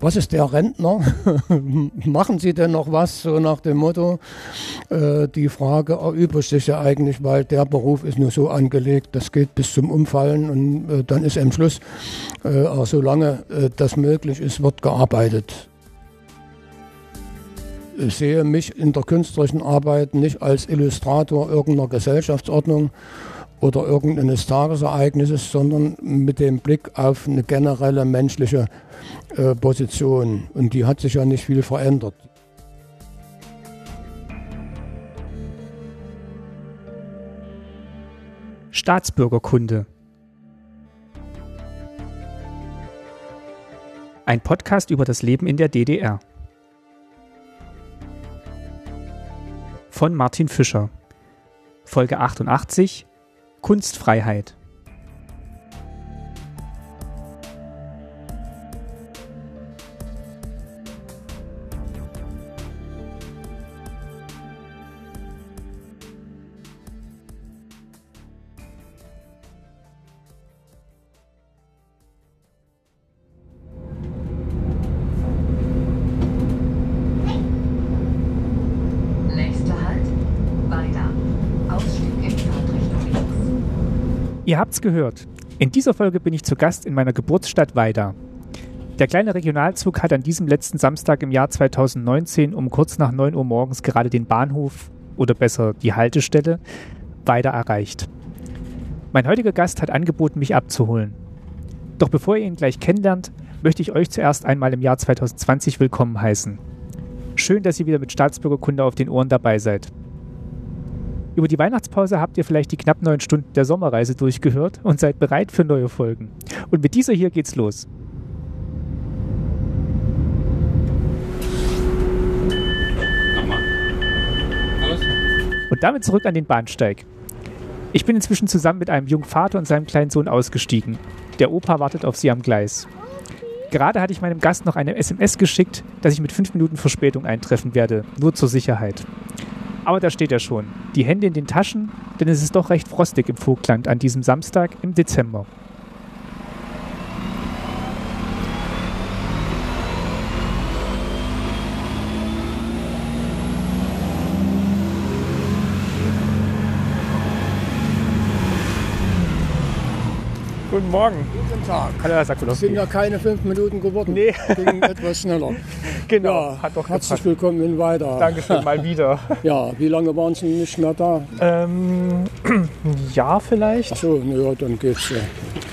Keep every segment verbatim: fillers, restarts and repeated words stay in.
was ist der Rentner? Machen Sie denn noch was? So nach dem Motto. Äh, die Frage erübrigt sich ja eigentlich, weil der Beruf ist nur so angelegt, das geht bis zum Umfallen und äh, dann ist am Schluss, äh, auch solange äh, das möglich ist, wird gearbeitet. Ich sehe mich in der künstlerischen Arbeit nicht als Illustrator irgendeiner Gesellschaftsordnung oder irgendeines Tagesereignisses, sondern mit dem Blick auf eine generelle menschliche äh, Position. Und die hat sich ja nicht viel verändert. Staatsbürgerkunde. Ein Podcast über das Leben in der D D R. Von Martin Fischer. Folge achtundachtzig. Kunstfreiheit. Ihr habt's gehört. In dieser Folge bin ich zu Gast in meiner Geburtsstadt Weida. Der kleine Regionalzug hat an diesem letzten Samstag im Jahr zweitausendneunzehn um kurz nach neun Uhr morgens gerade den Bahnhof, oder besser die Haltestelle, Weida erreicht. Mein heutiger Gast hat angeboten, mich abzuholen. Doch bevor ihr ihn gleich kennenlernt, möchte ich euch zuerst einmal im Jahr zweitausendzwanzig willkommen heißen. Schön, dass ihr wieder mit Staatsbürgerkunde auf den Ohren dabei seid. Über die Weihnachtspause habt ihr vielleicht die knapp neun Stunden der Sommerreise durchgehört und seid bereit für neue Folgen. Und mit dieser hier geht's los. Nochmal. Alles? Und damit zurück an den Bahnsteig. Ich bin inzwischen zusammen mit einem jungen Vater und seinem kleinen Sohn ausgestiegen. Der Opa wartet auf sie am Gleis. Gerade hatte ich meinem Gast noch eine S M S geschickt, dass ich mit fünf Minuten Verspätung eintreffen werde, nur zur Sicherheit. Aber da steht er schon. Die Hände in den Taschen, denn es ist doch recht frostig im Vogtland an diesem Samstag im Dezember. Guten Morgen. Guten Tag. Hallo, Herr Es Sakulowski. sind ja keine fünf Minuten geworden. Nee. Ging etwas schneller. Genau, Ja, hat doch herzlich gepasst. willkommen in Weida. Dankeschön, mal wieder. Ja, wie lange waren Sie nicht mehr da? Ähm, ja, vielleicht. Achso, naja, dann geht's ja.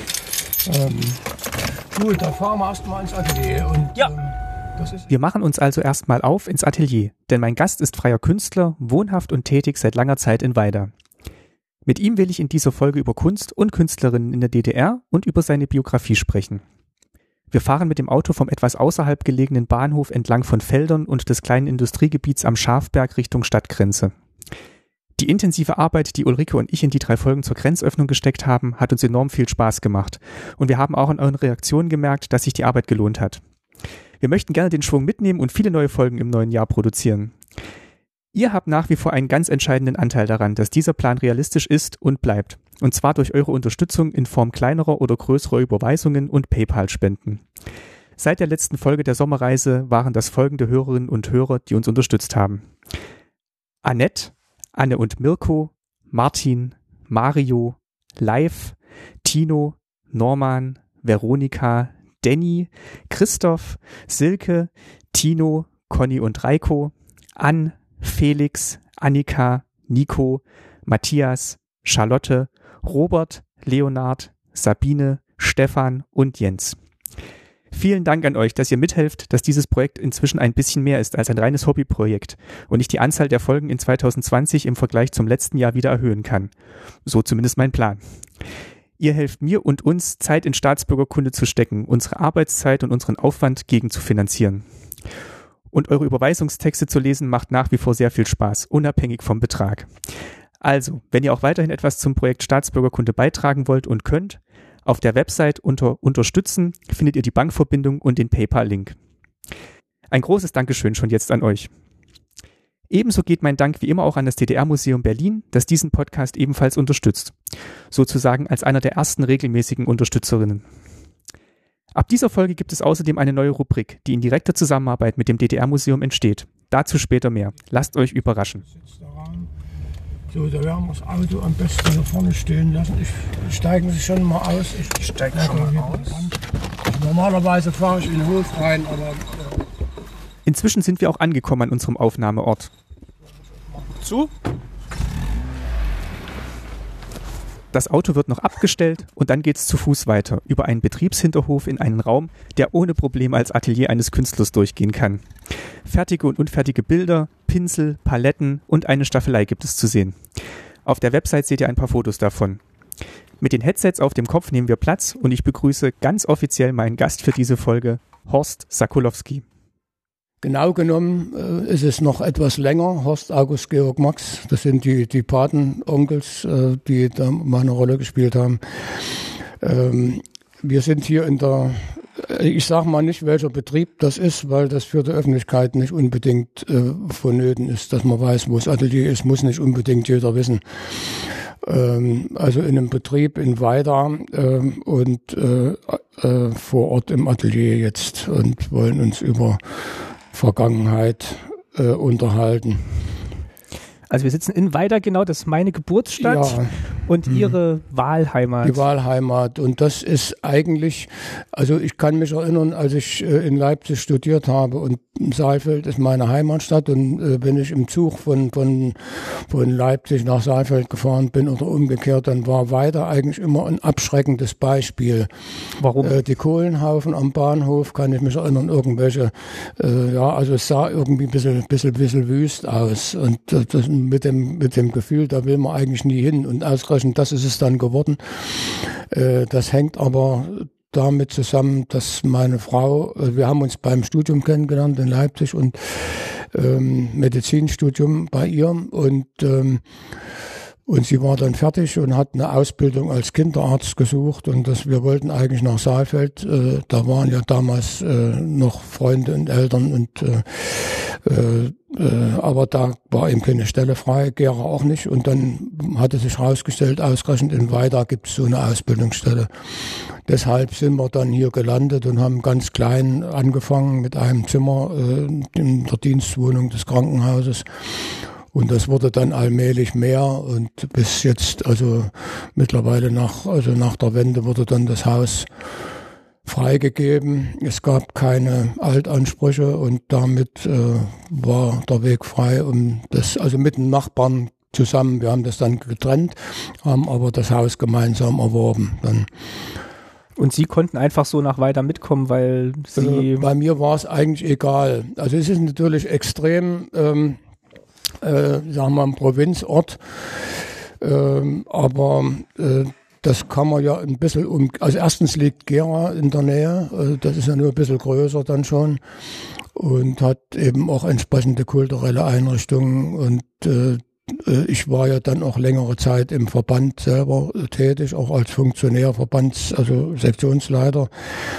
Ähm, gut, dann fahren wir erstmal ins Atelier. Und, Ja. ähm, das ist Wir machen uns also erstmal auf ins Atelier, denn mein Gast ist freier Künstler, wohnhaft und tätig seit langer Zeit in Weida. Mit ihm will ich in dieser Folge über Kunst und Künstlerinnen in der D D R und über seine Biografie sprechen. Wir fahren mit dem Auto vom etwas außerhalb gelegenen Bahnhof entlang von Feldern und des kleinen Industriegebiets am Schafberg Richtung Stadtgrenze. Die intensive Arbeit, die Ulrike und ich in die drei Folgen zur Grenzöffnung gesteckt haben, hat uns enorm viel Spaß gemacht. Und wir haben auch an euren Reaktionen gemerkt, dass sich die Arbeit gelohnt hat. Wir möchten gerne den Schwung mitnehmen und viele neue Folgen im neuen Jahr produzieren. Ihr habt nach wie vor einen ganz entscheidenden Anteil daran, dass dieser Plan realistisch ist und bleibt. Und zwar durch eure Unterstützung in Form kleinerer oder größerer Überweisungen und PayPal-Spenden. Seit der letzten Folge der Sommerreise waren das folgende Hörerinnen und Hörer, die uns unterstützt haben. Annette, Anne und Mirko, Martin, Mario, Live, Tino, Norman, Veronika, Danny, Christoph, Silke, Tino, Conny und Reiko, Ann, Felix, Annika, Nico, Matthias, Charlotte, Robert, Leonard, Sabine, Stefan und Jens. Vielen Dank an euch, dass ihr mithelft, dass dieses Projekt inzwischen ein bisschen mehr ist als ein reines Hobbyprojekt und ich die Anzahl der Folgen in zweitausendzwanzig im Vergleich zum letzten Jahr wieder erhöhen kann. So zumindest mein Plan. Ihr helft mir und uns, Zeit in Staatsbürgerkunde zu stecken, unsere Arbeitszeit und unseren Aufwand gegen zu finanzieren. Und eure Überweisungstexte zu lesen macht nach wie vor sehr viel Spaß, unabhängig vom Betrag. Also, wenn ihr auch weiterhin etwas zum Projekt Staatsbürgerkunde beitragen wollt und könnt, auf der Website unter Unterstützen findet ihr die Bankverbindung und den PayPal-Link. Ein großes Dankeschön schon jetzt an euch. Ebenso geht mein Dank wie immer auch an das D D R-Museum Berlin, das diesen Podcast ebenfalls unterstützt. Sozusagen als einer der ersten regelmäßigen Unterstützerinnen. Ab dieser Folge gibt es außerdem eine neue Rubrik, die in direkter Zusammenarbeit mit dem D D R-Museum entsteht. Dazu später mehr. Lasst euch überraschen. So, da werden wir das Auto am besten hier vorne stehen lassen. Ich steigen Sie schon mal aus. Ich steige schon mal aus. Normalerweise fahre ich in den Hof rein, aber... Äh Inzwischen sind wir auch angekommen an unserem Aufnahmeort. Zu? Das Auto wird noch abgestellt und dann geht's zu Fuß weiter, über einen Betriebshinterhof in einen Raum, der ohne Probleme als Atelier eines Künstlers durchgehen kann. Fertige und unfertige Bilder, Pinsel, Paletten und eine Staffelei gibt es zu sehen. Auf der Website seht ihr ein paar Fotos davon. Mit den Headsets auf dem Kopf nehmen wir Platz und ich begrüße ganz offiziell meinen Gast für diese Folge, Horst Sakolowski. Genau genommen äh, ist es noch etwas länger. Horst August Georg Max, das sind die, die Patenonkels, äh, die da mal eine Rolle gespielt haben. Ähm, wir sind hier in der, ich sage mal nicht, welcher Betrieb das ist, weil das für die Öffentlichkeit nicht unbedingt äh, vonnöten ist, dass man weiß, wo das Atelier ist, muss nicht unbedingt jeder wissen. Ähm, also in einem Betrieb in Weida äh, und äh, äh, vor Ort im Atelier jetzt und wollen uns über Vergangenheit äh, unterhalten. Also wir sitzen in Weida, genau, das ist meine Geburtsstadt ja. und hm. Ihre Wahlheimat. Die Wahlheimat und das ist eigentlich, also ich kann mich erinnern, als ich äh, in Leipzig studiert habe und Saalfeld ist meine Heimatstadt und äh, wenn ich im Zug von, von, von Leipzig nach Saalfeld gefahren bin oder umgekehrt, dann war Weida eigentlich immer ein abschreckendes Beispiel. Warum? Äh, die Kohlenhaufen am Bahnhof, kann ich mich erinnern, irgendwelche, äh, ja, also es sah irgendwie ein bisschen, bisschen, bisschen wüst aus und äh, das mit dem, mit dem Gefühl, da will man eigentlich nie hin und ausgerechnet das ist es dann geworden. Äh, das hängt aber damit zusammen, dass meine Frau, wir haben uns beim Studium kennengelernt in Leipzig und ähm, Medizinstudium bei ihr und ähm, und sie war dann fertig und hat eine Ausbildung als Kinderarzt gesucht und das, wir wollten eigentlich nach Saalfeld, äh, da waren ja damals äh, noch Freunde und Eltern und äh, äh, äh, aber da war eben keine Stelle frei, Gera auch nicht und dann hatte sich herausgestellt, ausgerechnet in Weida gibt es so eine Ausbildungsstelle. Deshalb sind wir dann hier gelandet und haben ganz klein angefangen mit einem Zimmer äh, in der Dienstwohnung des Krankenhauses. Und das wurde dann allmählich mehr und bis jetzt, also mittlerweile nach, also nach der Wende wurde dann das Haus freigegeben. Es gab keine Altansprüche und damit äh, war der Weg frei, um das, also mit den Nachbarn zusammen, wir haben das dann getrennt, haben aber das Haus gemeinsam erworben. Dann Und Sie konnten einfach so nach Weida mitkommen, weil Sie... Äh, bei mir war es eigentlich egal. Also es ist natürlich extrem... Ähm, Äh, sagen wir ein Provinzort, ähm, aber äh, das kann man ja ein bisschen um, also erstens liegt Gera in der Nähe, äh, das ist ja nur ein bisschen größer dann schon und hat eben auch entsprechende kulturelle Einrichtungen und äh, ich war ja dann auch längere Zeit im Verband selber tätig, auch als Funktionär, Verbands-, also Sektionsleiter.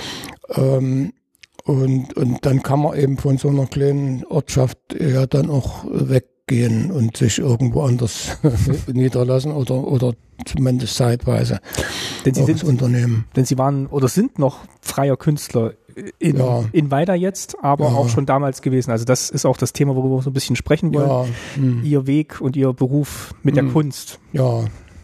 Ähm, und, und dann kann man eben von so einer kleinen Ortschaft ja dann auch weggehen und sich irgendwo anders niederlassen oder, oder zumindest zeitweise denn Sie sind, Unternehmen. Denn Sie waren oder sind noch freier Künstler in, ja. in Weida jetzt, aber ja. auch schon damals gewesen. Also das ist auch das Thema, worüber wir so ein bisschen sprechen wollen. Ja. Hm. Ihr Weg und Ihr Beruf mit hm. der Kunst. Ja.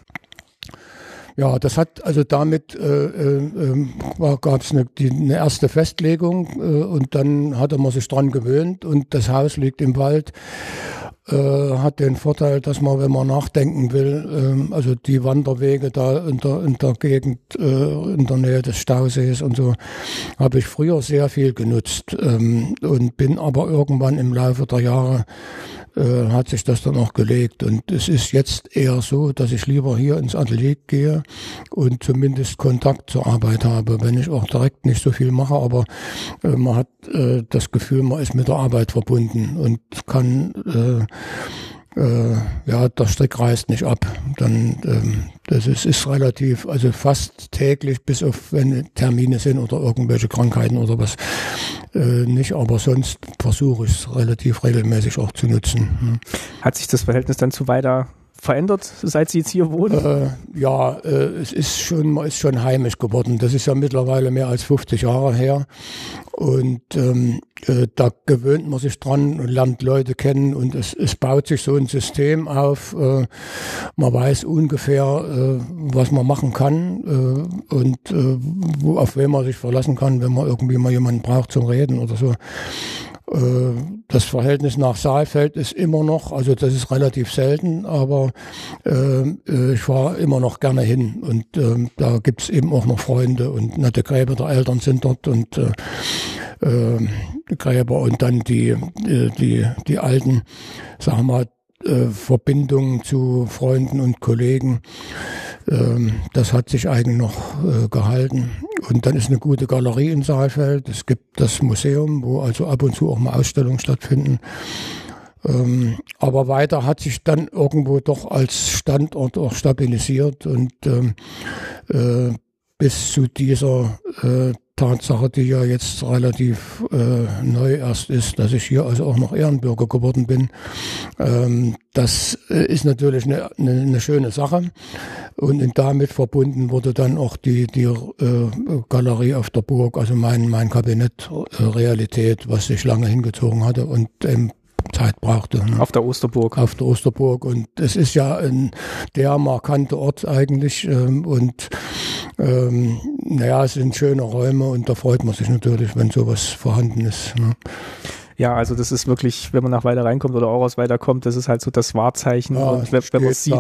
Ja, das hat also damit äh, äh, gab es eine, die, eine erste Festlegung äh, und dann hatte man sich dran gewöhnt und das Haus liegt im Wald. Äh, hat den Vorteil, dass man, wenn man nachdenken will, äh, also die Wanderwege da in der, in der Gegend, äh, in der Nähe des Stausees und so, habe ich früher sehr viel genutzt ähm, und bin aber irgendwann im Laufe der Jahre äh, hat sich das dann auch gelegt und es ist jetzt eher so, dass ich lieber hier ins Atelier gehe und zumindest Kontakt zur Arbeit habe, wenn ich auch direkt nicht so viel mache, aber äh, man hat äh, das Gefühl, man ist mit der Arbeit verbunden und kann äh, Äh, ja, der Strick reißt nicht ab. Dann, ähm, das ist, ist relativ, also fast täglich, bis auf wenn Termine sind oder irgendwelche Krankheiten oder was, äh, nicht. Aber sonst versuche ich es relativ regelmäßig auch zu nutzen. Hm. Hat sich das Verhältnis dann zu Weida verändert, seit Sie jetzt hier wohnen? Äh, ja, äh, es ist schon, man ist schon heimisch geworden. Das ist ja mittlerweile mehr als fünfzig Jahre her. Und ähm, äh, da gewöhnt man sich dran und lernt Leute kennen und es, es baut sich so ein System auf. Äh, man weiß ungefähr, äh, was man machen kann äh, und äh, wo, auf wen man sich verlassen kann, wenn man irgendwie mal jemanden braucht zum Reden oder so. Das Verhältnis nach Saalfeld ist immer noch, also das ist relativ selten, aber äh, ich fahre immer noch gerne hin und äh, da gibt's eben auch noch Freunde und nette Gräber der Eltern sind dort und äh, äh, Gräber und dann die, die, die, die alten, sagen wir mal, äh, Verbindungen zu Freunden und Kollegen. Ähm, das hat sich eigentlich noch äh, gehalten. Und dann ist eine gute Galerie in Saalfeld. Es gibt das Museum, wo also ab und zu auch mal Ausstellungen stattfinden. Ähm, aber weiter hat sich dann irgendwo doch als Standort auch stabilisiert und ähm, äh, bis zu dieser äh, Tatsache, die ja jetzt relativ äh, neu erst ist, dass ich hier also auch noch Ehrenbürger geworden bin. Ähm, das äh, ist natürlich eine, eine, eine schöne Sache. Und damit verbunden wurde dann auch die, die äh, Galerie auf der Burg, also mein, mein Kabinett äh, Realität, was sich lange hingezogen hatte und ähm, Zeit brauchte. Ne? Auf der Osterburg. Auf der Osterburg. Und es ist ja ein der markante Ort eigentlich. Ähm, und ähm, naja, es sind schöne Räume und da freut man sich natürlich, wenn sowas vorhanden ist. Ne? Ja, also das ist wirklich, wenn man nach Weida reinkommt oder auch aus Weida kommt, das ist halt so das Wahrzeichen, ja, und wenn, wenn man es sieht.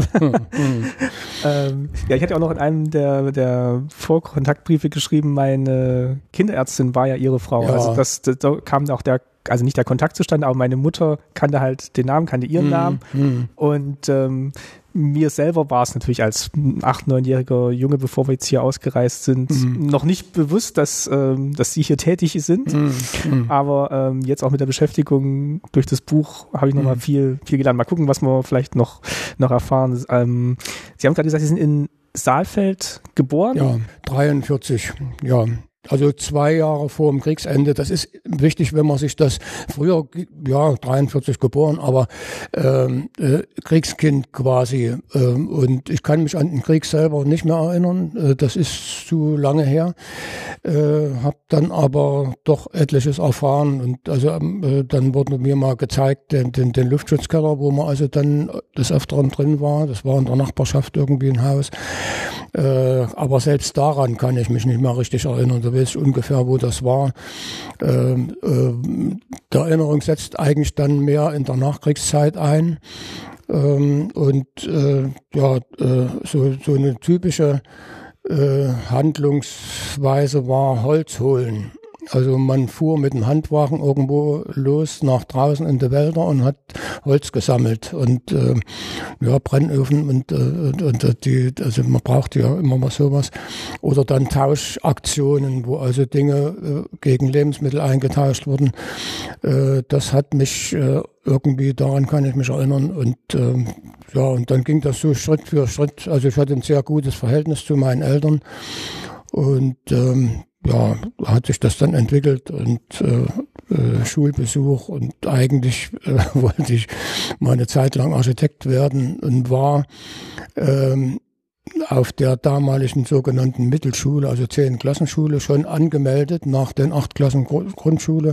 ähm, ja, ich hatte auch noch in einem der, der Vorkontaktbriefe geschrieben, meine Kinderärztin war ja ihre Frau. Ja. Also das, das, da kam auch der, also nicht der Kontakt zustande, aber meine Mutter kannte halt den Namen, kannte ihren mm, Namen mm. und ähm, mir selber war es natürlich als acht-, neunjähriger Junge, bevor wir jetzt hier ausgereist sind, mm. noch nicht bewusst, dass, ähm, dass sie hier tätig sind. Mm. Mm. Aber ähm, jetzt auch mit der Beschäftigung durch das Buch habe ich nochmal mm. viel, viel gelernt. Mal gucken, was wir vielleicht noch, noch erfahren. Ähm, Sie haben gerade gesagt, Sie sind in Saalfeld geboren? Ja, dreiundvierzig, ja. Also zwei Jahre vor dem Kriegsende. Das ist wichtig, wenn man sich das früher, ja, dreiundvierzig geboren, aber ähm, äh, Kriegskind quasi. Ähm, und ich kann mich an den Krieg selber nicht mehr erinnern. Äh, das ist zu lange her. Äh, hab dann aber doch etliches erfahren. Und also äh, dann wurde mir mal gezeigt, den, den, den Luftschutzkeller, wo man also dann des Öfteren drin war. Das war in der Nachbarschaft irgendwie ein Haus. Äh, aber selbst daran kann ich mich nicht mehr richtig erinnern. Da weiß ich ungefähr, wo das war. Ähm, äh, die Erinnerung setzt eigentlich dann mehr in der Nachkriegszeit ein. Ähm, und äh, ja, äh, so, so eine typische äh, Handlungsweise war Holz holen. Also man fuhr mit dem Handwagen irgendwo los nach draußen in die Wälder und hat Holz gesammelt und äh, ja, Brennöfen und, äh, und, und die, also man braucht ja immer mal sowas. Oder dann Tauschaktionen, wo also Dinge äh, gegen Lebensmittel eingetauscht wurden. Äh, das hat mich äh, irgendwie, daran kann ich mich erinnern. Und äh, ja, und dann ging das so Schritt für Schritt. Also ich hatte ein sehr gutes Verhältnis zu meinen Eltern und ähm, ja, hat sich das dann entwickelt und äh, äh, Schulbesuch und eigentlich äh, wollte ich mal eine Zeit lang Architekt werden und war ähm, auf der damaligen sogenannten Mittelschule, also zehn Klassenschule, schon angemeldet nach den acht Klassen Grundschule.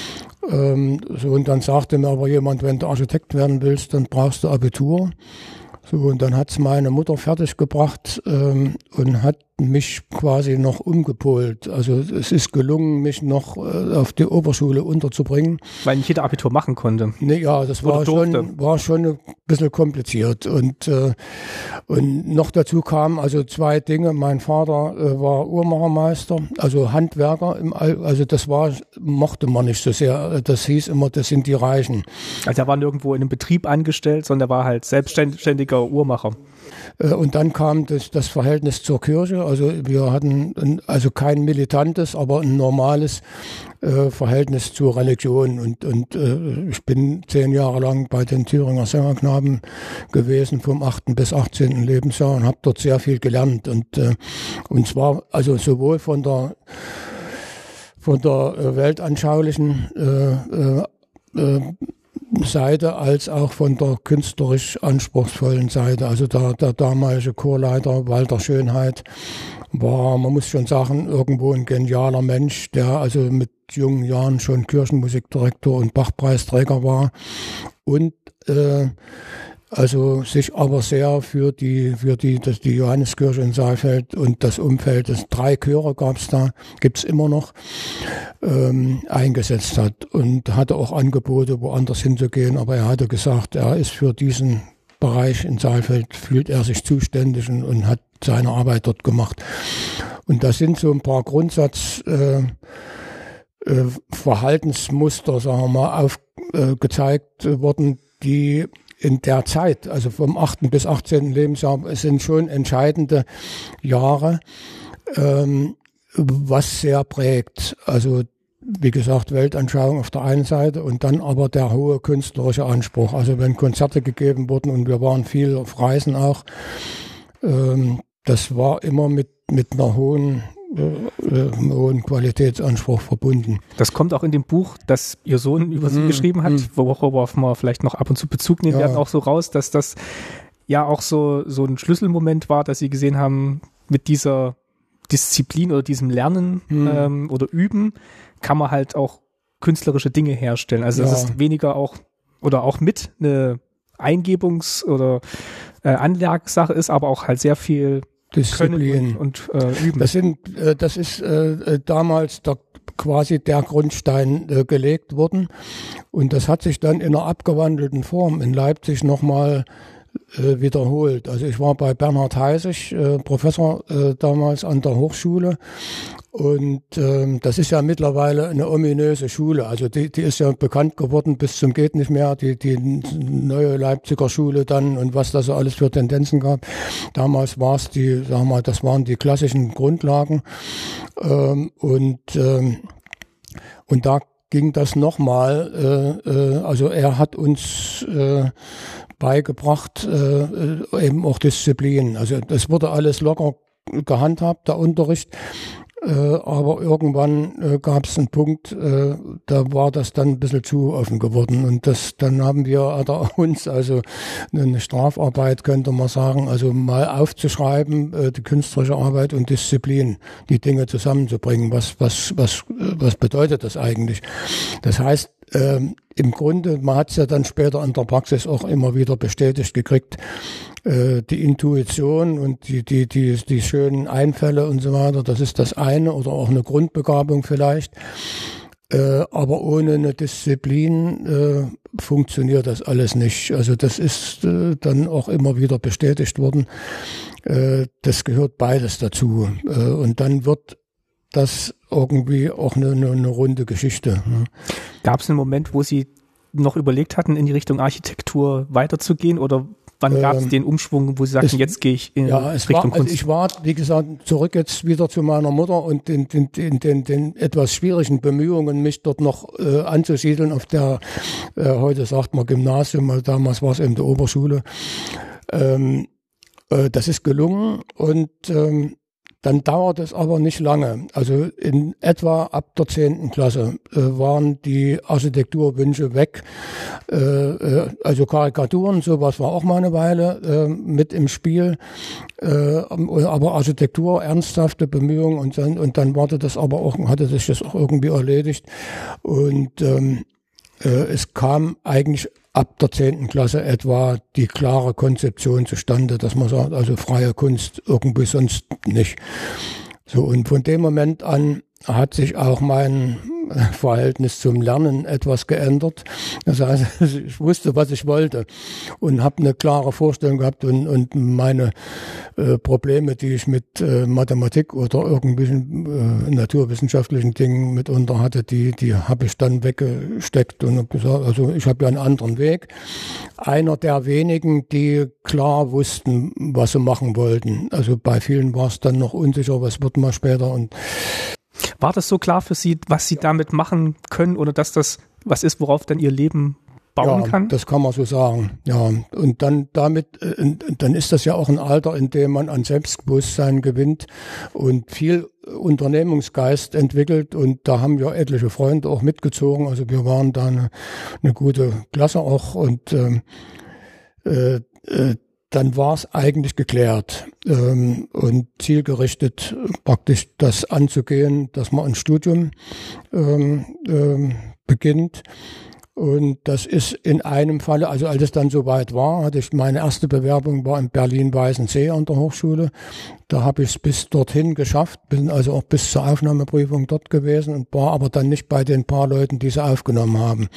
Ähm, so, und dann sagte mir aber jemand, wenn du Architekt werden willst, dann brauchst du Abitur. So, und dann hat's meine Mutter fertiggebracht ähm, und hat mich quasi noch umgepolt. Also es ist gelungen, mich noch äh, auf die Oberschule unterzubringen. Weil nicht jeder Abitur machen konnte. Nee, ja, das war schon, war schon ein bisschen kompliziert. Und, äh, und noch dazu kamen also zwei Dinge. Mein Vater äh, war Uhrmachermeister, also Handwerker. Im All, also das war, mochte man nicht so sehr. Das hieß immer, das sind die Reichen. Also er war nirgendwo in einem Betrieb angestellt, sondern er war halt selbstständiger Uhrmacher. Und dann kam das, das Verhältnis zur Kirche. Also wir hatten ein, also kein militantes, aber ein normales äh, Verhältnis zur Religion. Und, und äh, ich bin zehn Jahre lang bei den Thüringer Sängerknaben gewesen, vom achten bis achtzehnten Lebensjahr und habe dort sehr viel gelernt. Und, äh, und zwar also sowohl von der, von der äh, weltanschaulichen äh, äh, Seite als auch von der künstlerisch anspruchsvollen Seite. Also der, der damalige Chorleiter Walter Schönheit war, man muss schon sagen, irgendwo ein genialer Mensch, der also mit jungen Jahren schon Kirchenmusikdirektor und Bachpreisträger war und äh, also sich aber sehr für die für die das, die Johanneskirche in Saalfeld und das Umfeld, das drei Chöre gab es da, gibt's immer noch, ähm, eingesetzt hat und hatte auch Angebote, woanders hinzugehen, aber er hatte gesagt, er ist für diesen Bereich in Saalfeld, fühlt er sich zuständig und, und hat seine Arbeit dort gemacht. Und da sind so ein paar Grundsatz äh, äh, Verhaltensmuster, sagen wir mal, aufgezeigt äh, worden, die in der Zeit, also vom achten bis achtzehnten Lebensjahr, es sind schon entscheidende Jahre, ähm, was sehr prägt. Also wie gesagt, Weltanschauung auf der einen Seite und dann aber der hohe künstlerische Anspruch. Also wenn Konzerte gegeben wurden und wir waren viel auf Reisen auch, ähm, das war immer mit, mit einer hohen Äh, hohen Qualitätsanspruch verbunden. Das kommt auch in dem Buch, das Ihr Sohn über Sie mm, geschrieben hat, mm. worauf wir vielleicht noch ab und zu Bezug nehmen ja. werden, auch so raus, dass das ja auch so, so ein Schlüsselmoment war, dass Sie gesehen haben, mit dieser Disziplin oder diesem Lernen mm. ähm, oder Üben kann man halt auch künstlerische Dinge herstellen. Also ja. das ist weniger auch oder auch mit eine Eingebungs- oder äh, Anlagesache ist, aber auch halt sehr viel Disziplin und, und äh, üben. Das sind, äh, das ist äh, damals der, quasi der Grundstein äh, gelegt worden und das hat sich dann in einer abgewandelten Form in Leipzig nochmal äh, wiederholt. Also ich war bei Bernhard Heisig, äh, Professor äh, damals an der Hochschule und ähm, das ist ja mittlerweile eine ominöse Schule. Also die, die ist ja bekannt geworden bis zum geht nicht mehr, die, die neue Leipziger Schule dann und was da so alles für Tendenzen gab. Damals war es die, sagen wir mal, das waren die klassischen Grundlagen ähm, und ähm, und da ging das nochmal, äh, äh, also er hat uns äh, beigebracht, äh, eben auch Disziplin. Also das wurde alles locker gehandhabt, der Unterricht. Äh, aber irgendwann äh, gab es einen Punkt, äh, da war das dann ein bisschen zu offen geworden und das, dann haben wir oder uns also eine Strafarbeit, könnte man sagen, also mal aufzuschreiben, äh, die künstlerische Arbeit und Disziplin, die Dinge zusammenzubringen. Was, was, was, was bedeutet das eigentlich? Das heißt, ähm, im Grunde, man hat es ja dann später in der Praxis auch immer wieder bestätigt gekriegt, äh, die Intuition und die, die, die, die schönen Einfälle und so weiter, das ist das eine oder auch eine Grundbegabung vielleicht. Äh, aber ohne eine Disziplin äh, funktioniert das alles nicht. Also das ist äh, dann auch immer wieder bestätigt worden. Äh, das gehört beides dazu. Äh, und dann wird das irgendwie auch eine, eine, eine runde Geschichte. Ne? Gab es einen Moment, wo Sie noch überlegt hatten, in die Richtung Architektur weiterzugehen oder wann ähm, gab es den Umschwung, wo Sie sagten, es, jetzt gehe ich in ja, es Richtung war, Kunst? Also ich war, wie gesagt, zurück jetzt wieder zu meiner Mutter und den, den, den, den, den etwas schwierigen Bemühungen, mich dort noch äh, anzusiedeln auf der, äh, heute sagt man Gymnasium, also damals war es eben die Oberschule. Ähm, äh, das ist gelungen und ähm, dann dauert es aber nicht lange. Also in etwa ab der zehnten Klasse äh, waren die Architekturwünsche weg. Äh, äh, also Karikaturen, sowas war auch mal eine Weile äh, mit im Spiel. Äh, aber Architektur, ernsthafte Bemühungen und dann, und dann war das aber auch, hatte sich das auch irgendwie erledigt. Und ähm, äh, es kam eigentlich ab der zehnten Klasse etwa die klare Konzeption zustande, dass man sagt, also freie Kunst irgendwie sonst nicht. So, und von dem Moment an hat sich auch mein Verhältnis zum Lernen etwas geändert. Das heißt, ich wusste, was ich wollte und habe eine klare Vorstellung gehabt und, und meine äh, Probleme, die ich mit äh, Mathematik oder irgendwelchen äh, naturwissenschaftlichen Dingen mitunter hatte, die, die habe ich dann weggesteckt und habe gesagt, also ich habe ja einen anderen Weg. Einer der wenigen, die klar wussten, was sie machen wollten. Also bei vielen war es dann noch unsicher, was wird mal später und war das so klar für Sie, was Sie damit machen können oder dass das was ist, worauf dann Ihr Leben bauen ja, kann? Das kann man so sagen, ja. Und dann damit, äh, dann ist das ja auch ein Alter, in dem man an Selbstbewusstsein gewinnt und viel Unternehmungsgeist entwickelt. Und da haben wir etliche Freunde auch mitgezogen. Also wir waren da eine, eine gute Klasse auch. Und ähm, äh, äh, dann war es eigentlich geklärt ähm, und zielgerichtet praktisch das anzugehen, dass man ein Studium ähm, ähm, beginnt. Und das ist in einem Falle, also als es dann soweit war, hatte ich meine erste Bewerbung war in Berlin-Weißensee an der Hochschule. Da habe ich es bis dorthin geschafft, bin also auch bis zur Aufnahmeprüfung dort gewesen und war aber dann nicht bei den paar Leuten, die sie aufgenommen haben.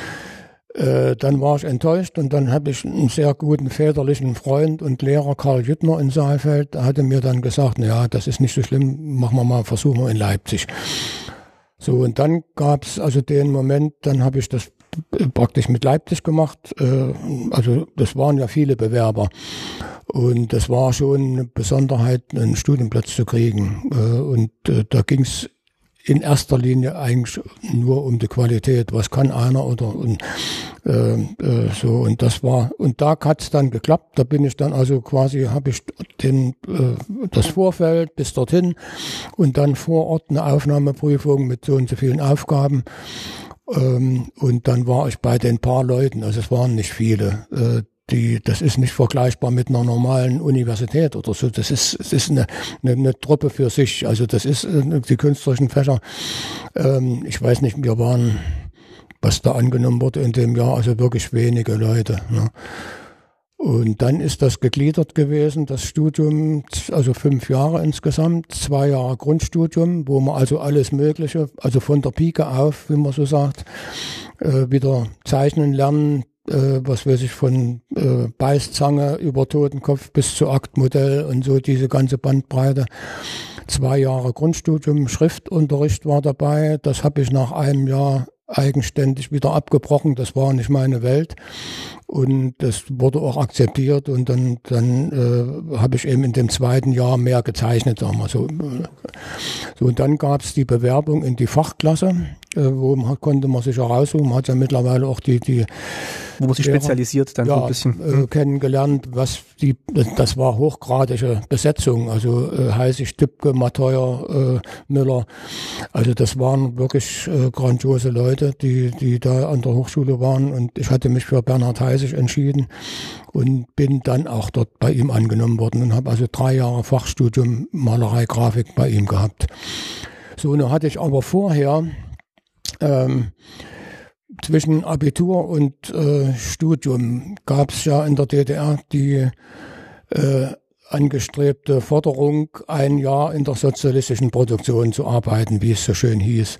Äh, dann war ich enttäuscht und dann habe ich einen sehr guten väterlichen Freund und Lehrer, Karl Jüttner in Saalfeld, der hatte mir dann gesagt, naja, das ist nicht so schlimm, machen wir mal, versuchen wir in Leipzig. So, und dann gab es also den Moment, dann habe ich das praktisch mit Leipzig gemacht, äh, also das waren ja viele Bewerber und das war schon eine Besonderheit, einen Studienplatz zu kriegen äh, und äh, da ging es in erster Linie eigentlich nur um die Qualität, was kann einer oder und, äh, äh, so und das war und da hat's dann geklappt. Da bin ich dann also quasi habe ich den äh, das Vorfeld bis dorthin und dann vor Ort eine Aufnahmeprüfung mit so und so vielen Aufgaben ähm, und dann war ich bei den paar Leuten, also es waren nicht viele. Äh, Die, das ist nicht vergleichbar mit einer normalen Universität oder so. Das ist, es ist eine, eine, eine Truppe für sich. Also das ist äh, die künstlerischen Fächer. Ähm, ich weiß nicht, wir waren, was da angenommen wurde in dem Jahr, also wirklich wenige Leute. Ne? Und dann ist das gegliedert gewesen, das Studium, also fünf Jahre insgesamt, zwei Jahre Grundstudium, wo man also alles Mögliche, also von der Pike auf, wie man so sagt, äh, wieder zeichnen lernen, Äh, was weiß ich, von äh, Beißzange über Totenkopf bis zu Aktmodell und so diese ganze Bandbreite. Zwei Jahre Grundstudium, Schriftunterricht war dabei. Das habe ich nach einem Jahr eigenständig wieder abgebrochen. Das war nicht meine Welt. Und das wurde auch akzeptiert. Und dann, dann äh, habe ich eben in dem zweiten Jahr mehr gezeichnet, sagen wir so. So, und dann gab es die Bewerbung in die Fachklasse, äh, wo man, konnte man sich heraussuchen. Man hat ja mittlerweile auch die, die wo man sich Lehrer, spezialisiert dann ja, so ein bisschen äh, kennengelernt, was die, das war hochgradige Besetzung, also äh, Heißig, Tübke, Mattheuer, äh, Müller, also das waren wirklich äh, grandiose Leute, die, die da an der Hochschule waren und ich hatte mich für Bernhard Heißig entschieden und bin dann auch dort bei ihm angenommen worden und habe also drei Jahre Fachstudium Malerei, Grafik bei ihm gehabt. So, nun hatte ich aber vorher ähm, zwischen Abitur und äh, Studium gab es ja in der D D R die äh, angestrebte Forderung, ein Jahr in der sozialistischen Produktion zu arbeiten, wie es so schön hieß.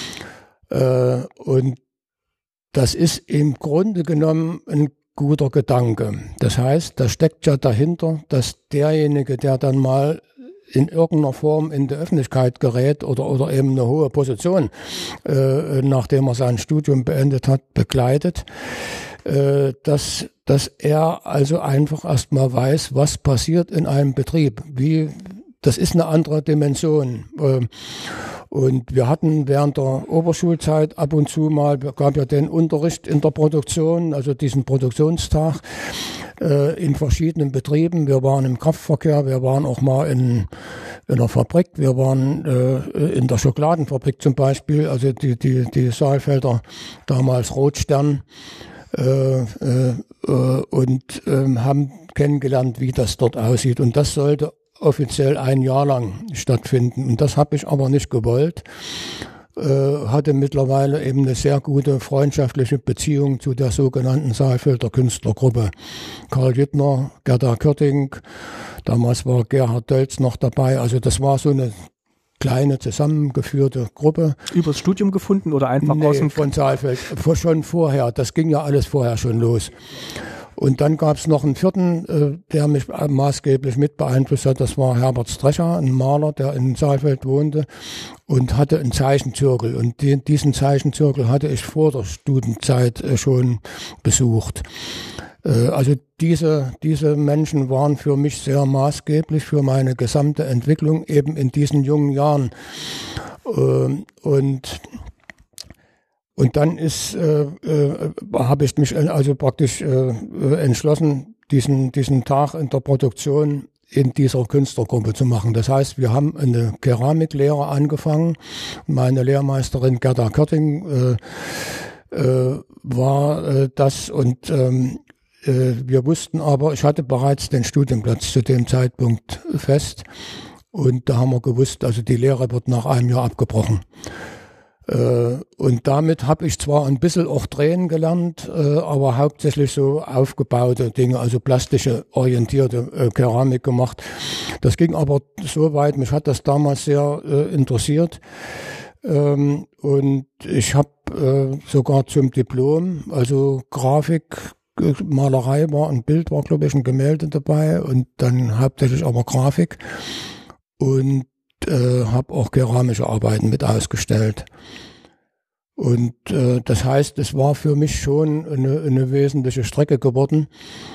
Äh, und das ist im Grunde genommen ein guter Gedanke. Das heißt, da steckt ja dahinter, dass derjenige, der dann mal in irgendeiner Form in die Öffentlichkeit gerät oder, oder eben eine hohe Position, äh, nachdem er sein Studium beendet hat, begleitet, äh, dass, dass er also einfach erstmal weiß, was passiert in einem Betrieb. Wie, das ist eine andere Dimension. Äh, Und wir hatten während der Oberschulzeit ab und zu mal, gab ja den Unterricht in der Produktion, also diesen Produktionstag äh, in verschiedenen Betrieben. Wir waren im Kraftverkehr, wir waren auch mal in, in einer Fabrik, wir waren äh, in der Schokoladenfabrik zum Beispiel, also die, die, die Saalfelder, damals Rotstern, äh, äh, und äh, haben kennengelernt, wie das dort aussieht. Und das sollte offiziell ein Jahr lang stattfinden. Und das habe ich aber nicht gewollt. Äh, hatte mittlerweile eben eine sehr gute freundschaftliche Beziehung zu der sogenannten Saalfelder Künstlergruppe. Karl Jüttner, Gerda Körting, damals war Gerhard Dölz noch dabei. Also das war so eine kleine zusammengeführte Gruppe. Übers Studium gefunden oder einfach nee, aus dem von Saalfeld, schon vorher. Das ging ja alles vorher schon los. Und dann gab es noch einen vierten, äh, der mich maßgeblich mit beeinflusst hat. Das war Herbert Strecher, ein Maler, der in Saalfeld wohnte und hatte einen Zeichenzirkel. Und den, diesen Zeichenzirkel hatte ich vor der Studienzeit äh, schon besucht. Äh, also diese, diese Menschen waren für mich sehr maßgeblich für meine gesamte Entwicklung eben in diesen jungen Jahren. Äh, und und dann ist, äh, äh, habe ich mich also praktisch äh, entschlossen, diesen, diesen Tag in der Produktion in dieser Künstlergruppe zu machen. Das heißt, wir haben eine Keramiklehre angefangen. Meine Lehrmeisterin Gerda Körting äh, äh, war äh, das und ähm, äh, wir wussten aber, ich hatte bereits den Studienplatz zu dem Zeitpunkt fest und da haben wir gewusst, also die Lehre wird nach einem Jahr abgebrochen. Äh, und damit habe ich zwar ein bisschen auch drehen gelernt, äh, aber hauptsächlich so aufgebaute Dinge, also plastische, orientierte äh, Keramik gemacht. Das ging aber so weit, mich hat das damals sehr äh, interessiert. Ähm, und ich habe äh, sogar zum Diplom, also Grafik, Malerei war, ein Bild war, glaube ich, ein Gemälde dabei und dann hauptsächlich aber Grafik und äh, habe auch keramische Arbeiten mit ausgestellt. Und äh, das heißt, es war für mich schon eine, eine wesentliche Strecke geworden,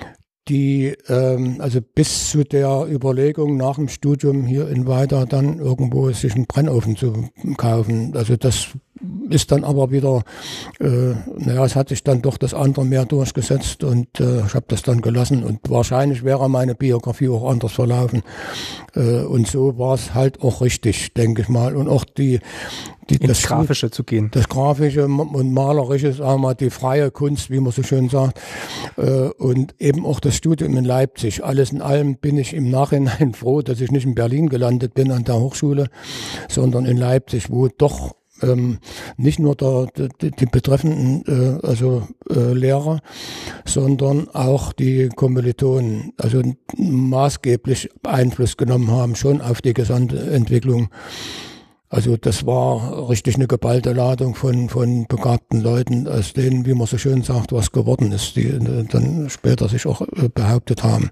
die ähm, also bis zu der Überlegung nach dem Studium hier in Weida dann irgendwo sich einen Brennofen zu kaufen. Also das ist dann aber wieder, äh, naja, es hat sich dann doch das andere mehr durchgesetzt und äh, ich habe das dann gelassen und wahrscheinlich wäre meine Biografie auch anders verlaufen. Äh, und so war es halt auch richtig, denke ich mal. Und auch die, die ins das Grafische zu gehen. Das Grafische und Malerische, sagen wir mal, die freie Kunst, wie man so schön sagt. Äh, und eben auch das Studium in Leipzig. Alles in allem bin ich im Nachhinein froh, dass ich nicht in Berlin gelandet bin an der Hochschule, sondern in Leipzig, wo doch Ähm, nicht nur der, die, die betreffenden äh, also äh, Lehrer, sondern auch die Kommilitonen, also maßgeblich Einfluss genommen haben, schon auf die gesamte Entwicklung. Also das war richtig eine geballte Ladung von von begabten Leuten, aus denen, wie man so schön sagt, was geworden ist, die äh, dann später sich auch äh, behauptet haben.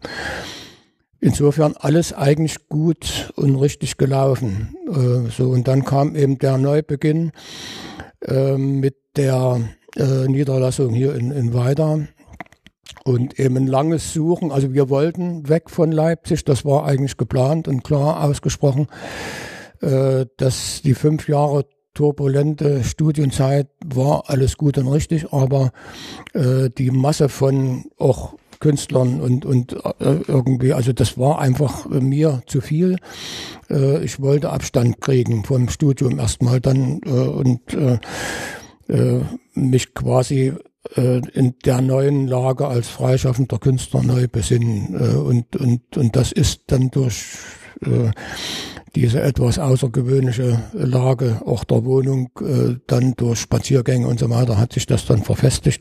Insofern alles eigentlich gut und richtig gelaufen. Äh, so und dann kam eben der Neubeginn äh, mit der äh, Niederlassung hier in, in Weida und eben ein langes Suchen. Also wir wollten weg von Leipzig, das war eigentlich geplant und klar ausgesprochen, äh, dass die fünf Jahre turbulente Studienzeit war alles gut und richtig, aber äh, die Masse von auch Künstlern und und äh, irgendwie, also das war einfach äh, mir zu viel. Äh, ich wollte Abstand kriegen vom Studium erstmal dann äh, und äh, äh, mich quasi äh, in der neuen Lage als freischaffender Künstler neu besinnen. Äh, und und und das ist dann durch äh, diese etwas außergewöhnliche Lage auch der Wohnung, äh, dann durch Spaziergänge und so weiter hat sich das dann verfestigt.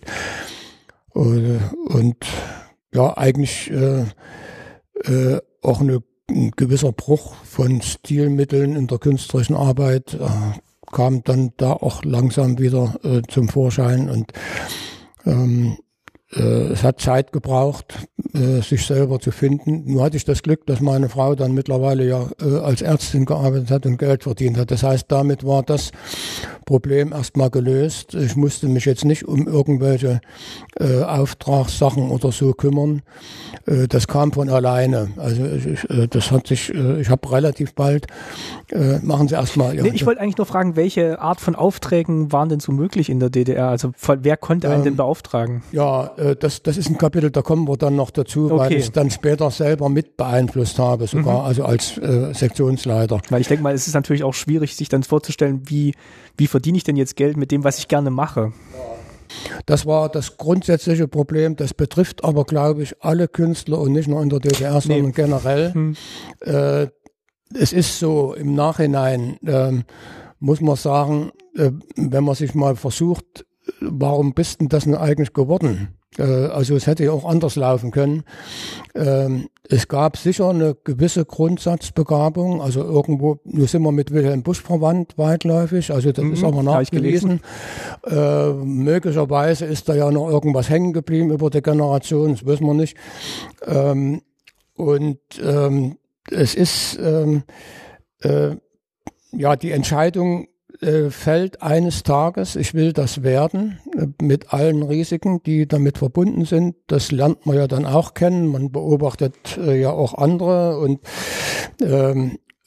Äh, und ja, eigentlich äh, äh, auch eine, ein gewisser Bruch von Stilmitteln in der künstlerischen Arbeit äh, kam dann da auch langsam wieder äh, zum Vorschein und ähm, äh, es hat Zeit gebraucht, äh, sich selber zu finden. Nur hatte ich das Glück, dass meine Frau dann mittlerweile ja äh, als Ärztin gearbeitet hat und Geld verdient hat. Das heißt, damit war das Problem erstmal gelöst. Ich musste mich jetzt nicht um irgendwelche äh, Auftragssachen oder so kümmern. Äh, das kam von alleine. Also ich, äh, das hat sich, äh, ich habe relativ bald, äh, machen Sie erstmal. Ja, nee, ich wollte eigentlich nur fragen, welche Art von Aufträgen waren denn so möglich in der D D R? Also von, wer konnte einen ähm, denn beauftragen? Ja, äh, das, das ist ein Kapitel, da kommen wir dann noch dazu, okay. Weil ich es dann später selber mit beeinflusst habe, sogar, mhm. also als äh, Sektionsleiter. Weil ich denke mal, es ist natürlich auch schwierig, sich dann vorzustellen, wie wie verdiene ich denn jetzt Geld mit dem, was ich gerne mache? Das war das grundsätzliche Problem. Das betrifft aber, glaube ich, alle Künstler und nicht nur in der D D R, sondern nee. generell. Hm. Äh, es ist so, im Nachhinein äh, muss man sagen, äh, wenn man sich mal versucht, warum bist denn das denn eigentlich geworden? Äh, also es hätte ja auch anders laufen können. Ähm, es gab sicher eine gewisse Grundsatzbegabung, also irgendwo, nur sind wir mit Wilhelm Busch verwandt, weitläufig, also das mhm, ist aber nachgewiesen. Äh, möglicherweise ist da ja noch irgendwas hängen geblieben über die Generation, das wissen wir nicht. Ähm, und ähm, es ist, ähm, äh, ja, die Entscheidung äh, fällt eines Tages, ich will das werden, äh, mit allen Risiken, die damit verbunden sind. Das lernt man ja dann auch kennen. Man beobachtet äh, ja auch andere und ähm,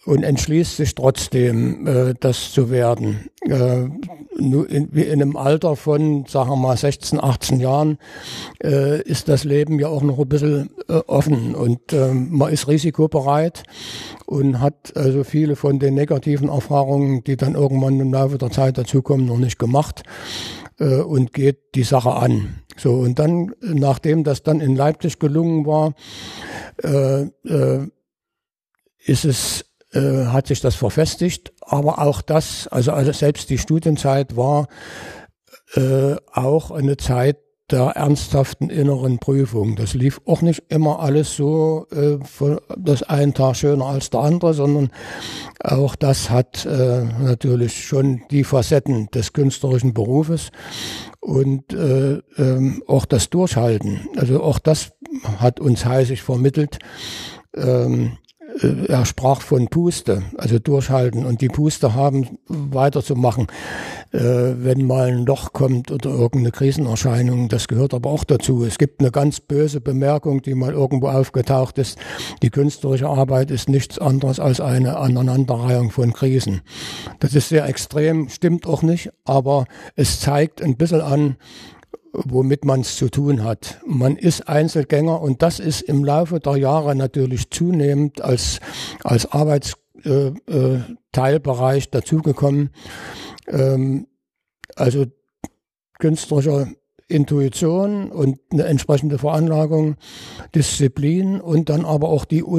und entschließt sich trotzdem, äh, das zu werden. Äh, nur in, in einem Alter von, sagen wir mal, sechzehn, achtzehn Jahren äh, ist das Leben ja auch noch ein bisschen äh, offen und äh, man ist risikobereit und hat also viele von den negativen Erfahrungen, die dann irgendwann im Laufe der Zeit dazukommen, noch nicht gemacht äh, und geht die Sache an. So, und dann, nachdem das dann in Leipzig gelungen war, äh, äh, ist es Äh, hat sich das verfestigt, aber auch das, also, also selbst die Studienzeit war äh, auch eine Zeit der ernsthaften inneren Prüfung. Das lief auch nicht immer alles so, äh, das ein Tag schöner als der andere, sondern auch das hat äh, natürlich schon die Facetten des künstlerischen Berufes und äh, äh, auch das Durchhalten. Also auch das hat uns Heisig vermittelt. Ähm, Er sprach von Puste, also durchhalten und die Puste haben, weiterzumachen, äh, wenn mal ein Loch kommt oder irgendeine Krisenerscheinung. Das gehört aber auch dazu. Es gibt eine ganz böse Bemerkung, die mal irgendwo aufgetaucht ist. Die künstlerische Arbeit ist nichts anderes als eine Aneinanderreihung von Krisen. Das ist sehr extrem, stimmt auch nicht, aber es zeigt ein bisschen an, womit man es zu tun hat. Man ist Einzelgänger und das ist im Laufe der Jahre natürlich zunehmend als, als Arbeitsteilbereich äh, äh, dazugekommen. Ähm, also künstlerischer Intuition und eine entsprechende Veranlagung, Disziplin und dann aber auch die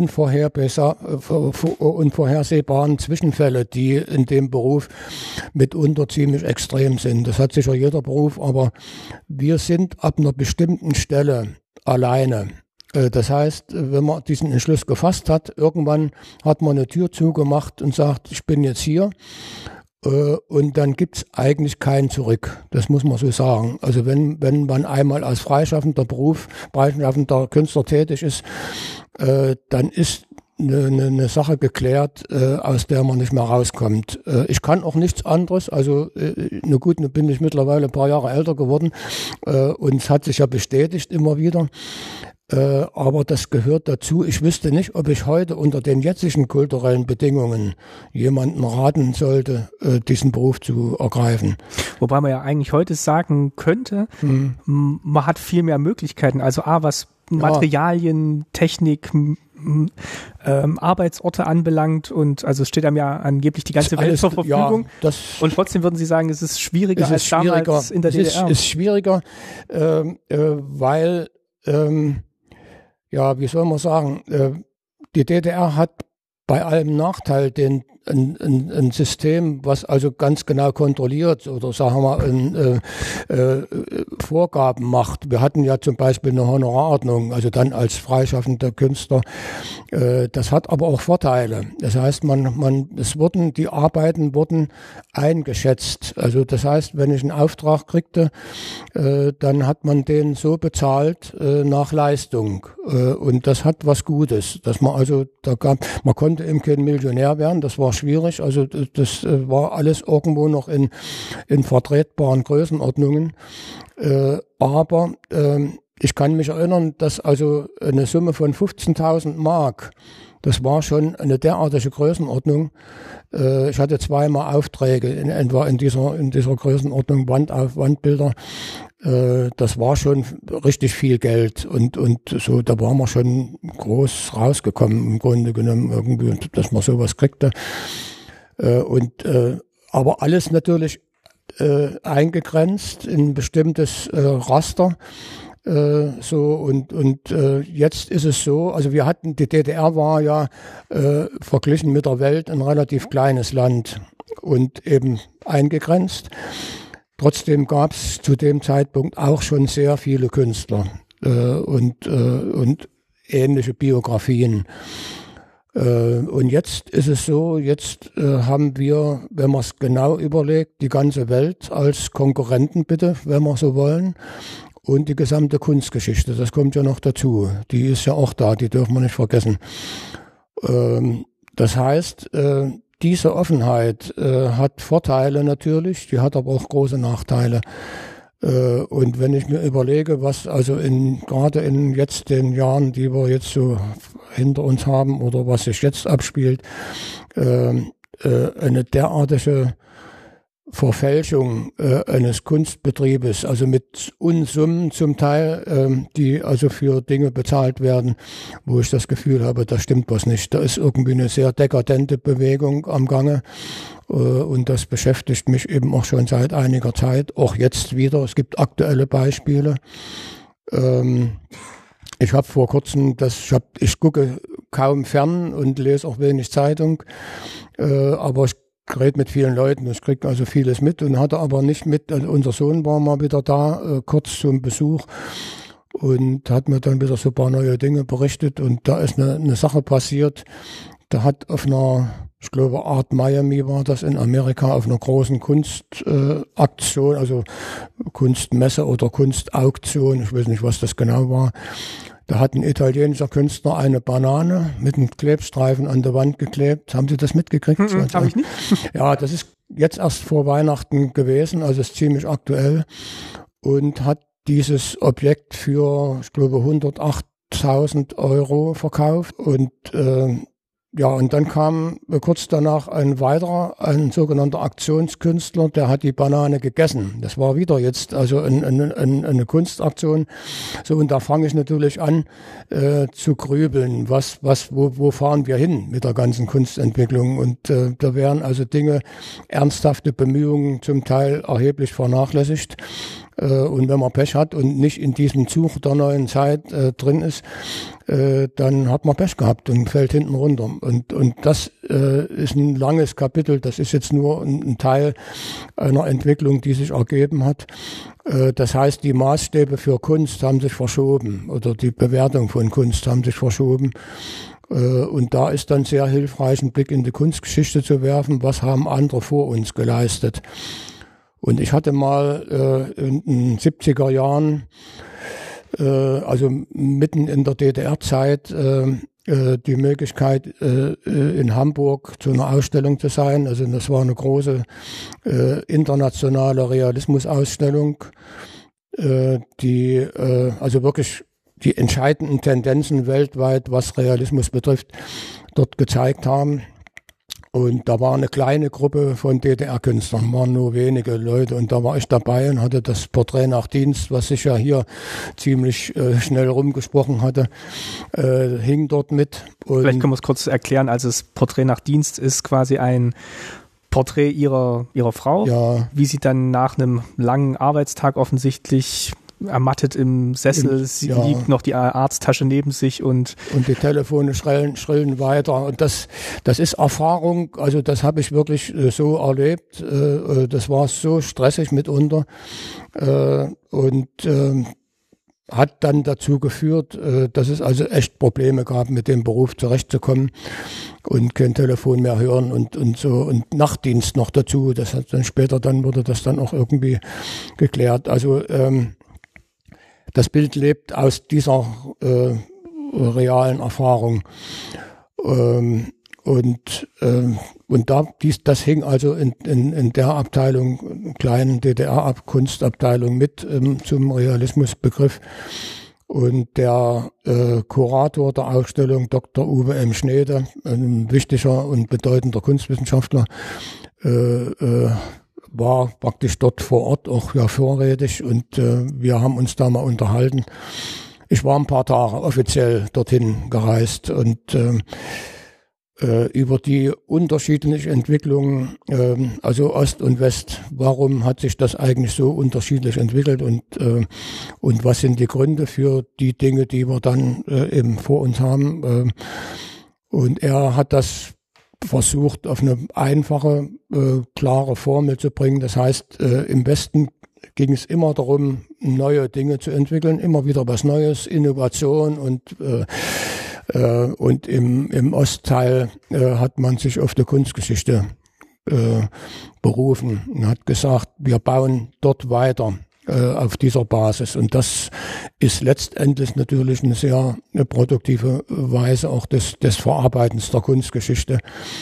unvorhersehbaren Zwischenfälle, die in dem Beruf mitunter ziemlich extrem sind. Das hat sicher jeder Beruf, aber wir sind ab einer bestimmten Stelle alleine. Das heißt, wenn man diesen Entschluss gefasst hat, irgendwann hat man eine Tür zugemacht und sagt, ich bin jetzt hier. Und dann gibt's eigentlich kein Zurück. Das muss man so sagen. Also wenn, wenn man einmal als freischaffender Beruf, freischaffender Künstler tätig ist, äh, dann ist eine, eine, eine Sache geklärt, äh, aus der man nicht mehr rauskommt. Äh, ich kann auch nichts anderes. Also äh, nur gut, nun bin ich mittlerweile ein paar Jahre älter geworden äh, und es hat sich ja bestätigt immer wieder. Äh, aber das gehört dazu. Ich wüsste nicht, ob ich heute unter den jetzigen kulturellen Bedingungen jemanden raten sollte, äh, diesen Beruf zu ergreifen. Wobei man ja eigentlich heute sagen könnte, hm. man hat viel mehr Möglichkeiten. Also A, was Materialien, ja. Technik, m, ähm, Arbeitsorte anbelangt und also es steht einem ja angeblich die ganze Welt alles, zur Verfügung. Ja, das und trotzdem würden Sie sagen, es ist schwieriger es ist als schwieriger. damals in der es D D R. Es ist, ist schwieriger, äh, äh, weil ähm, ja, wie soll man sagen, äh, die D D R hat bei allem Nachteil den ein, ein, ein System, was also ganz genau kontrolliert oder sagen wir mal ein, äh, äh, Vorgaben macht. Wir hatten ja zum Beispiel eine Honorarordnung, also dann als freischaffender Künstler. Äh, das hat aber auch Vorteile. Das heißt, man, man, es wurden die Arbeiten wurden eingeschätzt. Also das heißt, wenn ich einen Auftrag kriegte, äh, dann hat man den so bezahlt äh, nach Leistung. Äh, und das hat was Gutes, dass man also da gab, man konnte eben kein Millionär werden. Das war schwierig, also das, das war alles irgendwo noch in, in vertretbaren Größenordnungen. Äh, aber äh, ich kann mich erinnern, dass also eine Summe von fünfzehntausend Mark, das war schon eine derartige Größenordnung. Äh, ich hatte zweimal Aufträge in, etwa in dieser, in dieser Größenordnung, Wand auf Wandbilder. Äh, das war schon richtig viel Geld und, und so, da waren wir schon groß rausgekommen im Grunde genommen irgendwie, dass man sowas kriegte. Äh, und, äh, aber alles natürlich äh, eingegrenzt in ein bestimmtes äh, Raster. So und und äh, jetzt ist es so, also wir hatten, die D D R war ja äh, verglichen mit der Welt ein relativ kleines Land und eben eingegrenzt. Trotzdem gab es zu dem Zeitpunkt auch schon sehr viele Künstler äh, und äh, und ähnliche Biografien. Äh, und jetzt ist es so, jetzt äh, haben wir, wenn man es genau überlegt, die ganze Welt als Konkurrenten bitte, wenn wir so wollen. Und die gesamte Kunstgeschichte, das kommt ja noch dazu. Die ist ja auch da, die dürfen wir nicht vergessen. Ähm, das heißt, äh, diese Offenheit äh, hat Vorteile natürlich, die hat aber auch große Nachteile. Äh, und wenn ich mir überlege, was also in gerade in jetzt den Jahren, die wir jetzt so hinter uns haben oder was sich jetzt abspielt, äh, äh, eine derartige Verfälschung äh, eines Kunstbetriebes, also mit Unsummen zum Teil, äh, die also für Dinge bezahlt werden, wo ich das Gefühl habe, da stimmt was nicht. Da ist irgendwie eine sehr dekadente Bewegung am Gange äh, und das beschäftigt mich eben auch schon seit einiger Zeit, auch jetzt wieder. Es gibt aktuelle Beispiele. Ähm, ich habe vor kurzem, das, ich, hab, ich gucke kaum fern und lese auch wenig Zeitung, äh, aber ich rede mit vielen Leuten, ich kriege also vieles mit und hatte aber nicht mit, also unser Sohn war mal wieder da, äh, kurz zum Besuch und hat mir dann wieder so ein paar neue Dinge berichtet und da ist eine, eine Sache passiert, da hat auf einer, ich glaube Art Miami war das in Amerika, auf einer großen Kunstaktion, äh, also Kunstmesse oder Kunstauktion, ich weiß nicht, was das genau war. Da hat ein italienischer Künstler eine Banane mit einem Klebstreifen an der Wand geklebt. Haben Sie das mitgekriegt? Mhm, habe ich nicht. Ja, das ist jetzt erst vor Weihnachten gewesen, also ist ziemlich aktuell. Und hat dieses Objekt für, ich glaube, hundertachttausend Euro verkauft. Und äh, ja, und dann kam kurz danach ein weiterer, ein sogenannter Aktionskünstler, der hat die Banane gegessen. Das war wieder jetzt also ein, ein, ein, eine Kunstaktion. So, und da fange ich natürlich an äh, zu grübeln, was, was, wo, wo fahren wir hin mit der ganzen Kunstentwicklung? Und äh, da werden also Dinge, ernsthafte Bemühungen zum Teil erheblich vernachlässigt. Und wenn man Pech hat und nicht in diesem Zug der neuen Zeit äh, drin ist, äh, dann hat man Pech gehabt und fällt hinten runter. Und, und das äh, ist ein langes Kapitel. Das ist jetzt nur ein, ein Teil einer Entwicklung, die sich ergeben hat. Äh, das heißt, die Maßstäbe für Kunst haben sich verschoben oder die Bewertung von Kunst haben sich verschoben. Äh, und da ist dann sehr hilfreich, einen Blick in die Kunstgeschichte zu werfen. Was haben andere vor uns geleistet? Und ich hatte mal äh, in den siebziger Jahren, äh, also mitten in der D D R-Zeit, äh, äh, die Möglichkeit, äh, in Hamburg zu einer Ausstellung zu sein. Also das war eine große äh, internationale Realismusausstellung, äh, die äh, also wirklich die entscheidenden Tendenzen weltweit, was Realismus betrifft, dort gezeigt haben. Und da war eine kleine Gruppe von D D R-Künstlern, waren nur wenige Leute und da war ich dabei und hatte das Porträt nach Dienst, was sich ja hier ziemlich äh, schnell rumgesprochen hatte, äh, hing dort mit. Und vielleicht können wir es kurz erklären, also das Porträt nach Dienst ist quasi ein Porträt ihrer, ihrer Frau, ja, wie sie dann nach einem langen Arbeitstag offensichtlich ermattet im Sessel, sie ja. liegt noch die Arzttasche neben sich und und die Telefone schrillen, schrillen weiter und das das ist Erfahrung, also das habe ich wirklich äh, so erlebt, äh, das war so stressig mitunter äh, und äh, hat dann dazu geführt, äh, dass es also echt Probleme gab, mit dem Beruf zurechtzukommen und kein Telefon mehr hören und und so und Nachtdienst noch dazu, das hat dann später dann wurde das dann auch irgendwie geklärt, also ähm, das Bild lebt aus dieser äh, realen Erfahrung. Ähm, und, äh, und da, dies, das hing also in, in, in der Abteilung, kleinen D D R-Kunstabteilung mit ähm, zum Realismusbegriff. Und der äh, Kurator der Ausstellung, Doktor Uwe M. Schneede, ein wichtiger und bedeutender Kunstwissenschaftler, äh, äh, war praktisch dort vor Ort auch ja vorrätig und äh, wir haben uns da mal unterhalten. Ich war ein paar Tage offiziell dorthin gereist und äh, äh, über die unterschiedlichen Entwicklungen, äh, also Ost und West, warum hat sich das eigentlich so unterschiedlich entwickelt und äh, und was sind die Gründe für die Dinge, die wir dann äh, eben vor uns haben. Äh, und er hat das versucht, auf eine einfache, äh, klare Formel zu bringen. Das heißt, äh, im Westen ging es immer darum, neue Dinge zu entwickeln, immer wieder was Neues, Innovation und äh, äh, und im, im Ostteil äh, hat man sich auf die Kunstgeschichte äh, berufen und hat gesagt, wir bauen dort weiter äh, auf dieser Basis. Und das ist letztendlich natürlich eine sehr eine produktive Weise auch des, des Verarbeitens der Kunstgeschichte.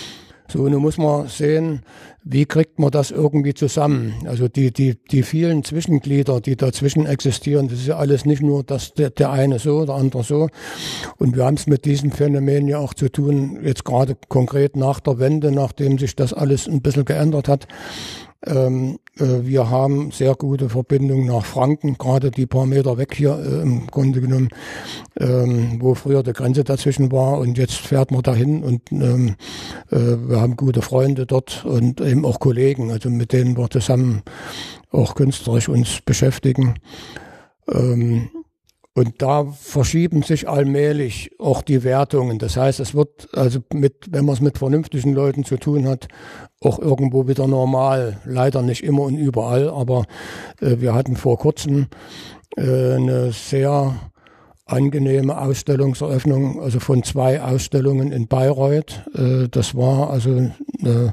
So, nun muss man sehen, wie kriegt man das irgendwie zusammen? Also die, die, die vielen Zwischenglieder, die dazwischen existieren, das ist ja alles nicht nur, dass der, der eine so, der andere so. Und wir haben es mit diesem Phänomen ja auch zu tun, jetzt gerade konkret nach der Wende, nachdem sich das alles ein bisschen geändert hat. Ähm, äh, wir haben sehr gute Verbindungen nach Franken, gerade die paar Meter weg hier äh, im Grunde genommen, ähm, wo früher die Grenze dazwischen war, und jetzt fährt man dahin und ähm, äh, wir haben gute Freunde dort und eben auch Kollegen, also mit denen wir zusammen auch künstlerisch uns beschäftigen. Ähm, Und da verschieben sich allmählich auch die Wertungen. Das heißt, es wird also mit, wenn man es mit vernünftigen Leuten zu tun hat, auch irgendwo wieder normal. Leider nicht immer und überall, aber äh, wir hatten vor kurzem äh, eine sehr angenehme Ausstellungseröffnung, also von zwei Ausstellungen in Bayreuth. Äh, das war also eine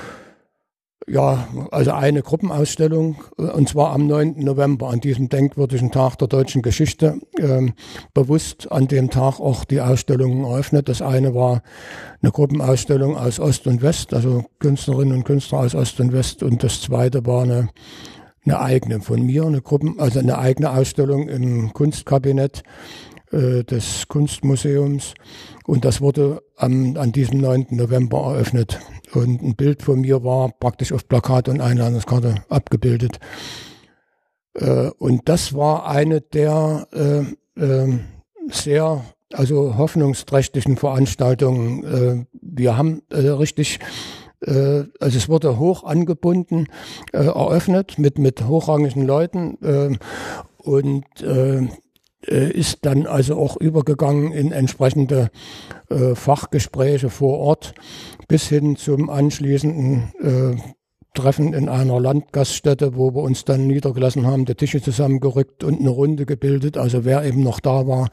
Ja, also eine Gruppenausstellung, und zwar am neunten November, an diesem denkwürdigen Tag der deutschen Geschichte, ähm, bewusst an dem Tag auch die Ausstellungen eröffnet. Das eine war eine Gruppenausstellung aus Ost und West, also Künstlerinnen und Künstler aus Ost und West, und das zweite war eine, eine eigene von mir, eine Gruppen, also eine eigene Ausstellung im Kunstkabinett äh, des Kunstmuseums, und das wurde am, an diesem neunten November eröffnet. Und ein Bild von mir war praktisch auf Plakat und Einladungskarte abgebildet. Äh, und das war eine der äh, äh, sehr also hoffnungsträchtigen Veranstaltungen. Äh, wir haben äh, richtig, äh, also es wurde hoch angebunden, äh, eröffnet mit, mit hochrangigen Leuten äh, und äh, ist dann also auch übergegangen in entsprechende äh, Fachgespräche vor Ort bis hin zum anschließenden äh, Treffen in einer Landgaststätte, wo wir uns dann niedergelassen haben, die Tische zusammengerückt und eine Runde gebildet, also wer eben noch da war,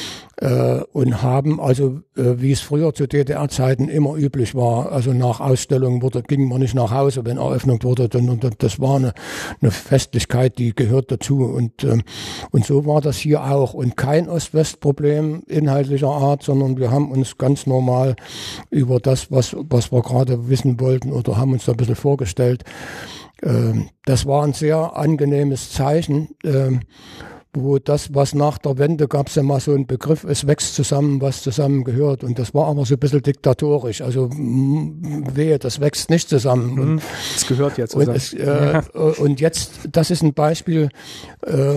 äh, und haben also, äh, wie es früher zu D D R-Zeiten immer üblich war, also nach Ausstellungen wurde, ging man nicht nach Hause, wenn eröffnet wurde, und das war eine, eine Festlichkeit, die gehört dazu, und, äh, und so war das hier auch, und kein Ost-West-Problem inhaltlicher Art, sondern wir haben uns ganz normal über das, was, was wir gerade wissen wollten, oder haben uns da ein bisschen vorgestellt. Äh, das war ein sehr angenehmes Zeichen, äh, wo das, was nach der Wende gab es ja mal so einen Begriff, es wächst zusammen, was zusammengehört. Und das war aber so ein bisschen diktatorisch. Also wehe, das wächst nicht zusammen. Es gehört ja zusammen. Und, es, äh, ja. und jetzt, das ist ein Beispiel, äh,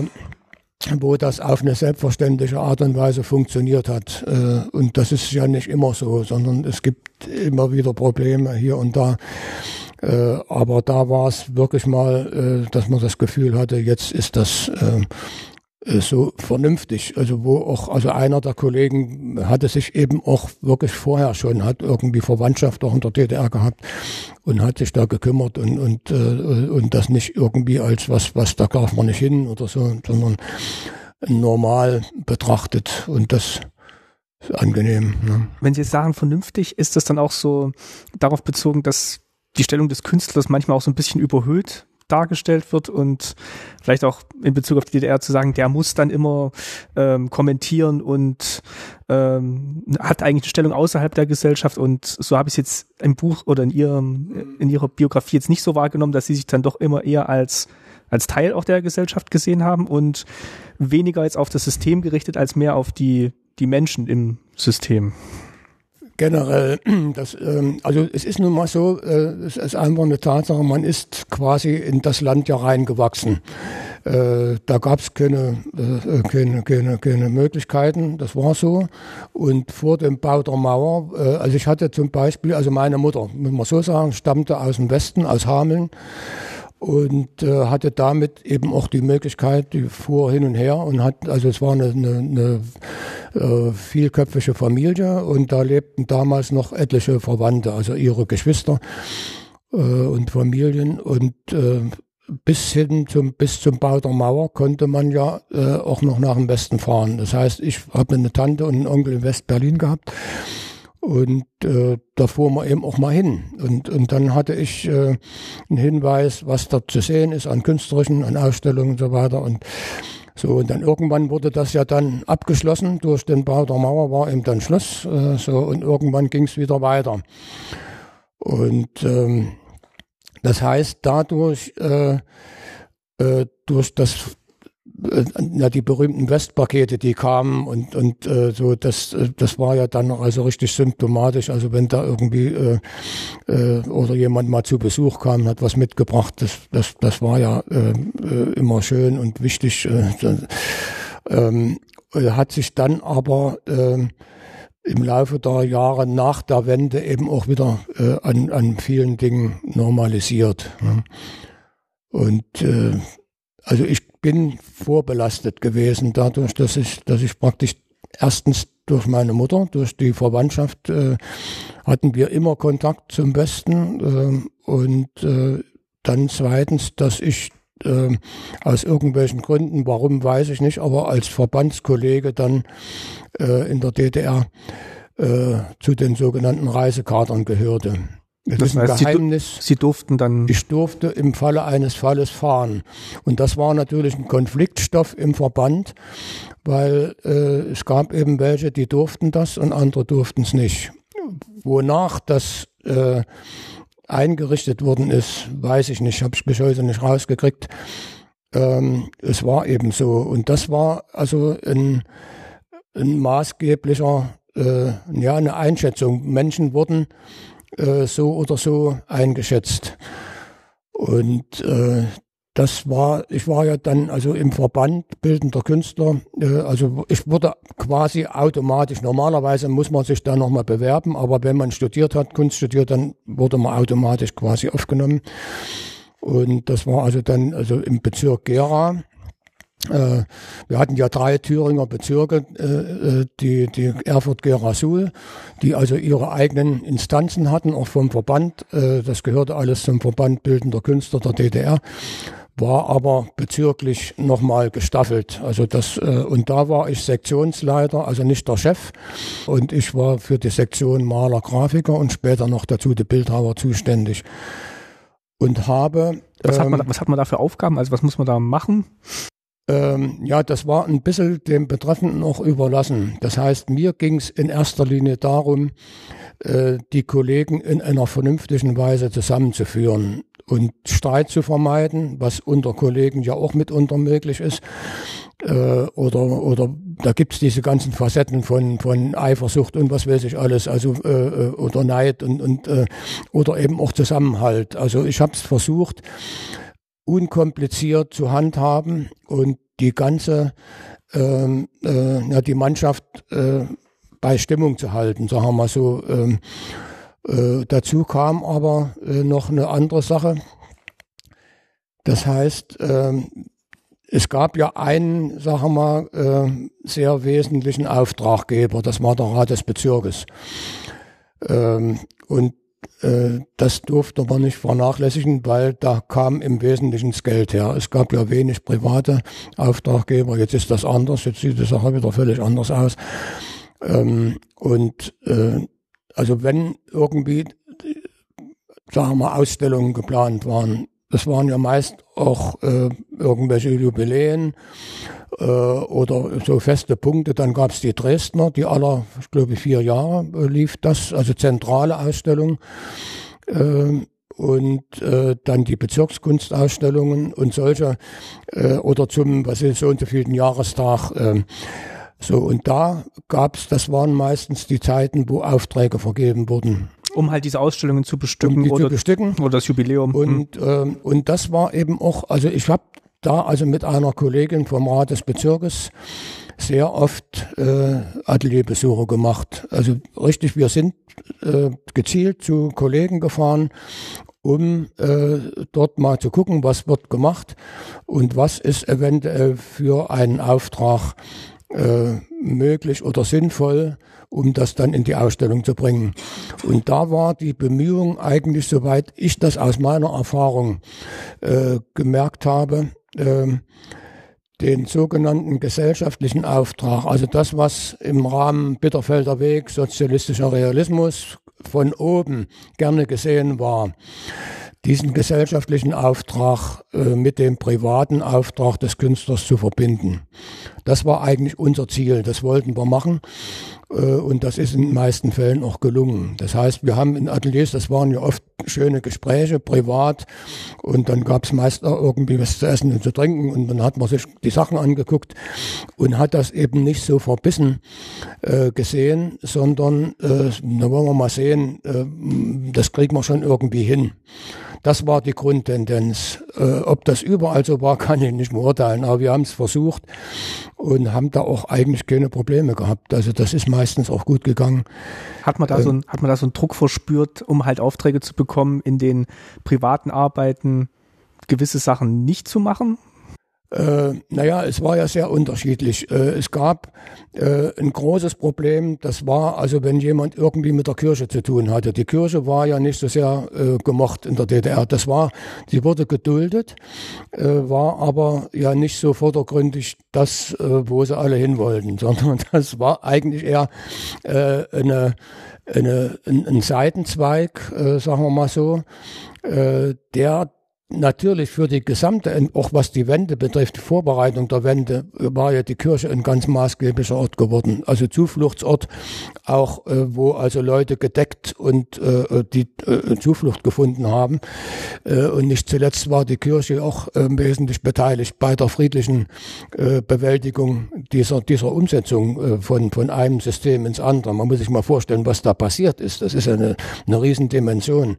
wo das auf eine selbstverständliche Art und Weise funktioniert hat. Äh, und das ist ja nicht immer so, sondern es gibt immer wieder Probleme hier und da. Äh, aber da war es wirklich mal, äh, dass man das Gefühl hatte, jetzt ist das äh, so vernünftig, also wo auch, also einer der Kollegen hatte sich eben auch wirklich vorher schon, hat irgendwie Verwandtschaft auch in der D D R gehabt und hat sich da gekümmert und und äh, und das nicht irgendwie als was, was da darf man nicht hin oder so, sondern normal betrachtet, und das ist angenehm. Ne? Wenn Sie sagen vernünftig, ist das dann auch so darauf bezogen, dass die Stellung des Künstlers manchmal auch so ein bisschen überhöht dargestellt wird und vielleicht auch in Bezug auf die D D R zu sagen, der muss dann immer ähm, kommentieren und ähm, hat eigentlich eine Stellung außerhalb der Gesellschaft, und so habe ich es jetzt im Buch oder in ihrem in ihrer Biografie jetzt nicht so wahrgenommen, dass sie sich dann doch immer eher als als Teil auch der Gesellschaft gesehen haben und weniger jetzt auf das System gerichtet als mehr auf die die Menschen im System. Generell, das, ähm, also es ist nun mal so, äh, es ist einfach eine Tatsache, man ist quasi in das Land ja reingewachsen. Äh, da gab es keine, äh, keine, keine, keine Möglichkeiten, das war so. Und vor dem Bau der Mauer, äh, also ich hatte zum Beispiel, also meine Mutter, muss man so sagen, stammte aus dem Westen, aus Hameln. Und äh, hatte damit eben auch die Möglichkeit, die fuhr hin und her und hat, also es war eine, eine, eine äh, vielköpfige Familie, und da lebten damals noch etliche Verwandte, also ihre Geschwister äh, und Familien, und äh, bis hin zum bis zum Bau der Mauer konnte man ja äh, auch noch nach dem Westen fahren. Das heißt, ich habe eine Tante und einen Onkel in West-Berlin gehabt. Und äh, da fuhren wir eben auch mal hin. Und, und dann hatte ich äh, einen Hinweis, was dort zu sehen ist an künstlerischen, an Ausstellungen und so weiter. Und so, und dann irgendwann wurde das ja dann abgeschlossen. Durch den Bau der Mauer war eben dann Schluss. Äh, so, und irgendwann ging es wieder weiter. Und ähm, das heißt, dadurch, äh, äh, durch das, äh, ja, die berühmten Westpakete, die kamen und, und äh, so, das, das war ja dann also richtig symptomatisch. Also wenn da irgendwie äh, äh, oder jemand mal zu Besuch kam und hat was mitgebracht, das, das, das war ja äh, äh, immer schön und wichtig. Äh, ähm, hat sich dann aber äh, im Laufe der Jahre nach der Wende eben auch wieder äh, an, an vielen Dingen normalisiert. Ja. Und äh, also ich bin vorbelastet gewesen dadurch, dass ich, dass ich praktisch erstens durch meine Mutter, durch die Verwandtschaft äh, hatten wir immer Kontakt zum Westen äh, und äh, dann zweitens, dass ich äh, aus irgendwelchen Gründen, warum weiß ich nicht, aber als Verbandskollege dann äh, in der D D R äh, zu den sogenannten Reisekadern gehörte. Das, das ist ein heißt, Geheimnis. Sie, Sie durften dann... Ich durfte im Falle eines Falles fahren. Und das war natürlich ein Konfliktstoff im Verband, weil äh, es gab eben welche, die durften das und andere durften es nicht. Wonach das äh, eingerichtet worden ist, weiß ich nicht, habe ich bis heute nicht rausgekriegt. Ähm, es war eben so. Und das war also ein, ein maßgeblicher, äh, ja, eine Einschätzung. Menschen wurden äh, so oder so eingeschätzt. Und äh, das war, ich war ja dann also im Verband bildender Künstler, äh, also ich wurde quasi automatisch, normalerweise muss man sich da nochmal bewerben, aber wenn man studiert hat, Kunst studiert, dann wurde man automatisch quasi aufgenommen. Und das war also dann also im Bezirk Gera. Äh, wir hatten ja drei Thüringer Bezirke, äh, die, die Erfurt-Gera-Suhl, die also ihre eigenen Instanzen hatten, auch vom Verband. Äh, das gehörte alles zum Verband bildender Künstler der D D R. War aber bezirklich nochmal gestaffelt. Also das, äh, und da war ich Sektionsleiter, also nicht der Chef. Und ich war für die Sektion Maler, Grafiker und später noch dazu die Bildhauer zuständig. Und habe... Was, ähm, hat man, was hat man da für Aufgaben? Also was muss man da machen? Ähm, ja, das war ein bisschen dem Betreffenden auch überlassen. Das heißt, mir ging es in erster Linie darum, äh, die Kollegen in einer vernünftigen Weise zusammenzuführen und Streit zu vermeiden, was unter Kollegen ja auch mitunter möglich ist. Äh, oder, oder da gibt's diese ganzen Facetten von, von Eifersucht und was weiß ich alles, also äh, oder Neid und, und äh, oder eben auch Zusammenhalt. Also ich habe es versucht, unkompliziert zu handhaben und die ganze, ähm, äh, ja, die Mannschaft äh, bei Stimmung zu halten, sagen wir mal so. Ähm, äh, dazu kam aber äh, noch eine andere Sache. Das heißt, ähm, es gab ja einen, sagen wir mal, äh, sehr wesentlichen Auftraggeber, das war der Rat des Bezirkes. Ähm, und das durfte man nicht vernachlässigen, weil da kam im Wesentlichen das Geld her. Es gab ja wenig private Auftraggeber, jetzt ist das anders, jetzt sieht die Sache wieder völlig anders aus. Und also wenn irgendwie, sagen wir mal, Ausstellungen geplant waren, das waren ja meist auch äh, irgendwelche Jubiläen äh, oder so feste Punkte. Dann gab es die Dresdner, die aller, ich glaube, vier Jahre äh, lief das, also zentrale Ausstellung. Äh, und äh, dann die Bezirkskunstausstellungen und solche, äh, oder zum, was ist so und so vielen Jahrestag. Äh, so, und da gab es, das waren meistens die Zeiten, wo Aufträge vergeben wurden. Um halt diese Ausstellungen zu bestücken, um die oder, zu bestücken. Oder das Jubiläum. Und, ähm, und das war eben auch, also ich habe da also mit einer Kollegin vom Rat des Bezirkes sehr oft äh, Atelierbesuche gemacht. Also richtig, wir sind äh, gezielt zu Kollegen gefahren, um äh, dort mal zu gucken, was wird gemacht und was ist eventuell für einen Auftrag äh, möglich oder sinnvoll, um das dann in die Ausstellung zu bringen. Und da war die Bemühung eigentlich, soweit ich das aus meiner Erfahrung äh, gemerkt habe, äh, den sogenannten gesellschaftlichen Auftrag, also das, was im Rahmen Bitterfelder Weg, sozialistischer Realismus von oben gerne gesehen war, diesen gesellschaftlichen Auftrag äh, mit dem privaten Auftrag des Künstlers zu verbinden. Das war eigentlich unser Ziel, das wollten wir machen. Und das ist in den meisten Fällen auch gelungen. Das heißt, wir haben in Ateliers, das waren ja oft schöne Gespräche, privat, und dann gab es meist auch irgendwie was zu essen und zu trinken, und dann hat man sich die Sachen angeguckt und hat das eben nicht so verbissen äh, gesehen, sondern äh, da wollen wir mal sehen, äh, das kriegen wir schon irgendwie hin. Das war die Grundtendenz. Äh, ob das überall so war, kann ich nicht beurteilen, aber wir haben es versucht und haben da auch eigentlich keine Probleme gehabt. Also das ist meistens auch gut gegangen. Hat man da, ähm, so, ein, hat man da so einen Druck verspürt, um halt Aufträge zu bekommen, in den privaten Arbeiten gewisse Sachen nicht zu machen? Äh, naja, es war ja sehr unterschiedlich. Äh, es gab äh, ein großes Problem, das war also, wenn jemand irgendwie mit der Kirche zu tun hatte. Die Kirche war ja nicht so sehr äh, gemocht in der D D R. Das war, sie wurde geduldet, äh, war aber ja nicht so vordergründig das, äh, wo sie alle hin wollten, sondern das war eigentlich eher äh, eine, eine, ein, ein Seitenzweig, äh, sagen wir mal so, äh, der natürlich für die gesamte, auch was die Wende betrifft, die Vorbereitung der Wende, war ja die Kirche ein ganz maßgeblicher Ort geworden. Also Zufluchtsort, auch äh, wo also Leute gedeckt und äh, die äh, Zuflucht gefunden haben. Äh, und nicht zuletzt war die Kirche auch äh, wesentlich beteiligt bei der friedlichen äh, Bewältigung dieser, dieser Umsetzung äh, von, von einem System ins andere. Man muss sich mal vorstellen, was da passiert ist. Das ist eine, eine Riesendimension.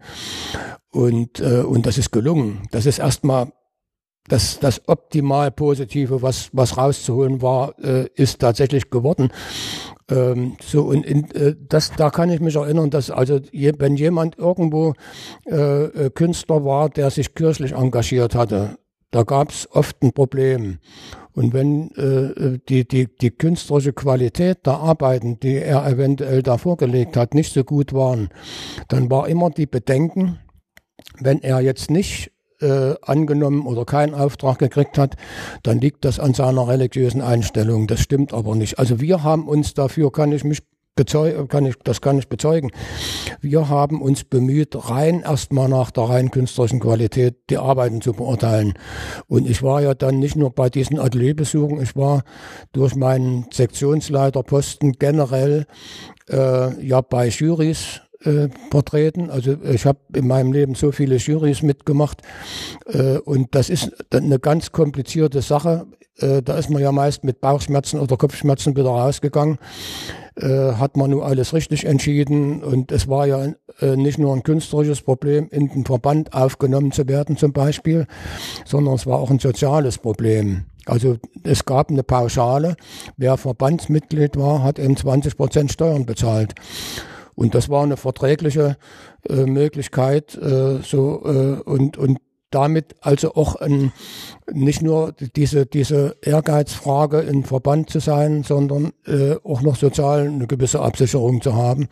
Und, äh, und das ist gelungen. Das ist erstmal das, das optimal Positive, was, was rauszuholen war, äh, ist tatsächlich geworden. Ähm, so, und in, äh, das, da kann ich mich erinnern, dass also je, wenn jemand irgendwo äh, Künstler war, der sich kirchlich engagiert hatte, da gab es oft ein Problem. Und wenn äh, die, die, die künstlerische Qualität der Arbeiten, die er eventuell da vorgelegt hat, nicht so gut waren, dann war immer die Bedenken, wenn er jetzt nicht äh, angenommen oder keinen Auftrag gekriegt hat, dann liegt das an seiner religiösen Einstellung. Das stimmt aber nicht. Also wir haben uns dafür, kann ich mich bezeugen, kann ich, das kann ich bezeugen, wir haben uns bemüht, rein erstmal nach der rein künstlerischen Qualität die Arbeiten zu beurteilen. Und ich war ja dann nicht nur bei diesen Atelierbesuchen, ich war durch meinen Sektionsleiterposten generell äh, ja bei Jurys Äh, vertreten. Also ich habe in meinem Leben so viele Jurys mitgemacht äh, und das ist eine ganz komplizierte Sache. Äh, da ist man ja meist mit Bauchschmerzen oder Kopfschmerzen wieder rausgegangen. Äh, hat man nur alles richtig entschieden und es war ja äh, nicht nur ein künstlerisches Problem, in den Verband aufgenommen zu werden zum Beispiel, sondern es war auch ein soziales Problem. Also es gab eine Pauschale, wer Verbandsmitglied war, hat eben zwanzig Prozent Steuern bezahlt. Und das war eine verträgliche äh, Möglichkeit, äh, so äh, und und damit also auch ein, nicht nur diese diese Ehrgeizfrage, im Verband zu sein, sondern äh, auch noch sozial eine gewisse Absicherung zu haben.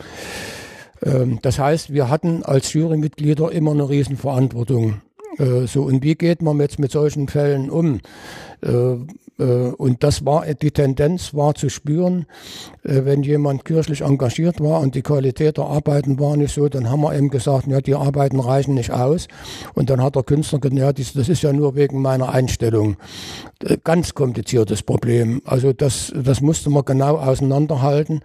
Ähm, das heißt, wir hatten als Jurymitglieder immer eine Riesenverantwortung. Äh, so, und wie geht man jetzt mit solchen Fällen um? Äh, äh, und das war, die Tendenz war zu spüren, äh, wenn jemand kirchlich engagiert war und die Qualität der Arbeiten war nicht so, dann haben wir eben gesagt, ja, die Arbeiten reichen nicht aus. Und dann hat der Künstler gesagt, ja, das, das ist ja nur wegen meiner Einstellung. Äh, ganz kompliziertes Problem. Also das, das musste man genau auseinanderhalten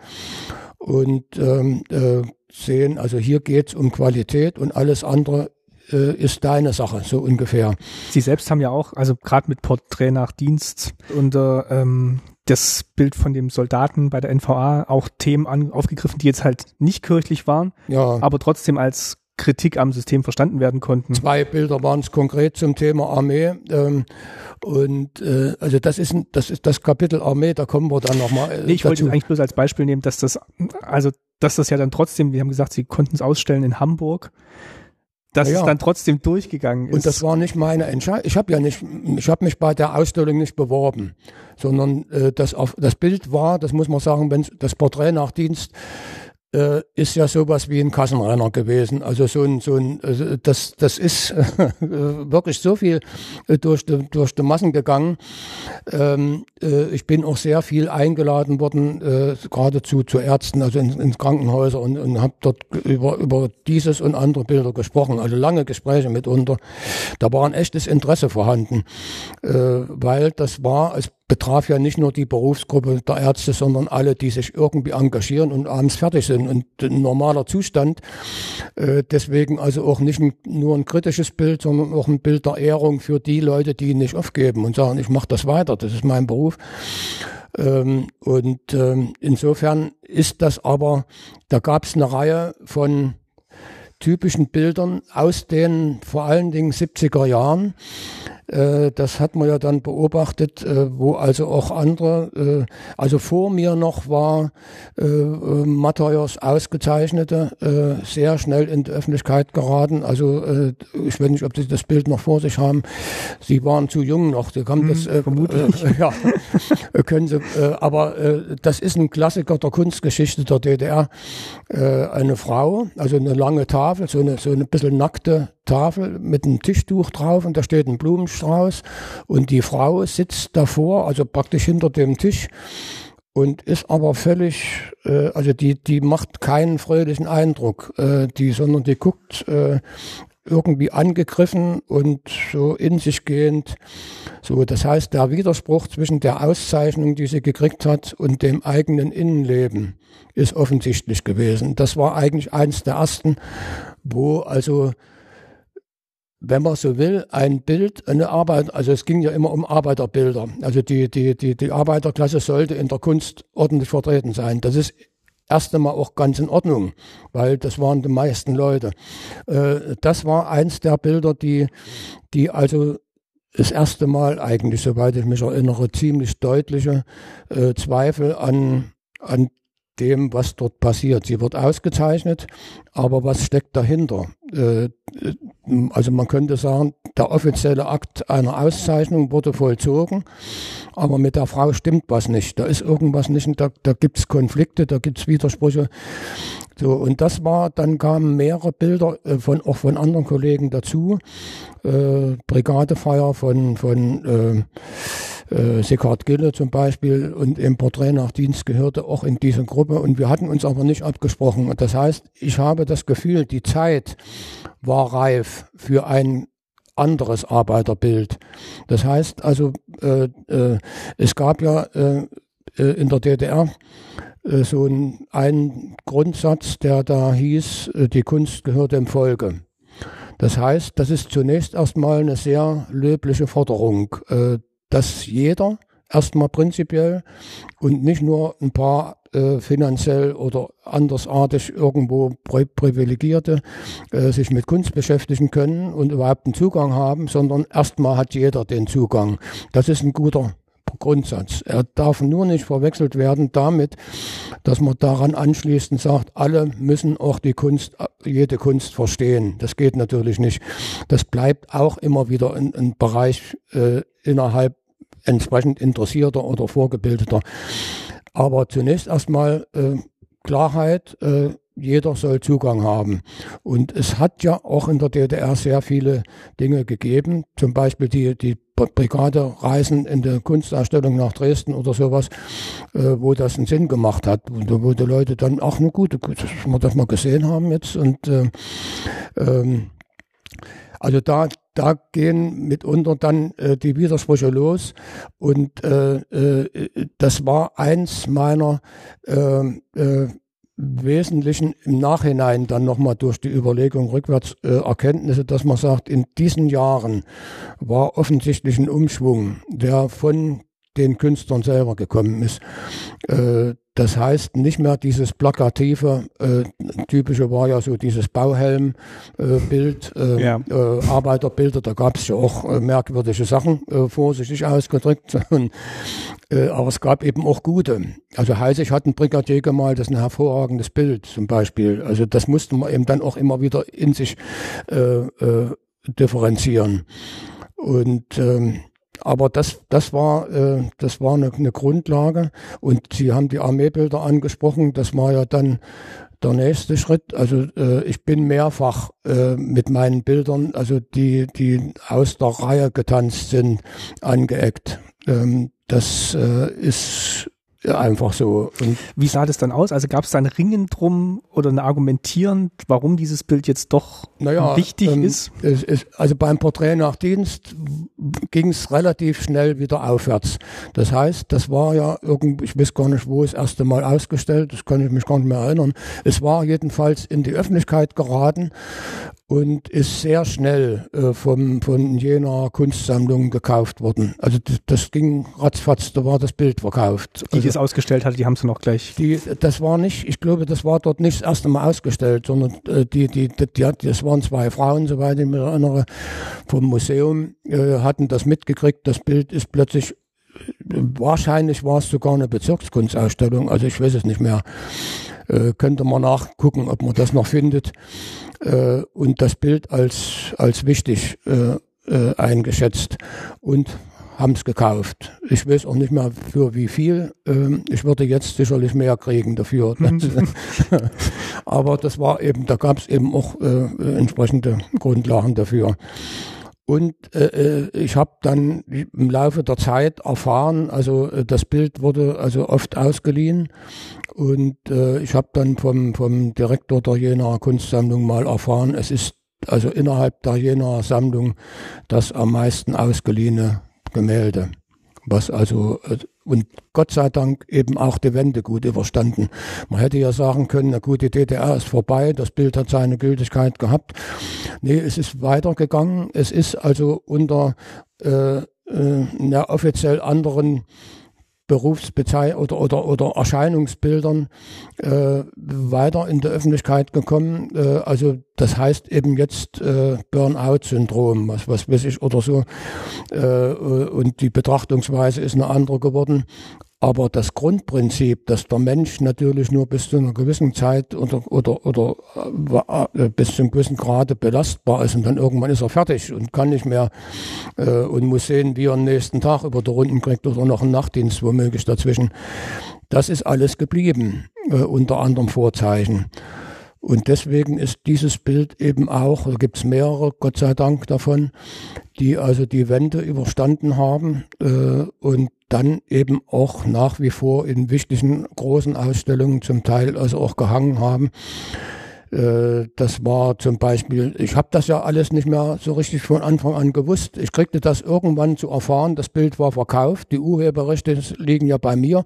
und ähm, äh, sehen, also hier geht es um Qualität und alles andere ist deine Sache, so ungefähr. Sie selbst haben ja auch, also gerade mit Porträt nach Dienst und äh, ähm, das Bild von dem Soldaten bei der N V A auch Themen an, aufgegriffen, die jetzt halt nicht kirchlich waren, ja, aber trotzdem als Kritik am System verstanden werden konnten. Zwei Bilder waren es konkret zum Thema Armee ähm, und äh, also das ist, ein, das ist das Kapitel Armee, da kommen wir dann nochmal äh, nee, ich dazu. wollte eigentlich bloß als Beispiel nehmen, dass das, also dass das ja dann trotzdem, wir haben gesagt, Sie konnten es ausstellen in Hamburg, dass ja, es dann trotzdem durchgegangen ist. Und das war nicht meine Entscheidung. Ich habe ja nicht, ich habe mich bei der Ausstellung nicht beworben, sondern äh, das, auf, das Bild war, das muss man sagen, wenn das Porträt nach Dienst äh, ist ja sowas wie ein Kassenrenner gewesen. Also so ein, so ein, also das, das ist äh, wirklich so viel äh, durch die, durch die Massen gegangen. Ähm, äh, ich bin auch sehr viel eingeladen worden, äh, geradezu zu Ärzten, also in, in Krankenhäuser und, und habe dort über, über dieses und andere Bilder gesprochen. Also lange Gespräche mitunter. Da war ein echtes Interesse vorhanden, äh, weil das war, es betraf ja nicht nur die Berufsgruppe der Ärzte, sondern alle, die sich irgendwie engagieren und abends fertig sind. Und ein normaler Zustand, äh, deswegen also auch nicht ein, nur ein kritisches Bild, sondern auch ein Bild der Ehrung für die Leute, die nicht aufgeben und sagen, ich mache das weiter, das ist mein Beruf. Ähm, und ähm, insofern ist das aber, da gab es eine Reihe von typischen Bildern aus den vor allen Dingen siebziger Jahren. Äh, das hat man ja dann beobachtet, äh, wo also auch andere, äh, also vor mir noch war äh, Matthäus Ausgezeichnete, äh, sehr schnell in die Öffentlichkeit geraten. Also äh, ich weiß nicht, ob Sie das Bild noch vor sich haben. Sie waren zu jung noch. Sie haben hm, das äh, vermutlich. Äh, ja, können Sie. Äh, aber äh, das ist ein Klassiker der Kunstgeschichte der D D R. Äh, eine Frau, also eine lange Tafel, so eine so eine bisschen nackte Tafel mit einem Tischtuch drauf und da steht ein Blumenstrauß und die Frau sitzt davor, also praktisch hinter dem Tisch und ist aber völlig, äh, also die die macht keinen fröhlichen Eindruck, äh, die, sondern die guckt äh, irgendwie angegriffen und so in sich gehend. So, das heißt, der Widerspruch zwischen der Auszeichnung, die sie gekriegt hat, und dem eigenen Innenleben ist offensichtlich gewesen. Das war eigentlich eins der ersten, wo also, wenn man so will, ein Bild, eine Arbeit, also es ging ja immer um Arbeiterbilder. Also die, die, die, die Arbeiterklasse sollte in der Kunst ordentlich vertreten sein. Das ist erst einmal auch ganz in Ordnung, weil das waren die meisten Leute. Äh, das war eins der Bilder, die, die also das erste Mal eigentlich, soweit ich mich erinnere, ziemlich deutliche äh, Zweifel an, an dem, was dort passiert. Sie wird ausgezeichnet, aber was steckt dahinter? Äh, also man könnte sagen, der offizielle Akt einer Auszeichnung wurde vollzogen, aber mit der Frau stimmt was nicht. Da ist irgendwas nicht, da, da gibt es Konflikte, da gibt es Widersprüche. So, und das war, dann kamen mehrere Bilder äh, von, auch von anderen Kollegen dazu. Äh, Brigadefeier von, von äh, äh, Sighart Gille zum Beispiel und im Porträt nach Dienst gehörte auch in diese Gruppe und wir hatten uns aber nicht abgesprochen. Das heißt, ich habe das Gefühl, die Zeit war reif für ein anderes Arbeiterbild. Das heißt also, äh, äh, es gab ja äh, in der D D R äh, so ein, einen Grundsatz, der da hieß, äh, die Kunst gehört dem Volke. Das heißt, das ist zunächst erstmal eine sehr löbliche Forderung, äh, dass jeder erstmal prinzipiell und nicht nur ein paar äh, finanziell oder andersartig irgendwo pri privilegierte äh, sich mit Kunst beschäftigen können und überhaupt einen Zugang haben, sondern erstmal hat jeder den Zugang. Das ist ein guter Grundsatz. Er darf nur nicht verwechselt werden damit, dass man daran anschließt und sagt, alle müssen auch die Kunst, jede Kunst verstehen. Das geht natürlich nicht. Das bleibt auch immer wieder ein, ein Bereich äh, innerhalb entsprechend interessierter oder vorgebildeter. Aber zunächst erstmal äh, Klarheit, äh, jeder soll Zugang haben. Und es hat ja auch in der D D R sehr viele Dinge gegeben, zum Beispiel die, die Brigadereisen in der Kunstausstellung nach Dresden oder sowas, äh, wo das einen Sinn gemacht hat. Und wo die Leute dann, ach eine gute, dass wir das mal gesehen haben jetzt. Und äh, ähm, also da, da gehen mitunter dann äh, die Widersprüche los. Und äh, äh, das war eins meiner äh, äh, Wesentlichen im Nachhinein dann nochmal durch die Überlegung rückwärts äh, Erkenntnisse, dass man sagt, in diesen Jahren war offensichtlich ein Umschwung, der von den Künstlern selber gekommen ist. Äh, das heißt, nicht mehr dieses plakative, äh, typische war ja so dieses Bauhelm-Bild, äh, äh, ja. äh, Arbeiterbilder, da gab es ja auch äh, merkwürdige Sachen, äh, vorsichtig ausgedrückt. Und, äh, aber es gab eben auch gute. Also Heisig hat ein Brigadier gemalt, das ist ein hervorragendes Bild zum Beispiel. Also das musste man eben dann auch immer wieder in sich äh, äh, differenzieren. Und ähm, aber das, das war, äh, das war eine, eine Grundlage. Und Sie haben die Armeebilder angesprochen. Das war ja dann der nächste Schritt. Also äh, ich bin mehrfach äh, mit meinen Bildern, also die, die aus der Reihe getanzt sind, angeeckt. Ähm, das äh, ist einfach so. Und wie sah das dann aus? Also gab es da ein Ringen drum oder ein Argumentieren, warum dieses Bild jetzt doch naja, wichtig ähm, ist? Es ist? Also beim Porträt nach Dienst ging es relativ schnell wieder aufwärts. Das heißt, das war ja irgendwie, ich weiß gar nicht, wo es das erste Mal ausgestellt, das kann ich mich gar nicht mehr erinnern. Es war jedenfalls in die Öffentlichkeit geraten und ist sehr schnell äh, vom, von jener Kunstsammlung gekauft worden. Also das, das ging ratzfatz, da war das Bild verkauft. Die, also, die es ausgestellt hatte, die haben es dann auch gleich... Die, das war nicht, ich glaube, das war dort nicht das erste Mal ausgestellt, sondern äh, die, die, die, die, das waren zwei Frauen, soweit ich mich erinnere, vom Museum, äh, hatten das mitgekriegt. Das Bild ist plötzlich, wahrscheinlich war es sogar eine Bezirkskunstausstellung, also ich weiß es nicht mehr. Äh, könnte man nachgucken, ob man das noch findet. Äh, und das Bild als, als wichtig äh, äh, eingeschätzt und haben es gekauft. Ich weiß auch nicht mehr für wie viel. Ähm, ich würde jetzt sicherlich mehr kriegen dafür. Aber das war eben, da gab es eben auch äh, entsprechende Grundlagen dafür. Und äh, ich habe dann im Laufe der Zeit erfahren, also äh, das Bild wurde also oft ausgeliehen und äh, ich habe dann vom, vom Direktor der Jenaer Kunstsammlung mal erfahren, es ist also innerhalb der Jenaer Sammlung das am meisten ausgeliehene Gemälde. Was also, und Gott sei Dank eben auch die Wende gut überstanden. Man hätte ja sagen können, na gut, die D D R ist vorbei, das Bild hat seine Gültigkeit gehabt. Nee, es ist weitergegangen. Es ist also unter äh, äh, einer offiziell anderen Berufsbezeichnung oder, oder, oder Erscheinungsbildern äh, weiter in die Öffentlichkeit gekommen. Äh, also das heißt eben jetzt äh, Burnout-Syndrom, was, was weiß ich oder so. Äh, und die Betrachtungsweise ist eine andere geworden. Aber das Grundprinzip, dass der Mensch natürlich nur bis zu einer gewissen Zeit oder, oder, oder äh, bis zu einem gewissen Grade belastbar ist und dann irgendwann ist er fertig und kann nicht mehr äh, und muss sehen, wie er am nächsten Tag über die Runden kriegt oder noch einen Nachtdienst womöglich dazwischen. Das ist alles geblieben, äh, unter anderem Vorzeichen. Und deswegen ist dieses Bild eben auch, da gibt es mehrere, Gott sei Dank davon, die also die Wende überstanden haben äh, und dann eben auch nach wie vor in wichtigen großen Ausstellungen zum Teil also auch gehangen haben. Äh, das war zum Beispiel, ich habe das ja alles nicht mehr so richtig von Anfang an gewusst. Ich kriegte das irgendwann zu erfahren, das Bild war verkauft, die Urheberrechte liegen ja bei mir.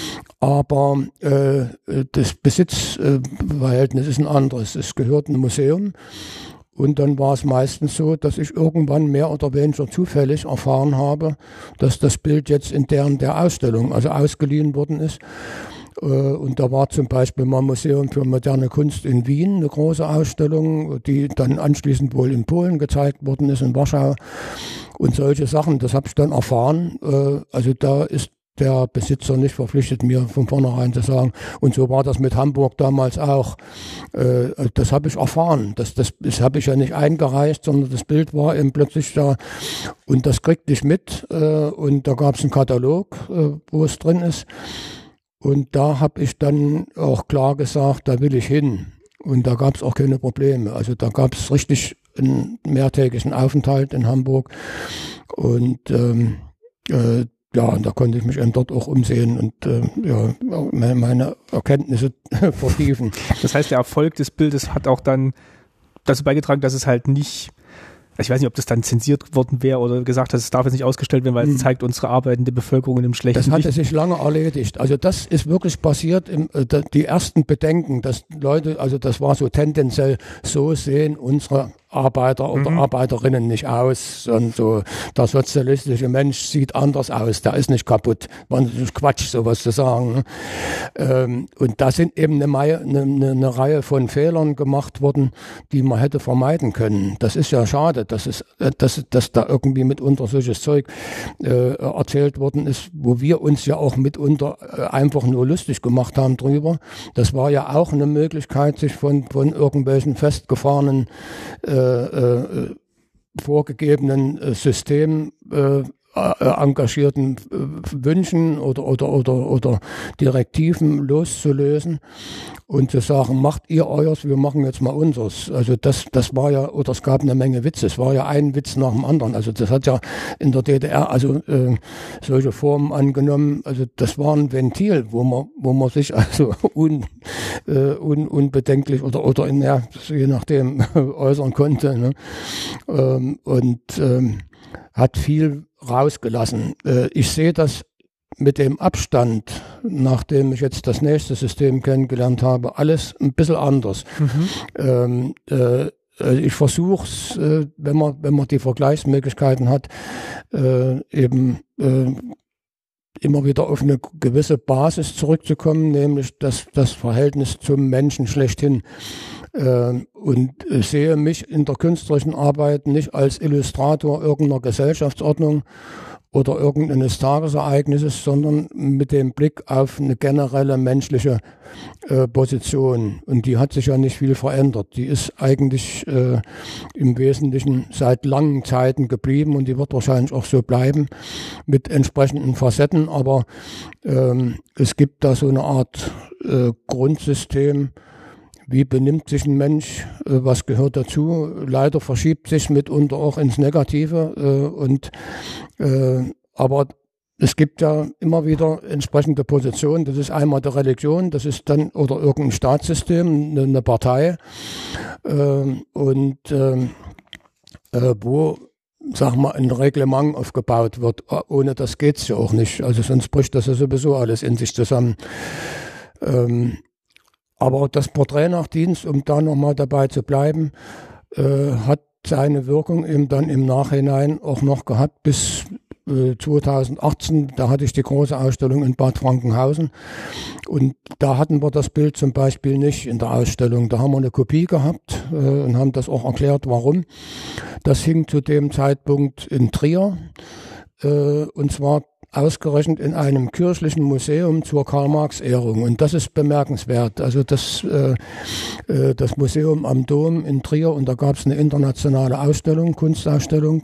Aber äh, das Besitzverhältnis ist ein anderes. Es gehört einem Museum. Und dann war es meistens so, dass ich irgendwann mehr oder weniger zufällig erfahren habe, dass das Bild jetzt in deren der Ausstellung, also ausgeliehen worden ist. Und da war zum Beispiel mal Museum für moderne Kunst in Wien, eine große Ausstellung, die dann anschließend wohl in Polen gezeigt worden ist, in Warschau und solche Sachen. Das habe ich dann erfahren. Also da ist der Besitzer nicht verpflichtet, mir von vornherein zu sagen. Und so war das mit Hamburg damals auch. Äh, das habe ich erfahren. Das, das, das habe ich ja nicht eingereicht, sondern das Bild war eben plötzlich da. Und das kriegte ich mit. Äh, und da gab es einen Katalog, äh, wo es drin ist. Und da habe ich dann auch klar gesagt, da will ich hin. Und da gab es auch keine Probleme. Also da gab es richtig einen mehrtägigen Aufenthalt in Hamburg. Und ähm, äh, ja, und da konnte ich mich eben dort auch umsehen und äh, ja, meine Erkenntnisse vertiefen. Das heißt, der Erfolg des Bildes hat auch dann dazu beigetragen, dass es halt nicht, ich weiß nicht, ob das dann zensiert worden wäre oder gesagt hat, es darf jetzt nicht ausgestellt werden, weil es hm. zeigt unsere arbeitende Bevölkerung in dem schlechten Das hatte Licht. sich lange erledigt. Also das ist wirklich passiert, im, äh, die ersten Bedenken, dass Leute, also das war so tendenziell, so sehen unsere Arbeiter oder mhm. Arbeiterinnen nicht aus, sondern so, der sozialistische Mensch sieht anders aus, der ist nicht kaputt. Das ist Quatsch, sowas zu sagen. Ne? Ähm, und da sind eben eine, Meier, eine, eine Reihe von Fehlern gemacht worden, die man hätte vermeiden können. Das ist ja schade, dass, es, dass, dass da irgendwie mitunter solches Zeug äh, erzählt worden ist, wo wir uns ja auch mitunter äh, einfach nur lustig gemacht haben drüber. Das war ja auch eine Möglichkeit, sich von, von irgendwelchen festgefahrenen äh, Äh, vorgegebenen äh, System äh, äh, engagierten äh, Wünschen oder, oder, oder, oder Direktiven loszulösen und zu sagen, macht ihr euers, wir machen jetzt mal unseres. Also das, das war ja, oder es gab eine Menge Witze, es war ja ein Witz nach dem anderen. Also das hat ja in der D D R also äh, solche Formen angenommen, also das war ein Ventil, wo man, wo man sich also un, äh, un, unbedenklich oder, oder in, ja, je nachdem äußern konnte. Ne? Ähm, und ähm, hat viel rausgelassen. Äh, ich sehe das mit dem Abstand, nachdem ich jetzt das nächste System kennengelernt habe, alles ein bisschen anders. Mhm. Ähm, äh, ich versuche es, äh, wenn man, wenn man die Vergleichsmöglichkeiten hat, äh, eben äh, immer wieder auf eine gewisse Basis zurückzukommen, nämlich das, das Verhältnis zum Menschen schlechthin. Äh, und sehe mich in der künstlerischen Arbeit nicht als Illustrator irgendeiner Gesellschaftsordnung oder irgendeines Tagesereignisses, sondern mit dem Blick auf eine generelle menschliche äh, Position. Und die hat sich ja nicht viel verändert. Die ist eigentlich äh, im Wesentlichen seit langen Zeiten geblieben und die wird wahrscheinlich auch so bleiben mit entsprechenden Facetten. Aber ähm, es gibt da so eine Art äh, Grundsystem. Wie benimmt sich ein Mensch? Äh, was gehört dazu? Leider verschiebt sich mitunter auch ins Negative. Äh, und äh, aber es gibt ja immer wieder entsprechende Positionen. Das ist einmal die Religion, das ist dann oder irgendein Staatssystem, eine, eine Partei äh, und äh, äh, wo, sag mal, ein Reglement aufgebaut wird. Ohne das geht's ja auch nicht. Also sonst bricht das ja sowieso alles in sich zusammen. Ähm, Aber das Porträtnachtdienst, um da nochmal dabei zu bleiben, äh, hat seine Wirkung eben dann im Nachhinein auch noch gehabt bis äh, zweitausendachtzehn. Da hatte ich die große Ausstellung in Bad Frankenhausen und da hatten wir das Bild zum Beispiel nicht in der Ausstellung. Da haben wir eine Kopie gehabt äh, und haben das auch erklärt, warum. Das hing zu dem Zeitpunkt in Trier äh, und zwar ausgerechnet in einem kirchlichen Museum zur Karl-Marx-Ehrung. Und das ist bemerkenswert. Also das, äh, äh, das Museum am Dom in Trier, und da gab es eine internationale Ausstellung, Kunstausstellung.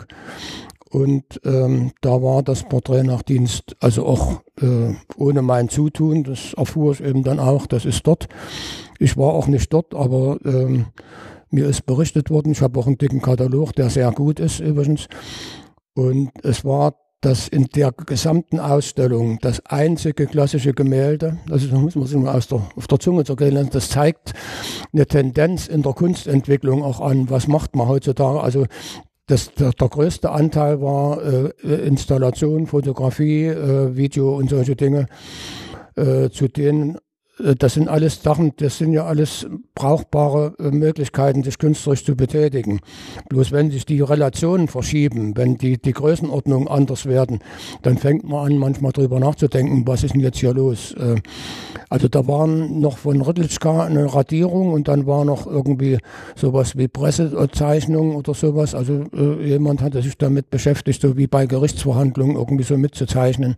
Und ähm, da war das Porträtnachtdienst, also auch äh, ohne mein Zutun, das erfuhr ich eben dann auch, das ist dort. Ich war auch nicht dort, aber ähm, mir ist berichtet worden, ich habe auch einen dicken Katalog, der sehr gut ist übrigens. Und es war dass in der gesamten Ausstellung das einzige klassische Gemälde, also das muss man sich mal aus der, auf der Zunge zergehen lassen, das zeigt eine Tendenz in der Kunstentwicklung auch an, was macht man heutzutage. Also das, der, der größte Anteil war äh, Installation, Fotografie, äh, Video und solche Dinge, äh, zu denen das sind alles Sachen, das sind ja alles brauchbare Möglichkeiten, sich künstlerisch zu betätigen. Bloß wenn sich die Relationen verschieben, wenn die, die Größenordnungen anders werden, dann fängt man an, manchmal drüber nachzudenken, was ist denn jetzt hier los? Also da waren noch von Rüttelschka eine Radierung und dann war noch irgendwie sowas wie Pressezeichnung oder sowas. Also äh, jemand hatte sich damit beschäftigt, so wie bei Gerichtsverhandlungen irgendwie so mitzuzeichnen.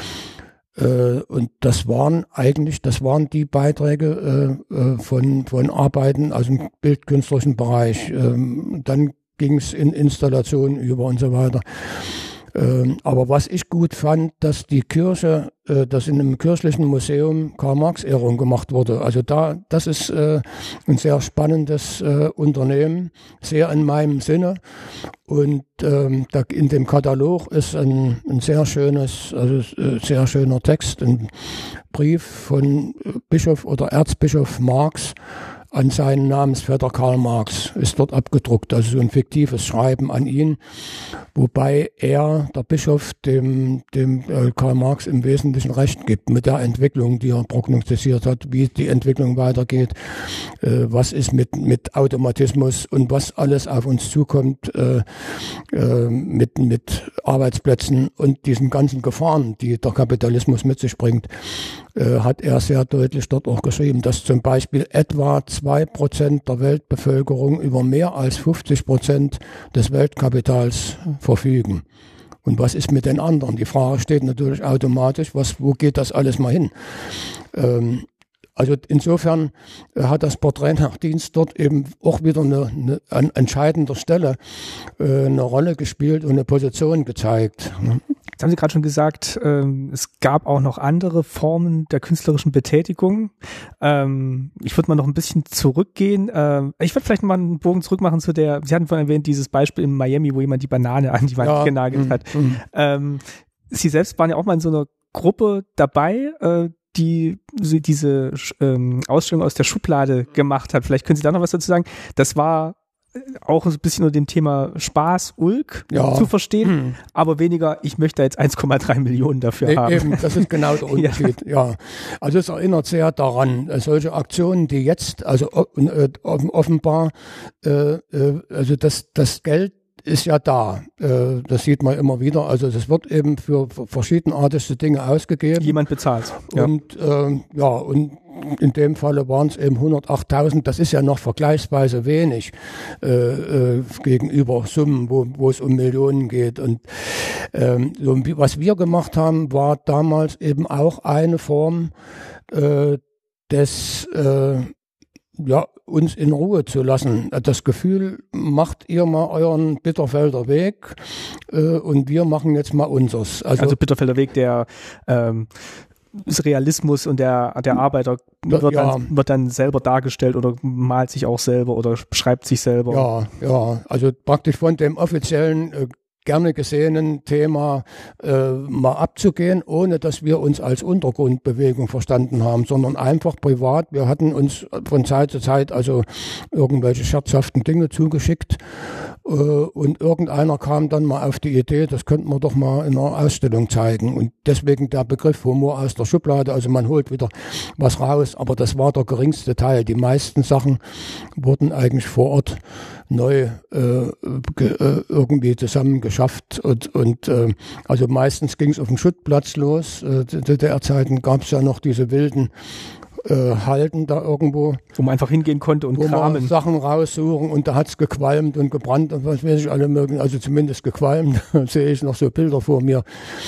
Und das waren eigentlich, das waren die Beiträge äh, von, von Arbeiten aus dem bildkünstlerischen Bereich. Ähm, dann ging es in Installationen über und so weiter. Ähm, aber was ich gut fand, dass die Kirche, äh, dass in einem kirchlichen Museum Karl-Marx-Ehrung gemacht wurde. Also da, das ist äh, ein sehr spannendes äh, Unternehmen, sehr in meinem Sinne. Und ähm, da in dem Katalog ist ein, ein sehr schönes, also äh, sehr schöner Text, ein Brief von Bischof oder Erzbischof Marx an seinen Namensvetter Karl Marx, ist dort abgedruckt, also so ein fiktives Schreiben an ihn, wobei er, der Bischof, dem, dem äh, Karl Marx im Wesentlichen Recht gibt mit der Entwicklung, die er prognostiziert hat, wie die Entwicklung weitergeht, äh, was ist mit, mit Automatismus und was alles auf uns zukommt, äh, äh, mit, mit Arbeitsplätzen und diesen ganzen Gefahren, die der Kapitalismus mit sich bringt, äh, hat er sehr deutlich dort auch geschrieben, dass zum Beispiel etwa zwei Prozent der Weltbevölkerung über mehr als fünfzig Prozent des Weltkapitals verfügen. Und was ist mit den anderen? Die Frage steht natürlich automatisch, was, wo geht das alles mal hin? Ähm, also insofern hat das Porträt nach Dienst dort eben auch wieder eine, eine an entscheidender Stelle äh, eine Rolle gespielt und eine Position gezeigt. Jetzt haben Sie gerade schon gesagt, ähm, es gab auch noch andere Formen der künstlerischen Betätigung. Ähm, ich würde mal noch ein bisschen zurückgehen. Ähm, ich würde vielleicht mal einen Bogen zurück machen zu der, Sie hatten vorhin erwähnt, dieses Beispiel in Miami, wo jemand die Banane an die Wand ja, genagelt hat. Mm, mm. Ähm, Sie selbst waren ja auch mal in so einer Gruppe dabei, äh, die so diese ähm, Ausstellung aus der Schublade gemacht hat. Vielleicht können Sie da noch was dazu sagen. Das war auch ein bisschen unter dem Thema Spaß, Ulk ja. zu verstehen, hm. aber weniger, ich möchte jetzt eins Komma drei Millionen dafür e- haben. Eben, das ist genau der Unterschied. ja. ja. Also es erinnert sehr daran, solche Aktionen, die jetzt, also äh, offenbar, äh, äh, also das, das Geld ist ja da. Äh, das sieht man immer wieder. Also das wird eben für verschiedenartigste Dinge ausgegeben. Jemand bezahlt. Ja. Und äh, ja, und in dem Falle waren es eben hundertachttausend. Das ist ja noch vergleichsweise wenig äh, äh, gegenüber Summen, wo, wo es um Millionen geht. Und ähm, so, was wir gemacht haben, war damals eben auch eine Form äh, des äh, ja, uns in Ruhe zu lassen. Das Gefühl, macht ihr mal euren Bitterfelder Weg äh, und wir machen jetzt mal unseres. Also, also Bitterfelder Weg, der ähm, Realismus und der, der Arbeiter wird, ja. dann, wird dann selber dargestellt oder malt sich auch selber oder schreibt sich selber. Ja, ja, also praktisch von dem offiziellen äh, gerne gesehenen Thema äh, mal abzugehen, ohne dass wir uns als Untergrundbewegung verstanden haben, sondern einfach privat. Wir hatten uns von Zeit zu Zeit also irgendwelche scherzhaften Dinge zugeschickt äh, und irgendeiner kam dann mal auf die Idee, das könnten wir doch mal in einer Ausstellung zeigen. Und deswegen der Begriff Humor aus der Schublade, also man holt wieder was raus, aber das war der geringste Teil. Die meisten Sachen wurden eigentlich vor Ort neu äh, ge, äh, irgendwie zusammengeschafft und, und äh, also meistens ging es auf dem Schuttplatz los. Äh, zu D D R-Zeiten gab es ja noch diese wilden äh, Halden da irgendwo. Wo man einfach hingehen konnte und wo kramen. Man Sachen raussuchen und da hat's gequalmt und gebrannt und was weiß ich alle mögen, also zumindest gequalmt, sehe ich noch so Bilder vor mir.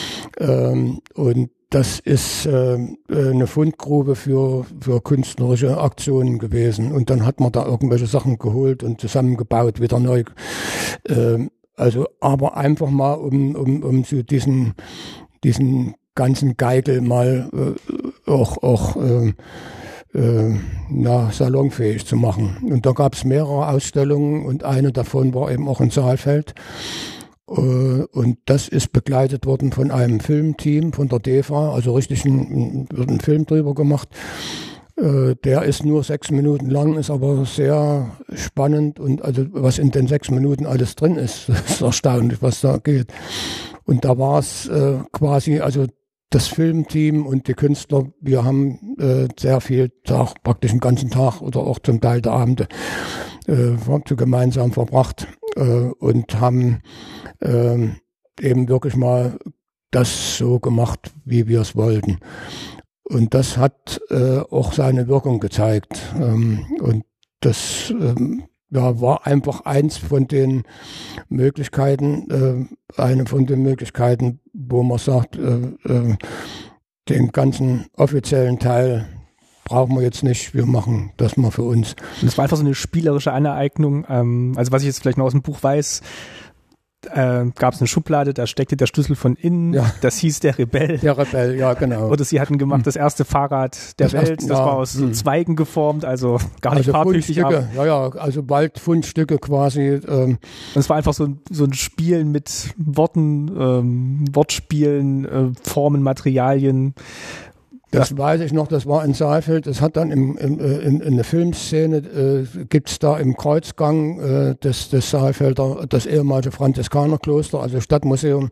Ähm, und das ist äh, eine Fundgrube für, für künstlerische Aktionen gewesen. Und dann hat man da irgendwelche Sachen geholt und zusammengebaut, wieder neu. Äh, also, aber einfach mal, um, um, um so diesen, diesen ganzen Geigel mal äh, auch, auch äh, äh, na, salonfähig zu machen. Und da gab es mehrere Ausstellungen und eine davon war eben auch in Saalfeld. Und das ist begleitet worden von einem Filmteam von der D E F A, also richtig ein, wird ein Film drüber gemacht. Der ist nur sechs Minuten lang, ist aber sehr spannend und also was in den sechs Minuten alles drin ist, das ist erstaunlich, was da geht. Und da war es äh, quasi, also das Filmteam und die Künstler, wir haben äh, sehr viel Tag, praktisch den ganzen Tag oder auch zum Teil der Abende äh, gemeinsam verbracht äh, und haben äh, eben wirklich mal das so gemacht, wie wir es wollten. Und das hat äh, auch seine Wirkung gezeigt. Ähm, und das ähm, ja, war einfach eins von den Möglichkeiten, äh, eine von den Möglichkeiten, wo man sagt, äh, äh, den ganzen offiziellen Teil brauchen wir jetzt nicht, wir machen das mal für uns. Das war einfach so eine spielerische Aneignung. Ähm, also was ich jetzt vielleicht noch aus dem Buch weiß, äh, gab es eine Schublade, da steckte der Schlüssel von innen, ja. Das hieß der Rebell. Der Rebell, ja genau. Oder sie hatten gemacht, das erste Fahrrad der das Welt, erst, das ja, war aus so Zweigen geformt, also gar nicht also farbtüchtig. Fundstücke, ja, ja, also bald Fundstücke quasi. Ähm. Und es war einfach so, so ein Spielen mit Worten, ähm, Wortspielen, äh, Formen, Materialien. Das weiß ich noch, das war in Saalfeld. Das hat dann im, im, in, in der Filmszene, äh, gibt's da im Kreuzgang äh, des, des Saalfelder das ehemalige Franziskanerkloster, also Stadtmuseum.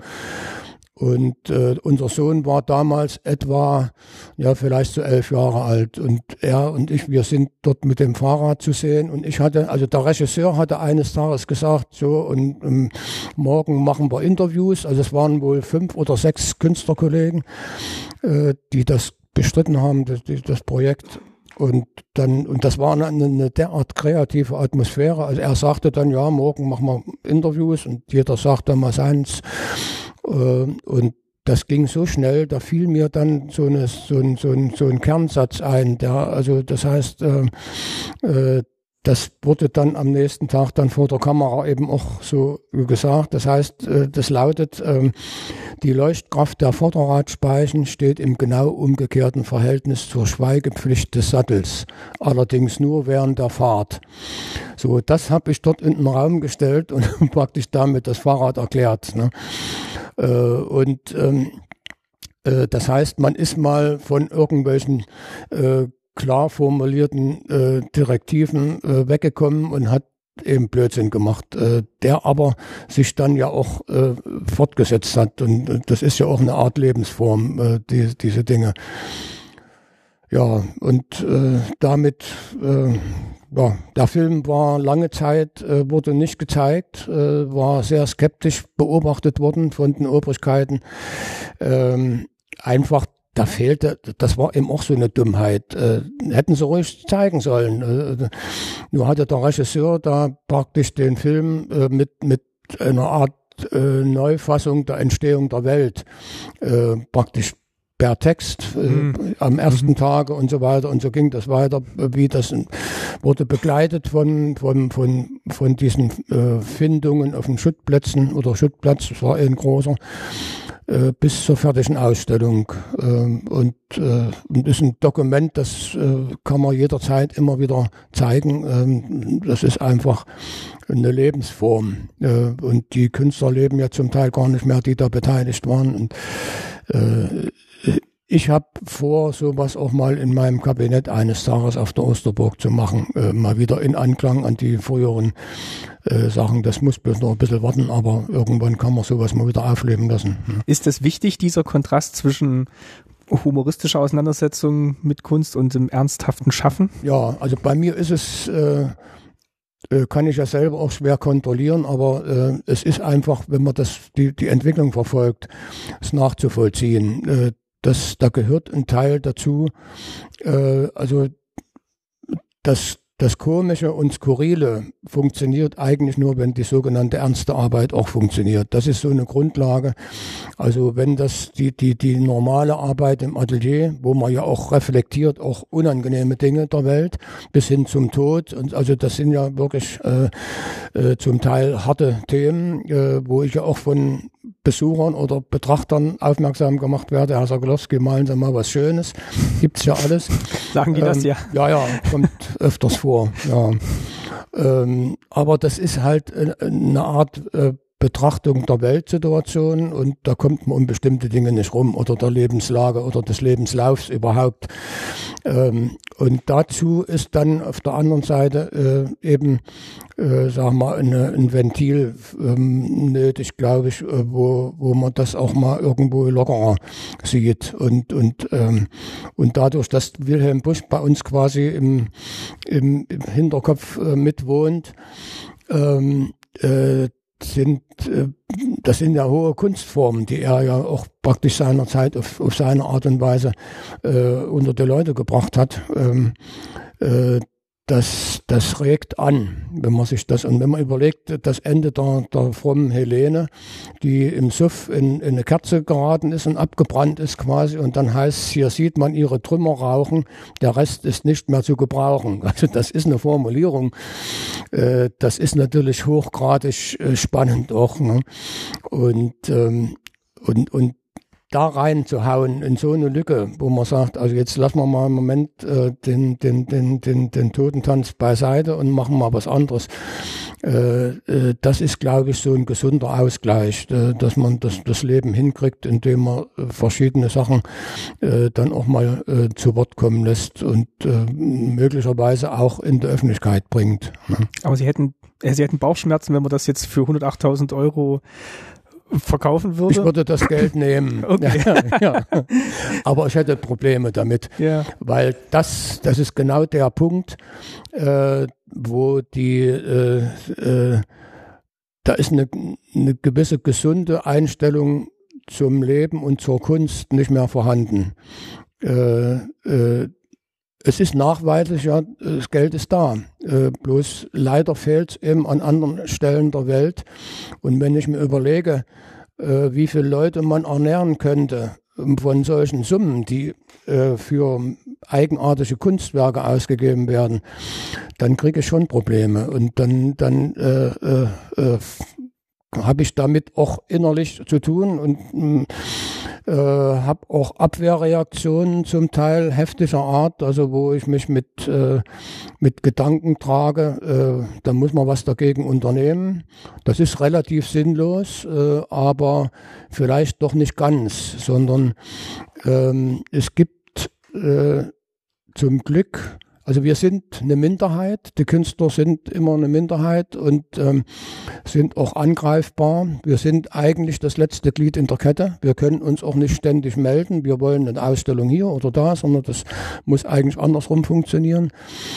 Und äh, unser Sohn war damals etwa, ja vielleicht so elf Jahre alt. Und er und ich, wir sind dort mit dem Fahrrad zu sehen. Und ich hatte, also der Regisseur hatte eines Tages gesagt, so und ähm, morgen machen wir Interviews. Also es waren wohl fünf oder sechs Künstlerkollegen, äh, die das bestritten haben, das, das Projekt. Und dann, und das war eine, eine derart kreative Atmosphäre. Also er sagte dann, ja, morgen machen wir Interviews und jeder sagt dann mal seins. Und das ging so schnell, da fiel mir dann so, eine, so, ein, so, ein, so ein Kernsatz ein. Der, also das heißt, äh, äh, das wurde dann am nächsten Tag dann vor der Kamera eben auch so gesagt. Das heißt, äh, das lautet, äh, die Leuchtkraft der Vorderradspeichen steht im genau umgekehrten Verhältnis zur Schweigepflicht des Sattels, allerdings nur während der Fahrt. So, das habe ich dort in den Raum gestellt und praktisch damit das Fahrrad erklärt. Ne? Äh, und ähm, äh, das heißt, man ist mal von irgendwelchen äh, klar formulierten äh, Direktiven äh, weggekommen und hat eben Blödsinn gemacht, äh, der aber sich dann ja auch äh, fortgesetzt hat. Und äh, das ist ja auch eine Art Lebensform, äh, die, diese Dinge. Ja, und äh, damit, äh, ja, der Film war lange Zeit, äh, wurde nicht gezeigt, äh, war sehr skeptisch beobachtet worden von den Obrigkeiten. Ähm, einfach Da fehlte, das war eben auch so eine Dummheit. Äh, hätten sie ruhig zeigen sollen. Äh, nur hatte der Regisseur da praktisch den Film äh, mit, mit einer Art äh, Neufassung der Entstehung der Welt äh, praktisch per Text äh, mhm. am ersten mhm. Tage und so weiter. Und so ging das weiter, wie das wurde begleitet von, von, von, von diesen äh, Findungen auf den Schuttplätzen oder Schuttplatz, das war ein großer, bis zur fertigen Ausstellung. Und äh, ist ein Dokument, das äh, kann man jederzeit immer wieder zeigen. Ähm, das ist einfach eine Lebensform. Äh, und die Künstler leben ja zum Teil gar nicht mehr, die da beteiligt waren. Und äh, ich habe vor, sowas auch mal in meinem Kabinett eines Tages auf der Osterburg zu machen. Äh, mal wieder in Anklang an die früheren äh, Sachen. Das muss bloß noch ein bisschen warten, aber irgendwann kann man sowas mal wieder aufleben lassen. Ja. Ist es wichtig, dieser Kontrast zwischen humoristischer Auseinandersetzung mit Kunst und dem ernsthaften Schaffen? Ja, also bei mir ist es, äh, äh, kann ich ja selber auch schwer kontrollieren, aber äh, es ist einfach, wenn man das die, die Entwicklung verfolgt, es nachzuvollziehen. Äh, Das, da gehört ein Teil dazu, äh, also das, das Komische und Skurrile funktioniert eigentlich nur, wenn die sogenannte ernste Arbeit auch funktioniert. Das ist so eine Grundlage. Also wenn das die, die, die normale Arbeit im Atelier, wo man ja auch reflektiert, auch unangenehme Dinge der Welt, bis hin zum Tod, und also das sind ja wirklich äh, äh, zum Teil harte Themen, äh, wo ich ja auch von Besuchern oder Betrachtern aufmerksam gemacht werde. Herr Sokolowski, malen Sie mal was Schönes. Gibt's ja alles. Sagen die ähm, das, ja? Ja, ja, kommt öfters vor, ja. Ähm, aber das ist halt eine Art äh, Betrachtung der Weltsituation und da kommt man um bestimmte Dinge nicht rum oder der Lebenslage oder des Lebenslaufs überhaupt. Ähm, und dazu ist dann auf der anderen Seite äh, eben, äh, sagen wir mal, eine, ein Ventil ähm, nötig, glaube ich, äh, wo, wo man das auch mal irgendwo lockerer sieht. Und, und, ähm, und dadurch, dass Wilhelm Busch bei uns quasi im, im, im Hinterkopf äh, mitwohnt, ähm, äh, sind, äh, das sind ja hohe Kunstformen, die er ja auch praktisch seinerzeit auf, auf seine Art und Weise äh, unter die Leute gebracht hat. Ähm, äh, das, das regt an, wenn man sich das, und wenn man überlegt, das Ende der, der frommen Helene, die im Suff in, in eine Kerze geraten ist und abgebrannt ist quasi, und dann heißt es, hier sieht man ihre Trümmer rauchen, der Rest ist nicht mehr zu gebrauchen. Also das ist eine Formulierung, äh, das ist natürlich hochgradig äh, spannend auch, ne? Und, ähm, und, und da reinzuhauen in so eine Lücke, wo man sagt, also jetzt lassen wir mal einen Moment äh, den, den, den, den, den Totentanz beiseite und machen mal was anderes. Äh, äh, das ist, glaube ich, so ein gesunder Ausgleich, äh, dass man das, das Leben hinkriegt, indem man äh, verschiedene Sachen äh, dann auch mal äh, zu Wort kommen lässt und äh, möglicherweise auch in die Öffentlichkeit bringt. Ne? Aber Sie hätten, äh, Sie hätten Bauchschmerzen, wenn man das jetzt für hundertachttausend Euro verkaufen würde? Ich würde das Geld nehmen. Okay. Ja, ja. Aber ich hätte Probleme damit, ja. weil das, das ist genau der Punkt, äh, wo die, äh, äh, da ist eine, eine gewisse gesunde Einstellung zum Leben und zur Kunst nicht mehr vorhanden. Äh, äh, Es ist nachweislich, ja, das Geld ist da. Äh, bloß leider fehlt es eben an anderen Stellen der Welt. Und wenn ich mir überlege, äh, wie viele Leute man ernähren könnte von solchen Summen, die äh, für eigenartige Kunstwerke ausgegeben werden, dann kriege ich schon Probleme. Und dann, dann äh, äh, äh, habe ich damit auch innerlich zu tun und äh, habe auch Abwehrreaktionen zum Teil heftiger Art, also wo ich mich mit, äh, mit Gedanken trage, äh, da muss man was dagegen unternehmen. Das ist relativ sinnlos, äh, aber vielleicht doch nicht ganz, sondern ähm, es gibt äh, zum Glück, also wir sind eine Minderheit, die Künstler sind immer eine Minderheit und ähm, sind auch angreifbar. Wir sind eigentlich das letzte Glied in der Kette. Wir können uns auch nicht ständig melden, wir wollen eine Ausstellung hier oder da, sondern das muss eigentlich andersrum funktionieren.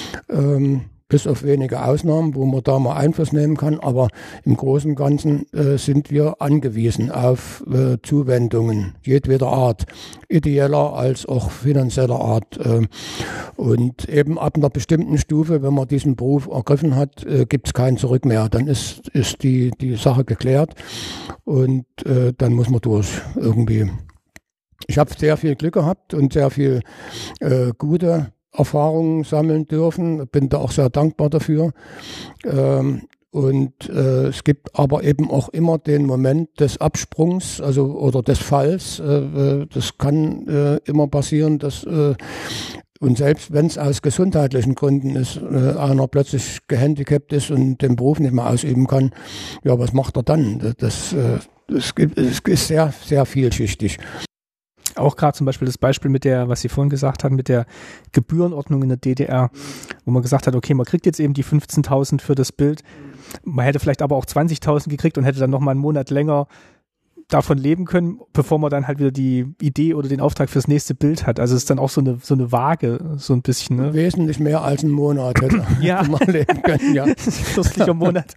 Ähm, bis auf wenige Ausnahmen, wo man da mal Einfluss nehmen kann, aber im Großen und Ganzen äh, sind wir angewiesen auf äh, Zuwendungen jedweder Art, ideeller als auch finanzieller Art. Äh, und eben ab einer bestimmten Stufe, wenn man diesen Beruf ergriffen hat, äh, gibt es kein Zurück mehr. Dann ist, ist die, die Sache geklärt und äh, dann muss man durch irgendwie. Ich habe sehr viel Glück gehabt und sehr viel äh, gute Erfahrungen sammeln dürfen, bin da auch sehr dankbar dafür. Ähm, und äh, es gibt aber eben auch immer den Moment des Absprungs, also oder des Falls. Äh, das kann äh, immer passieren, dass äh, und selbst wenn es aus gesundheitlichen Gründen ist, äh, einer plötzlich gehandicapt ist und den Beruf nicht mehr ausüben kann, ja, was macht er dann? Das, äh, das, gibt, das ist sehr, sehr vielschichtig. Auch gerade zum Beispiel das Beispiel mit der, was Sie vorhin gesagt haben, mit der Gebührenordnung in der D D R, wo man gesagt hat, okay, man kriegt jetzt eben die fünfzehntausend für das Bild, man hätte vielleicht aber auch zwanzigtausend gekriegt und hätte dann nochmal einen Monat länger davon leben können, bevor man dann halt wieder die Idee oder den Auftrag fürs nächste Bild hat. Also es ist dann auch so eine so eine Waage, so ein bisschen. Ne? Wesentlich mehr als einen Monat hätte ja. man leben können. Ja, fürstlicher Monat.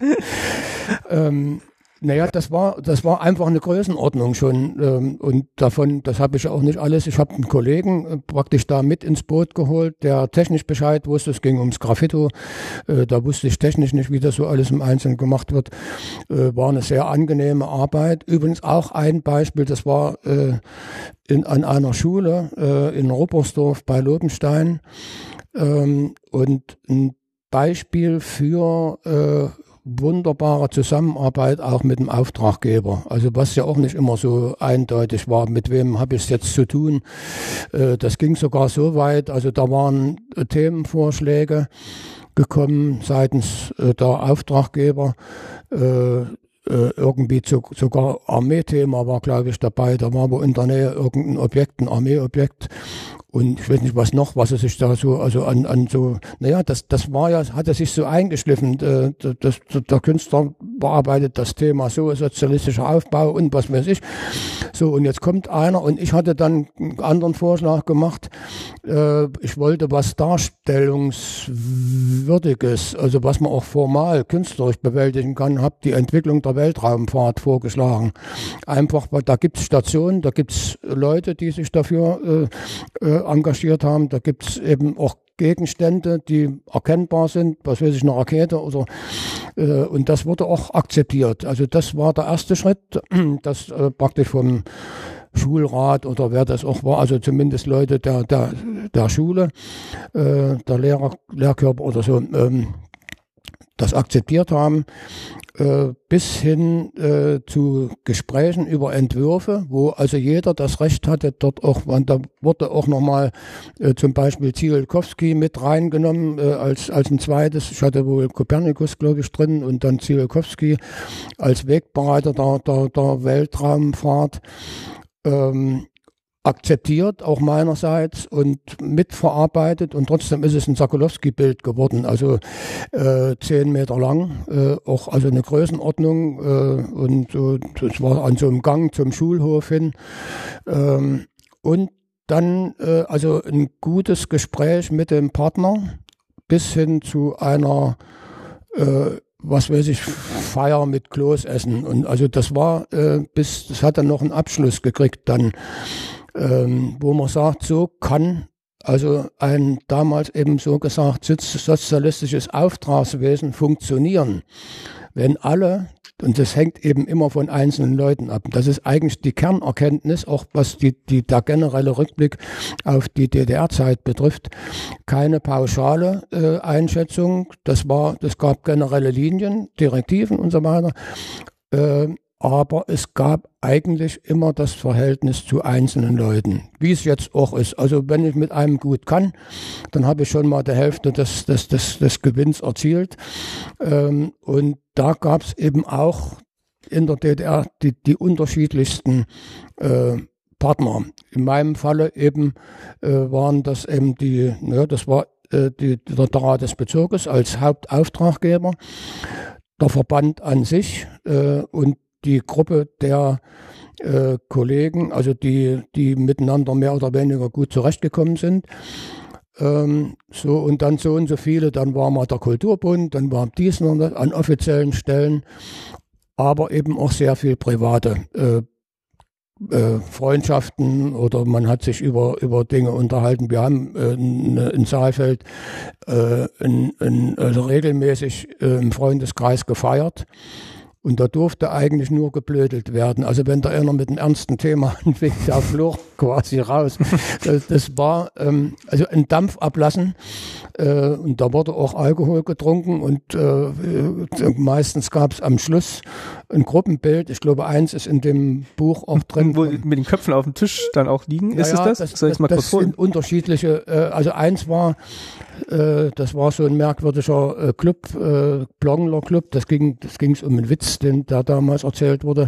ähm, Naja, das war, das war einfach eine Größenordnung schon. Ähm, und davon, das habe ich auch nicht alles. Ich habe einen Kollegen äh, praktisch da mit ins Boot geholt, der technisch Bescheid wusste. Es ging ums Graffito. Äh, da wusste ich technisch nicht, wie das so alles im Einzelnen gemacht wird. Äh, war eine sehr angenehme Arbeit. Übrigens auch ein Beispiel, das war äh, in, an einer Schule äh, in Ruppersdorf bei Lobenstein. Ähm, und ein Beispiel für äh, wunderbare Zusammenarbeit auch mit dem Auftraggeber. Also was ja auch nicht immer so eindeutig war, mit wem habe ich es jetzt zu tun. Äh, das ging sogar so weit, also da waren äh, Themenvorschläge gekommen seitens äh, der Auftraggeber. Äh, äh, irgendwie zu, sogar Armeethema war, glaube ich, dabei. Da war wo in der Nähe irgendein Objekt, ein Armeeobjekt. Und ich weiß nicht, was noch, was er sich da so, also an, an so, naja, das, das war ja, hat er sich so eingeschliffen. Äh, das, das, der Künstler bearbeitet das Thema so, sozialistischer Aufbau und was weiß ich. So, und jetzt kommt einer und ich hatte dann einen anderen Vorschlag gemacht. Äh, ich wollte was Darstellungswürdiges, also was man auch formal künstlerisch bewältigen kann, habe die Entwicklung der Weltraumfahrt vorgeschlagen. Einfach, weil da gibt's Stationen, da gibt's Leute, die sich dafür äh, äh, engagiert haben. Da gibt es eben auch Gegenstände, die erkennbar sind, was weiß ich, eine Rakete oder äh, und das wurde auch akzeptiert. Also das war der erste Schritt, das äh, praktisch vom Schulrat oder wer das auch war, also zumindest Leute der, der, der Schule, äh, der Lehrer, Lehrkörper oder so, ähm, das akzeptiert haben, äh, bis hin äh, zu Gesprächen über Entwürfe, wo also jeder das Recht hatte, dort auch, da wurde auch nochmal äh, zum Beispiel Tsiolkovsky mit reingenommen äh, als, als ein zweites. Ich hatte wohl Kopernikus, glaube ich, drin und dann Tsiolkovsky als Wegbereiter der, der, der Weltraumfahrt. Ähm, akzeptiert, auch meinerseits und mitverarbeitet und trotzdem ist es ein Sokolowski-Bild geworden, also äh, zehn Meter lang, äh, auch also eine Größenordnung äh, und äh, das war an so einem Gang zum Schulhof hin ähm, und dann äh, also ein gutes Gespräch mit dem Partner bis hin zu einer äh, was weiß ich, Feier mit Kloßessen und also das war äh, bis, das hat dann noch einen Abschluss gekriegt dann, ähm, wo man sagt, so kann also ein damals eben so gesagt sozialistisches Auftragswesen funktionieren, wenn alle, und das hängt eben immer von einzelnen Leuten ab, das ist eigentlich die Kernerkenntnis, auch was die, die, der generelle Rückblick auf die D D R-Zeit betrifft, keine pauschale äh, Einschätzung, das war, das gab generelle Linien, Direktiven und so weiter, äh, aber es gab eigentlich immer das Verhältnis zu einzelnen Leuten, wie es jetzt auch ist. Also wenn ich mit einem gut kann, dann habe ich schon mal die Hälfte des, des, des, des Gewinns erzielt. Ähm, und da gab es eben auch in der D D R die, die unterschiedlichsten äh, Partner. In meinem Falle eben äh, waren das eben die, ja, das war äh, die, der Rat des Bezirkes als Hauptauftraggeber, der Verband an sich äh, und die Gruppe der äh, Kollegen, also die, die miteinander mehr oder weniger gut zurechtgekommen sind. Ähm, so und dann so und so viele, dann war mal der Kulturbund, dann war dies noch an offiziellen Stellen, aber eben auch sehr viel private äh, äh, Freundschaften oder man hat sich über, über Dinge unterhalten. Wir haben äh, in Saalfeld äh, in, in, also regelmäßig äh, im Freundeskreis gefeiert. Und da durfte eigentlich nur geblödelt werden. Also wenn da einer mit einem ernsten Thema anfing, der flog quasi raus. Das, das war ähm, also ein Dampf ablassen. Äh, und da wurde auch Alkohol getrunken. Und äh, meistens gab es am Schluss ein Gruppenbild. Ich glaube, eins ist in dem Buch auch drin. Wo mit den Köpfen auf dem Tisch dann auch liegen. Ist ja, es das? das? Soll ich mal das kurz holen? Sind unterschiedliche. Äh, also eins war, äh, das war so ein merkwürdiger äh, Club, äh, Blongler Club. Das ging, das ging um einen Witz, den da damals erzählt wurde.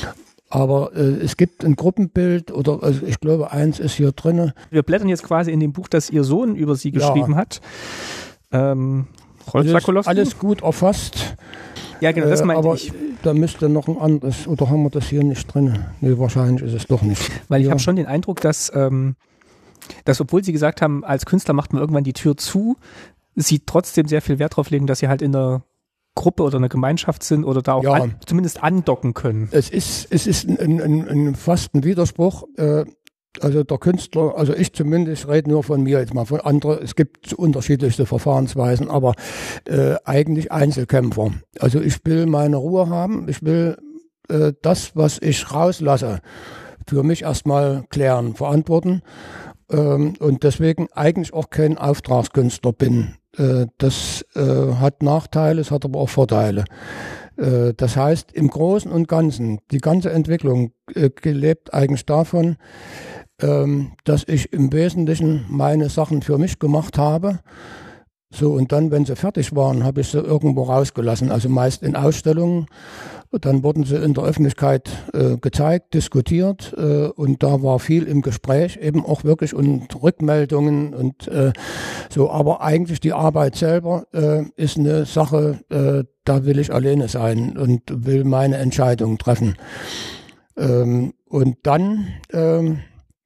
Aber äh, es gibt ein Gruppenbild oder also ich glaube, eins ist hier drin. Wir blättern jetzt quasi in dem Buch, das Ihr Sohn über Sie geschrieben ja. hat. Ähm, Rolf alles gut erfasst. Ja, genau, das äh, meinte aber ich. Da müsste noch ein anderes, oder haben wir das hier nicht drin? Nee, wahrscheinlich ist es doch nicht. Weil ich ja. habe schon den Eindruck, dass, ähm, dass obwohl Sie gesagt haben, als Künstler macht man irgendwann die Tür zu, Sie trotzdem sehr viel Wert drauf legen, dass Sie halt in der Gruppe oder eine Gemeinschaft sind oder da auch ja. an, zumindest andocken können. Es ist, es ist ein, ein, ein fast ein Widerspruch. Äh, also der Künstler, also ich zumindest rede nur von mir jetzt mal, von anderen, es gibt unterschiedlichste Verfahrensweisen, aber äh, eigentlich Einzelkämpfer. Also ich will meine Ruhe haben, ich will äh, das, was ich rauslasse, für mich erstmal klären, verantworten ähm, und deswegen eigentlich auch kein Auftragskünstler bin. Äh, das äh, hat Nachteile, es hat aber auch Vorteile. Äh, das heißt, im Großen und Ganzen, die ganze Entwicklung äh, lebt eigentlich davon, ähm, dass ich im Wesentlichen meine Sachen für mich gemacht habe. So, und dann, wenn sie fertig waren, habe ich sie irgendwo rausgelassen, also meist in Ausstellungen. Dann wurden sie in der Öffentlichkeit äh, gezeigt, diskutiert äh, und da war viel im Gespräch, eben auch wirklich und Rückmeldungen und äh, so. Aber eigentlich die Arbeit selber äh, ist eine Sache, äh, da will ich alleine sein und will meine Entscheidungen treffen. Ähm, und dann ähm,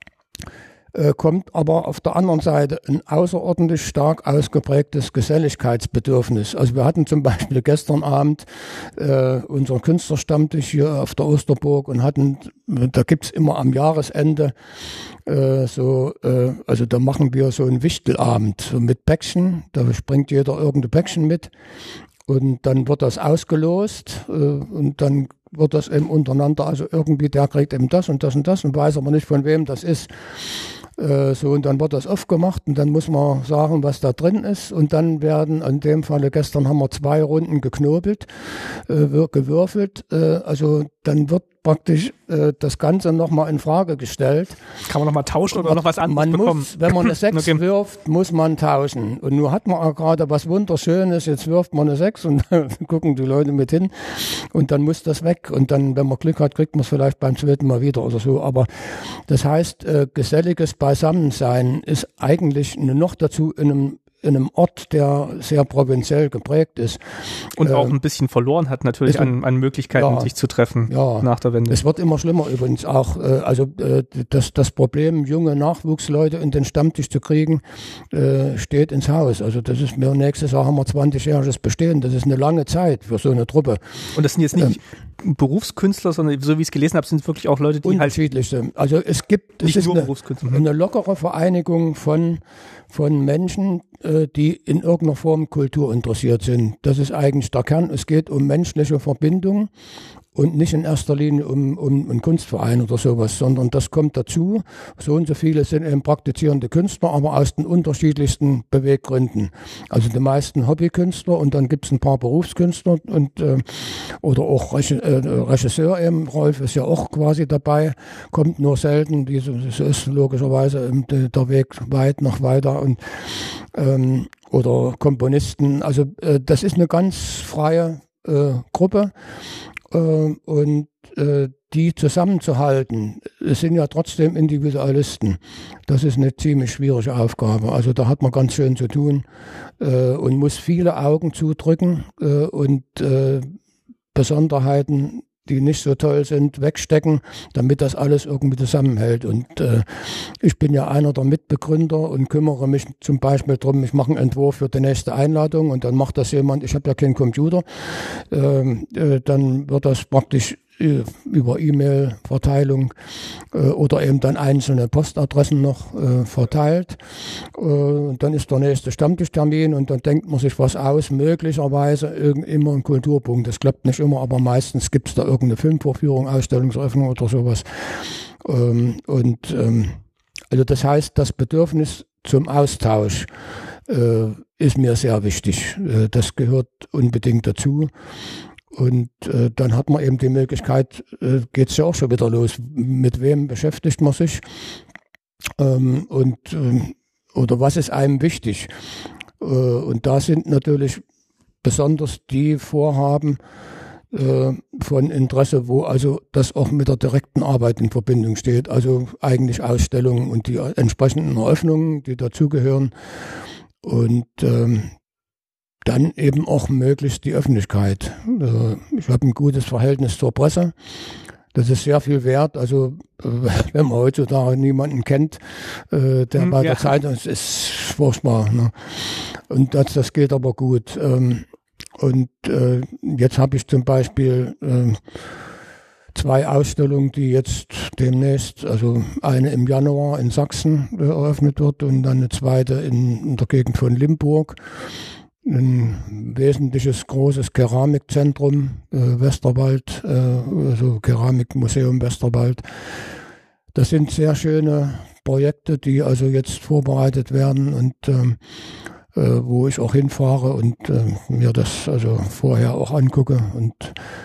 Äh, kommt aber auf der anderen Seite ein außerordentlich stark ausgeprägtes Geselligkeitsbedürfnis. Also wir hatten zum Beispiel gestern Abend äh, unseren Künstlerstammtisch hier auf der Osterburg und hatten, da gibt's immer am Jahresende äh, so, äh, also da machen wir so einen Wichtelabend so mit Päckchen, da bringt jeder irgendein Päckchen mit und dann wird das ausgelost äh, und dann wird das eben untereinander, also irgendwie der kriegt eben das und das und das und weiß aber nicht von wem das ist. Äh, so und dann wird das aufgemacht und dann muss man sagen, was da drin ist und dann werden, in dem Falle gestern haben wir zwei Runden geknobelt, äh, gewürfelt, äh, also dann wird praktisch äh, das Ganze nochmal in Frage gestellt. Kann man nochmal tauschen oder noch was anderes man bekommen? Muss, wenn man eine sechs okay. wirft, muss man tauschen. Und nun hat man auch gerade was Wunderschönes, jetzt wirft man eine sechs und dann gucken die Leute mit hin und dann muss das weg. Und dann, wenn man Glück hat, kriegt man es vielleicht beim zweiten Mal wieder oder so. Aber das heißt, äh, geselliges Beisammensein ist eigentlich noch dazu in einem in einem Ort, der sehr provinziell geprägt ist. Und äh, auch ein bisschen verloren hat natürlich an, an Möglichkeiten, ja, sich zu treffen ja, nach der Wende. Es wird immer schlimmer übrigens auch. Äh, also äh, das, das Problem, junge Nachwuchsleute in den Stammtisch zu kriegen, äh, steht ins Haus. Also das ist mir nächstes Jahr haben wir zwanzigjähriges Bestehen. Das ist eine lange Zeit für so eine Truppe. Und das sind jetzt nicht... Ähm, Berufskünstler, sondern so wie ich es gelesen habe, sind es wirklich auch Leute, die unterschiedlichste. halt Also es gibt nicht es ist nur eine, Berufskünstler. eine lockere Vereinigung von von Menschen, äh, die in irgendeiner Form Kultur interessiert sind. Das ist eigentlich der Kern. Es geht um menschliche Verbindung und nicht in erster Linie um, um einen Kunstverein oder sowas, sondern das kommt dazu. So und so viele sind eben praktizierende Künstler, aber aus den unterschiedlichsten Beweggründen. Also die meisten Hobbykünstler und dann gibt es ein paar Berufskünstler und äh, oder auch Reg- äh, Regisseur eben, Rolf ist ja auch quasi dabei, kommt nur selten, wie so, so ist logischerweise der Weg weit noch weiter und ähm, oder Komponisten. Also äh, das ist eine ganz freie äh, Gruppe. Und äh, die zusammenzuhalten, es sind ja trotzdem Individualisten. Das ist eine ziemlich schwierige Aufgabe. Also da hat man ganz schön zu tun äh, und muss viele Augen zudrücken äh, und äh, Besonderheiten, die nicht so toll sind, wegstecken, damit das alles irgendwie zusammenhält. Und äh, ich bin ja einer der Mitbegründer und kümmere mich zum Beispiel darum, ich mache einen Entwurf für die nächste Einladung und dann macht das jemand, ich habe ja keinen Computer, äh, äh, dann wird das praktisch äh, über E-Mail-Verteilung äh, oder eben dann einzelne Postadressen noch äh, verteilt. Äh, dann ist der nächste Stammtischtermin und dann denkt man sich was aus, möglicherweise irgend, immer ein Kulturpunkt. Das klappt nicht immer, aber meistens gibt es da irgendeine Filmvorführung, Ausstellungseröffnung oder sowas. Ähm, und ähm, also das heißt, das Bedürfnis zum Austausch äh, ist mir sehr wichtig. Äh, das gehört unbedingt dazu. Und äh, dann hat man eben die Möglichkeit, äh, geht es ja auch schon wieder los, mit wem beschäftigt man sich ähm, und ähm, oder was ist einem wichtig. Äh, und da sind natürlich besonders die Vorhaben äh, von Interesse, wo also das auch mit der direkten Arbeit in Verbindung steht, also eigentlich Ausstellungen und die entsprechenden Eröffnungen, die dazugehören. Und ähm, dann eben auch möglichst die Öffentlichkeit. Ich habe ein gutes Verhältnis zur Presse. Das ist sehr viel wert. Also wenn man heutzutage niemanden kennt, der hm, bei ja. der Zeitung ist, ist furchtbar. Ne? Und das, das geht aber gut. Und jetzt habe ich zum Beispiel zwei Ausstellungen, die jetzt demnächst, also eine im Januar in Sachsen eröffnet wird und dann eine zweite in, in der Gegend von Limburg. Ein wesentliches großes Keramikzentrum, äh, Westerwald, äh, also Keramikmuseum Westerwald. Das sind sehr schöne Projekte, die also jetzt vorbereitet werden und ähm, äh, wo ich auch hinfahre und äh, mir das also vorher auch angucke. Und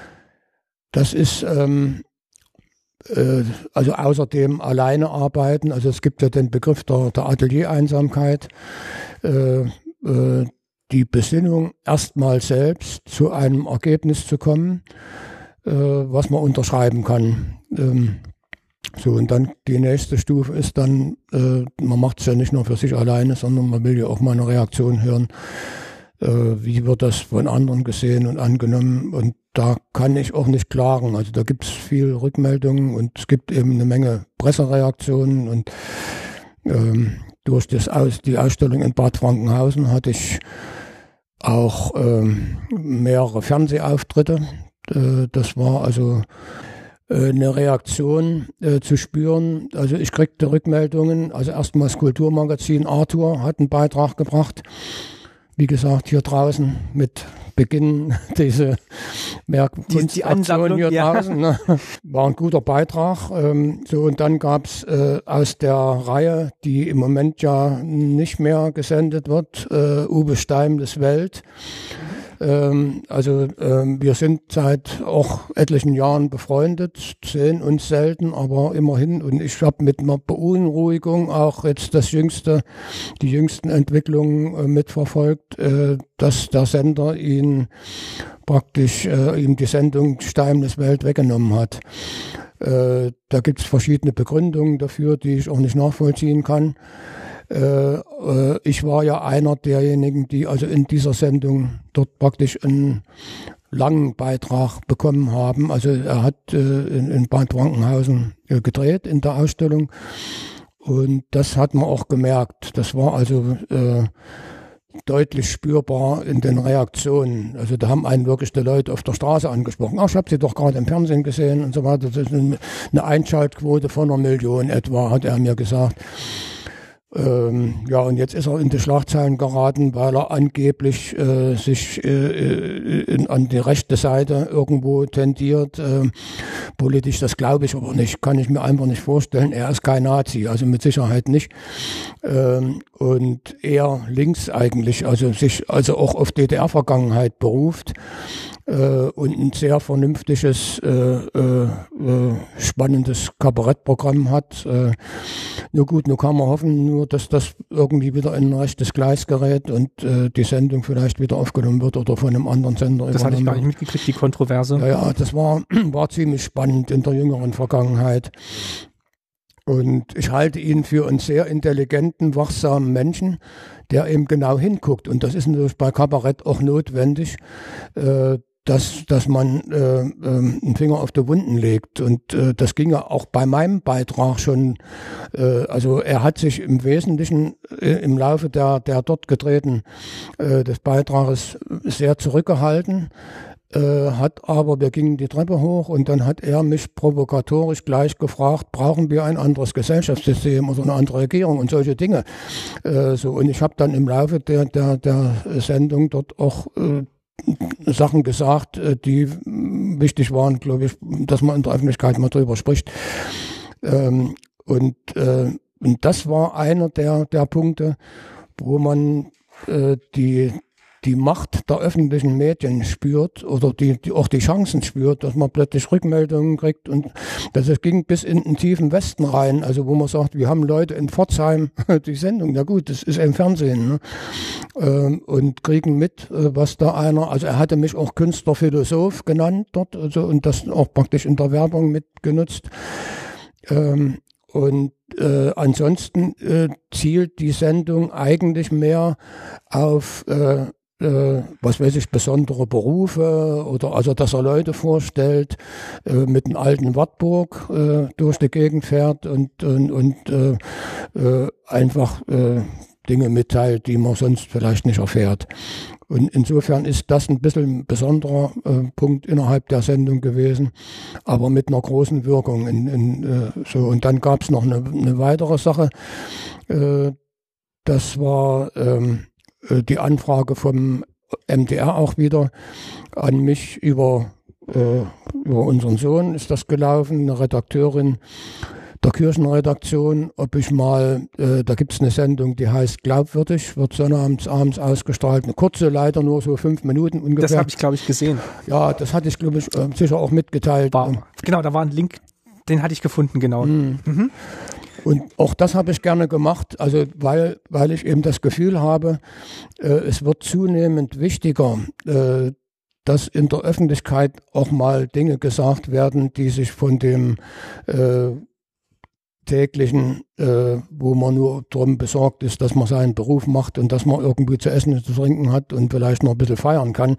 das ist ähm, äh, also außerdem alleine arbeiten. Also es gibt ja den Begriff der, der Ateliereinsamkeit. Äh, äh, die Besinnung, erstmal selbst zu einem Ergebnis zu kommen, äh, was man unterschreiben kann. Ähm, so, und dann die nächste Stufe ist dann, äh, man macht es ja nicht nur für sich alleine, sondern man will ja auch mal eine Reaktion hören. Äh, wie wird das von anderen gesehen und angenommen? Und da kann ich auch nicht klagen. Also da gibt es viel Rückmeldungen und es gibt eben eine Menge Pressereaktionen und ähm, durch das Aus, die Ausstellung in Bad Frankenhausen hatte ich auch ähm, mehrere Fernsehauftritte. Äh, das war also äh, eine Reaktion äh, zu spüren. Also ich kriegte Rückmeldungen. Also erstmal das Kulturmagazin Arthur hat einen Beitrag gebracht. Wie gesagt, hier draußen mit Beginn diese Werkkunstaktion hier ja. draußen. Ne? War ein guter Beitrag. Ähm, so, und dann gab es äh, aus der Reihe, die im Moment ja nicht mehr gesendet wird, äh, Uwe Steimles Welt. Ähm, also ähm, wir sind seit auch etlichen Jahren befreundet, sehen uns selten, aber immerhin. Und ich habe mit einer Beunruhigung auch jetzt das jüngste, die jüngsten Entwicklungen äh, mitverfolgt, äh, dass der Sender ihn praktisch äh, ihm die Sendung Steimles Welt weggenommen hat. Äh, da gibt es verschiedene Begründungen dafür, die ich auch nicht nachvollziehen kann. Äh, äh, ich war ja einer derjenigen, die also in dieser Sendung dort praktisch einen langen Beitrag bekommen haben. Also er hat äh, in, in Bad Frankenhausen äh, gedreht in der Ausstellung und das hat man auch gemerkt. Das war also äh, deutlich spürbar in den Reaktionen. Also da haben einen wirklich die Leute auf der Straße angesprochen. Ach, ich habe sie doch gerade im Fernsehen gesehen und so weiter. Das ist eine Einschaltquote von einer Million etwa, hat er mir gesagt. Ähm, ja, und jetzt ist er in die Schlagzeilen geraten, weil er angeblich äh, sich äh, in, an die rechte Seite irgendwo tendiert. Äh, politisch, das glaube ich aber nicht, kann ich mir einfach nicht vorstellen. Er ist kein Nazi, also mit Sicherheit nicht. Ähm, und eher links eigentlich, also sich also auch auf D D R-Vergangenheit beruft. Äh, und ein sehr vernünftiges, äh, äh, spannendes Kabarettprogramm hat. Äh, nur gut, nur kann man hoffen, nur dass das irgendwie wieder in ein rechtes Gleis gerät und äh, die Sendung vielleicht wieder aufgenommen wird oder von einem anderen Sender. Das hatte ich gar nicht mitgekriegt, die Kontroverse. Ja, ja, das war, war ziemlich spannend in der jüngeren Vergangenheit. Und ich halte ihn für einen sehr intelligenten, wachsamen Menschen, der eben genau hinguckt. Und das ist natürlich bei Kabarett auch notwendig, äh, dass, dass man äh, äh, einen Finger auf die Wunden legt. Und äh, das ging ja auch bei meinem Beitrag schon. Äh, also er hat sich im Wesentlichen äh, im Laufe der, der dort gedrehten äh, des Beitrages sehr zurückgehalten. Äh, hat aber, wir gingen die Treppe hoch und dann hat er mich provokatorisch gleich gefragt, brauchen wir ein anderes Gesellschaftssystem oder eine andere Regierung und solche Dinge. Äh, so, und ich habe dann im Laufe der, der, der Sendung dort auch äh, Sachen gesagt, die wichtig waren, glaube ich, dass man in der Öffentlichkeit mal drüber spricht. Ähm, und, äh, und das war einer der, der Punkte, wo man äh, die, die Macht der öffentlichen Medien spürt oder die, die auch die Chancen spürt, dass man plötzlich Rückmeldungen kriegt und das es ging bis in den tiefen Westen rein, also wo man sagt, wir haben Leute in Pforzheim, die Sendung, na gut, das ist im Fernsehen, ne? ähm, und kriegen mit, äh, was da einer, also er hatte mich auch Künstler, Philosoph genannt dort, also und das auch praktisch in der Werbung mitgenutzt. Ähm, Und äh, ansonsten äh, zielt die Sendung eigentlich mehr auf, äh, äh, was weiß ich, besondere Berufe oder also, dass er Leute vorstellt, äh, mit einem alten Wartburg äh, durch die Gegend fährt und, und, und äh, äh, einfach äh, Dinge mitteilt, die man sonst vielleicht nicht erfährt. Und insofern ist das ein bisschen ein besonderer äh, Punkt innerhalb der Sendung gewesen, aber mit einer großen Wirkung. In, in, äh, so. Und dann gab es noch eine, eine weitere Sache. Äh, das war ähm, die Anfrage vom M D R auch wieder an mich über, äh, über unseren Sohn ist das gelaufen, eine Redakteurin der Kirchenredaktion, ob ich mal, äh, da gibt es eine Sendung, die heißt Glaubwürdig, wird sonnabends abends ausgestrahlt, eine kurze, leider nur so fünf Minuten ungefähr. Das habe ich, glaube ich, gesehen. Ja, das hatte ich, glaube ich, äh, sicher auch mitgeteilt. War, genau, da war ein Link, den hatte ich gefunden, genau. Mhm. Mhm. Und auch das habe ich gerne gemacht, also weil, weil ich eben das Gefühl habe, äh, es wird zunehmend wichtiger, äh, dass in der Öffentlichkeit auch mal Dinge gesagt werden, die sich von dem äh, täglichen, äh, wo man nur darum besorgt ist, dass man seinen Beruf macht und dass man irgendwie zu essen und zu trinken hat und vielleicht noch ein bisschen feiern kann,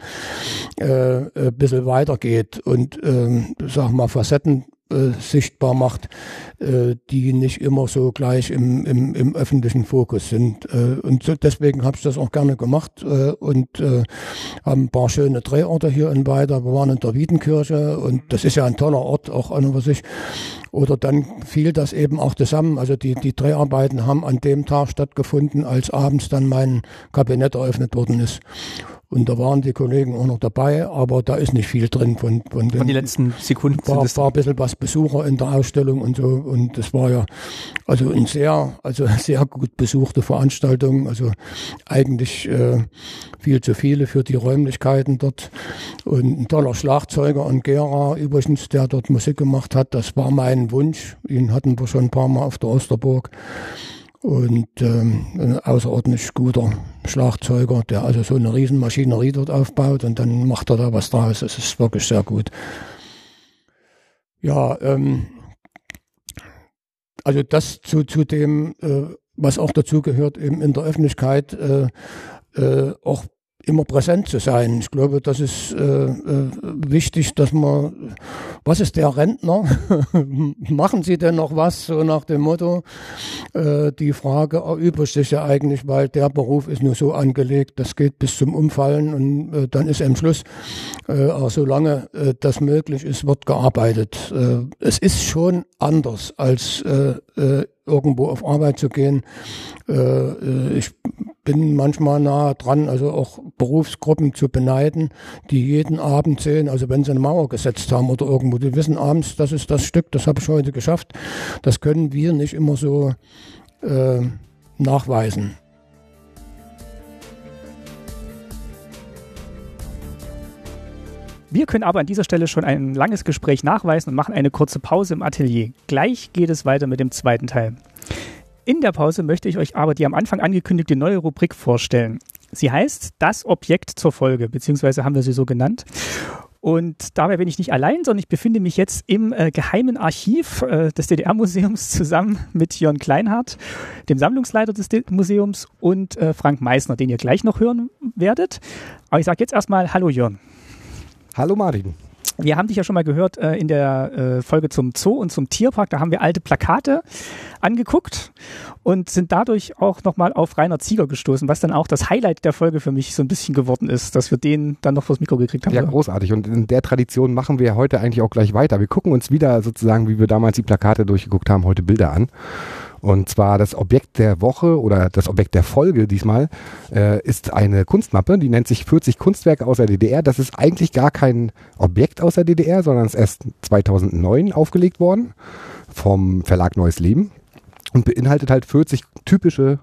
äh, ein bisschen weitergeht und, äh, sag mal, Facetten äh, sichtbar macht, äh, die nicht immer so gleich im, im, im öffentlichen Fokus sind. Äh, und so, deswegen habe ich das auch gerne gemacht äh, und äh, haben ein paar schöne Drehorte hier in Weida. Wir waren in der Wiedenkirche und das ist ja ein toller Ort, auch an und für sich. Oder dann fiel das eben auch zusammen. Also die, die Dreharbeiten haben an dem Tag stattgefunden, als abends dann mein Kabinett eröffnet worden ist. Und da waren die Kollegen auch noch dabei, aber da ist nicht viel drin von, von den. Von die letzten Sekunden. War, war ein bisschen was Besucher in der Ausstellung und so. Und das war ja also ein sehr, also sehr gut besuchte Veranstaltung. Also eigentlich äh, viel zu viele für die Räumlichkeiten dort. Und ein toller Schlagzeuger und Gera übrigens, der dort Musik gemacht hat. Das war mein Wunsch. Ihn hatten wir schon ein paar Mal auf der Osterburg. Und ähm, ein außerordentlich guter Schlagzeuger, der also so eine Riesenmaschinerie dort aufbaut und dann macht er da was draus. Das ist wirklich sehr gut. Ja, ähm, also das zu, zu dem, äh, was auch dazu gehört, eben in der Öffentlichkeit äh, äh, auch immer präsent zu sein. Ich glaube, das ist äh, äh, wichtig, dass man, was ist der Rentner? Machen Sie denn noch was? So nach dem Motto. Äh, die Frage erübrigt sich ja eigentlich, weil der Beruf ist nur so angelegt, das geht bis zum Umfallen und äh, dann ist am Schluss, äh, auch solange äh, das möglich ist, wird gearbeitet. Äh, es ist schon anders, als äh, äh, irgendwo auf Arbeit zu gehen. Äh, ich bin manchmal nah dran, also auch Berufsgruppen zu beneiden, die jeden Abend sehen, also wenn sie eine Mauer gesetzt haben oder irgendwo, die wissen abends, das ist das Stück, das habe ich heute geschafft. Das können wir nicht immer so äh, nachweisen. Wir können aber an dieser Stelle schon ein langes Gespräch nachweisen und machen eine kurze Pause im Atelier. Gleich geht es weiter mit dem zweiten Teil. In der Pause möchte ich euch aber die am Anfang angekündigte neue Rubrik vorstellen. Sie heißt Das Objekt zur Folge, beziehungsweise haben wir sie so genannt. Und dabei bin ich nicht allein, sondern ich befinde mich jetzt im äh, geheimen Archiv äh, des D D R-Museums zusammen mit Jörn Kleinhardt, dem Sammlungsleiter des D- Museums, und äh, Frank Meissner, den ihr gleich noch hören werdet. Aber ich sage jetzt erstmal Hallo Jörn. Hallo Martin. Wir haben dich ja schon mal gehört äh, in der äh, Folge zum Zoo und zum Tierpark. Da haben wir alte Plakate angeguckt und sind dadurch auch nochmal auf Rainer Zieger gestoßen, was dann auch das Highlight der Folge für mich so ein bisschen geworden ist, dass wir den dann noch vors Mikro gekriegt haben. Ja, großartig. Und in der Tradition machen wir heute eigentlich auch gleich weiter. Wir gucken uns wieder sozusagen, wie wir damals die Plakate durchgeguckt haben, heute Bilder an. Und zwar das Objekt der Woche oder das Objekt der Folge diesmal äh, ist eine Kunstmappe, die nennt sich vierzig Kunstwerke aus der D D R. Das ist eigentlich gar kein Objekt aus der D D R, sondern ist erst zweitausendneun aufgelegt worden vom Verlag Neues Leben und beinhaltet halt vierzig typische,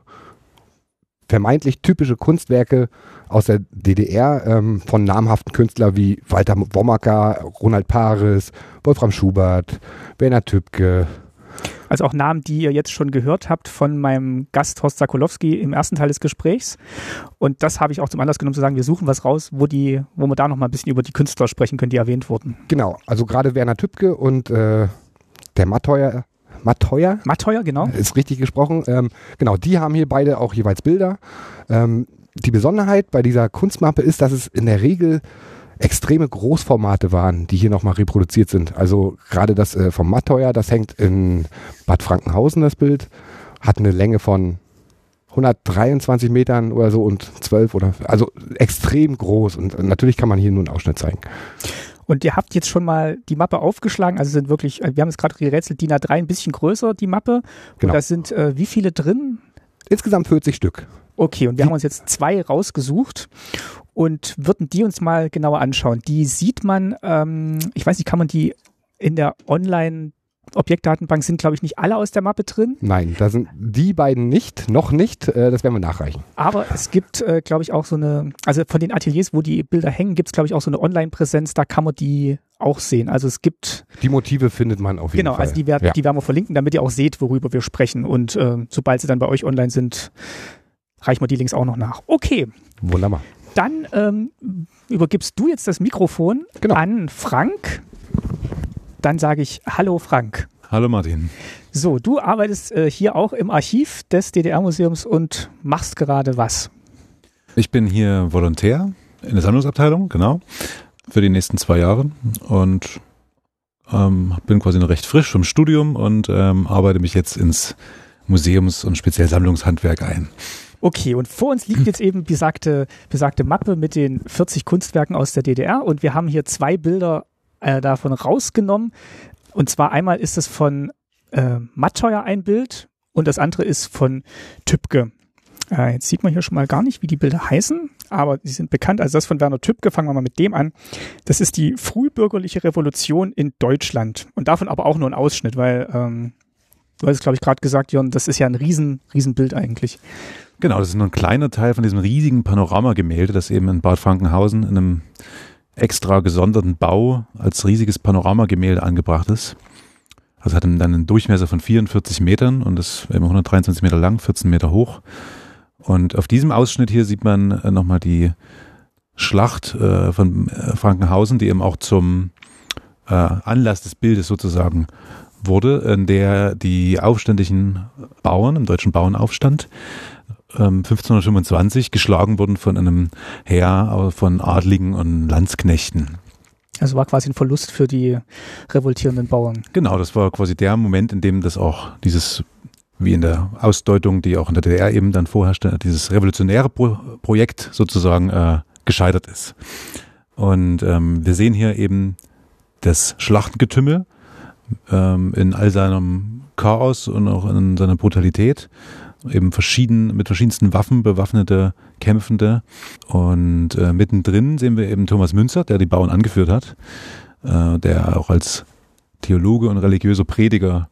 vermeintlich typische Kunstwerke aus der D D R ähm, von namhaften Künstlern wie Walter Womacker, Ronald Paris, Wolfram Schubert, Werner Tübke. Also auch Namen, die ihr jetzt schon gehört habt von meinem Gast Horst Sakolowski im ersten Teil des Gesprächs. Und das habe ich auch zum Anlass genommen zu sagen, wir suchen was raus, wo die, wo wir da noch mal ein bisschen über die Künstler sprechen können, die erwähnt wurden. Genau, also gerade Werner Tübke und äh, der Matteuer, Matteuer? Matteuer, genau. Ist richtig gesprochen. Ähm, genau, die haben hier beide auch jeweils Bilder. Ähm, die Besonderheit bei dieser Kunstmappe ist, dass es in der Regel extreme Großformate waren, die hier nochmal reproduziert sind. Also gerade das äh, vom Matteuer, das hängt in Bad Frankenhausen, das Bild, hat eine Länge von hundertdreiundzwanzig Metern oder so und zwölf oder, also extrem groß, und natürlich kann man hier nur einen Ausschnitt zeigen. Und ihr habt jetzt schon mal die Mappe aufgeschlagen, also sind wirklich, wir haben es gerade gerätselt, D I N A drei ein bisschen größer, die Mappe. Genau. Und da sind äh, wie viele drin? Insgesamt vierzig Stück. Okay, und wir haben uns jetzt zwei rausgesucht und würden die uns mal genauer anschauen. Die sieht man, ähm, ich weiß nicht, kann man die in der Online-Objektdatenbank, sind glaube ich nicht alle aus der Mappe drin? Nein, da sind die beiden nicht, noch nicht, äh, das werden wir nachreichen. Aber es gibt, äh, glaube ich, auch so eine, also von den Ateliers, wo die Bilder hängen, gibt es glaube ich auch so eine Online-Präsenz, da kann man die auch sehen. Also es gibt... Die Motive findet man auf jeden genau, Fall. Genau, also die, werd, ja. die werden wir verlinken, damit ihr auch seht, worüber wir sprechen. Und äh, sobald sie dann bei euch online sind, reichen wir die Links auch noch nach. Okay. Wunderbar. Dann ähm, übergibst du jetzt das Mikrofon genau. an Frank. Dann sage ich Hallo Frank. Hallo Martin. So, du arbeitest äh, hier auch im Archiv des D D R-Museums und machst gerade was? Ich bin hier Volontär in der Sammlungsabteilung, genau, für die nächsten zwei Jahre und ähm, bin quasi noch recht frisch vom Studium und ähm, arbeite mich jetzt ins Museums- und speziell Sammlungshandwerk ein. Okay, und vor uns liegt jetzt eben besagte, besagte Mappe mit den vierzig Kunstwerken aus der D D R und wir haben hier zwei Bilder äh, davon rausgenommen. Und zwar einmal ist es von äh, Matteuer ein Bild und das andere ist von Tübke. Äh, jetzt sieht man hier schon mal gar nicht, wie die Bilder heißen, aber sie sind bekannt. Also das von Werner Tübke, fangen wir mal mit dem an. Das ist die frühbürgerliche Revolution in Deutschland und davon aber auch nur ein Ausschnitt, weil ähm, du hast es, glaube ich, gerade gesagt, Jörn, das ist ja ein riesen, riesen Bild eigentlich. Genau, das ist nur ein kleiner Teil von diesem riesigen Panoramagemälde, das eben in Bad Frankenhausen in einem extra gesonderten Bau als riesiges Panoramagemälde angebracht ist. Also hat dann einen Durchmesser von vierundvierzig Metern und ist eben hundertdreiundzwanzig Meter lang, vierzehn Meter hoch. Und auf diesem Ausschnitt hier sieht man äh, nochmal die Schlacht äh, von äh, Frankenhausen, die eben auch zum äh, Anlass des Bildes sozusagen wurde, in der die aufständischen Bauern im deutschen Bauernaufstand ähm, fünfzehnhundertfünfundzwanzig geschlagen wurden von einem Heer von Adligen und Landsknechten. Also war quasi ein Verlust für die revoltierenden Bauern. Genau, das war quasi der Moment, in dem das auch dieses, wie in der Ausdeutung, die auch in der D D R eben dann vorherrschte, dieses revolutionäre Pro- Projekt sozusagen äh, gescheitert ist. Und ähm, wir sehen hier eben das Schlachtengetümmel ähm, in all seinem Chaos und auch in seiner Brutalität. Eben verschieden, mit verschiedensten Waffen bewaffnete Kämpfende. Und äh, mittendrin sehen wir eben Thomas Münzer, der die Bauern angeführt hat, äh, der auch als Theologe und religiöser Prediger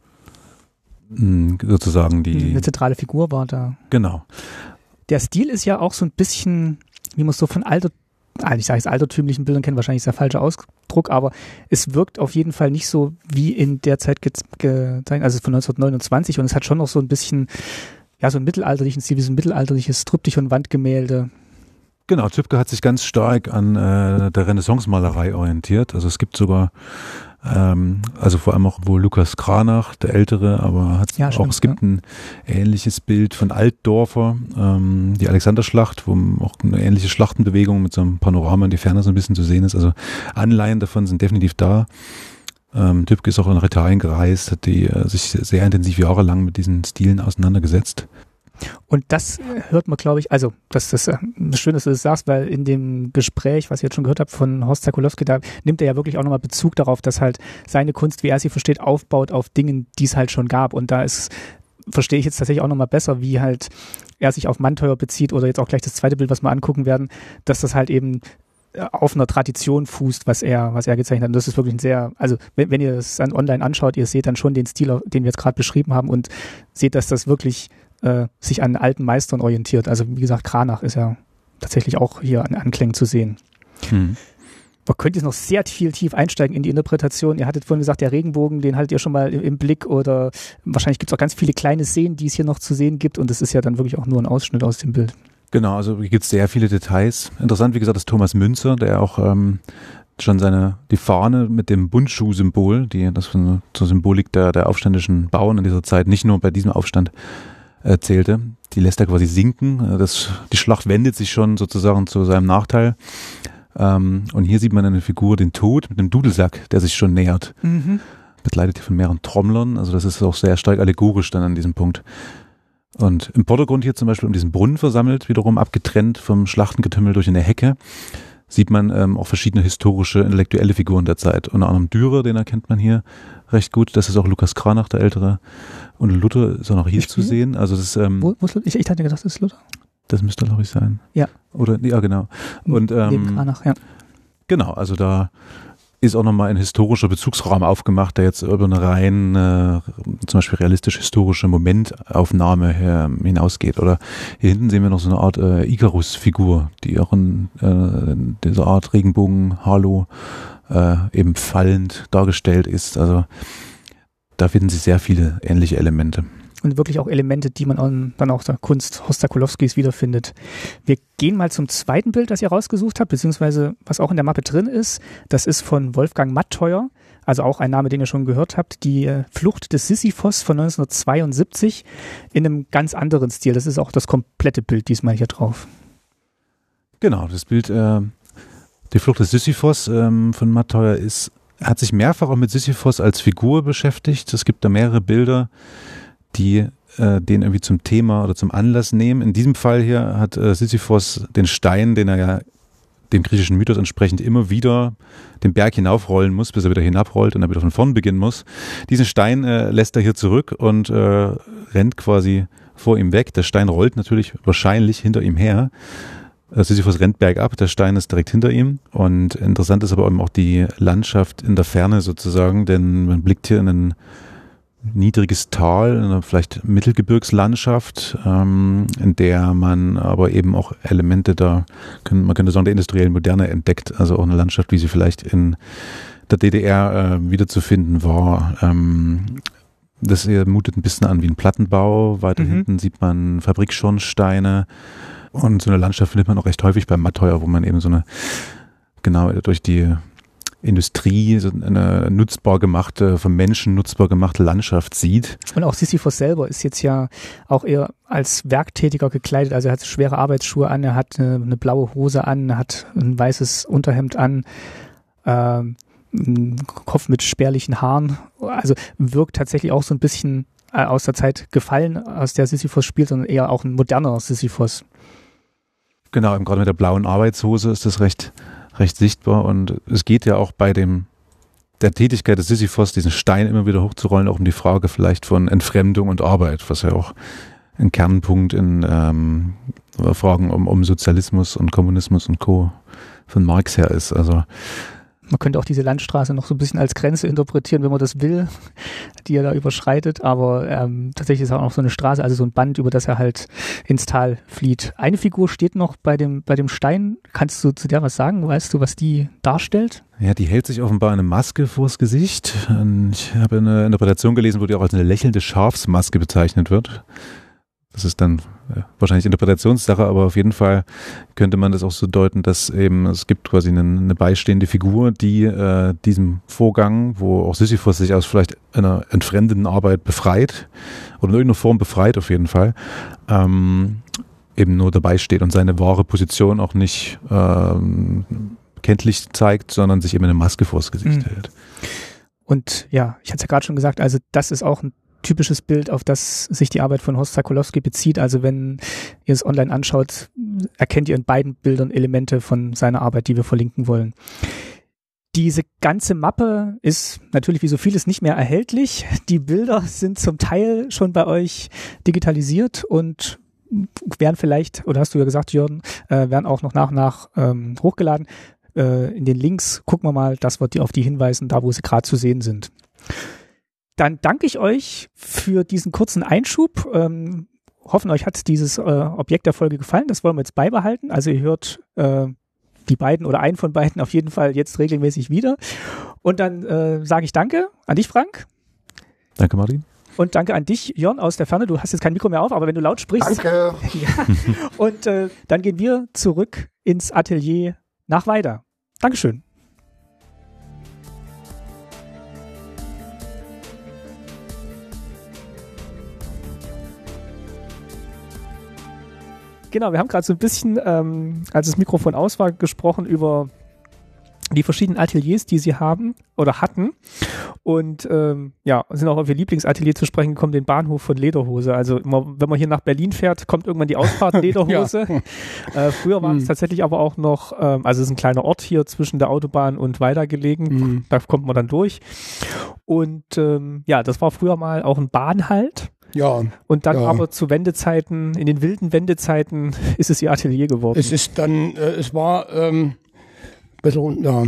mh, sozusagen die... Eine zentrale Figur war da. Genau. Der Stil ist ja auch so ein bisschen, wie man es so von alter, ich sage jetzt altertümlichen Bildern kennt, wahrscheinlich ist der falsche Ausdruck, aber es wirkt auf jeden Fall nicht so wie in der Zeit gezeigt, also von neunzehnhundertneunundzwanzig, und es hat schon noch so ein bisschen... Ja, so ein mittelalterlichen Stil, wie so ein mittelalterliches Triptych- und Wandgemälde. Genau, Tübke hat sich ganz stark an äh, der Renaissance-Malerei orientiert. Also es gibt sogar, ähm, also vor allem auch wohl Lukas Cranach, der Ältere, aber hat ja, auch, stimmt, es gibt ja. ein ähnliches Bild von Altdorfer, ähm, die Alexanderschlacht, wo auch eine ähnliche Schlachtenbewegung mit so einem Panorama in die Ferne so ein bisschen zu sehen ist. Also Anleihen davon sind definitiv da. Ähm, Tübke ist auch nach Italien gereist, hat die, äh, sich sehr intensiv jahrelang mit diesen Stilen auseinandergesetzt. Und das hört man, glaube ich, also das ist äh, schön, dass du das sagst, weil in dem Gespräch, was ich jetzt schon gehört habe von Horst Sokolowski, da nimmt er ja wirklich auch nochmal Bezug darauf, dass halt seine Kunst, wie er sie versteht, aufbaut auf Dingen, die es halt schon gab. Und da ist, verstehe ich jetzt tatsächlich auch nochmal besser, wie halt er sich auf Manteuer bezieht oder jetzt auch gleich das zweite Bild, was wir angucken werden, dass das halt eben auf einer Tradition fußt, was er, was er gezeichnet hat. Und das ist wirklich ein sehr, also wenn, wenn ihr es dann online anschaut, ihr seht dann schon den Stil, den wir jetzt gerade beschrieben haben und seht, dass das wirklich äh, sich an alten Meistern orientiert. Also wie gesagt, Cranach ist ja tatsächlich auch hier an Anklängen zu sehen. Hm. Man könnte jetzt noch sehr viel tief einsteigen in die Interpretation. Ihr hattet vorhin gesagt, der Regenbogen, den hattet ihr schon mal im, im Blick, oder wahrscheinlich gibt es auch ganz viele kleine Szenen, die es hier noch zu sehen gibt, und das ist ja dann wirklich auch nur ein Ausschnitt aus dem Bild. Genau, also hier gibt es sehr viele Details. Interessant, wie gesagt, ist Thomas Münzer, der auch ähm, schon seine, die Fahne mit dem Bundschuh-Symbol, die das von, zur Symbolik der, der aufständischen Bauern in dieser Zeit, nicht nur bei diesem Aufstand äh, zählte, die lässt er quasi sinken. Das, die Schlacht wendet sich schon sozusagen zu seinem Nachteil. Ähm, und hier sieht man eine Figur, den Tod, mit einem Dudelsack, der sich schon nähert. Mhm. Begleitet hier von mehreren Trommlern, also das ist auch sehr stark allegorisch dann an diesem Punkt. Und im Vordergrund hier zum Beispiel um diesen Brunnen versammelt, wiederum abgetrennt vom Schlachtengetümmel durch eine Hecke, sieht man ähm, auch verschiedene historische, intellektuelle Figuren der Zeit. Unter anderem Dürer, den erkennt man hier recht gut. Das ist auch Lukas Cranach, der Ältere. Und Luther ist auch noch hier ich zu spiele? sehen. Also das ist, ähm, wo, wo ist Luther? Ich, ich hatte gedacht, das ist Luther. Das müsste, glaube ich, sein. Ja. Oder, ja, genau. Und, ähm, neben Cranach, ja. Genau, also da ist auch nochmal ein historischer Bezugsraum aufgemacht, der jetzt über eine rein äh, zum Beispiel realistisch-historische Momentaufnahme her, hinausgeht. Oder hier hinten sehen wir noch so eine Art äh, Icarus-Figur, die auch in äh, dieser Art Regenbogen-Halo äh, eben fallend dargestellt ist. Also da finden sich sehr viele ähnliche Elemente. Und wirklich auch Elemente, die man an, dann auch der Kunst Horst Sokolowskis wiederfindet. Wir gehen mal zum zweiten Bild, das ihr rausgesucht habt, beziehungsweise was auch in der Mappe drin ist. Das ist von Wolfgang Matteuer, also auch ein Name, den ihr schon gehört habt. Die äh, Flucht des Sisyphos von neunzehnhundertzweiundsiebzig in einem ganz anderen Stil. Das ist auch das komplette Bild diesmal hier drauf. Genau, das Bild, äh, die Flucht des Sisyphos ähm, von Matteuer ist, hat sich mehrfach auch mit Sisyphos als Figur beschäftigt. Es gibt da mehrere Bilder, die äh, den irgendwie zum Thema oder zum Anlass nehmen. In diesem Fall hier hat äh, Sisyphos den Stein, den er ja dem griechischen Mythos entsprechend immer wieder den Berg hinaufrollen muss, bis er wieder hinabrollt und dann wieder von vorn beginnen muss. Diesen Stein äh, lässt er hier zurück und äh, rennt quasi vor ihm weg. Der Stein rollt natürlich wahrscheinlich hinter ihm her. Äh, Sisyphos rennt bergab, der Stein ist direkt hinter ihm. Und interessant ist aber eben auch die Landschaft in der Ferne sozusagen, denn man blickt hier in einen niedriges Tal, eine vielleicht Mittelgebirgslandschaft, ähm, in der man aber eben auch Elemente der, können, man könnte sagen, der industriellen Moderne entdeckt. Also auch eine Landschaft, wie sie vielleicht in der D D R äh, wiederzufinden war. Ähm, das hier mutet ein bisschen an wie ein Plattenbau. Weiter mhm. hinten sieht man Fabrikschornsteine. Und so eine Landschaft findet man auch recht häufig beim Matteuer, wo man eben so eine, genau durch die Industrie, so eine nutzbar gemachte, vom Menschen nutzbar gemachte Landschaft sieht. Und auch Sisyphos selber ist jetzt ja auch eher als Werktätiger gekleidet, also er hat schwere Arbeitsschuhe an, er hat eine, eine blaue Hose an, er hat ein weißes Unterhemd an, ähm, einen Kopf mit spärlichen Haaren, also wirkt tatsächlich auch so ein bisschen äh, aus der Zeit gefallen, aus der Sisyphos spielt, sondern eher auch ein moderner Sisyphos. Genau, gerade mit der blauen Arbeitshose ist das recht recht sichtbar und es geht ja auch bei dem der Tätigkeit des Sisyphos, diesen Stein immer wieder hochzurollen, auch um die Frage vielleicht von Entfremdung und Arbeit, was ja auch ein Kernpunkt in ähm, Fragen um, um Sozialismus und Kommunismus und Co. von Marx her ist. Also man könnte auch diese Landstraße noch so ein bisschen als Grenze interpretieren, wenn man das will, die er da überschreitet. Aber ähm, tatsächlich ist auch noch so eine Straße, also so ein Band, über das er halt ins Tal flieht. Eine Figur steht noch bei dem, bei dem Stein. Kannst du zu der was sagen? Weißt du, was die darstellt? Ja, die hält sich offenbar eine Maske vors Gesicht. Und ich habe eine Interpretation gelesen, wo die auch als eine lächelnde Schafsmaske bezeichnet wird. Das ist dann äh, wahrscheinlich Interpretationssache, aber auf jeden Fall könnte man das auch so deuten, dass eben es gibt quasi eine, eine beistehende Figur, die äh, diesem Vorgang, wo auch Sisyphos sich aus vielleicht einer entfremdenden Arbeit befreit oder in irgendeiner Form befreit auf jeden Fall, ähm, eben nur dabei steht und seine wahre Position auch nicht ähm, kenntlich zeigt, sondern sich eben eine Maske vors Gesicht mhm. hält. Und ja, ich hatte es ja gerade schon gesagt, also das ist auch ein typisches Bild, auf das sich die Arbeit von Horst Sokolowski bezieht. Also wenn ihr es online anschaut, erkennt ihr in beiden Bildern Elemente von seiner Arbeit, die wir verlinken wollen. Diese ganze Mappe ist natürlich wie so vieles nicht mehr erhältlich. Die Bilder sind zum Teil schon bei euch digitalisiert und werden vielleicht, oder hast du ja gesagt, Jörn, äh, werden auch noch nach und nach ähm, hochgeladen. Äh, in den Links gucken wir mal, dass wir die auf die hinweisen, da wo sie gerade zu sehen sind. Dann danke ich euch für diesen kurzen Einschub. Ähm, hoffen, euch hat dieses äh, Objekt der Folge gefallen. Das wollen wir jetzt beibehalten. Also ihr hört äh, die beiden oder einen von beiden auf jeden Fall jetzt regelmäßig wieder. Und dann äh, sage ich danke an dich, Frank. Danke, Martin. Und danke an dich, Jörn, aus der Ferne. Du hast jetzt kein Mikro mehr auf, aber wenn du laut sprichst. Danke. Ja. Und äh, dann gehen wir zurück ins Atelier nach Weida. Dankeschön. Genau, wir haben gerade so ein bisschen, ähm, als das Mikrofon aus war, gesprochen über die verschiedenen Ateliers, die sie haben oder hatten. Und ähm, ja, sind auch auf ihr Lieblingsatelier zu sprechen gekommen, den Bahnhof von Lederhose. Also immer, wenn man hier nach Berlin fährt, kommt irgendwann die Ausfahrt Lederhose. Ja. Äh, früher war es mhm. tatsächlich aber auch noch, ähm, also es ist ein kleiner Ort hier zwischen der Autobahn und Weida gelegen. Mhm. Da kommt man dann durch. Und ähm, ja, das war früher mal auch ein Bahnhalt. Ja. Und dann ja. aber zu Wendezeiten, in den wilden Wendezeiten ist es ihr Atelier geworden. Es ist dann, äh, es war ähm, besser, ja,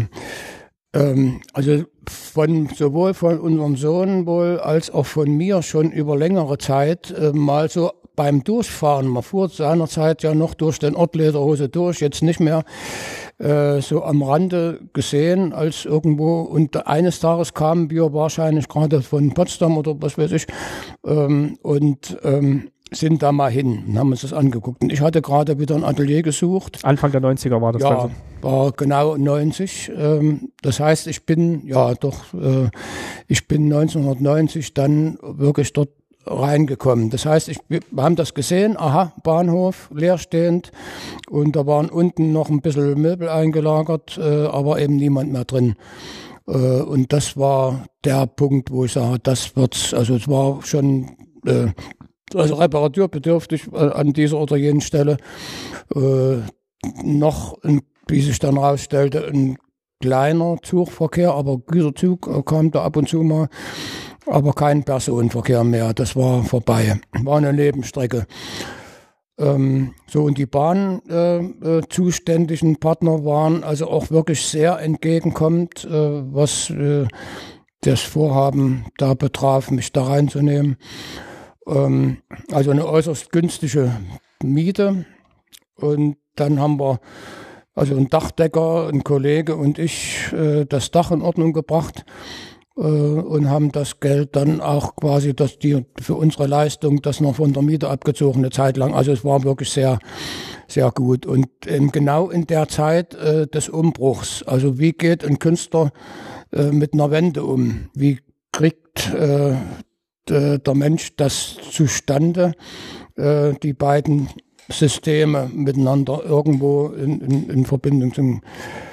ähm, also von sowohl von unserem Sohn wohl als auch von mir schon über längere Zeit äh, mal so beim Durchfahren, man fuhr seinerzeit ja noch durch den Ort Lederhose durch, jetzt nicht mehr, äh, so am Rande gesehen als irgendwo, und eines Tages kamen wir wahrscheinlich gerade von Potsdam oder was weiß ich, ähm, und ähm, sind da mal hin und haben uns das angeguckt. Und ich hatte gerade wieder ein Atelier gesucht. Anfang der neunziger war das ja, Ganze? War genau neunzig. Ähm, das heißt, ich bin, ja doch, äh, ich bin neunzehnhundertneunzig dann wirklich dort reingekommen. Das heißt, ich, wir haben das gesehen, aha, Bahnhof, leerstehend, und da waren unten noch ein bisschen Möbel eingelagert, äh, aber eben niemand mehr drin. Äh, und das war der Punkt, wo ich sage, das wird's, also es war schon äh, also reparaturbedürftig äh, an dieser oder jenen Stelle. Äh, noch, ein, wie sich dann rausstellte, ein kleiner Zugverkehr, aber Güterzug äh, kam da ab und zu mal, aber kein Personenverkehr mehr. Das war vorbei. War eine Nebenstrecke. Ähm, so, und die Bahn äh, äh, zuständigen Partner waren also auch wirklich sehr entgegenkommend, äh, was äh, das Vorhaben da betraf, mich da reinzunehmen. Ähm, also eine äußerst günstige Miete. Und dann haben wir, also ein Dachdecker, ein Kollege und ich, äh, das Dach in Ordnung gebracht. Und haben das Geld dann auch quasi, dass die für unsere Leistung das noch von der Miete abgezogen eine Zeit lang. Also es war wirklich sehr, sehr gut. Und ähm, genau in der Zeit äh, des Umbruchs, also wie geht ein Künstler äh, mit einer Wende um? Wie kriegt äh, de, der Mensch das zustande, äh, die beiden Systeme miteinander irgendwo in, in, in Verbindung zu bringen?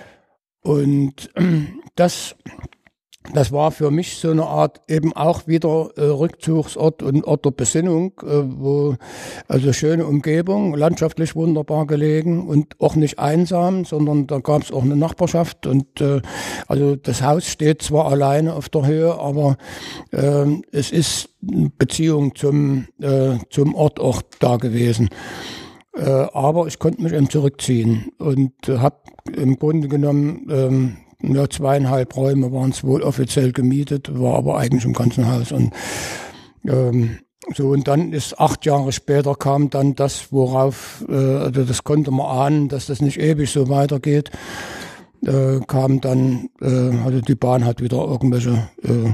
Und äh, das Das war für mich so eine Art eben auch wieder äh, Rückzugsort und Ort der Besinnung, äh, wo also schöne Umgebung, landschaftlich wunderbar gelegen und auch nicht einsam, sondern da gab es auch eine Nachbarschaft und äh, also das Haus steht zwar alleine auf der Höhe, aber äh, es ist eine Beziehung zum äh, zum Ort auch da gewesen. Äh, aber ich konnte mich eben zurückziehen und äh, habe im Grunde genommen ähm, ja, zweieinhalb Räume waren es wohl offiziell gemietet, war aber eigentlich im ganzen Haus. Und ähm, so und dann ist acht Jahre später kam dann das, worauf, äh, also das konnte man ahnen, dass das nicht ewig so weitergeht. Äh, kam dann, äh, also die Bahn hat wieder irgendwelche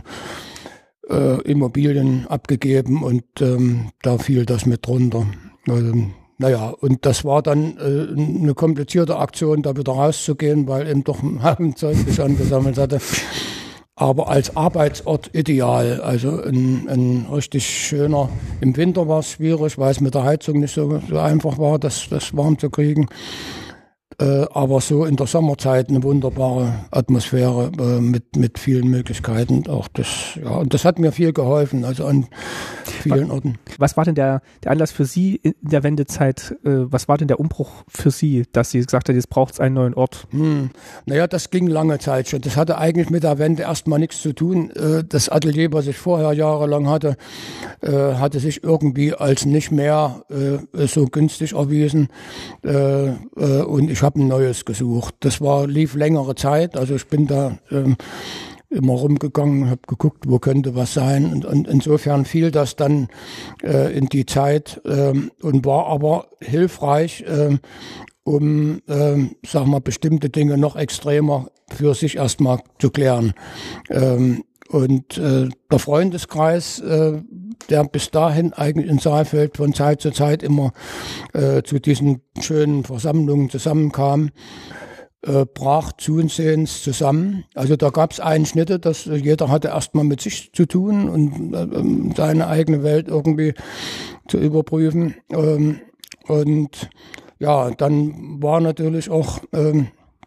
äh, äh, Immobilien abgegeben und ähm, da fiel das mit drunter. Also, Naja, und das war dann äh, eine komplizierte Aktion, da wieder rauszugehen, weil eben doch ein Haufen Zeug sich angesammelt hatte. Aber als Arbeitsort ideal, also ein, ein richtig schöner, im Winter war es schwierig, weil es mit der Heizung nicht so, so einfach war, das, das warm zu kriegen. Äh, aber so in der Sommerzeit eine wunderbare Atmosphäre äh, mit mit vielen Möglichkeiten. Auch das, ja, und das hat mir viel geholfen, also an vielen was, Orten. Was war denn der der Anlass für Sie in der Wendezeit? Äh, was war denn der Umbruch für Sie, dass Sie gesagt haben, jetzt braucht es einen neuen Ort? Hm. Naja, das ging lange Zeit schon. Das hatte eigentlich mit der Wende erstmal nichts zu tun. Äh, das Atelier, was ich vorher jahrelang hatte, äh, hatte sich irgendwie als nicht mehr äh, so günstig erwiesen. Äh, äh, und ich habe ein neues gesucht. Das war lief längere Zeit. Also ich bin da ähm, immer rumgegangen, habe geguckt, wo könnte was sein. Und, und insofern fiel das dann äh, in die Zeit ähm, und war aber hilfreich, ähm, um, ähm, sag mal, bestimmte Dinge noch extremer für sich erstmal zu klären. Ähm, und äh, der Freundeskreis, äh, der bis dahin eigentlich in Saalfeld von Zeit zu Zeit immer äh, zu diesen schönen Versammlungen zusammenkam, äh, brach zusehends zusammen. Also da gab es Einschnitte, dass äh, jeder hatte erstmal mit sich zu tun und äh, seine eigene Welt irgendwie zu überprüfen. Ähm, und ja, dann war natürlich auch ähm,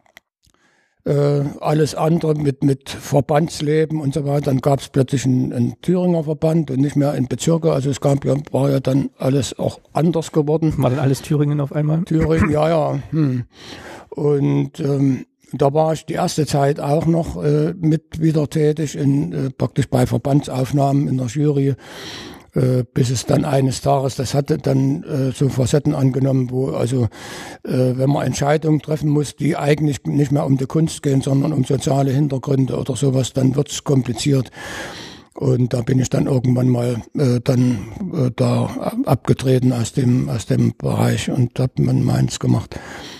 äh, alles andere mit mit Verbandsleben und so weiter. Dann gab es plötzlich einen, einen Thüringer Verband und nicht mehr in Bezirke. Also es gab ja, war ja dann alles auch anders geworden. War dann alles Thüringen auf einmal? Thüringen, ja, ja. Hm. Und ähm, da war ich die erste Zeit auch noch äh, mit wieder tätig, in, äh, praktisch bei Verbandsaufnahmen in der Jury. Äh, bis es dann eines Tages, das hatte dann äh, so Facetten angenommen, wo also, äh, wenn man Entscheidungen treffen muss, die eigentlich nicht mehr um die Kunst gehen, sondern um soziale Hintergründe oder sowas, dann wird's kompliziert. Und da bin ich dann irgendwann mal äh, dann äh, da abgetreten aus dem aus dem Bereich und habe man meins gemacht.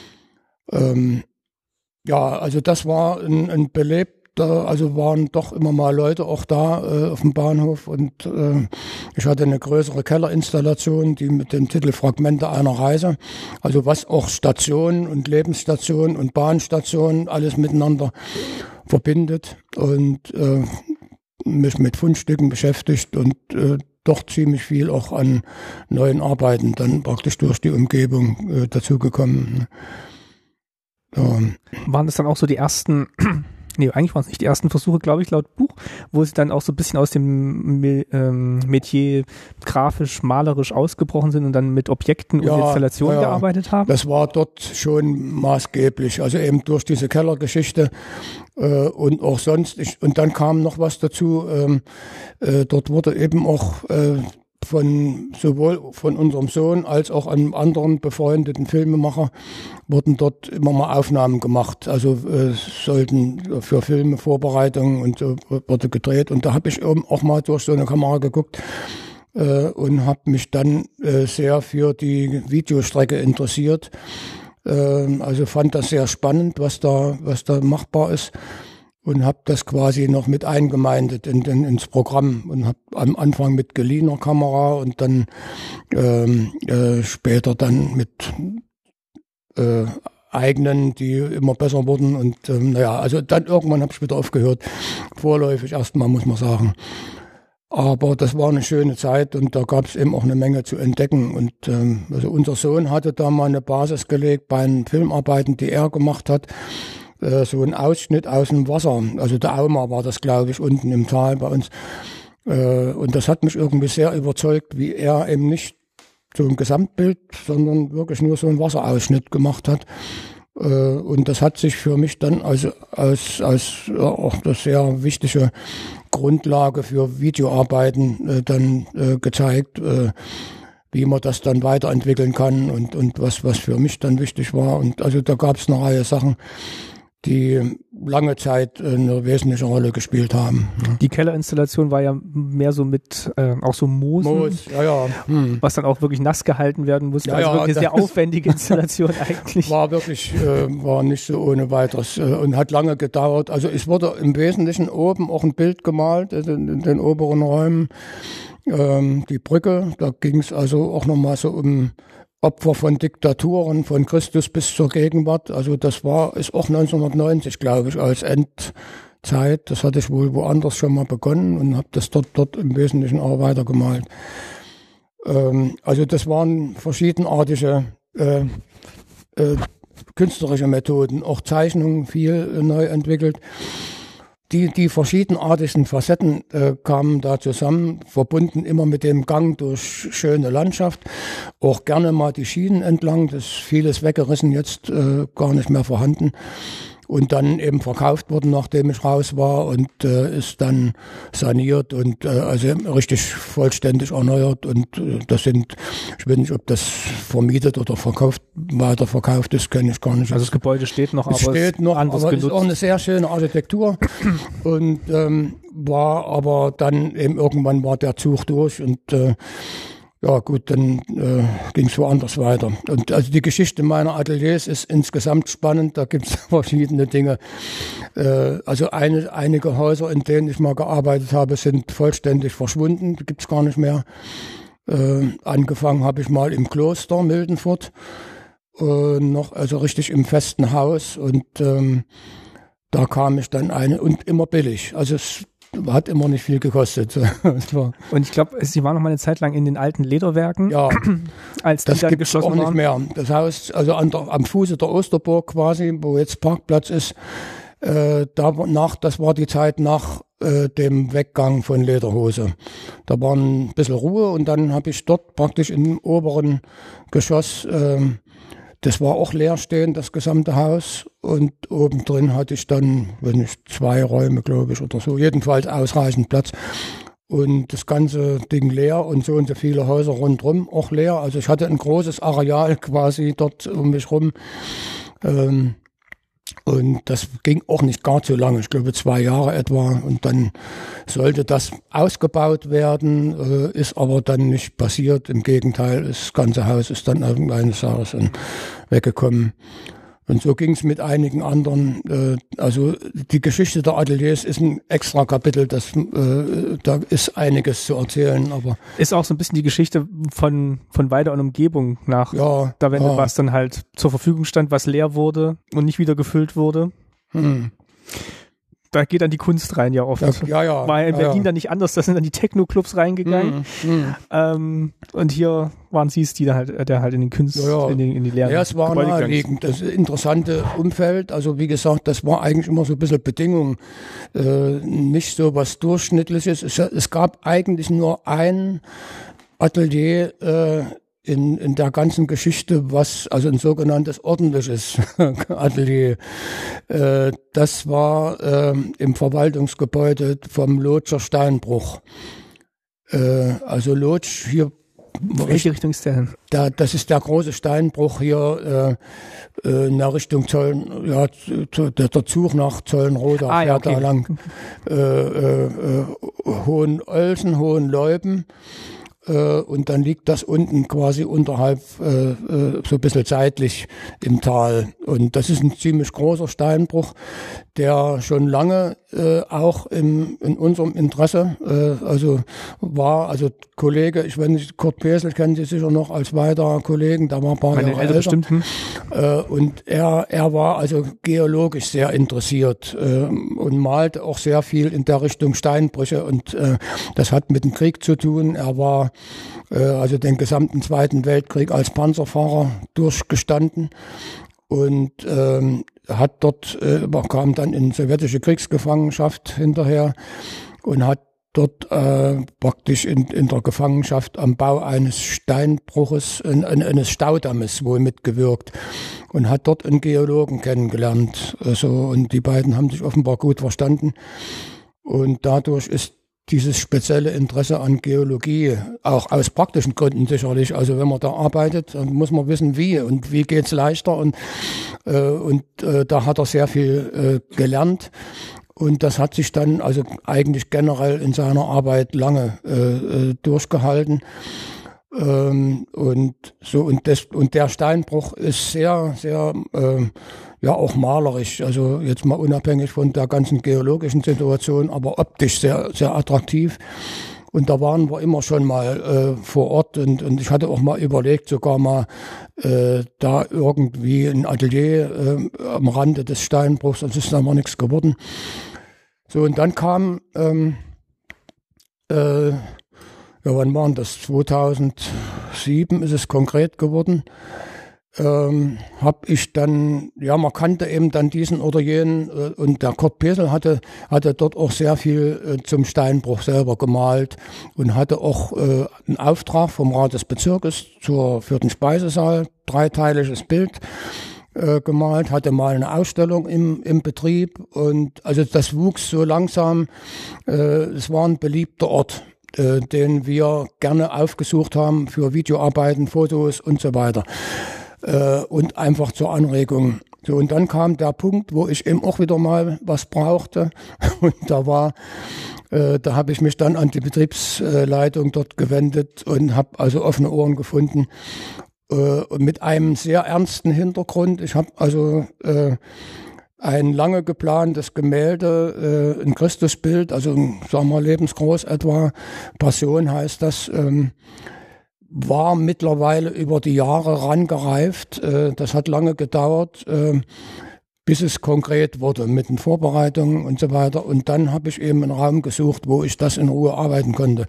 Ähm, ja, also das war ein, ein belebt. Da, also waren doch immer mal Leute auch da äh, auf dem Bahnhof und äh, ich hatte eine größere Kellerinstallation, die mit dem Titel Fragmente einer Reise, also was auch Stationen und Lebensstationen und Bahnstationen alles miteinander verbindet und äh, mich mit Fundstücken beschäftigt und äh, doch ziemlich viel auch an neuen Arbeiten dann praktisch durch die Umgebung äh, dazugekommen. Ja. Waren das dann auch so die ersten... Nee, eigentlich waren es nicht die ersten Versuche, glaube ich, laut Buch, wo sie dann auch so ein bisschen aus dem ähm, Metier grafisch, malerisch ausgebrochen sind und dann mit Objekten ja, und Installationen ja, gearbeitet haben? Das war dort schon maßgeblich, also eben durch diese Kellergeschichte äh, und auch sonst. Ich, und dann kam noch was dazu, ähm, äh, dort wurde eben auch äh, von sowohl von unserem Sohn als auch einem anderen befreundeten Filmemacher wurden dort immer mal Aufnahmen gemacht. Also äh, sollten für Filme Vorbereitungen und so wurde gedreht. Und da habe ich auch mal durch so eine Kamera geguckt äh, und habe mich dann äh, sehr für die Videostrecke interessiert. Äh, also fand das sehr spannend, was da was da machbar ist. Und habe das quasi noch mit eingemeindet in, in, ins Programm und habe am Anfang mit geliehener Kamera und dann ähm, äh, später dann mit äh, eigenen, die immer besser wurden. Und ähm, naja, also dann irgendwann habe ich wieder aufgehört. Vorläufig erstmal, muss man sagen. Aber das war eine schöne Zeit und da gab es eben auch eine Menge zu entdecken. Und ähm, also unser Sohn hatte da mal eine Basis gelegt bei den Filmarbeiten, die er gemacht hat. Äh, so ein Ausschnitt aus dem Wasser. Also der Auma war das, glaube ich, unten im Tal bei uns. Äh, und das hat mich irgendwie sehr überzeugt, wie er eben nicht so ein Gesamtbild, sondern wirklich nur so einen Wasserausschnitt gemacht hat. Äh, und das hat sich für mich dann als, als, als äh, auch eine sehr wichtige Grundlage für Videoarbeiten äh, dann äh, gezeigt, äh, wie man das dann weiterentwickeln kann und, und was, was für mich dann wichtig war. Und also da gab es eine Reihe Sachen, die lange Zeit eine wesentliche Rolle gespielt haben. Die Kellerinstallation war ja mehr so mit äh, auch so Moosen, Moos, ja, ja. Hm. was dann auch wirklich nass gehalten werden musste. Ja, also ja, wirklich eine sehr aufwendige Installation eigentlich. War wirklich, äh, war nicht so ohne weiteres äh, und hat lange gedauert. Also es wurde im Wesentlichen oben auch ein Bild gemalt, also in, in den oberen Räumen. Ähm, die Brücke, da ging es also auch nochmal so um Opfer von Diktaturen, von Christus bis zur Gegenwart. Also das war, ist auch neunzehnhundertneunzig, glaube ich, als Endzeit. Das hatte ich wohl woanders schon mal begonnen und habe das dort, dort im Wesentlichen auch weitergemalt. Ähm, also das waren verschiedenartige äh, äh, künstlerische Methoden, auch Zeichnungen viel äh, neu entwickelt. Die, die verschiedenartigsten Facetten äh, kamen da zusammen, verbunden immer mit dem Gang durch schöne Landschaft. Auch gerne mal die Schienen entlang, das ist vieles weggerissen, jetzt äh, gar nicht mehr vorhanden. Und dann eben verkauft worden, nachdem ich raus war und äh, ist dann saniert und äh, also richtig vollständig erneuert. Und äh, das sind, ich weiß nicht, ob das vermietet oder verkauft, weiter verkauft ist, kenne ich gar nicht. Also das Gebäude steht noch, aber es steht noch, anders aber genutzt. ist auch eine sehr schöne Architektur und ähm, war aber dann eben irgendwann war der Zug durch und äh, ja gut, dann äh, ging es woanders weiter. Und also die Geschichte meiner Ateliers ist insgesamt spannend, da gibt es verschiedene Dinge. Äh, also eine, einige Häuser, in denen ich mal gearbeitet habe, sind vollständig verschwunden, die gibt es gar nicht mehr. Äh, angefangen habe ich mal im Kloster Mildenfurt, äh, noch also richtig im festen Haus und ähm, da kam ich dann eine und immer billig. Also es hat immer nicht viel gekostet. Und ich glaube, Sie waren noch mal eine Zeit lang in den alten Lederwerken. Ja, als die das dann gibt es geschlossen auch nicht waren. mehr. Das Haus, also an der, am Fuße der Osterburg quasi, wo jetzt Parkplatz ist, äh, da nach, das war die Zeit nach äh, dem Weggang von Lederhose. Da war ein bisschen Ruhe und dann habe ich dort praktisch im oberen Geschoss, äh, das war auch leerstehend, das gesamte Haus. Und oben drin hatte ich dann, wenn nicht zwei Räume, glaube ich, oder so, jedenfalls ausreichend Platz. Und das ganze Ding leer und so und so viele Häuser rundherum auch leer. Also ich hatte ein großes Areal quasi dort um mich rum. Ähm, und das ging auch nicht gar so lange, ich glaube zwei Jahre etwa. Und dann sollte das ausgebaut werden, äh, ist aber dann nicht passiert. Im Gegenteil, das ganze Haus ist dann irgendeines Jahres weggekommen. Und so ging es mit einigen anderen. Äh, also die Geschichte der Ateliers ist ein extra Kapitel, das, äh, da ist einiges zu erzählen. Aber ist auch so ein bisschen die Geschichte von, von Weida und Umgebung nach ja, der Wende, ja. was dann halt zur Verfügung stand, was leer wurde und nicht wieder gefüllt wurde. Hm. Da geht dann die Kunst rein ja oft. Ja, ja, ja, War in ja, Berlin ja. dann nicht anders, da sind dann die Techno-Clubs reingegangen. Hm, hm. Ähm, und hier waren sie es, die da halt, der halt in den Künsten, Ja, ja. in, die, in die leeren Ja, es war Gebäude gegangen ist. naheliegend. Das interessante Umfeld. Also wie gesagt, das war eigentlich immer so ein bisschen Bedingung. Äh, nicht so was Durchschnittliches. Es, es gab eigentlich nur ein Atelier äh, in, in der ganzen Geschichte, was, also ein sogenanntes ordentliches Atelier. Äh, das war äh, im Verwaltungsgebäude vom Lotscher Steinbruch. Äh, also Lotsch hier. Welche Richtung ist der denn? Da, das ist der große Steinbruch hier äh, äh, in der Richtung Zollen, ja, zu, der, der Zug nach Zollenroda Ah, ja, fährt okay. da lang. Äh, äh, äh, Hohenölsen, Hohenleuben. Äh, und dann liegt das unten quasi unterhalb, äh, äh, so ein bisschen seitlich im Tal. Und das ist ein ziemlich großer Steinbruch, der schon lange äh, auch im, in unserem Interesse äh, also war. Also Kollege, ich weiß nicht, Kurt Pesel kennen Sie sicher noch als weiterer Kollegen, da war ein paar Meine Jahre Eltern bestimmt. Hm. Äh, und er, er war also geologisch sehr interessiert äh, und malte auch sehr viel in der Richtung Steinbrüche. Und äh, das hat mit dem Krieg zu tun. Er war äh, also den gesamten Zweiten Weltkrieg als Panzerfahrer durchgestanden. Und ähm, hat dort, äh, kam dann in sowjetische Kriegsgefangenschaft hinterher und hat dort äh, praktisch in, in der Gefangenschaft am Bau eines Steinbruches, in, in, eines Staudammes wohl mitgewirkt und hat dort einen Geologen kennengelernt. Also, und die beiden haben sich offenbar gut verstanden. Und dadurch ist dieses spezielle Interesse an Geologie, auch aus praktischen Gründen sicherlich. Also wenn man da arbeitet, dann muss man wissen, wie und wie geht's leichter. Und, äh, und äh, da hat er sehr viel äh, gelernt. Und das hat sich dann also eigentlich generell in seiner Arbeit lange äh, durchgehalten. Ähm, und so und das und der Steinbruch ist sehr, sehr äh, ja auch malerisch, also jetzt mal unabhängig von der ganzen geologischen Situation, aber optisch sehr, sehr attraktiv. Und da waren wir immer schon mal äh, vor Ort und, und ich hatte auch mal überlegt, sogar mal äh, da irgendwie ein Atelier äh, am Rande des Steinbruchs, das ist dann mal nichts geworden. So, und dann kam, ähm, äh, ja, wann waren das? zweitausendsieben ist es konkret geworden. Ähm, habe ich dann, ja, man kannte eben dann diesen oder jenen äh, und der Kurt Pesel hatte, hatte dort auch sehr viel äh, zum Steinbruch selber gemalt und hatte auch äh, einen Auftrag vom Rat des Bezirkes zur, für den Speisesaal, dreiteiliges Bild äh, gemalt, hatte mal eine Ausstellung im, im Betrieb und also das wuchs so langsam, äh, es war ein beliebter Ort, äh, den wir gerne aufgesucht haben für Videoarbeiten, Fotos und so weiter. Und einfach zur Anregung. So, und dann kam der Punkt, wo ich eben auch wieder mal was brauchte. Und da war, äh, da habe ich mich dann an die Betriebsleitung dort gewendet und habe also offene Ohren gefunden. Äh, mit einem sehr ernsten Hintergrund. Ich habe also äh, ein lange geplantes Gemälde, äh, ein Christusbild, also sagen wir lebensgroß etwa, Passion heißt das, ähm, war mittlerweile über die Jahre rangereift. Das hat lange gedauert, bis es konkret wurde mit den Vorbereitungen und so weiter. Und dann habe ich eben einen Raum gesucht, wo ich das in Ruhe arbeiten konnte.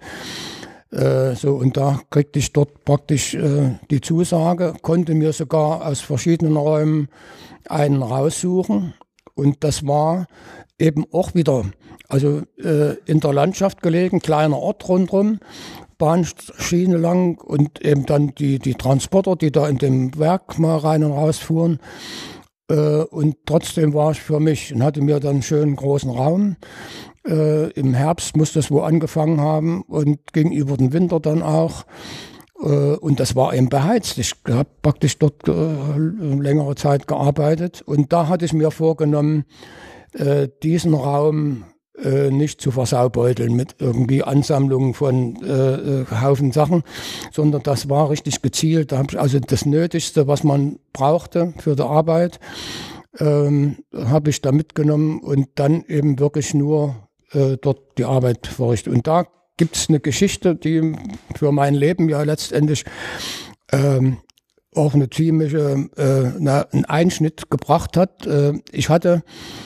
So, und da kriegte ich dort praktisch die Zusage, konnte mir sogar aus verschiedenen Räumen einen raussuchen. Und das war eben auch wieder, also in der Landschaft gelegen, kleiner Ort rundherum, Bahnschiene lang und eben dann die, die Transporter, die da in dem Werk mal rein und raus fuhren. Äh, und trotzdem war ich für mich und hatte mir dann einen schönen großen Raum. Äh, Im Herbst muss das wo angefangen haben und ging über den Winter dann auch. Äh, und das war eben beheizt. Ich habe praktisch dort äh, längere Zeit gearbeitet. Und da hatte ich mir vorgenommen, äh, diesen Raum Äh, nicht zu versaubeuteln mit irgendwie Ansammlungen von äh, Haufen Sachen, sondern das war richtig gezielt. Da habe ich also das Nötigste, was man brauchte für die Arbeit, ähm, habe ich da mitgenommen und dann eben wirklich nur äh, dort die Arbeit verrichtet. Und da gibt es eine Geschichte, die für mein Leben ja letztendlich ähm, auch eine ziemliche, äh, eine, einen Einschnitt gebracht hat. Äh, ich hatte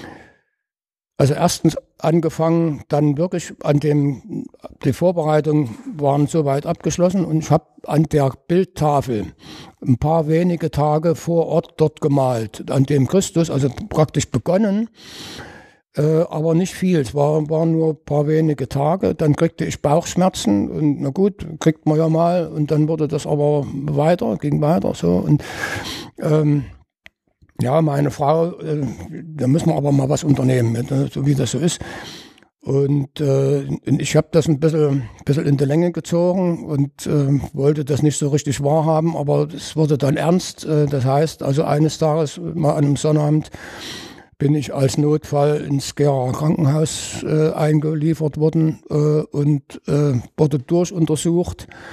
also erstens angefangen, dann wirklich an dem, die Vorbereitungen waren soweit abgeschlossen und ich habe an der Bildtafel ein paar wenige Tage vor Ort dort gemalt, an dem Christus, also praktisch begonnen, äh, aber nicht viel, es war, waren nur ein paar wenige Tage, dann kriegte ich Bauchschmerzen und na gut, kriegt man ja mal und dann wurde das aber weiter, ging weiter so und ähm, ja, meine Frau, äh, da müssen wir aber mal was unternehmen, äh, so wie das so ist. Und äh, ich habe das ein bisschen, bisschen in die Länge gezogen und äh, wollte das nicht so richtig wahrhaben, aber es wurde dann ernst. Äh, das heißt, also eines Tages, mal an einem Sonnabend, bin ich als Notfall ins Geraer Krankenhaus äh, eingeliefert worden äh, und äh, wurde durchuntersucht.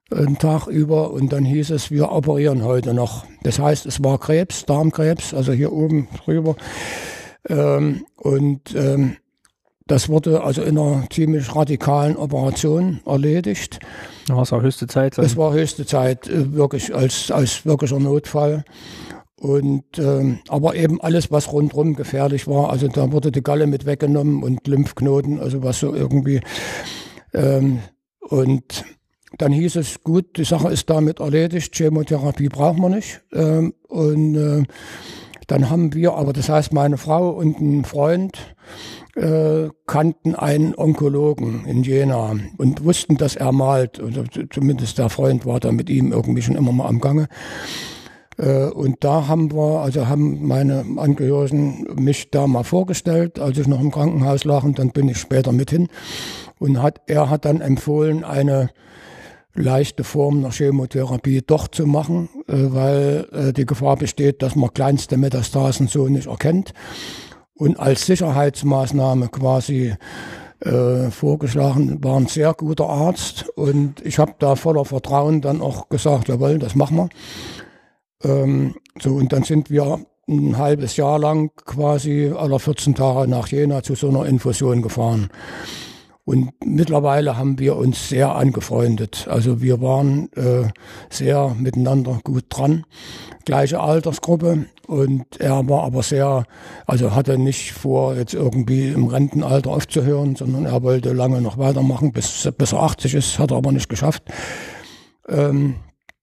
einen Tag über und dann hieß es, wir operieren heute noch. Das heißt, es war Krebs, Darmkrebs, also hier oben drüber. Ähm, und ähm, das wurde also in einer ziemlich radikalen Operation erledigt. Das war höchste Zeit. Das war höchste Zeit, wirklich als, als wirklicher Notfall. Und ähm, aber eben alles, was rundherum gefährlich war, also da wurde die Galle mit weggenommen und Lymphknoten, also was so irgendwie. Ähm, und dann hieß es, gut, die Sache ist damit erledigt, Chemotherapie brauchen wir nicht. Ähm, und äh, dann haben wir, aber das heißt, meine Frau und ein Freund äh, kannten einen Onkologen in Jena und wussten, dass er malt. Oder zumindest der Freund war da mit ihm irgendwie schon immer mal am Gange. Äh, und da haben wir, also haben meine Angehörigen mich da mal vorgestellt, als ich noch im Krankenhaus lag, und dann bin ich später mit hin. Und hat, er hat dann empfohlen, eine leichte Form der Chemotherapie doch zu machen, äh, weil äh, die Gefahr besteht, dass man kleinste Metastasen so nicht erkennt. Und als Sicherheitsmaßnahme quasi äh, vorgeschlagen, war ein sehr guter Arzt. Und ich habe da voller Vertrauen dann auch gesagt, jawohl, das machen wir. Ähm, so, und dann sind wir ein halbes Jahr lang quasi alle vierzehn Tage nach Jena zu so einer Infusion gefahren. Und mittlerweile haben wir uns sehr angefreundet. Also wir waren äh, sehr miteinander gut dran. Gleiche Altersgruppe. Und er war aber sehr, also hatte nicht vor, jetzt irgendwie im Rentenalter aufzuhören, sondern er wollte lange noch weitermachen, bis, bis er achtzig ist, hat er aber nicht geschafft. Ähm,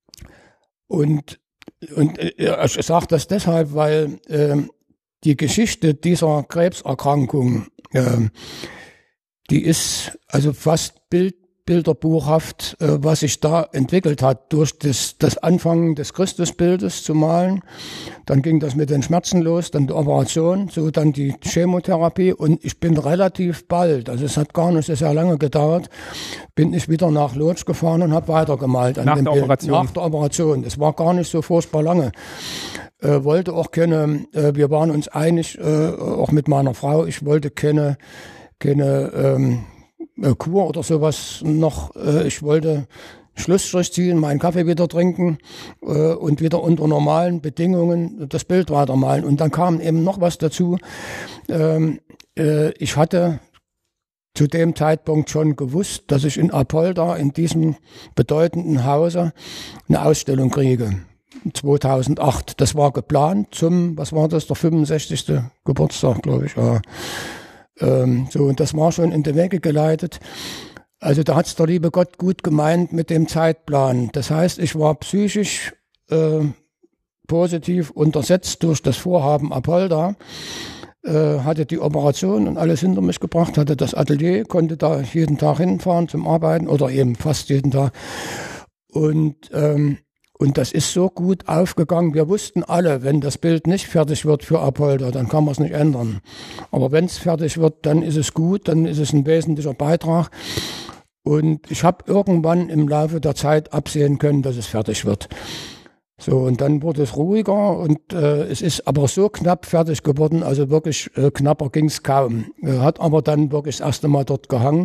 und und äh, ich sage das deshalb, weil äh, die Geschichte dieser Krebserkrankung, äh, die ist also fast Bild, bilderbuchhaft, äh, was sich da entwickelt hat, durch das, das Anfangen des Christusbildes zu malen. Dann ging das mit den Schmerzen los, dann die Operation, so dann die Chemotherapie. Und ich bin relativ bald, also es hat gar nicht so sehr lange gedauert, bin ich wieder nach Lodz gefahren und habe weitergemalt an nach dem der Bild. Operation. Nach der Operation. Es war gar nicht so furchtbar lange. Äh, wollte auch keine, äh, wir waren uns einig, äh, auch mit meiner Frau, ich wollte keine keine ähm, Kur oder sowas noch. Äh, ich wollte Schlussstrich ziehen, meinen Kaffee wieder trinken äh, und wieder unter normalen Bedingungen das Bild weitermalen. Und dann kam eben noch was dazu. Ähm, äh, ich hatte zu dem Zeitpunkt schon gewusst, dass ich in Apolda, in diesem bedeutenden Hause, eine Ausstellung kriege. zweitausendacht. Das war geplant zum, was war das, der fünfundsechzigste Geburtstag, glaube ich, ja. Ähm, so, und das war schon in die Wege geleitet. Also da hat's der liebe Gott gut gemeint mit dem Zeitplan. Das heißt, ich war psychisch äh, positiv untersetzt durch das Vorhaben Apolda, äh, hatte die Operation und alles hinter mich gebracht, hatte das Atelier, konnte da jeden Tag hinfahren zum Arbeiten oder eben fast jeden Tag. Und ähm, Und das ist so gut aufgegangen. Wir wussten alle, wenn das Bild nicht fertig wird für Apolda, dann kann man es nicht ändern. Aber wenn es fertig wird, dann ist es gut, dann ist es ein wesentlicher Beitrag. Und ich habe irgendwann im Laufe der Zeit absehen können, dass es fertig wird. So, und dann wurde es ruhiger und äh, es ist aber so knapp fertig geworden, also wirklich äh, knapper ging es kaum. Äh, hat aber dann wirklich das erste Mal dort gehangen.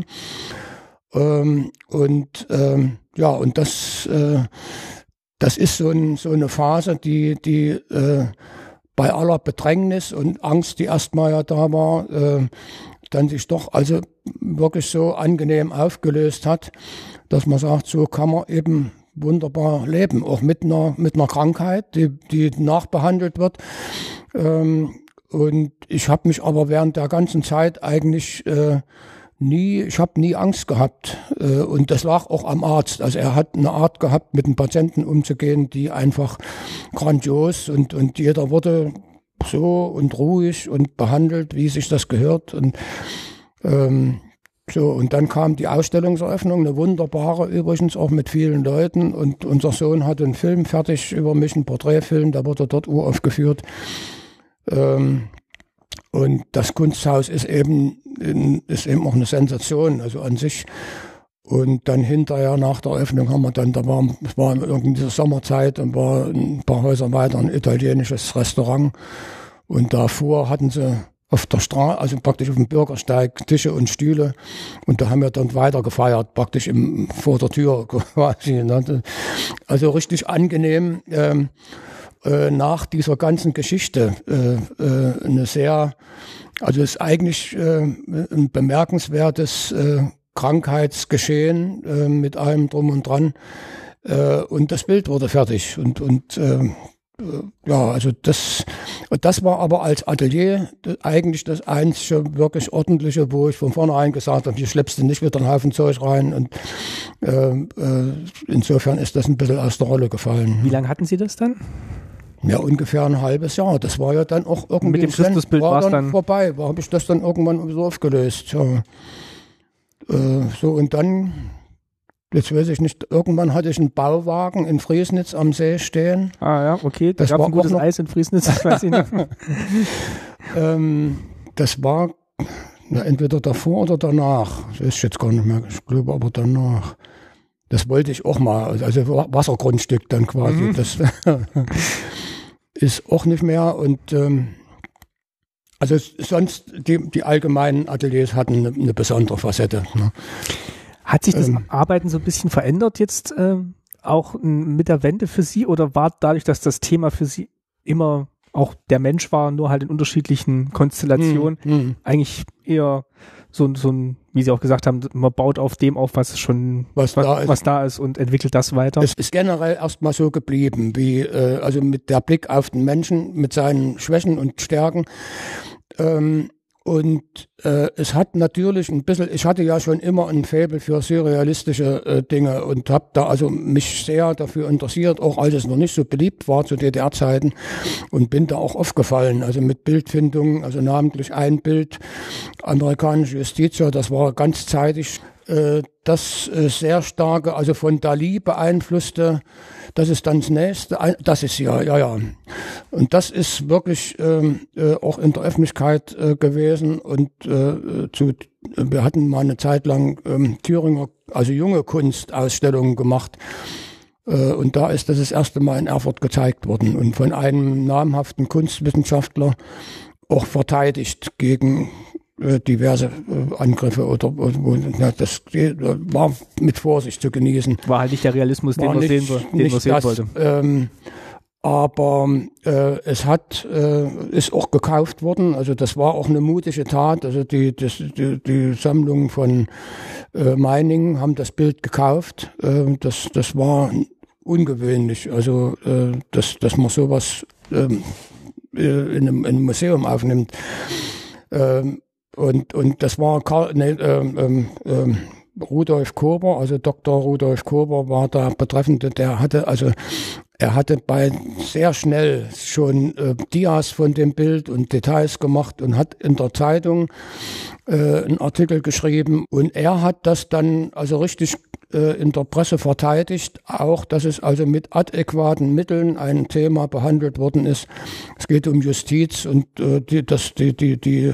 Ähm, und ähm, ja, und das... Äh, Das ist so, ein, so eine Phase, die, die äh, bei aller Bedrängnis und Angst, die erstmal ja da war, äh, dann sich doch also wirklich so angenehm aufgelöst hat, dass man sagt, so kann man eben wunderbar leben, auch mit einer, mit einer Krankheit, die, die nachbehandelt wird. Ähm, und ich habe mich aber während der ganzen Zeit eigentlich äh, nie, ich habe nie Angst gehabt äh, und das lag auch am Arzt. Also er hat eine Art gehabt, mit den Patienten umzugehen, die einfach grandios und und jeder wurde so und ruhig und behandelt, wie sich das gehört. Und ähm, so, und dann kam die Ausstellungseröffnung, eine wunderbare übrigens, auch mit vielen Leuten, und unser Sohn hatte einen Film fertig über mich, einen Porträtfilm, der wurde dort uraufgeführt. Ähm, Und das Kunsthaus ist eben, ist eben auch eine Sensation, also an sich. Und dann hinterher nach der Öffnung haben wir dann, da war, es war in dieser Sommerzeit und war ein paar Häuser weiter ein italienisches Restaurant. Und davor hatten sie auf der Straße, also praktisch auf dem Bürgersteig, Tische und Stühle. Und da haben wir dann weiter gefeiert, praktisch im, vor der Tür quasi. Also richtig angenehm. Ähm, äh, nach dieser ganzen Geschichte äh, äh, eine sehr, also es ist eigentlich äh, ein bemerkenswertes äh, Krankheitsgeschehen äh, mit allem drum und dran. Äh, und das Bild wurde fertig. Und, und äh, ja, also das, das war aber als Atelier eigentlich das einzige wirklich ordentliche, wo ich von vornherein gesagt habe, hier schleppst du nicht wieder einen Haufen Zeug rein. Und äh, äh, insofern ist das ein bisschen aus der Rolle gefallen. Wie lange hatten Sie das dann? Ja, ungefähr ein halbes Jahr. Das war ja dann auch irgendwie mit dem Christusbild war dann, dann vorbei. Da habe ich das dann irgendwann so aufgelöst. Ja. Äh, so und dann, jetzt weiß ich nicht, irgendwann hatte ich einen Bauwagen in Friesnitz am See stehen. Ah ja, okay. Da gab es ein gutes noch, Eis in Friesnitz, das weiß ich nicht. ähm, das war na, entweder davor oder danach. Das ist jetzt gar nicht mehr, ich glaube aber danach. Das wollte ich auch mal, also Wassergrundstück dann quasi. Mhm. Das ist auch nicht mehr. Und ähm, also sonst, die, die allgemeinen Ateliers hatten eine, eine besondere Facette. Ne? Hat sich das ähm, Arbeiten so ein bisschen verändert jetzt äh, auch mit der Wende für Sie, oder war dadurch, dass das Thema für Sie immer auch der Mensch war, nur halt in unterschiedlichen Konstellationen, mh, mh. eigentlich eher so, so ein, wie Sie auch gesagt haben, man baut auf dem auf, was schon was, was, da, ist. was da ist und entwickelt das weiter? Es ist generell erstmal so geblieben, wie äh, also mit der Blick auf den Menschen, mit seinen Schwächen und Stärken. Ähm, Und äh, es hat natürlich ein bisschen, ich hatte ja schon immer ein Faible für surrealistische äh, Dinge und habe da also mich sehr dafür interessiert, auch als es noch nicht so beliebt war zu D D R-Zeiten, und bin da auch aufgefallen, also mit Bildfindung, also namentlich ein Bild, amerikanische Justitia, das war ganz zeitig, äh, das äh, sehr starke, also von Dali beeinflusste, das ist dann das nächste, das ist ja, ja, ja. Und das ist wirklich ähm, äh, auch in der Öffentlichkeit äh, gewesen. Und äh, zu, wir hatten mal eine Zeit lang ähm, Thüringer, also junge Kunstausstellungen gemacht. Äh, und da ist das das erste Mal in Erfurt gezeigt worden und von einem namhaften Kunstwissenschaftler auch verteidigt gegen äh, diverse äh, Angriffe oder, oder ja, das äh, war mit Vorsicht zu genießen. War halt nicht der Realismus, den man nicht, sehen, den man sehen das, wollte. Ähm, aber äh, es hat äh, ist auch gekauft worden, also das war auch eine mutige Tat. Also die das, die, die Sammlung von äh, Meiningen haben das Bild gekauft. Äh, das das war ungewöhnlich, also äh, dass dass man sowas äh, in, einem, in einem Museum aufnimmt. Äh, und und das war Karl, nee, äh, äh, äh, Rudolf Kober, also Doktor Rudolf Kober war der Betreffende, der hatte also Er hatte bei sehr schnell schon äh, Dias von dem Bild und Details gemacht und hat in der Zeitung äh, einen Artikel geschrieben. Und er hat das dann also richtig äh, in der Presse verteidigt, auch dass es also mit adäquaten Mitteln ein Thema behandelt worden ist. Es geht um Justiz und äh, die, das, die, die, die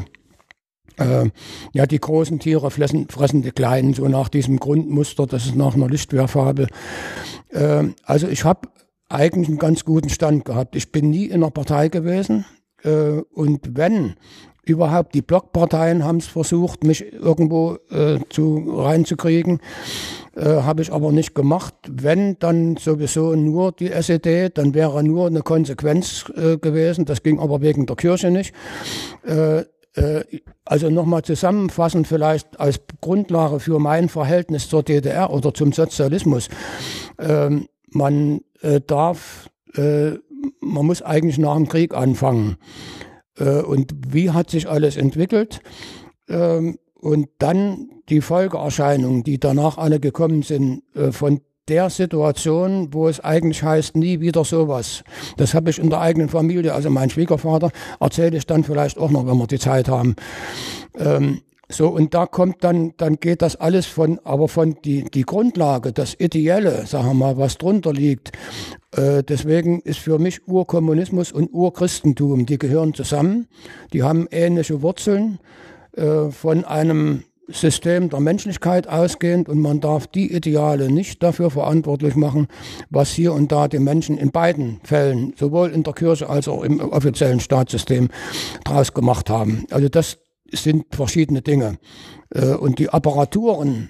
Äh, ja, die großen Tiere fressen, fressen die kleinen, so nach diesem Grundmuster, das ist nach einer Lichtwerfabel. Äh, also ich habe eigentlich einen ganz guten Stand gehabt. Ich bin nie in einer Partei gewesen äh, und wenn überhaupt, die Blockparteien haben es versucht, mich irgendwo äh, zu reinzukriegen, äh, habe ich aber nicht gemacht. Wenn, dann sowieso nur die S E D, dann wäre nur eine Konsequenz äh, gewesen. Das ging aber wegen der Kirche nicht. Äh, Also nochmal zusammenfassend vielleicht als Grundlage für mein Verhältnis zur D D R oder zum Sozialismus. Ähm, man äh, darf, äh, man muss eigentlich nach dem Krieg anfangen. Äh, und wie hat sich alles entwickelt? Ähm, und dann die Folgeerscheinungen, die danach alle gekommen sind, äh, von der Situation, wo es eigentlich heißt, nie wieder sowas. Das habe ich in der eigenen Familie, also mein Schwiegervater, erzähle ich dann vielleicht auch noch, wenn wir die Zeit haben. Ähm, so, und da kommt dann, dann geht das alles von, aber von die, die Grundlage, das Ideelle, sagen wir mal, was drunter liegt. Äh, deswegen ist für mich Urkommunismus und Urchristentum, die gehören zusammen, die haben ähnliche Wurzeln äh, von einem System der Menschlichkeit ausgehend und man darf die Ideale nicht dafür verantwortlich machen, was hier und da die Menschen in beiden Fällen, sowohl in der Kirche als auch im offiziellen Staatssystem, draus gemacht haben. Also das sind verschiedene Dinge. Und die Apparaturen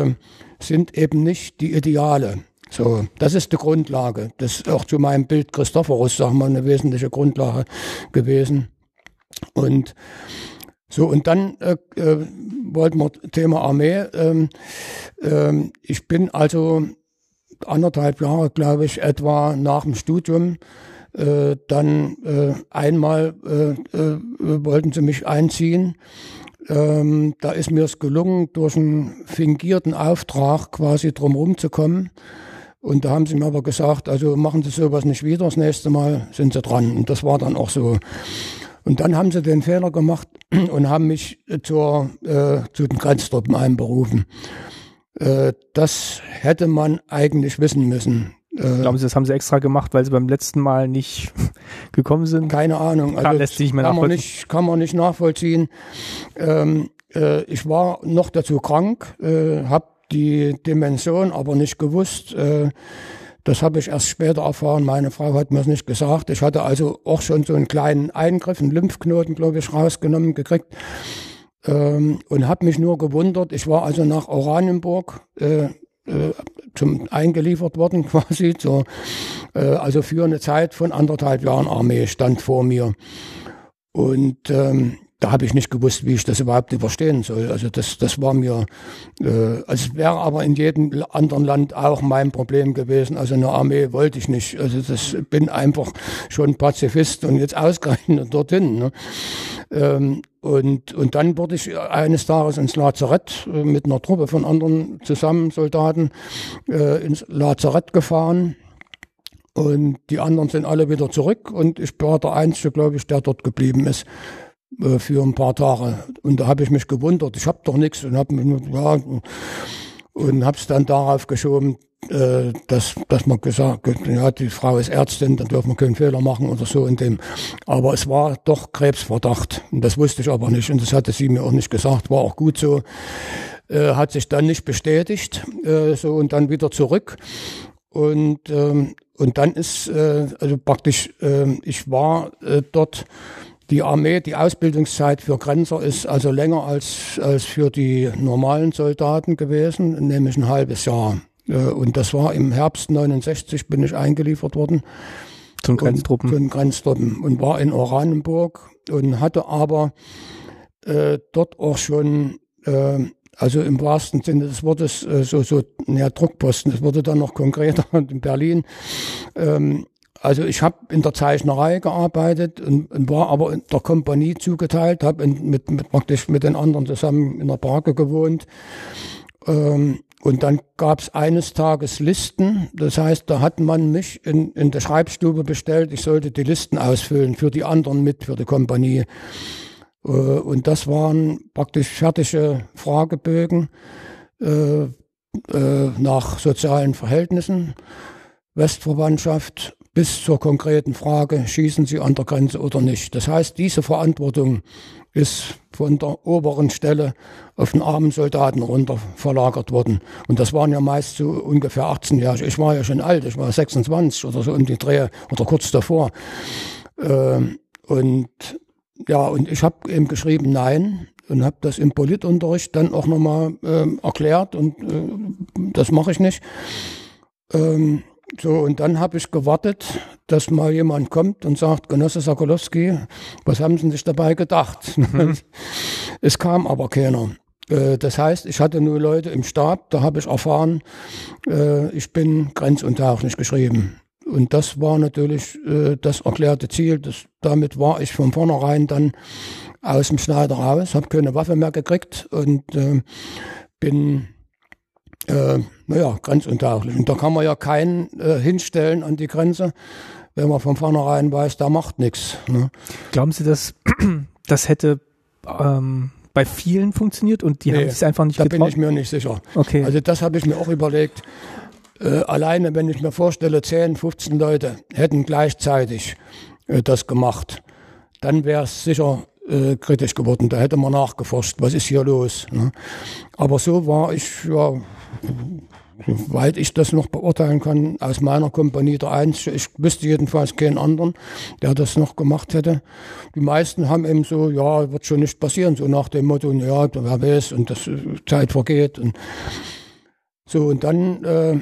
sind eben nicht die Ideale. So, das ist die Grundlage. Das ist auch zu meinem Bild Christophorus, sagen wir, eine wesentliche Grundlage gewesen. Und so, und dann äh, äh, wollten wir Thema Armee. Ähm, ähm, ich bin also anderthalb Jahre, glaube ich, etwa nach dem Studium, äh, dann äh, einmal äh, äh, wollten sie mich einziehen. Ähm, da ist mir es gelungen, durch einen fingierten Auftrag quasi drumherum zu kommen. Und da haben sie mir aber gesagt, also machen Sie sowas nicht wieder, das nächste Mal sind Sie dran. Und das war dann auch so. Und dann haben sie den Fehler gemacht und haben mich zur, äh, zu den Grenztruppen einberufen. Äh, das hätte man eigentlich wissen müssen. Äh, Glauben Sie, das haben sie extra gemacht, weil sie beim letzten Mal nicht gekommen sind? Keine Ahnung. Also, lässt sich nicht mehr kann, man nachvollziehen. nicht, kann man nicht nachvollziehen. Ähm, äh, ich war noch dazu krank, äh, habe die Dimension aber nicht gewusst. Äh, Das habe ich erst später erfahren. Meine Frau hat mir es nicht gesagt. Ich hatte also auch schon so einen kleinen Eingriff, einen Lymphknoten, glaube ich, rausgenommen gekriegt ähm, und habe mich nur gewundert. Ich war also nach Oranienburg äh, äh, zum eingeliefert worden quasi. So, äh, also für eine Zeit von anderthalb Jahren Armee stand vor mir. Und ähm, da habe ich nicht gewusst, wie ich das überhaupt überstehen soll. Also das, das war mir, äh, also es wäre aber in jedem anderen Land auch mein Problem gewesen. Also eine Armee wollte ich nicht. Also das bin einfach schon Pazifist und jetzt ausgerechnet dorthin. Ne? Ähm, und, und dann wurde ich eines Tages ins Lazarett äh, mit einer Truppe von anderen Zusammensoldaten äh, ins Lazarett gefahren. Und die anderen sind alle wieder zurück und ich war der Einzige, glaube ich, der dort geblieben ist für ein paar Tage. Und da habe ich mich gewundert, ich habe doch nichts und habe ja, und habe es dann darauf geschoben, äh, dass dass man gesagt hat, ja, die Frau ist Ärztin, dann dürfen wir keinen Fehler machen oder so in dem. Aber es war doch Krebsverdacht und das wusste ich aber nicht und das hatte sie mir auch nicht gesagt, war auch gut so. Äh, hat sich dann nicht bestätigt, äh, so und dann wieder zurück und ähm, und dann ist äh, also praktisch, äh, ich war äh, dort. Die Armee, die Ausbildungszeit für Grenzer ist also länger als, als für die normalen Soldaten gewesen, nämlich ein halbes Jahr. Und das war im Herbst neunundsechzig, bin ich eingeliefert worden. Zum Grenztruppen. Zum Grenztruppen und war in Oranienburg und hatte aber äh, dort auch schon, äh, also im wahrsten Sinne des Wortes, äh, so, so ja, Druckposten. Es wurde dann noch konkreter in Berlin. Ähm, Also ich habe in der Zeichnerei gearbeitet und, und war aber in der Kompanie zugeteilt, habe mit, mit praktisch mit den anderen zusammen in der Barke gewohnt. Ähm, und dann gab es eines Tages Listen, das heißt, da hat man mich in, in der Schreibstube bestellt, ich sollte die Listen ausfüllen für die anderen mit, für die Kompanie. Äh, und das waren praktisch fertige Fragebögen äh, äh, nach sozialen Verhältnissen, Westverwandtschaft, bis zur konkreten Frage, schießen Sie an der Grenze oder nicht. Das heißt, diese Verantwortung ist von der oberen Stelle auf den armen Soldaten runter verlagert worden. Und das waren ja meist so ungefähr achtzehnjährige. Ich war ja schon alt, ich war sechsundzwanzig oder so um die Dreh oder kurz davor. Ähm, und ja, und ich habe eben geschrieben Nein und habe das im Politunterricht dann auch nochmal ähm, erklärt und äh, das mache ich nicht. Ähm, So, und dann habe ich gewartet, dass mal jemand kommt und sagt, Genosse Sokolowski, was haben Sie sich dabei gedacht? Mhm. Es kam aber keiner. Äh, das heißt, ich hatte nur Leute im Stab, da habe ich erfahren, äh, ich bin grenzuntauglich geschrieben. Und das war natürlich äh, das erklärte Ziel. Das, damit war ich von vornherein dann aus dem Schneider raus, habe keine Waffe mehr gekriegt und äh, bin... Äh, naja, grenzuntauglich. Und da kann man ja keinen äh, hinstellen an die Grenze, wenn man von vornherein weiß, da macht nichts. Ne? Glauben Sie, dass das hätte ähm, bei vielen funktioniert und die nee, haben sich einfach nicht da getraut? Da bin ich mir nicht sicher. Okay. Also das habe ich mir auch überlegt. Äh, alleine, wenn ich mir vorstelle, zehn, fünfzehn Leute hätten gleichzeitig äh, das gemacht, dann wäre es sicher äh, kritisch geworden. Da hätte man nachgeforscht, was ist hier los. Ne? Aber so war ich, ja, soweit ich das noch beurteilen kann, aus meiner Kompanie der Einzige. Ich wüsste jedenfalls keinen anderen, der das noch gemacht hätte. Die meisten haben eben so, ja, wird schon nicht passieren, so nach dem Motto, ja, wer weiß, und das Zeit vergeht. Und so, und dann äh,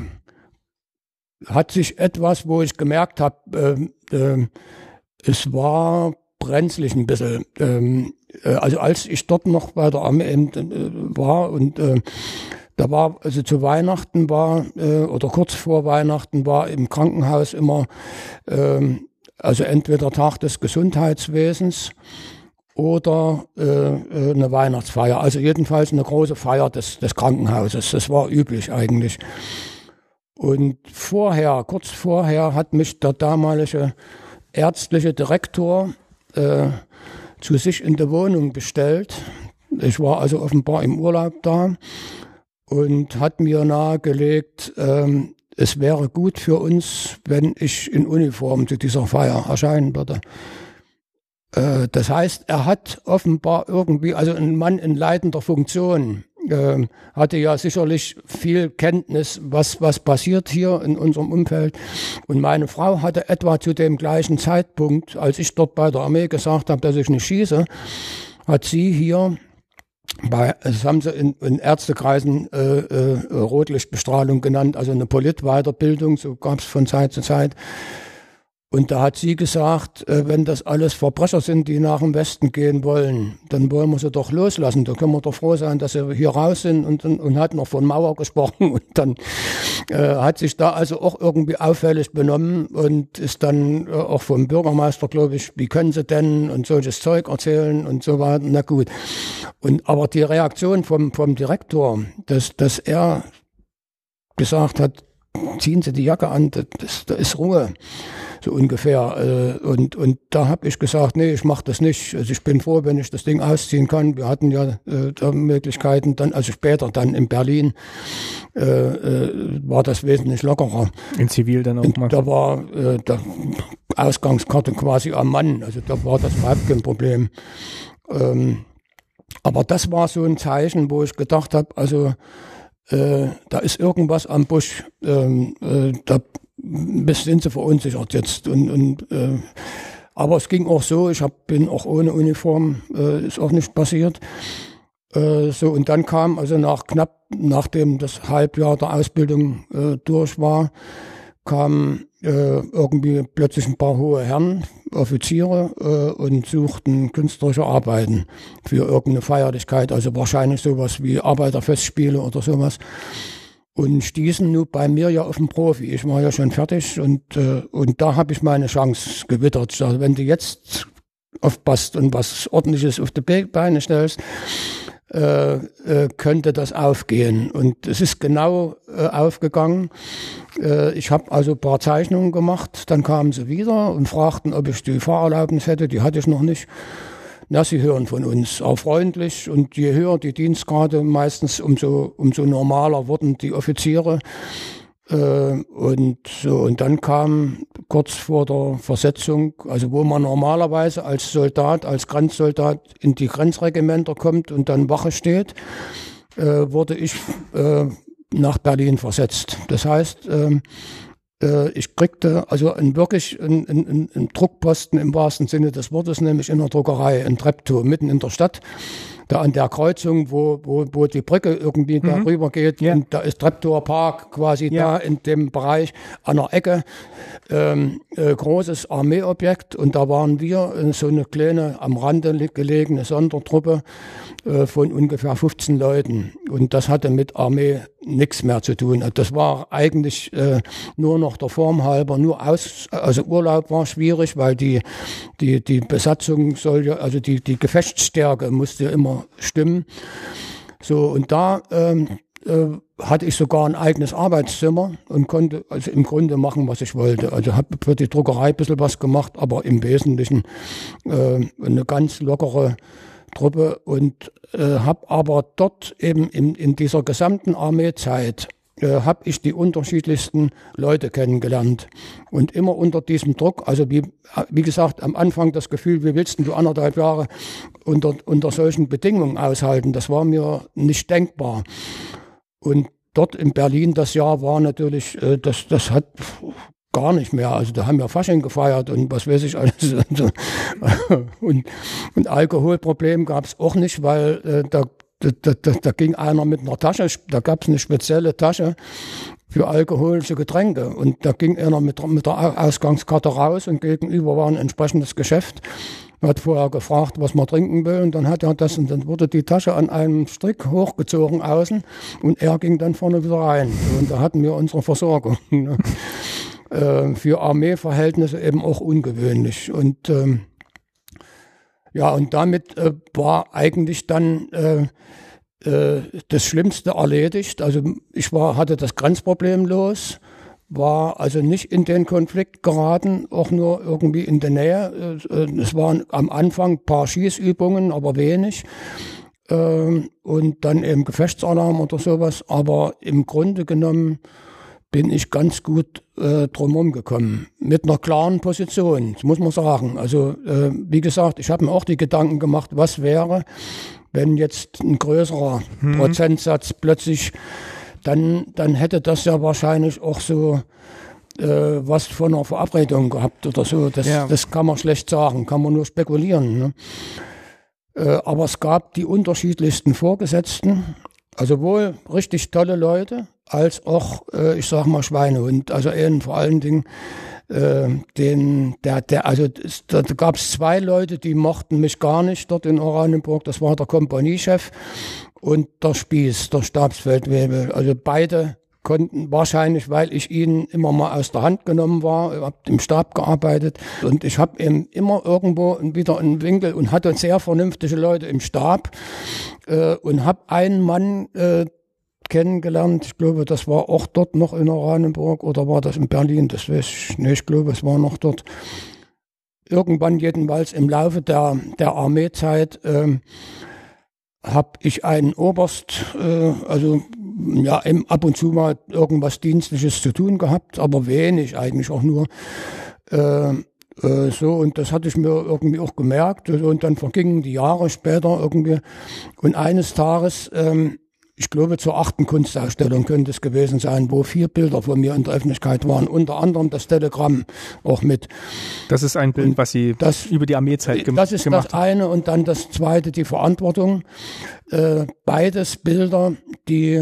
hat sich etwas, wo ich gemerkt habe, äh, äh, es war brenzlig ein bisschen. Ähm, äh, also als ich dort noch bei der Armee äh, war und äh, da war, also zu Weihnachten war, äh, oder kurz vor Weihnachten war im Krankenhaus immer, äh, also entweder Tag des Gesundheitswesens oder äh, eine Weihnachtsfeier. Also jedenfalls eine große Feier des, des Krankenhauses. Das war üblich eigentlich. Und vorher, kurz vorher hat mich der damalige ärztliche Direktor äh, zu sich in die Wohnung bestellt. Ich war also offenbar im Urlaub da. Und hat mir nahegelegt, ähm, es wäre gut für uns, wenn ich in Uniform zu dieser Feier erscheinen würde. Äh, das heißt, er hat offenbar irgendwie, also ein Mann in leitender Funktion, äh, hatte ja sicherlich viel Kenntnis, was, was passiert hier in unserem Umfeld. Und meine Frau hatte etwa zu dem gleichen Zeitpunkt, als ich dort bei der Armee gesagt habe, dass ich nicht schieße, hat sie hier Bei, das haben sie in, in Ärztekreisen äh, äh, Rotlichtbestrahlung genannt, also eine Politweiterbildung, so gab es von Zeit zu Zeit. Und da hat sie gesagt, äh, wenn das alles Verbrecher sind, die nach dem Westen gehen wollen, dann wollen wir sie doch loslassen. Da können wir doch froh sein, dass sie hier raus sind, und, und, und hat noch von Mauer gesprochen. Und dann äh, hat sich da also auch irgendwie auffällig benommen und ist dann äh, auch vom Bürgermeister, glaube ich, wie können sie denn und solches Zeug erzählen und so weiter. Na gut. Und aber die Reaktion vom, vom Direktor, dass, dass er gesagt hat, ziehen Sie die Jacke an, das, da ist Ruhe. So ungefähr. Und, und da habe ich gesagt, nee, ich mache das nicht. Also ich bin froh, wenn ich das Ding ausziehen kann. Wir hatten ja äh, da Möglichkeiten, dann, also später dann in Berlin äh, äh, war das wesentlich lockerer. In Zivil dann auch und mal. Da war äh, der Ausgangskarte quasi am Mann. Also da war das überhaupt kein Problem. Ähm, aber das war so ein Zeichen, wo ich gedacht habe, also äh, da ist irgendwas am Busch. Ähm, äh, da sind sie verunsichert jetzt. Und, und, äh, aber es ging auch so, ich hab, bin auch ohne Uniform, äh, ist auch nicht passiert. Äh, so, und dann kam, also nach knapp, nachdem das Halbjahr der Ausbildung äh, durch war, kamen äh, irgendwie plötzlich ein paar hohe Herren, Offiziere, äh, und suchten künstlerische Arbeiten für irgendeine Feierlichkeit, also wahrscheinlich sowas wie Arbeiterfestspiele oder sowas. Und stießen nun bei mir ja auf den Profi. Ich war ja schon fertig und, äh, und da habe ich meine Chance gewittert. Also wenn du jetzt aufpasst und was Ordentliches auf die Beine stellst, äh, äh, könnte das aufgehen. Und es ist genau äh, aufgegangen. Äh, ich habe also ein paar Zeichnungen gemacht, dann kamen sie wieder und fragten, ob ich die Fahrerlaubnis hätte. Die hatte ich noch nicht. Na, sie hören von uns, auch freundlich, und je höher die Dienstgrade, meistens umso, umso normaler wurden die Offiziere. Äh, und so, und dann kam kurz vor der Versetzung, also wo man normalerweise als Soldat, als Grenzsoldat in die Grenzregimenter kommt und dann Wache steht, äh, wurde ich äh, nach Berlin versetzt. Das heißt, äh, ich kriegte also ein wirklich einen, einen, einen Druckposten im wahrsten Sinne des Wortes, nämlich in der Druckerei in Treptow, mitten in der Stadt, da an der Kreuzung, wo, wo, wo die Brücke irgendwie mhm. da rüber geht. Ja. Und da ist Treptower Park quasi ja. da in dem Bereich an der Ecke. Ähm, äh, großes Armeeobjekt, und da waren wir äh, so eine kleine am Rande gelegene Sondertruppe äh, von ungefähr fünfzehn Leuten, und das hatte mit Armee nichts mehr zu tun. Das war eigentlich äh, nur noch der Form halber, nur aus, also Urlaub war schwierig, weil die die die Besatzung soll ja, also die die Gefechtsstärke musste immer stimmen. So, und da ähm, äh, hatte ich sogar ein eigenes Arbeitszimmer und konnte also im Grunde machen, was ich wollte. Also habe für die Druckerei ein bisschen was gemacht, aber im Wesentlichen äh, eine ganz lockere Truppe, und äh, habe aber dort eben in, in dieser gesamten Armeezeit äh, habe ich die unterschiedlichsten Leute kennengelernt. Und immer unter diesem Druck, also wie, wie gesagt, am Anfang das Gefühl, wie willst du anderthalb Jahre unter, unter solchen Bedingungen aushalten, das war mir nicht denkbar. Und dort in Berlin das Jahr war natürlich, äh, das, das hat gar nicht mehr. Also da haben wir Fasching gefeiert und was weiß ich alles. Und, und Alkoholproblem gab es auch nicht, weil äh, da, da, da, da ging einer mit einer Tasche, da gab es eine spezielle Tasche für alkoholische Getränke. Und da ging einer mit, mit der Ausgangskarte raus und gegenüber war ein entsprechendes Geschäft. Er hat vorher gefragt, was man trinken will, und dann hat er das, und dann wurde die Tasche an einem Strick hochgezogen außen und er ging dann vorne wieder rein. Und da hatten wir unsere Versorgung. äh, für Armeeverhältnisse eben auch ungewöhnlich. Und ähm, ja, und damit äh, war eigentlich dann äh, äh, das Schlimmste erledigt. Also ich war, hatte das Grenzproblem los, war also nicht in den Konflikt geraten, auch nur irgendwie in der Nähe. Es waren am Anfang ein paar Schießübungen, aber wenig. Und dann eben Gefechtsalarm oder sowas. Aber im Grunde genommen bin ich ganz gut äh, drumherum gekommen. Mit einer klaren Position, das muss man sagen. Also äh, wie gesagt, ich habe mir auch die Gedanken gemacht, was wäre, wenn jetzt ein größerer hm. Prozentsatz plötzlich, dann, dann hätte das ja wahrscheinlich auch so äh, was von einer Verabredung gehabt oder so. Das, ja. das kann man schlecht sagen, kann man nur spekulieren. Ne? Äh, aber es gab die unterschiedlichsten Vorgesetzten, also wohl richtig tolle Leute, als auch, äh, ich sag mal, Schweinehund. Also eben vor allen Dingen, äh, den, der, der, also da, da gab es zwei Leute, die mochten mich gar nicht dort in Oranienburg. Das war der Kompaniechef und der Spieß, der Stabsfeldwebel. Also beide konnten wahrscheinlich, weil ich ihnen immer mal aus der Hand genommen war, habe im Stab gearbeitet und ich habe eben immer irgendwo wieder einen Winkel und hatte sehr vernünftige Leute im Stab äh, und habe einen Mann äh, kennengelernt. Ich glaube, das war auch dort noch in Oranienburg oder war das in Berlin, das weiß ich nicht. Ich glaube, es war noch dort. Irgendwann jedenfalls im Laufe der, der Armeezeit ähm, habe ich einen Oberst, äh, also ja, ab und zu mal irgendwas Dienstliches zu tun gehabt, aber wenig eigentlich auch nur. Äh, äh, so, und das hatte ich mir irgendwie auch gemerkt. Und dann vergingen die Jahre später irgendwie. Und eines Tages, ähm, ich glaube zur achten Kunstausstellung könnte es gewesen sein, wo vier Bilder von mir in der Öffentlichkeit waren, unter anderem das Telegramm auch mit. Das ist ein Bild, und was Sie das, über die Armeezeit gem- das ist gemacht haben. Das eine und dann das zweite, die Verantwortung. Äh, beides Bilder, die,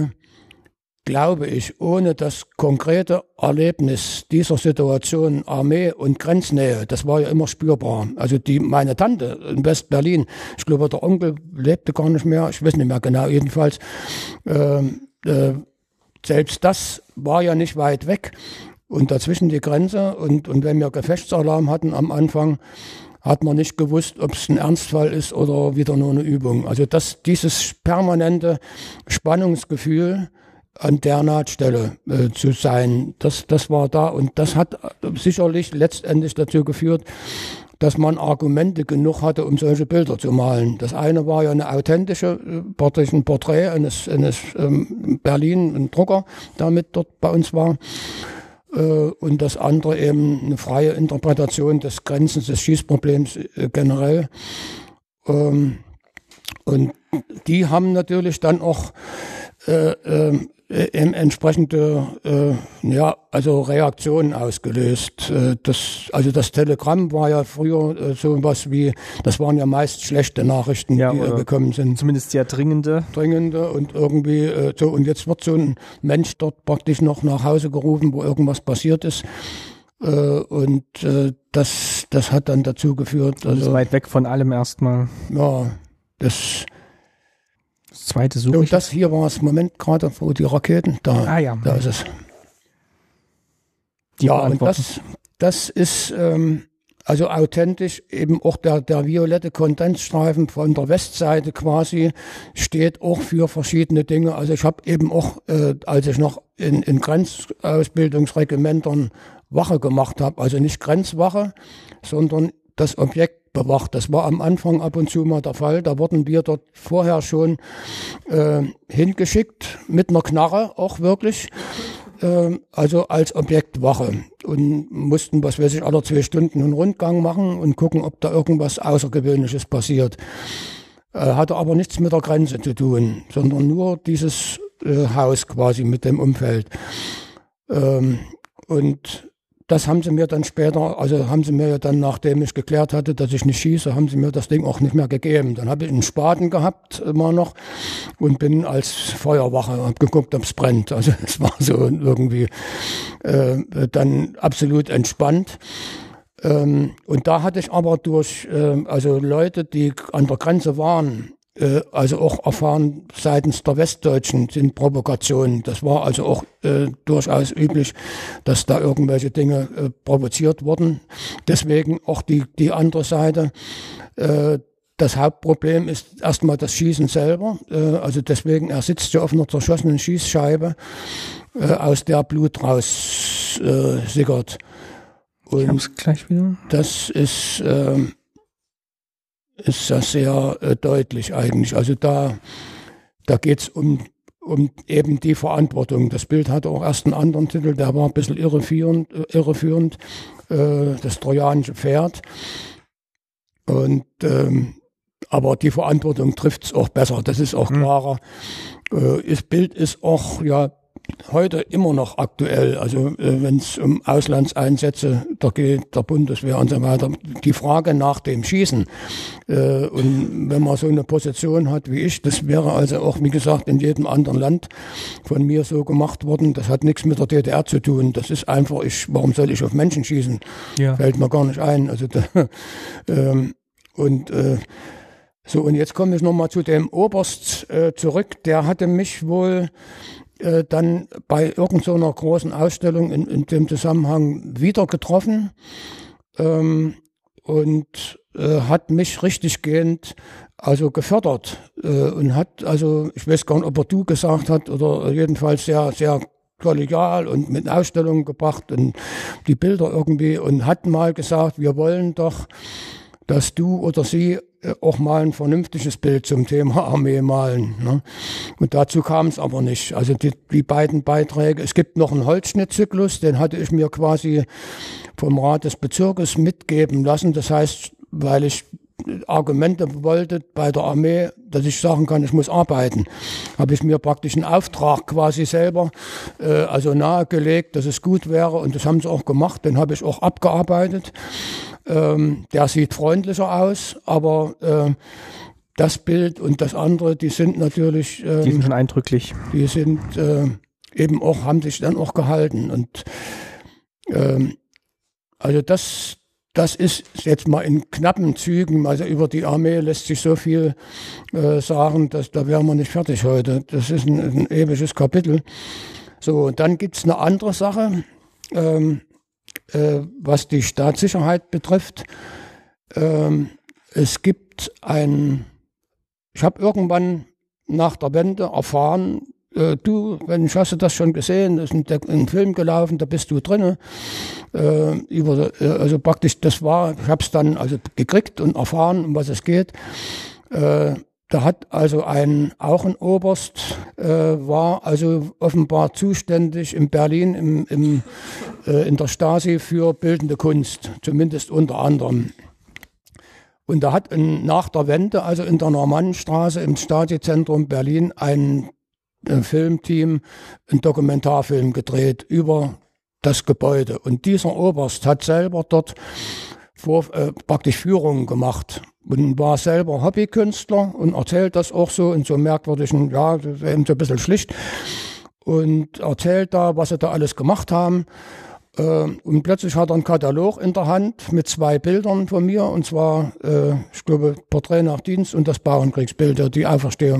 glaube ich, ohne das konkrete Erlebnis dieser Situation Armee und Grenznähe, das war ja immer spürbar. Also die, meine Tante in West-Berlin, ich glaube, der Onkel lebte gar nicht mehr, ich weiß nicht mehr genau, jedenfalls, äh, äh, selbst das war ja nicht weit weg und dazwischen die Grenze und, und wenn wir Gefechtsalarm hatten am Anfang, hat man nicht gewusst, ob es ein Ernstfall ist oder wieder nur eine Übung. Also das, dieses permanente Spannungsgefühl an der Nahtstelle äh, zu sein, das, das war da und das hat sicherlich letztendlich dazu geführt, dass man Argumente genug hatte, um solche Bilder zu malen. Das eine war ja eine authentische, äh, ein Porträt eines, eines ähm, Berlin, ein Drucker, der mit dort bei uns war. Äh, und das andere eben eine freie Interpretation des Grenzen des Schießproblems äh, generell. Ähm, und die haben natürlich dann auch äh, äh, Äh, entsprechende äh, ja, also Reaktionen ausgelöst. Äh, das, also das Telegramm war ja früher äh, so was wie, das waren ja meist schlechte Nachrichten, ja, die äh, gekommen sind. Zumindest sehr dringende. Dringende und irgendwie äh, so, und jetzt wird so ein Mensch dort praktisch noch nach Hause gerufen, wo irgendwas passiert ist. Äh, und äh, das, das hat dann dazu geführt. Also, das ist weit weg von allem erstmal. Ja, das zweite Suche. Und das hier war es, Moment gerade, wo die Raketen, da, ah, ja. da ist es. Die ja, und das, das ist ähm, also authentisch, eben auch der, der violette Kondensstreifen von der Westseite quasi steht auch für verschiedene Dinge. Also ich habe eben auch, äh, als ich noch in, in Grenzausbildungsregimentern Wache gemacht habe, also nicht Grenzwache, sondern das Objekt bewacht. Das war am Anfang ab und zu mal der Fall. Da wurden wir dort vorher schon äh, hingeschickt mit einer Knarre, auch wirklich, äh, also als Objektwache und mussten, was weiß ich, alle zwei Stunden einen Rundgang machen und gucken, ob da irgendwas Außergewöhnliches passiert. Äh, hatte aber nichts mit der Grenze zu tun, sondern nur dieses äh, Haus quasi mit dem Umfeld. Ähm, und das haben sie mir dann später, also haben sie mir ja dann, nachdem ich geklärt hatte, dass ich nicht schieße, haben sie mir das Ding auch nicht mehr gegeben. Dann habe ich einen Spaten gehabt, immer noch, und bin als Feuerwache, habe geguckt, ob es brennt. Also es war so irgendwie äh, dann absolut entspannt. Ähm, und da hatte ich aber durch, äh, also Leute, die an der Grenze waren, also auch erfahren seitens der Westdeutschen sind Provokationen. Das war also auch äh, durchaus üblich, dass da irgendwelche Dinge äh, provoziert wurden. Deswegen auch die, die andere Seite. Äh, das Hauptproblem ist erstmal das Schießen selber. Äh, also deswegen, er sitzt ja auf einer zerschossenen Schießscheibe, äh, aus der Blut raus äh, sickert. Und ich hab's gleich wieder. Das ist... Äh, ist das sehr äh, deutlich eigentlich. Also da, da geht's um, um eben die Verantwortung. Das Bild hatte auch erst einen anderen Titel, der war ein bisschen irreführend, äh, irreführend äh, das trojanische Pferd. Und, ähm, aber die Verantwortung trifft's auch besser, das ist auch klarer. Mhm. Äh, das Bild ist auch, ja, heute immer noch aktuell, also äh, wenn es um Auslandseinsätze da geht, der Bundeswehr und so weiter, die Frage nach dem Schießen. Äh, und wenn man so eine Position hat wie ich, das wäre also auch, wie gesagt, in jedem anderen Land von mir so gemacht worden. Das hat nichts mit der D D R zu tun. Das ist einfach, ich, warum soll ich auf Menschen schießen? Ja. Fällt mir gar nicht ein. Also da, ähm, und äh, so, und jetzt komme ich nochmal zu dem Oberst äh, zurück. Der hatte mich wohl Äh, dann bei irgendeiner so großen Ausstellung in, in dem Zusammenhang wieder getroffen ähm, und äh, hat mich richtig gehend also gefördert äh, und hat also, ich weiß gar nicht, ob er du gesagt hat oder jedenfalls sehr, sehr kollegial und mit Ausstellungen gebracht und die Bilder irgendwie und hat mal gesagt, wir wollen doch, dass du oder sie auch mal ein vernünftiges Bild zum Thema Armee malen. Ne? Und dazu kam es aber nicht. Also die, die beiden Beiträge, es gibt noch einen Holzschnittzyklus, den hatte ich mir quasi vom Rat des Bezirkes mitgeben lassen. Das heißt, weil ich Argumente wollte bei der Armee, dass ich sagen kann, ich muss arbeiten, habe ich mir praktisch einen Auftrag quasi selber äh, also nahegelegt, dass es gut wäre, und das haben sie auch gemacht, den habe ich auch abgearbeitet. Ähm, der sieht freundlicher aus, aber äh, das Bild und das andere, die sind natürlich ähm, die sind schon eindrücklich. Die sind äh, eben auch, haben sich dann auch gehalten, und ähm, also das Das ist jetzt mal in knappen Zügen, also über die Armee lässt sich so viel äh, sagen, dass da wären wir nicht fertig heute. Das ist ein, ein ewiges Kapitel. So, und dann gibt's eine andere Sache, ähm, äh, was die Staatssicherheit betrifft. Ähm, es gibt ein, ich habe irgendwann nach der Wende erfahren, du, wenn ich hast du das schon gesehen, ist ein, ein Film gelaufen, da bist du drinne. Äh, über, also praktisch, das war, ich habe es dann also gekriegt und erfahren, um was es geht. Äh, da hat also ein, auch ein Oberst, äh, war also offenbar zuständig in Berlin im, im, äh, in der Stasi für bildende Kunst, zumindest unter anderem. Und da hat in, nach der Wende, also in der Normannenstraße im Stasi-Zentrum Berlin, ein ein Filmteam einen Dokumentarfilm gedreht über das Gebäude. Und dieser Oberst hat selber dort vor, äh, praktisch Führungen gemacht und war selber Hobbykünstler und erzählt das auch so in so merkwürdigen, ja, eben so ein bisschen schlicht, und erzählt da, was sie da alles gemacht haben. Äh, und plötzlich hat er einen Katalog in der Hand mit zwei Bildern von mir, und zwar, äh, ich glaube, Porträt nach Dienst und das Bauernkriegsbild, die Auferstehung.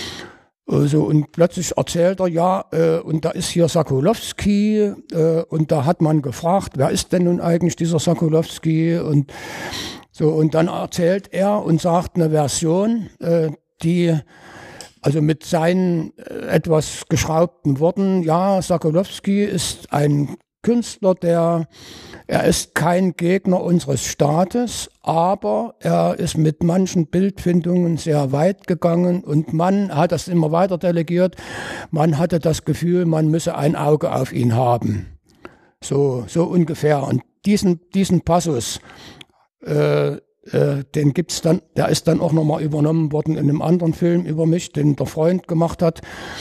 Also, und plötzlich erzählt er, ja, äh, und da ist hier Sokolowski, äh, und da hat man gefragt, wer ist denn nun eigentlich dieser Sokolowski? Und so, und dann erzählt er und sagt eine Version, äh, die, also mit seinen äh, etwas geschraubten Worten, ja, Sokolowski ist ein Künstler, der, er ist kein Gegner unseres Staates, aber er ist mit manchen Bildfindungen sehr weit gegangen und man hat das immer weiter delegiert. Man hatte das Gefühl, man müsse ein Auge auf ihn haben. So, so ungefähr. Und diesen, diesen Passus, äh, äh, den gibt's dann, der ist dann auch nochmal übernommen worden in einem anderen Film über mich, den der Freund gemacht hat.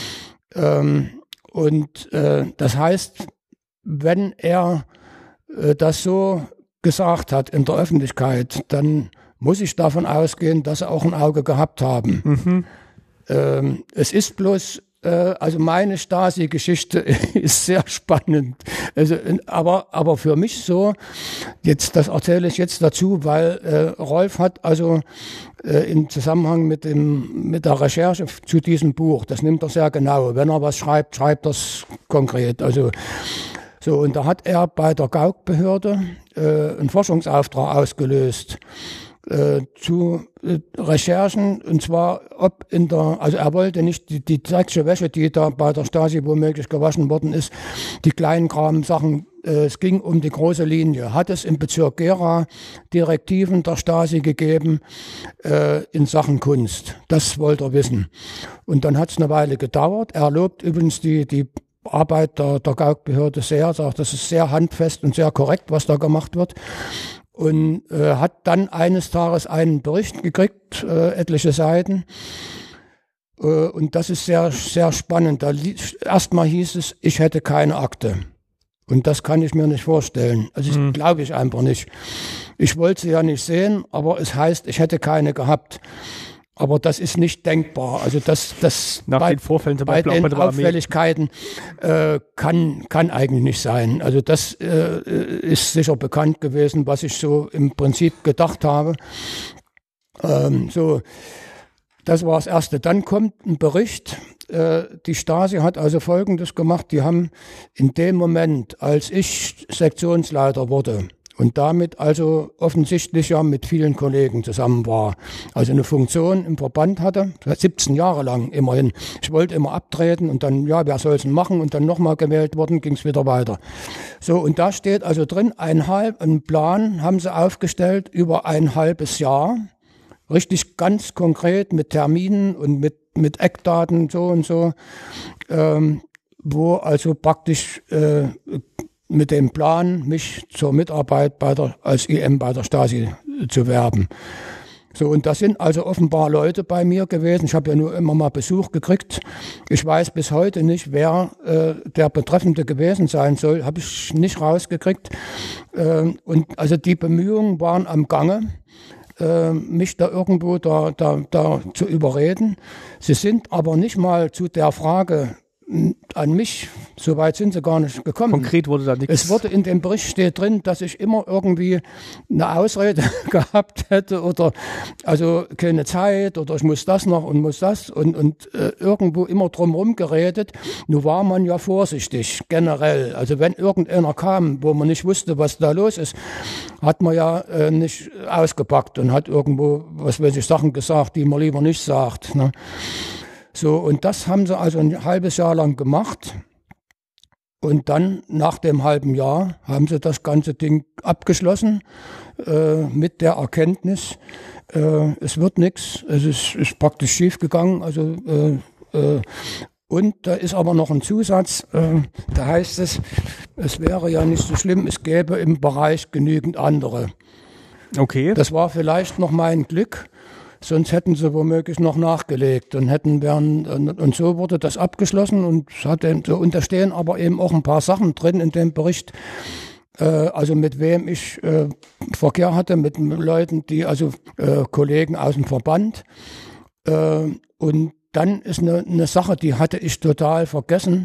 Ähm, und äh, das heißt, wenn er äh, das so gesagt hat in der Öffentlichkeit, dann muss ich davon ausgehen, dass sie auch ein Auge gehabt haben. Mhm. Ähm, es ist bloß, äh, also meine Stasi-Geschichte ist sehr spannend. Also, aber, aber für mich so, jetzt das erzähle ich jetzt dazu, weil äh, Rolf hat also äh, im Zusammenhang mit dem mit der Recherche zu diesem Buch, das nimmt er sehr genau. Wenn er was schreibt, schreibt er es konkret. Also so, und da hat er bei der Gauk-Behörde äh, einen Forschungsauftrag ausgelöst äh, zu äh, Recherchen, und zwar ob in der, also er wollte nicht die, die dreckige Wäsche, die da bei der Stasi womöglich gewaschen worden ist, die kleinen Kram-Sachen, äh, es ging um die große Linie. Hat es im Bezirk Gera Direktiven der Stasi gegeben äh, in Sachen Kunst? Das wollte er wissen. Und dann hat es eine Weile gedauert. Er lobt übrigens die, die Arbeit der, der Gauk-Behörde sehr, sagt, das ist sehr handfest und sehr korrekt, was da gemacht wird. Und äh, hat dann eines Tages einen Bericht gekriegt, äh, etliche Seiten. Äh, und das ist sehr, sehr spannend. Da erstmal hieß es, ich hätte keine Akte. Und das kann ich mir nicht vorstellen. Also das mhm. glaube ich einfach nicht. Ich wollte sie ja nicht sehen, aber es heißt, ich hätte keine gehabt. Aber das ist nicht denkbar. Also das, das Nach bei, den Vorfällen zum bei Beispiel den Auffälligkeiten äh, kann, kann eigentlich nicht sein. Also das äh, ist sicher bekannt gewesen, was ich so im Prinzip gedacht habe. Ähm, so, das war das Erste. Dann kommt ein Bericht. Äh, die Stasi hat also Folgendes gemacht. Die haben in dem Moment, als ich Sektionsleiter wurde, und damit also offensichtlich ja mit vielen Kollegen zusammen war. Also eine Funktion im Verband hatte, siebzehn Jahre lang immerhin. Ich wollte immer abtreten und dann, ja, wer soll es denn machen? Und dann nochmal gewählt worden, ging es wieder weiter. So, und da steht also drin, ein, halb, ein Plan haben sie aufgestellt über ein halbes Jahr. Richtig ganz konkret mit Terminen und mit, mit Eckdaten so und so, ähm, wo also praktisch äh, mit dem Plan, mich zur Mitarbeit bei der, als I M bei der Stasi zu werben. So, und das sind also offenbar Leute bei mir gewesen. Ich habe ja nur immer mal Besuch gekriegt. Ich weiß bis heute nicht, wer äh, der Betreffende gewesen sein soll. Habe ich nicht rausgekriegt. Äh, und also die Bemühungen waren am Gange, äh, mich da irgendwo da, da, da zu überreden. Sie sind aber nicht mal zu der Frage an mich, so weit sind sie gar nicht gekommen. Konkret wurde da nichts. Es wurde in dem Bericht steht drin, dass ich immer irgendwie eine Ausrede gehabt hätte oder also keine Zeit oder ich muss das noch und muss das und, und äh, irgendwo immer drumherum geredet. Nun war man ja vorsichtig generell. Also wenn irgendeiner kam, wo man nicht wusste, was da los ist, hat man ja äh, nicht ausgepackt und hat irgendwo, was weiß ich, Sachen gesagt, die man lieber nicht sagt, ne? So, und das haben sie also ein halbes Jahr lang gemacht. Und dann, nach dem halben Jahr, haben sie das ganze Ding abgeschlossen äh, mit der Erkenntnis, äh, es wird nichts, es ist, ist praktisch schief gegangen. Also, äh, äh, und da ist aber noch ein Zusatz, äh, da heißt es, es wäre ja nicht so schlimm, es gäbe im Bereich genügend andere. Okay. Das war vielleicht noch mein Glück. Sonst hätten sie womöglich noch nachgelegt und hätten werden, und so wurde das abgeschlossen und hatte, so unterstehen aber eben auch ein paar Sachen drin in dem Bericht, äh, also mit wem ich äh, Verkehr hatte, mit Leuten, die, also äh, Kollegen aus dem Verband. Äh, und dann ist eine, eine Sache, die hatte ich total vergessen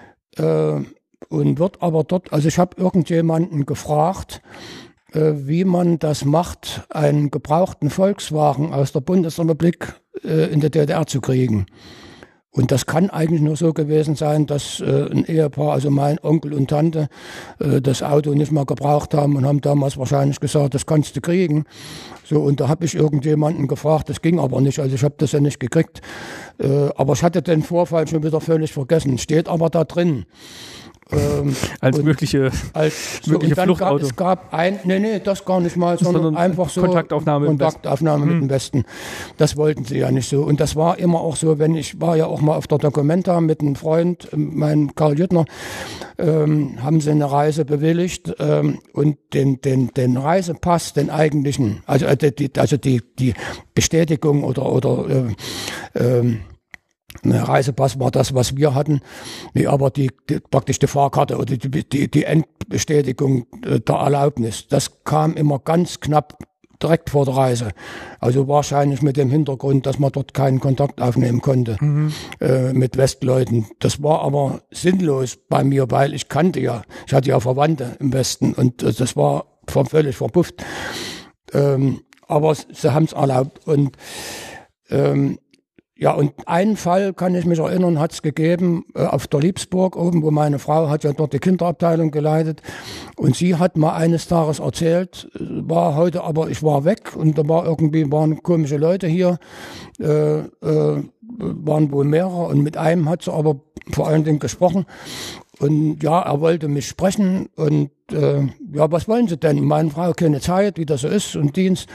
äh, und wird aber dort, also ich habe irgendjemanden gefragt, wie man das macht, einen gebrauchten Volkswagen aus der Bundesrepublik äh, in der D D R zu kriegen. Und das kann eigentlich nur so gewesen sein, dass äh, ein Ehepaar, also mein Onkel und Tante, äh, das Auto nicht mal gebraucht haben und haben damals wahrscheinlich gesagt, das kannst du kriegen. So, und da habe ich irgendjemanden gefragt, das ging aber nicht, also ich habe das ja nicht gekriegt. Äh, aber ich hatte den Vorfall schon wieder völlig vergessen, steht aber da drin. Ähm, als mögliche, als, so, mögliche Fluchtauto. Gab, es gab ein, nee, nee, das gar nicht mal, sondern, sondern einfach so Kontaktaufnahme, Kontaktaufnahme mit dem Westen. Das wollten sie ja nicht so. Und das war immer auch so, wenn ich war ja auch mal auf der Documenta mit einem Freund, mein Karl Jüttner, ähm, haben sie eine Reise bewilligt ähm, und den, den, den Reisepass, den eigentlichen, also, äh, die, also die, die Bestätigung oder, oder äh, äh, ein Reisepass war das, was wir hatten, nee, aber die, die praktisch die Fahrkarte oder die, die, die Endbestätigung der Erlaubnis, das kam immer ganz knapp direkt vor der Reise. Also wahrscheinlich mit dem Hintergrund, dass man dort keinen Kontakt aufnehmen konnte mhm. äh, mit Westleuten. Das war aber sinnlos bei mir, weil ich kannte ja, ich hatte ja Verwandte im Westen und äh, das war völlig verpufft. Ähm, aber sie haben es erlaubt und ähm, ja, und einen Fall, kann ich mich erinnern, hat es gegeben äh, auf der Liebsburg oben, wo meine Frau hat ja dort die Kinderabteilung geleitet. Und sie hat mal eines Tages erzählt, war heute, aber ich war weg und da war irgendwie, waren komische Leute hier, äh, äh, waren wohl mehrere und mit einem hat sie aber vor allen Dingen gesprochen. Und ja, er wollte mich sprechen und äh, ja, was wollen Sie denn? Meine Frau, keine Zeit, wie das so ist und Dienst.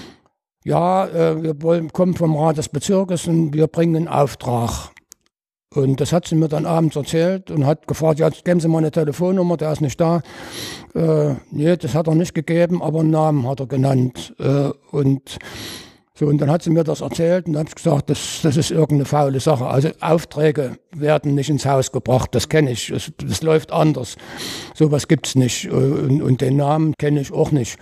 Ja, äh, wir wollen, kommen vom Rat des Bezirkes und wir bringen einen Auftrag. Und das hat sie mir dann abends erzählt und hat gefragt, ja, geben Sie mal eine Telefonnummer, der ist nicht da. Äh, nee, das hat er nicht gegeben, aber einen Namen hat er genannt. Äh, und so, und dann hat sie mir das erzählt und dann habe ich gesagt, das, das ist irgendeine faule Sache. Also Aufträge werden nicht ins Haus gebracht, das kenne ich, das, das läuft anders. Sowas gibt's nicht und, und den Namen kenne ich auch nicht.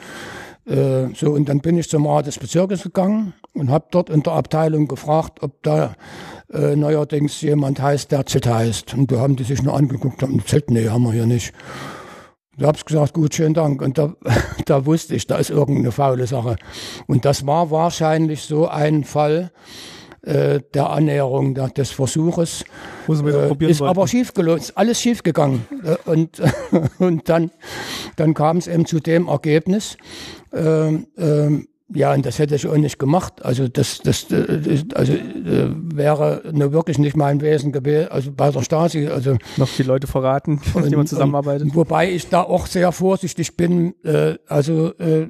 So, und dann bin ich zum Rat des Bezirkes gegangen und habe dort in der Abteilung gefragt, ob da äh, neuerdings jemand heißt, der Z heißt. Und da haben die sich nur angeguckt und Z, nee, haben wir hier nicht. Da habe ich gesagt, gut, schönen Dank. Und da, da wusste ich, da ist irgendeine faule Sache. Und das war wahrscheinlich so ein Fall äh, der Annäherung, der, des Versuches. Muss man äh, probieren ist wollten. Aber schief gelaufen, ist alles schief gegangen. Äh, und und dann, dann kam es eben zu dem Ergebnis, Ähm, ähm, ja, und das hätte ich auch nicht gemacht. Also das, das, äh, also äh, wäre nur wirklich nicht mein Wesen gewesen. Also bei der Stasi, also noch die Leute verraten, mit denen man zusammenarbeitet. Und, wobei ich da auch sehr vorsichtig bin. Äh, also äh,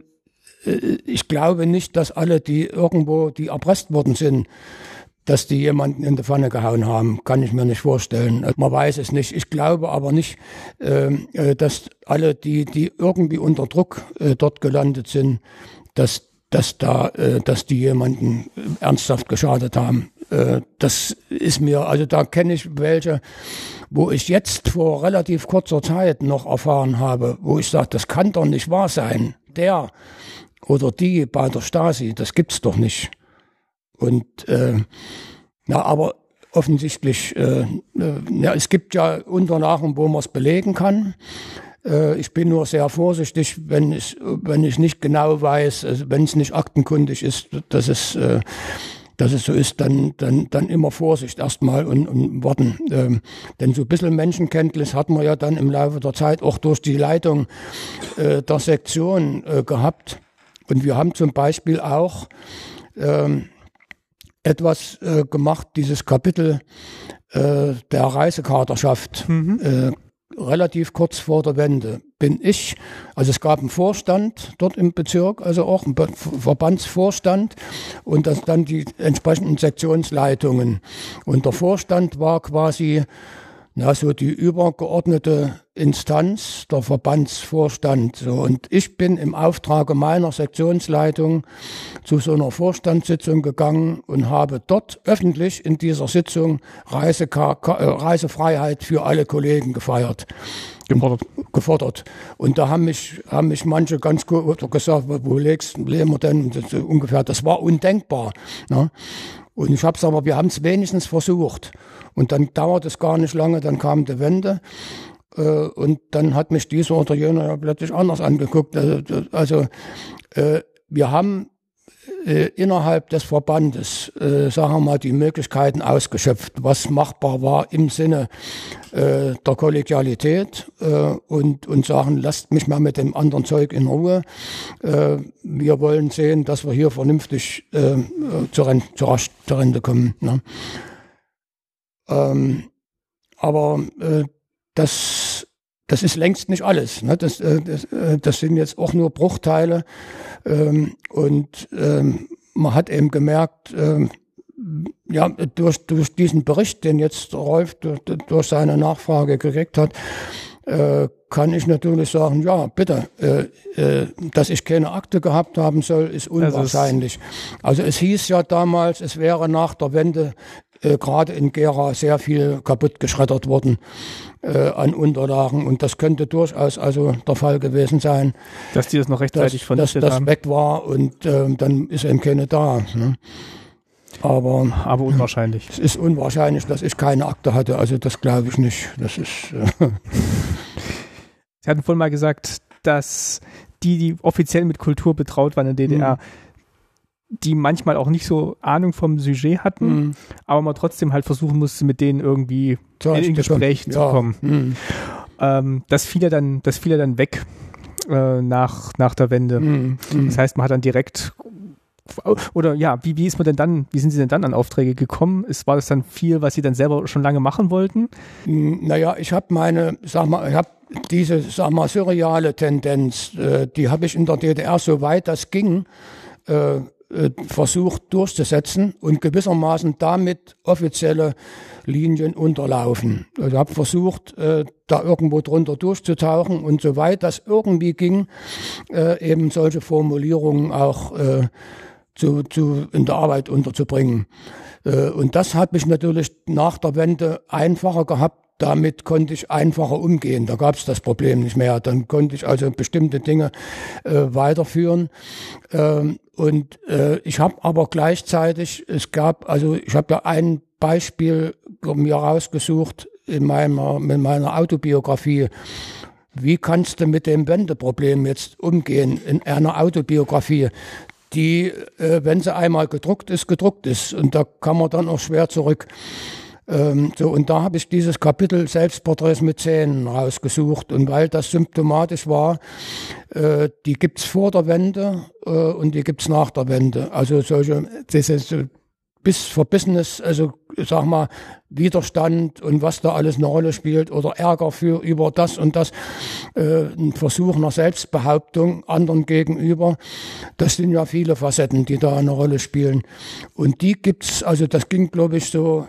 ich glaube nicht, dass alle, die irgendwo, die erpresst worden sind, dass die jemanden in die Pfanne gehauen haben, kann ich mir nicht vorstellen. Man weiß es nicht. Ich glaube aber nicht, äh, dass alle, die, die irgendwie unter Druck äh, dort gelandet sind, dass, dass da, äh, dass die jemanden ernsthaft geschadet haben. Äh, das ist mir, also da kenne ich welche, wo ich jetzt vor relativ kurzer Zeit noch erfahren habe, wo ich sage, das kann doch nicht wahr sein. Der oder die bei der Stasi, das gibt's doch nicht. Und äh, na, aber offensichtlich, äh, äh, ja, es gibt ja Unterlagen, wo man es belegen kann. Äh, ich bin nur sehr vorsichtig, wenn ich, wenn ich nicht genau weiß, also wenn es nicht aktenkundig ist, dass es, äh, dass es so ist, dann, dann, dann immer Vorsicht erstmal und, und warten. Ähm, denn so ein bisschen Menschenkenntnis hat man ja dann im Laufe der Zeit auch durch die Leitung äh, der Sektion äh, gehabt. Und wir haben zum Beispiel auch ähm, etwas äh, gemacht, dieses Kapitel äh, der Reisekaderschaft, mhm. äh, relativ kurz vor der Wende bin ich, also es gab einen Vorstand dort im Bezirk, also auch einen Verbandsvorstand und das dann die entsprechenden Sektionsleitungen. Und der Vorstand war quasi na, so die übergeordnete Instanz, der Verbandsvorstand. So. Und ich bin im Auftrage meiner Sektionsleitung zu so einer Vorstandssitzung gegangen und habe dort öffentlich in dieser Sitzung Reiseka- äh, Reisefreiheit für alle Kollegen gefeiert. Gefordert. Gefordert. Und da haben mich, haben mich manche ganz gut gesagt, wo legst, leben wir denn? Das, ungefähr, das war undenkbar. Ne? Und ich habe es aber, wir haben es wenigstens versucht. Und dann dauert es gar nicht lange, dann kam die Wende. Äh, und dann hat mich dieser oder jener ja plötzlich anders angeguckt. Also, also äh, wir haben äh, innerhalb des Verbandes, äh, sagen wir mal, die Möglichkeiten ausgeschöpft, was machbar war im Sinne äh, der Kollegialität äh, und, und sagen, lasst mich mal mit dem anderen Zeug in Ruhe. Äh, wir wollen sehen, dass wir hier vernünftig äh, zur, Rente, zur, zur Rente kommen. Ne? Ähm, aber äh, das das ist längst nicht alles. Ne? Das, äh, das, äh, das sind jetzt auch nur Bruchteile. Ähm, und ähm, man hat eben gemerkt, ähm, ja, durch, durch diesen Bericht, den jetzt Rolf durch, durch seine Nachfrage gekriegt hat, äh, kann ich natürlich sagen, ja, bitte, äh, äh, dass ich keine Akte gehabt haben soll, ist unwahrscheinlich. Also es hieß ja damals, es wäre nach der Wende äh, gerade in Gera sehr viel kaputt geschreddert worden äh, an Unterlagen, und das könnte durchaus also der Fall gewesen sein. Dass die das noch rechtzeitig vernichtet haben. Dass das haben. weg war und äh, dann ist eben keine da. Ne? Aber, Aber unwahrscheinlich. Es ist unwahrscheinlich, dass ich keine Akte hatte. Also das glaube ich nicht. Das ist. Äh Sie hatten vorhin mal gesagt, dass die, die offiziell mit Kultur betraut waren in der D D R, mhm. die manchmal auch nicht so Ahnung vom Sujet hatten, mhm. aber man trotzdem halt versuchen musste, mit denen irgendwie in ein Gespräch ja. zu kommen. Mhm. Ähm, das fiel ja dann, das fiel ja dann weg äh, nach, nach der Wende. Mhm. Das heißt, man hat dann direkt oder ja, wie, wie ist man denn dann, wie sind Sie denn dann an Aufträge gekommen? Ist, war das dann viel, was Sie dann selber schon lange machen wollten? Naja, ich habe meine, sag mal, ich habe diese, sag mal, surreale Tendenz, äh, die habe ich in der D D R, soweit das ging, äh, äh, versucht durchzusetzen und gewissermaßen damit offizielle Linien unterlaufen. Also habe versucht, äh, da irgendwo drunter durchzutauchen und soweit das irgendwie ging, äh, eben solche Formulierungen auch äh, Zu, zu, in der Arbeit unterzubringen. Äh, und das hat mich natürlich nach der Wende einfacher gehabt. Damit konnte ich einfacher umgehen. Da gab es das Problem nicht mehr. Dann konnte ich also bestimmte Dinge äh, weiterführen. Ähm, und äh, ich habe aber gleichzeitig, es gab, also ich habe ja ein Beispiel mir rausgesucht in meiner, in meiner Autobiografie. Wie kannst du mit dem Wendeproblem jetzt umgehen in einer Autobiografie, die, äh, wenn sie einmal gedruckt ist, gedruckt ist. Und da kann man dann auch schwer zurück. Ähm, so, und da habe ich dieses Kapitel Selbstporträts mit Zähnen rausgesucht. Und weil das symptomatisch war, äh, die gibt's vor der Wende äh, und die gibt's nach der Wende. Also solche, dieses bis verbissenes, also sag mal, Widerstand und was da alles eine Rolle spielt oder Ärger für über das und das, äh, ein Versuch nach Selbstbehauptung anderen gegenüber. Das sind ja viele Facetten, die da eine Rolle spielen. Und die gibt's, also das ging, glaube ich, so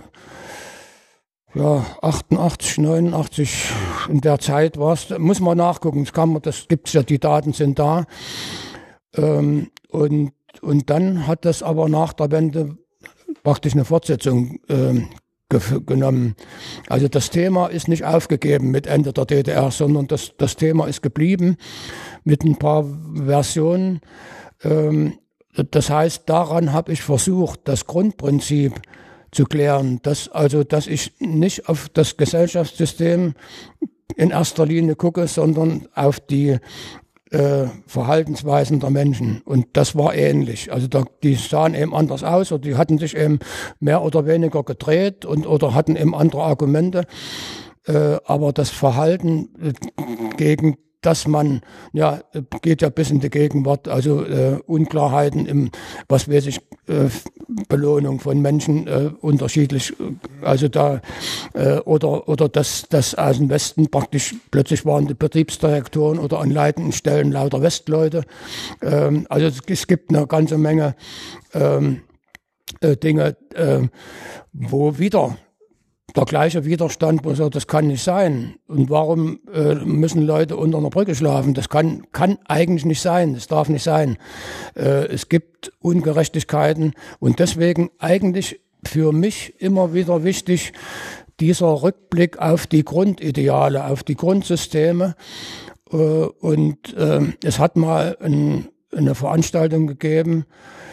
ja, achtundachtzig, neunundachtzig, in der Zeit war es, muss man nachgucken, das kann man, das gibt's ja, die Daten sind da. Ähm, und, und dann hat das aber nach der Wende praktisch eine Fortsetzung äh, ge- genommen. Also das Thema ist nicht aufgegeben mit Ende der D D R, sondern das, das Thema ist geblieben mit ein paar Versionen. Ähm, das heißt, daran habe ich versucht, das Grundprinzip zu klären, dass also, dass ich nicht auf das Gesellschaftssystem in erster Linie gucke, sondern auf die Äh, Verhaltensweisen der Menschen. Und das war ähnlich. Also da, die sahen eben anders aus oder die hatten sich eben mehr oder weniger gedreht und oder hatten eben andere Argumente. Äh, aber das Verhalten äh, gegen das man, ja, geht ja bis in die Gegenwart, also äh, Unklarheiten im, was weiß ich, äh, Belohnung von Menschen äh, unterschiedlich, also da, äh, oder oder dass das aus dem Westen praktisch, plötzlich waren die Betriebsdirektoren oder an leitenden Stellen lauter Westleute. Ähm, also es, es gibt eine ganze Menge ähm, äh, Dinge, äh, wo wieder der gleiche Widerstand, wo sagt, das kann nicht sein. Und warum äh, müssen Leute unter einer Brücke schlafen? Das kann, kann eigentlich nicht sein. Das darf nicht sein. Äh, es gibt Ungerechtigkeiten und deswegen eigentlich für mich immer wieder wichtig, dieser Rückblick auf die Grundideale, auf die Grundsysteme. Äh, und äh, es hat mal ein, eine Veranstaltung gegeben,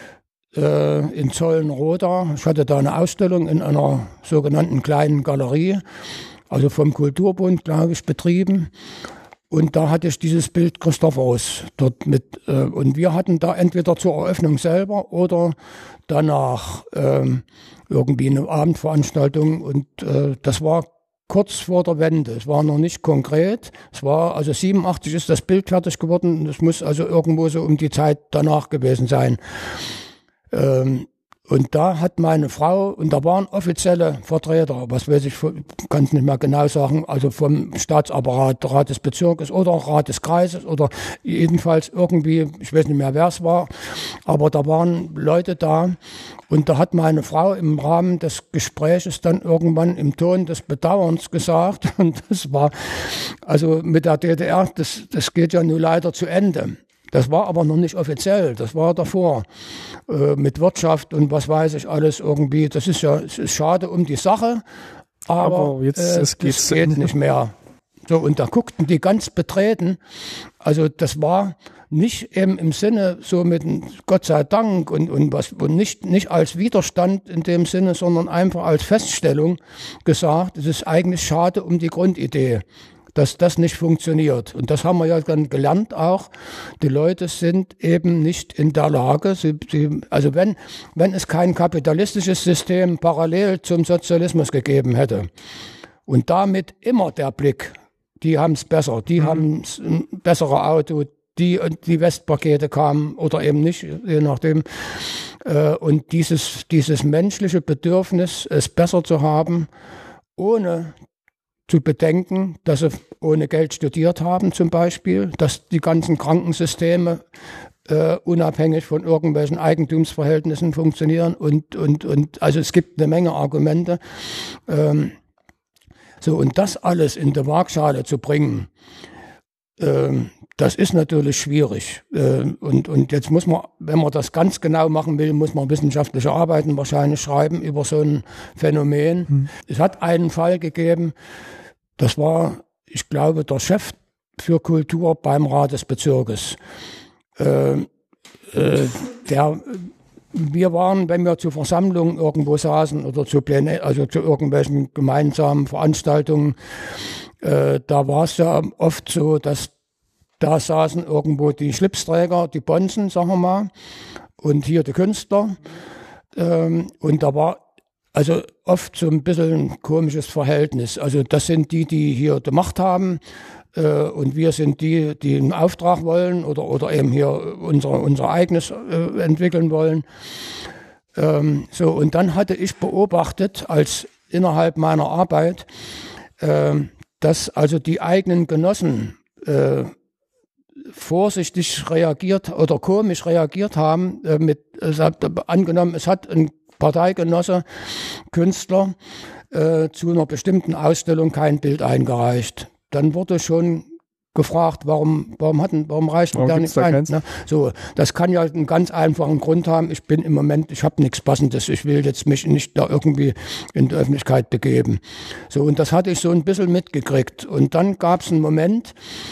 in Zollenroda. Ich hatte da eine Ausstellung in einer sogenannten kleinen Galerie, also vom Kulturbund, glaube ich, betrieben. Und da hatte ich dieses Bild Christophorus dort mit. Und wir hatten da entweder zur Eröffnung selber oder danach ähm, irgendwie eine Abendveranstaltung. Und äh, das war kurz vor der Wende. Es war noch nicht konkret. Es war, also siebenundachtzig ist das Bild fertig geworden. Es muss also irgendwo so um die Zeit danach gewesen sein. Ähm, Und da hat meine Frau, und da waren offizielle Vertreter, was weiß ich, kann es nicht mehr genau sagen, also vom Staatsapparat, Rat des Bezirkes oder Rat des Kreises oder jedenfalls irgendwie, ich weiß nicht mehr, wer es war, aber da waren Leute da und da hat meine Frau im Rahmen des Gespräches dann irgendwann im Ton des Bedauerns gesagt, und das war, also mit der D D R, das, das geht ja nun leider zu Ende. Das war aber noch nicht offiziell, das war davor, äh, mit Wirtschaft und was weiß ich alles irgendwie. Das ist ja, es ist schade um die Sache, aber, aber jetzt, äh, es es geht nicht mehr. So, und da guckten die ganz betreten. Also das war nicht eben im Sinne so mit Gott sei Dank und, und was und nicht, nicht als Widerstand in dem Sinne, sondern einfach als Feststellung gesagt, es ist eigentlich schade um die Grundidee, dass das nicht funktioniert. Und das haben wir ja dann gelernt auch. Die Leute sind eben nicht in der Lage, sie, sie, also wenn, wenn es kein kapitalistisches System parallel zum Sozialismus gegeben hätte und damit immer der Blick, die haben es besser, die mhm. haben ein bessere Auto, die, die Westpakete kamen oder eben nicht, je nachdem. Und dieses, dieses menschliche Bedürfnis, es besser zu haben, ohne zu bedenken, dass sie ohne Geld studiert haben zum Beispiel, dass die ganzen Krankensysteme äh, unabhängig von irgendwelchen Eigentumsverhältnissen funktionieren und, und, und also es gibt eine Menge Argumente. Ähm, so, und das alles in die Waagschale zu bringen, ähm, das ist natürlich schwierig. Äh, und, und jetzt muss man, wenn man das ganz genau machen will, muss man wissenschaftliche Arbeiten wahrscheinlich schreiben über so ein Phänomen. Hm. Es hat einen Fall gegeben, das war, ich glaube, der Chef für Kultur beim Rat des Bezirkes. Äh, äh, der, wir waren, wenn wir zu Versammlungen irgendwo saßen oder zu Pläne, also zu irgendwelchen gemeinsamen Veranstaltungen, äh, da war es ja oft so, dass da saßen irgendwo die Schlipsträger, die Bonzen, sagen wir mal, und hier die Künstler. Ähm, und da war also oft so ein bisschen ein komisches Verhältnis. Also das sind die, die hier die Macht haben, äh, und wir sind die, die einen Auftrag wollen oder, oder eben hier unser, unser eigenes äh, entwickeln wollen. Ähm, so, und dann hatte ich beobachtet, als innerhalb meiner Arbeit, äh, dass also die eigenen Genossen äh, vorsichtig reagiert oder komisch reagiert haben, äh, mit, es hat, angenommen, es hat ein Parteigenosse, Künstler, äh, zu einer bestimmten Ausstellung kein Bild eingereicht. Dann wurde schon gefragt, warum, warum, hatten, warum reicht warum da nicht ein? Ne? So, das kann ja einen ganz einfachen Grund haben. Ich bin im Moment, ich habe nichts Passendes. Ich will jetzt mich nicht da irgendwie in die Öffentlichkeit begeben. So, und das hatte ich so ein bisschen mitgekriegt. Und dann gab es einen Moment,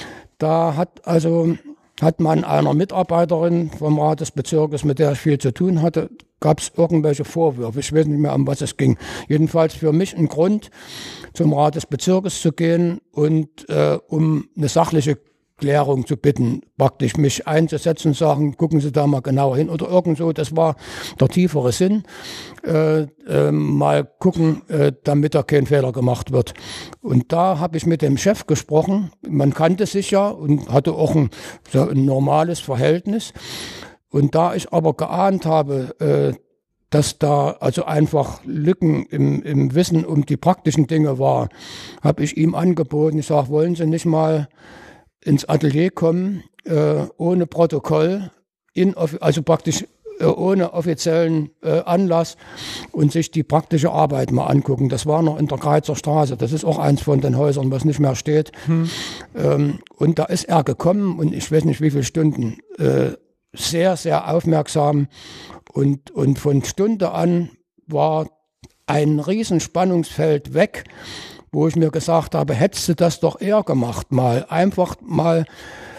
da hat also hat man einer Mitarbeiterin vom Rat des Bezirkes, mit der ich viel zu tun hatte, gab es irgendwelche Vorwürfe. Ich weiß nicht mehr, um was es ging. Jedenfalls für mich ein Grund, zum Rat des Bezirkes zu gehen und äh, um eine sachliche Klärung zu bitten, praktisch mich einzusetzen und sagen, gucken Sie da mal genauer hin oder irgend so. Das war der tiefere Sinn. Äh, äh, mal gucken, äh, damit da kein Fehler gemacht wird. Und da habe ich mit dem Chef gesprochen. Man kannte sich ja und hatte auch ein, so ein normales Verhältnis. Und da ich aber geahnt habe, äh, dass da also einfach Lücken im, im Wissen um die praktischen Dinge war, habe ich ihm angeboten, ich sage, wollen Sie nicht mal ins Atelier kommen, äh, ohne Protokoll, in, also praktisch äh, ohne offiziellen äh, Anlass und sich die praktische Arbeit mal angucken. Das war noch in der Greizer Straße. Das ist auch eins von den Häusern, was nicht mehr steht. Hm. Ähm, und da ist er gekommen und ich weiß nicht wie viele Stunden, äh, sehr, sehr aufmerksam. Und, und von Stunde an war ein Riesenspannungsfeld weg, wo ich mir gesagt habe, hättest du das doch eher gemacht, mal einfach mal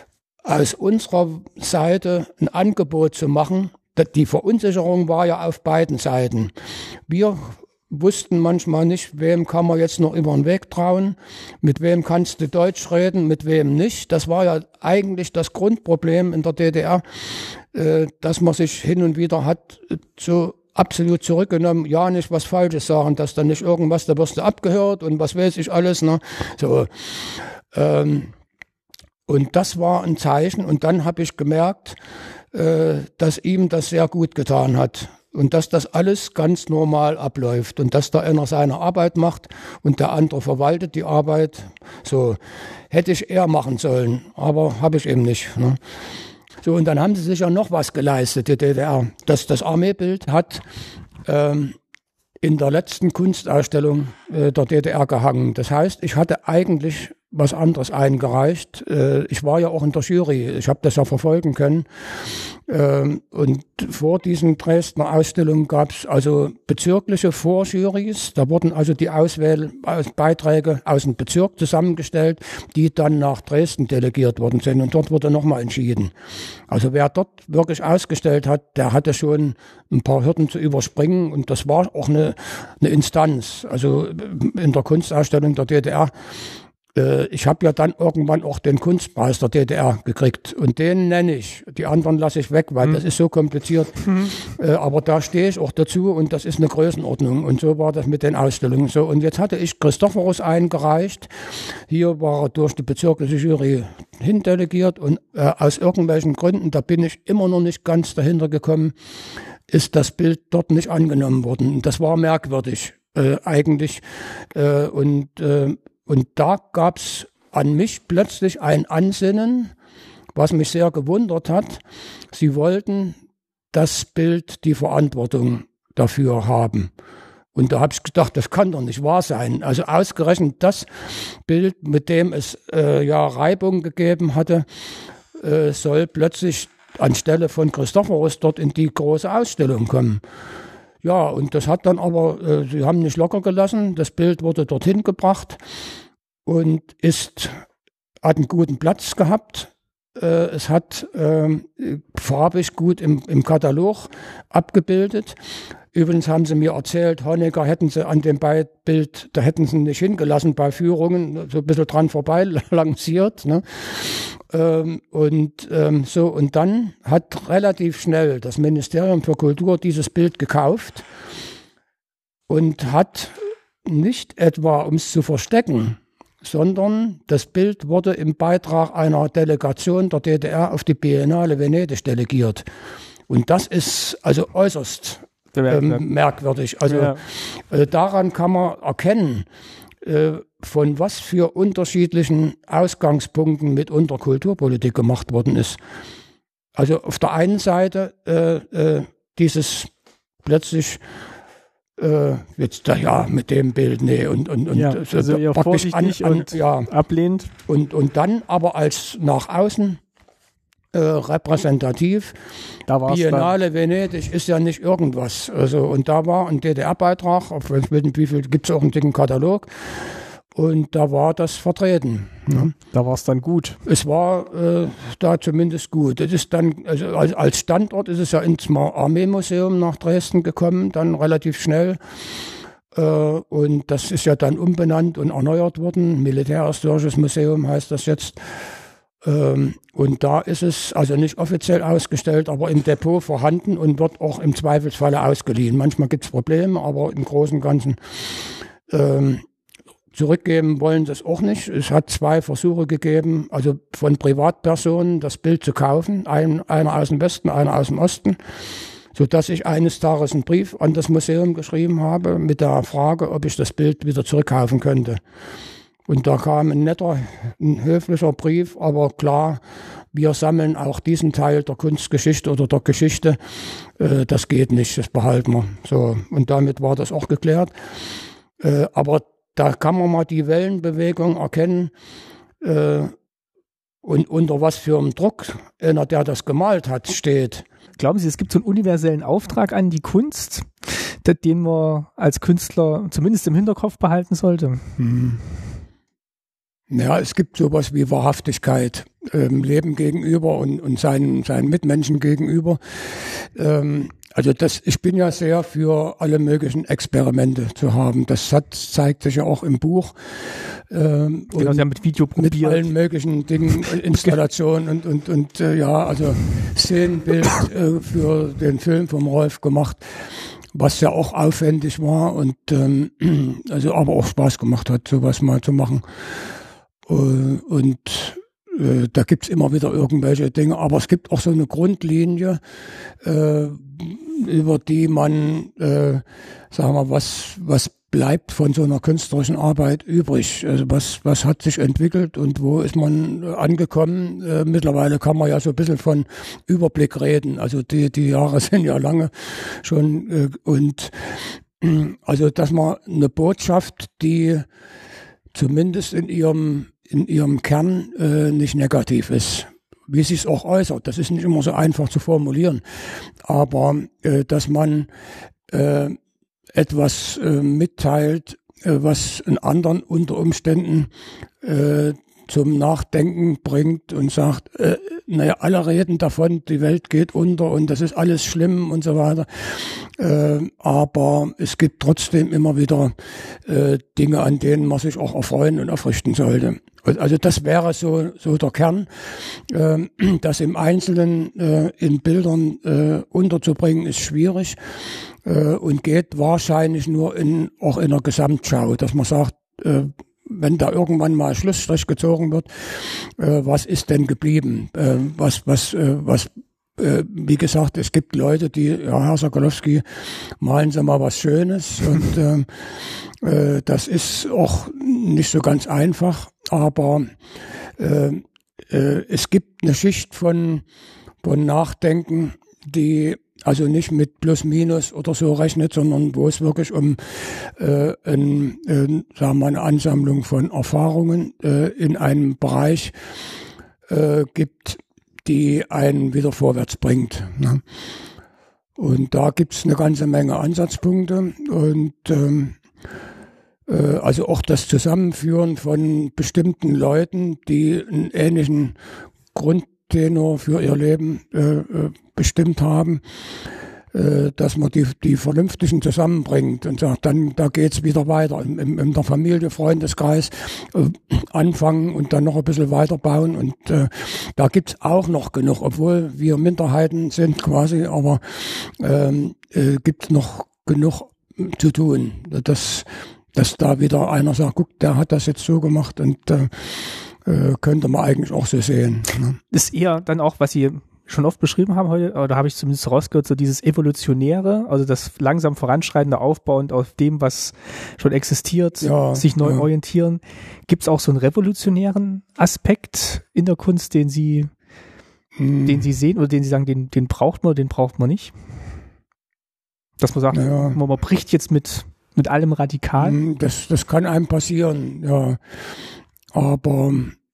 aus unserer Seite ein Angebot zu machen. Die Verunsicherung war ja auf beiden Seiten. Wir wussten manchmal nicht, wem kann man jetzt noch über den Weg trauen, mit wem kannst du Deutsch reden, mit wem nicht. Das war ja eigentlich das Grundproblem in der D D R, äh, dass man sich hin und wieder hat so absolut zurückgenommen, ja nicht was Falsches sagen, dass dann nicht irgendwas, da wirst du abgehört und was weiß ich alles. Ne? So, ähm, und das war ein Zeichen und dann habe ich gemerkt, äh, dass ihm das sehr gut getan hat. und dass das alles ganz normal abläuft und dass da einer seine Arbeit macht und der andere verwaltet die Arbeit. So hätte ich eher machen sollen, aber habe ich eben nicht. Ne? So, und dann haben sie sich ja noch was geleistet, die D D R. Das, das Armeebild hat ähm, in der letzten Kunstausstellung äh, der D D R gehangen. Das heißt, ich hatte eigentlich was anderes eingereicht. Äh, ich war ja auch in der Jury, ich habe das ja verfolgen können. Ähm, und vor diesen Dresdner Ausstellungen gab es also bezirkliche Vorjurys. Da wurden also die Auswahlbeiträge aus dem Bezirk zusammengestellt, die dann nach Dresden delegiert worden sind. Und dort wurde nochmal entschieden. Also wer dort wirklich ausgestellt hat, der hatte schon ein paar Hürden zu überspringen. Und das war auch eine, eine Instanz. Also in der Kunstausstellung der D D R. Ich habe ja dann irgendwann auch den Kunstpreis der D D R gekriegt und den nenne ich. Die anderen lasse ich weg, weil mhm. das ist so kompliziert. Mhm. Äh, aber da stehe ich auch dazu und das ist eine Größenordnung. Und so war das mit den Ausstellungen so. Und jetzt hatte ich Christophorus eingereicht. Hier war er durch die bezirkliche Jury hindelegiert und äh, aus irgendwelchen Gründen, da bin ich immer noch nicht ganz dahinter gekommen, ist das Bild dort nicht angenommen worden. Das war merkwürdig äh, eigentlich. Äh, und äh, Und da gab's an mich plötzlich ein Ansinnen, was mich sehr gewundert hat. Sie wollten das Bild, die Verantwortung dafür haben. Und da habe ich gedacht, das kann doch nicht wahr sein. Also ausgerechnet das Bild, mit dem es äh, ja Reibung gegeben hatte, äh, soll plötzlich anstelle von Christophorus dort in die große Ausstellung kommen. Ja, und das hat dann aber, äh, sie haben nicht locker gelassen, das Bild wurde dorthin gebracht und ist, hat einen guten Platz gehabt. Äh, es hat äh, farbig gut im, im Katalog abgebildet. Übrigens haben sie mir erzählt, Honecker hätten sie an dem Bild, da hätten sie nicht hingelassen bei Führungen, so ein bisschen dran vorbei lanciert. Ne? Ähm, und ähm, so, und dann hat relativ schnell das Ministerium für Kultur dieses Bild gekauft und hat nicht etwa, um es zu verstecken, sondern das Bild wurde im Beitrag einer Delegation der D D R auf die Biennale Venedig delegiert. Und das ist also äußerst ähm, merkwürdig. Also ja. äh, daran kann man erkennen, äh, von was für unterschiedlichen Ausgangspunkten mitunter Kulturpolitik gemacht worden ist. Also auf der einen Seite äh, äh, dieses plötzlich äh, jetzt da ja mit dem Bild, nee, und, und, und ja, also eher vorsichtig an, an, und ja, ablehnt. Und, und dann aber als nach außen äh, repräsentativ. Da Biennale Venedig ist ja nicht irgendwas. Also, und da war ein D D R-Beitrag, auf wie viel gibt es auch einen dicken Katalog. Und da war das vertreten. Ja. Da war es dann gut. Es war äh, da zumindest gut. Es ist dann, also als, als Standort ist es ja ins Armeemuseum nach Dresden gekommen, dann relativ schnell. Äh, und das ist ja dann umbenannt und erneuert worden. Militärhistorisches Museum heißt das jetzt. Ähm, und da ist es also nicht offiziell ausgestellt, aber im Depot vorhanden und wird auch im Zweifelsfalle ausgeliehen. Manchmal gibt es Probleme, aber im Großen und Ganzen ähm, zurückgeben wollen sie es auch nicht. Es hat zwei Versuche gegeben, also von Privatpersonen das Bild zu kaufen, ein, einer aus dem Westen, einer aus dem Osten, sodass ich eines Tages einen Brief an das Museum geschrieben habe mit der Frage, ob ich das Bild wieder zurückkaufen könnte. Und da kam ein netter, ein höflicher Brief, aber klar, wir sammeln auch diesen Teil der Kunstgeschichte oder der Geschichte. Äh, das geht nicht, das behalten wir. So, und damit war das auch geklärt. Äh, aber da kann man mal die Wellenbewegung erkennen äh, und unter was für einem Druck einer, der das gemalt hat, steht. Glauben Sie, es gibt so einen universellen Auftrag an die Kunst, den man als Künstler zumindest im Hinterkopf behalten sollte? Hm. Ja, es gibt sowas wie Wahrhaftigkeit ähm, Leben gegenüber und, und seinen, seinen Mitmenschen gegenüber. Ähm, Also das, ich bin ja sehr für alle möglichen Experimente zu haben. Das hat, zeigt sich ja auch im Buch. Ähm, genau, Sie haben mit Video probiert. Mit allen möglichen Dingen, Installationen und, und, und äh, ja, also Szenenbild äh, für den Film vom Rolf gemacht, was ja auch aufwendig war und ähm, also aber auch Spaß gemacht hat, sowas mal zu machen. Äh, und äh, da gibt's immer wieder irgendwelche Dinge, aber es gibt auch so eine Grundlinie, äh, über die man, äh, sagen wir, was, was bleibt von so einer künstlerischen Arbeit übrig? Also was, was hat sich entwickelt und wo ist man angekommen? Äh, mittlerweile kann man ja so ein bisschen von Überblick reden. Also die, die Jahre sind ja lange schon äh, und also, dass man eine Botschaft, die zumindest in ihrem, in ihrem Kern äh, nicht negativ ist, wie sie es auch äußert. Das ist nicht immer so einfach zu formulieren. Aber äh, dass man äh, etwas äh, mitteilt, äh, was einen anderen unter Umständen äh, zum Nachdenken bringt und sagt, äh, naja, alle reden davon, die Welt geht unter und das ist alles schlimm und so weiter. Äh, aber es gibt trotzdem immer wieder äh, Dinge, an denen man sich auch erfreuen und aufrichten sollte. Also das wäre so, so der Kern, äh, das im Einzelnen äh, in Bildern äh, unterzubringen, ist schwierig äh, und geht wahrscheinlich nur in, auch in einer Gesamtschau, dass man sagt, äh, wenn da irgendwann mal Schlussstrich gezogen wird, äh, was ist denn geblieben? Äh, was, was, äh, was, äh, wie gesagt, es gibt Leute, die, ja, Herr Sokolowski, malen Sie mal was Schönes und äh, äh, das ist auch nicht so ganz einfach, aber äh, äh, es gibt eine Schicht von, von Nachdenken, die also nicht mit Plus Minus oder so rechnet, sondern wo es wirklich um äh, ein, äh, sagen wir, eine Ansammlung von Erfahrungen äh, in einem Bereich äh, gibt, die einen wieder vorwärts bringt. Ne? Und da gibt's eine ganze Menge Ansatzpunkte und ähm, äh, also auch das Zusammenführen von bestimmten Leuten, die einen ähnlichen Grundtenor für ihr Leben äh, bestimmt haben, äh, dass man die, die Vernünftigen zusammenbringt und sagt, dann da geht's wieder weiter. In, in, in der Familie, Freundeskreis äh, anfangen und dann noch ein bisschen weiterbauen. Und äh, da gibt's auch noch genug, obwohl wir Minderheiten sind quasi, aber ähm, äh, gibt's noch genug zu tun. Dass, dass da wieder einer sagt, guck, der hat das jetzt so gemacht und äh, könnte man eigentlich auch so sehen. Ne? Ist eher dann auch, was Sie schon oft beschrieben haben heute, oder habe ich zumindest rausgehört, so dieses Evolutionäre, also das langsam voranschreitende Aufbauend auf dem, was schon existiert, ja, sich neu ja. orientieren. Gibt es auch so einen revolutionären Aspekt in der Kunst, den Sie, hm. den Sie sehen oder den Sie sagen, den, den braucht man, den braucht man nicht? Dass man sagt, ja. man, man bricht jetzt mit, mit allem radikal? Das, das kann einem passieren, ja. Aber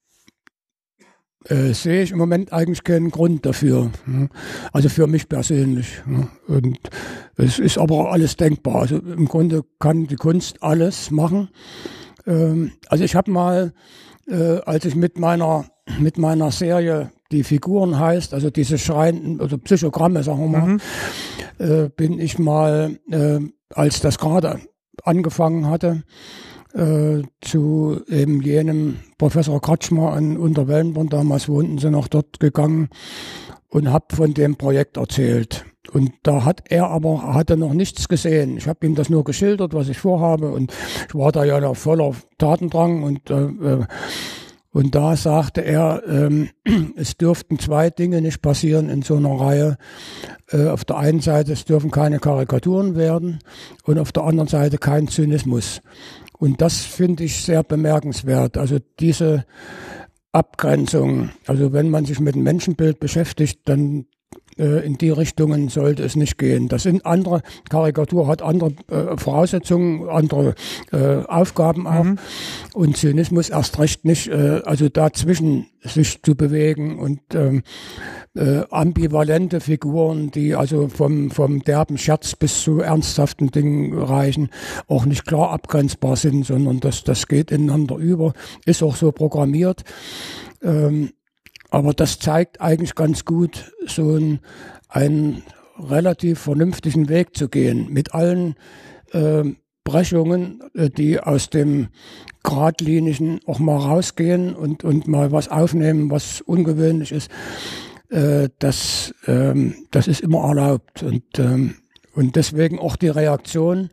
äh, sehe ich im Moment eigentlich keinen Grund dafür. Ne? Also für mich persönlich. Ne? Und es ist aber alles denkbar. Also im Grunde kann die Kunst alles machen. Ähm, also ich habe mal, äh, als ich mit meiner mit meiner Serie, die Figuren heißt, also diese schreienden, also Psychogramme, sagen wir mal, mhm. äh, bin ich mal, äh, als das gerade angefangen hatte, Äh, zu eben jenem Professor Kratschmer an Unterwellenborn, damals wohnten sie noch dort, gegangen und habe von dem Projekt erzählt. Und da hat er aber, hatte noch nichts gesehen. Ich habe ihm das nur geschildert, was ich vorhabe und ich war da ja noch voller Tatendrang und äh, und da sagte er, ähm, es dürften zwei Dinge nicht passieren in so einer Reihe. Äh, auf der einen Seite, es dürfen keine Karikaturen werden und auf der anderen Seite kein Zynismus. Und das finde ich sehr bemerkenswert. Also diese Abgrenzung, also wenn man sich mit dem Menschenbild beschäftigt, dann äh, in die Richtungen sollte es nicht gehen. Das sind andere, Karikatur hat andere äh, Voraussetzungen, andere äh, Aufgaben auch. Mhm. Und Zynismus erst recht nicht, äh, also dazwischen sich zu bewegen und ähm, äh, ambivalente Figuren, die also vom, vom derben Scherz bis zu ernsthaften Dingen reichen, auch nicht klar abgrenzbar sind, sondern das, das geht ineinander über, ist auch so programmiert. Ähm, aber das zeigt eigentlich ganz gut, so einen, einen relativ vernünftigen Weg zu gehen, mit allen äh, Brechungen, die aus dem Gradlinigen auch mal rausgehen und, und mal was aufnehmen, was ungewöhnlich ist. Äh, das, ähm, das ist immer erlaubt. Und, ähm, und deswegen auch die Reaktion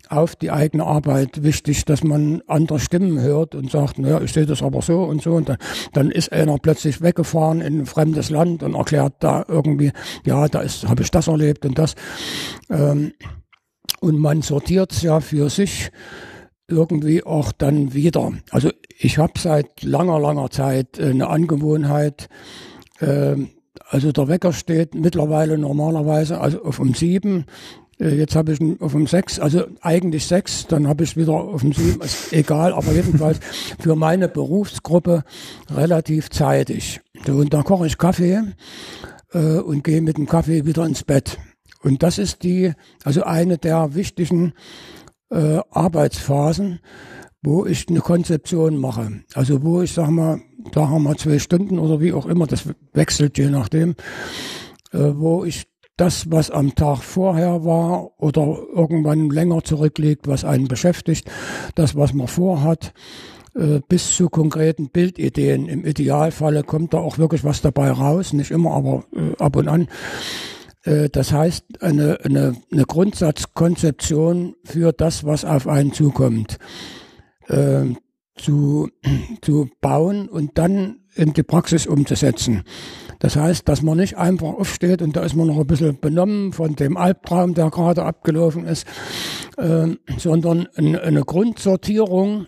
auf die eigene Arbeit wichtig, dass man andere Stimmen hört und sagt, naja, ich sehe das aber so und so. Und dann, dann ist einer plötzlich weggefahren in ein fremdes Land und erklärt da irgendwie, ja, da ist, habe ich das erlebt und das. Ähm, und man sortiert es ja für sich irgendwie auch dann wieder. Also ich habe seit langer, langer Zeit eine Angewohnheit, äh, also der Wecker steht mittlerweile normalerweise also auf um sieben, äh, jetzt habe ich ihn auf um sechs, also eigentlich sechs, dann habe ich wieder auf um sieben, ist egal, aber jedenfalls für meine Berufsgruppe relativ zeitig. So, und da koche ich Kaffee äh, und gehe mit dem Kaffee wieder ins Bett. Und das ist die, also eine der wichtigen Äh, Arbeitsphasen, wo ich eine Konzeption mache. Also wo ich, sag mal, da haben wir zwei Stunden oder wie auch immer, das wechselt je nachdem, äh, wo ich das, was am Tag vorher war oder irgendwann länger zurückliegt, was einen beschäftigt, das, was man vorhat, äh, bis zu konkreten Bildideen. Im Idealfalle kommt da auch wirklich was dabei raus, nicht immer, aber äh, ab und an. Das heißt, eine, eine, eine Grundsatzkonzeption für das, was auf einen zukommt, äh, zu, zu bauen und dann in die Praxis umzusetzen. Das heißt, dass man nicht einfach aufsteht und da ist man noch ein bisschen benommen von dem Albtraum, der gerade abgelaufen ist, äh, sondern eine, eine Grundsortierung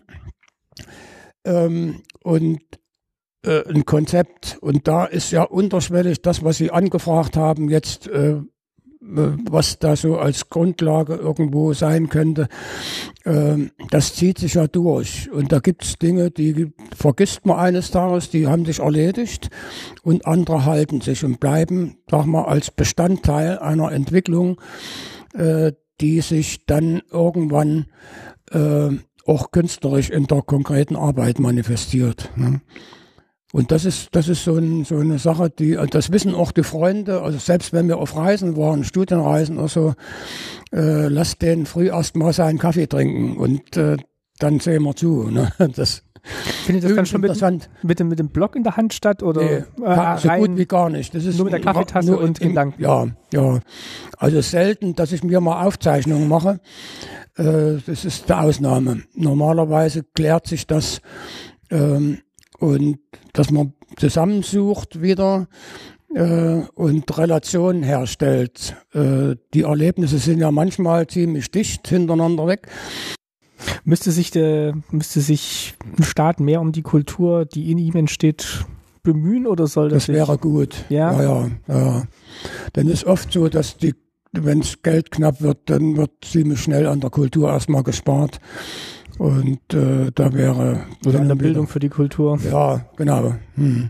ähm, und ein Konzept, und da ist ja unterschwellig das, was Sie angefragt haben, jetzt, äh, was da so als Grundlage irgendwo sein könnte, äh, das zieht sich ja durch. Und da gibt es Dinge, die vergisst man eines Tages, die haben sich erledigt, und andere halten sich und bleiben, sag mal, als Bestandteil einer Entwicklung, äh, die sich dann irgendwann äh, auch künstlerisch in der konkreten Arbeit manifestiert, ne? Und das ist, das ist so, ein, so eine Sache, die, das wissen auch die Freunde, also selbst wenn wir auf Reisen waren, Studienreisen oder so, äh, lass den früh erst mal seinen Kaffee trinken und äh, dann sehen wir zu, ne? Das findet das dann schon mit, mit, dem, mit dem Block in der Hand statt oder nee, äh, so gut wie gar nicht. Das ist nur mit der Kaffeetasse nur und Gedanken. Ja, ja. Also selten, dass ich mir mal Aufzeichnungen mache. Äh, das ist die Ausnahme. Normalerweise klärt sich das ähm, und dass man zusammensucht wieder äh, und Relationen herstellt. Äh, die Erlebnisse sind ja manchmal ziemlich dicht hintereinander weg. Müsste sich der, müsste sich ein Staat mehr um die Kultur, die in ihm entsteht, bemühen, oder soll das? Das wäre gut. Ja, ja, ja. ja. Denn es ist oft so, dass die, wenn es Geld knapp wird, dann wird ziemlich schnell an der Kultur erstmal gespart. Und äh, da wäre... Oder an der Bildung wieder, für die Kultur. Ja, genau. Hm.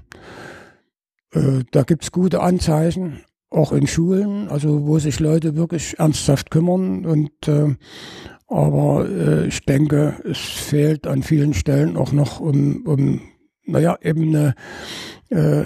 Äh, da gibt's gute Anzeichen, auch in Schulen, also wo sich Leute wirklich ernsthaft kümmern. Und äh, aber äh, ich denke, es fehlt an vielen Stellen auch noch um, um naja, eben eine, äh,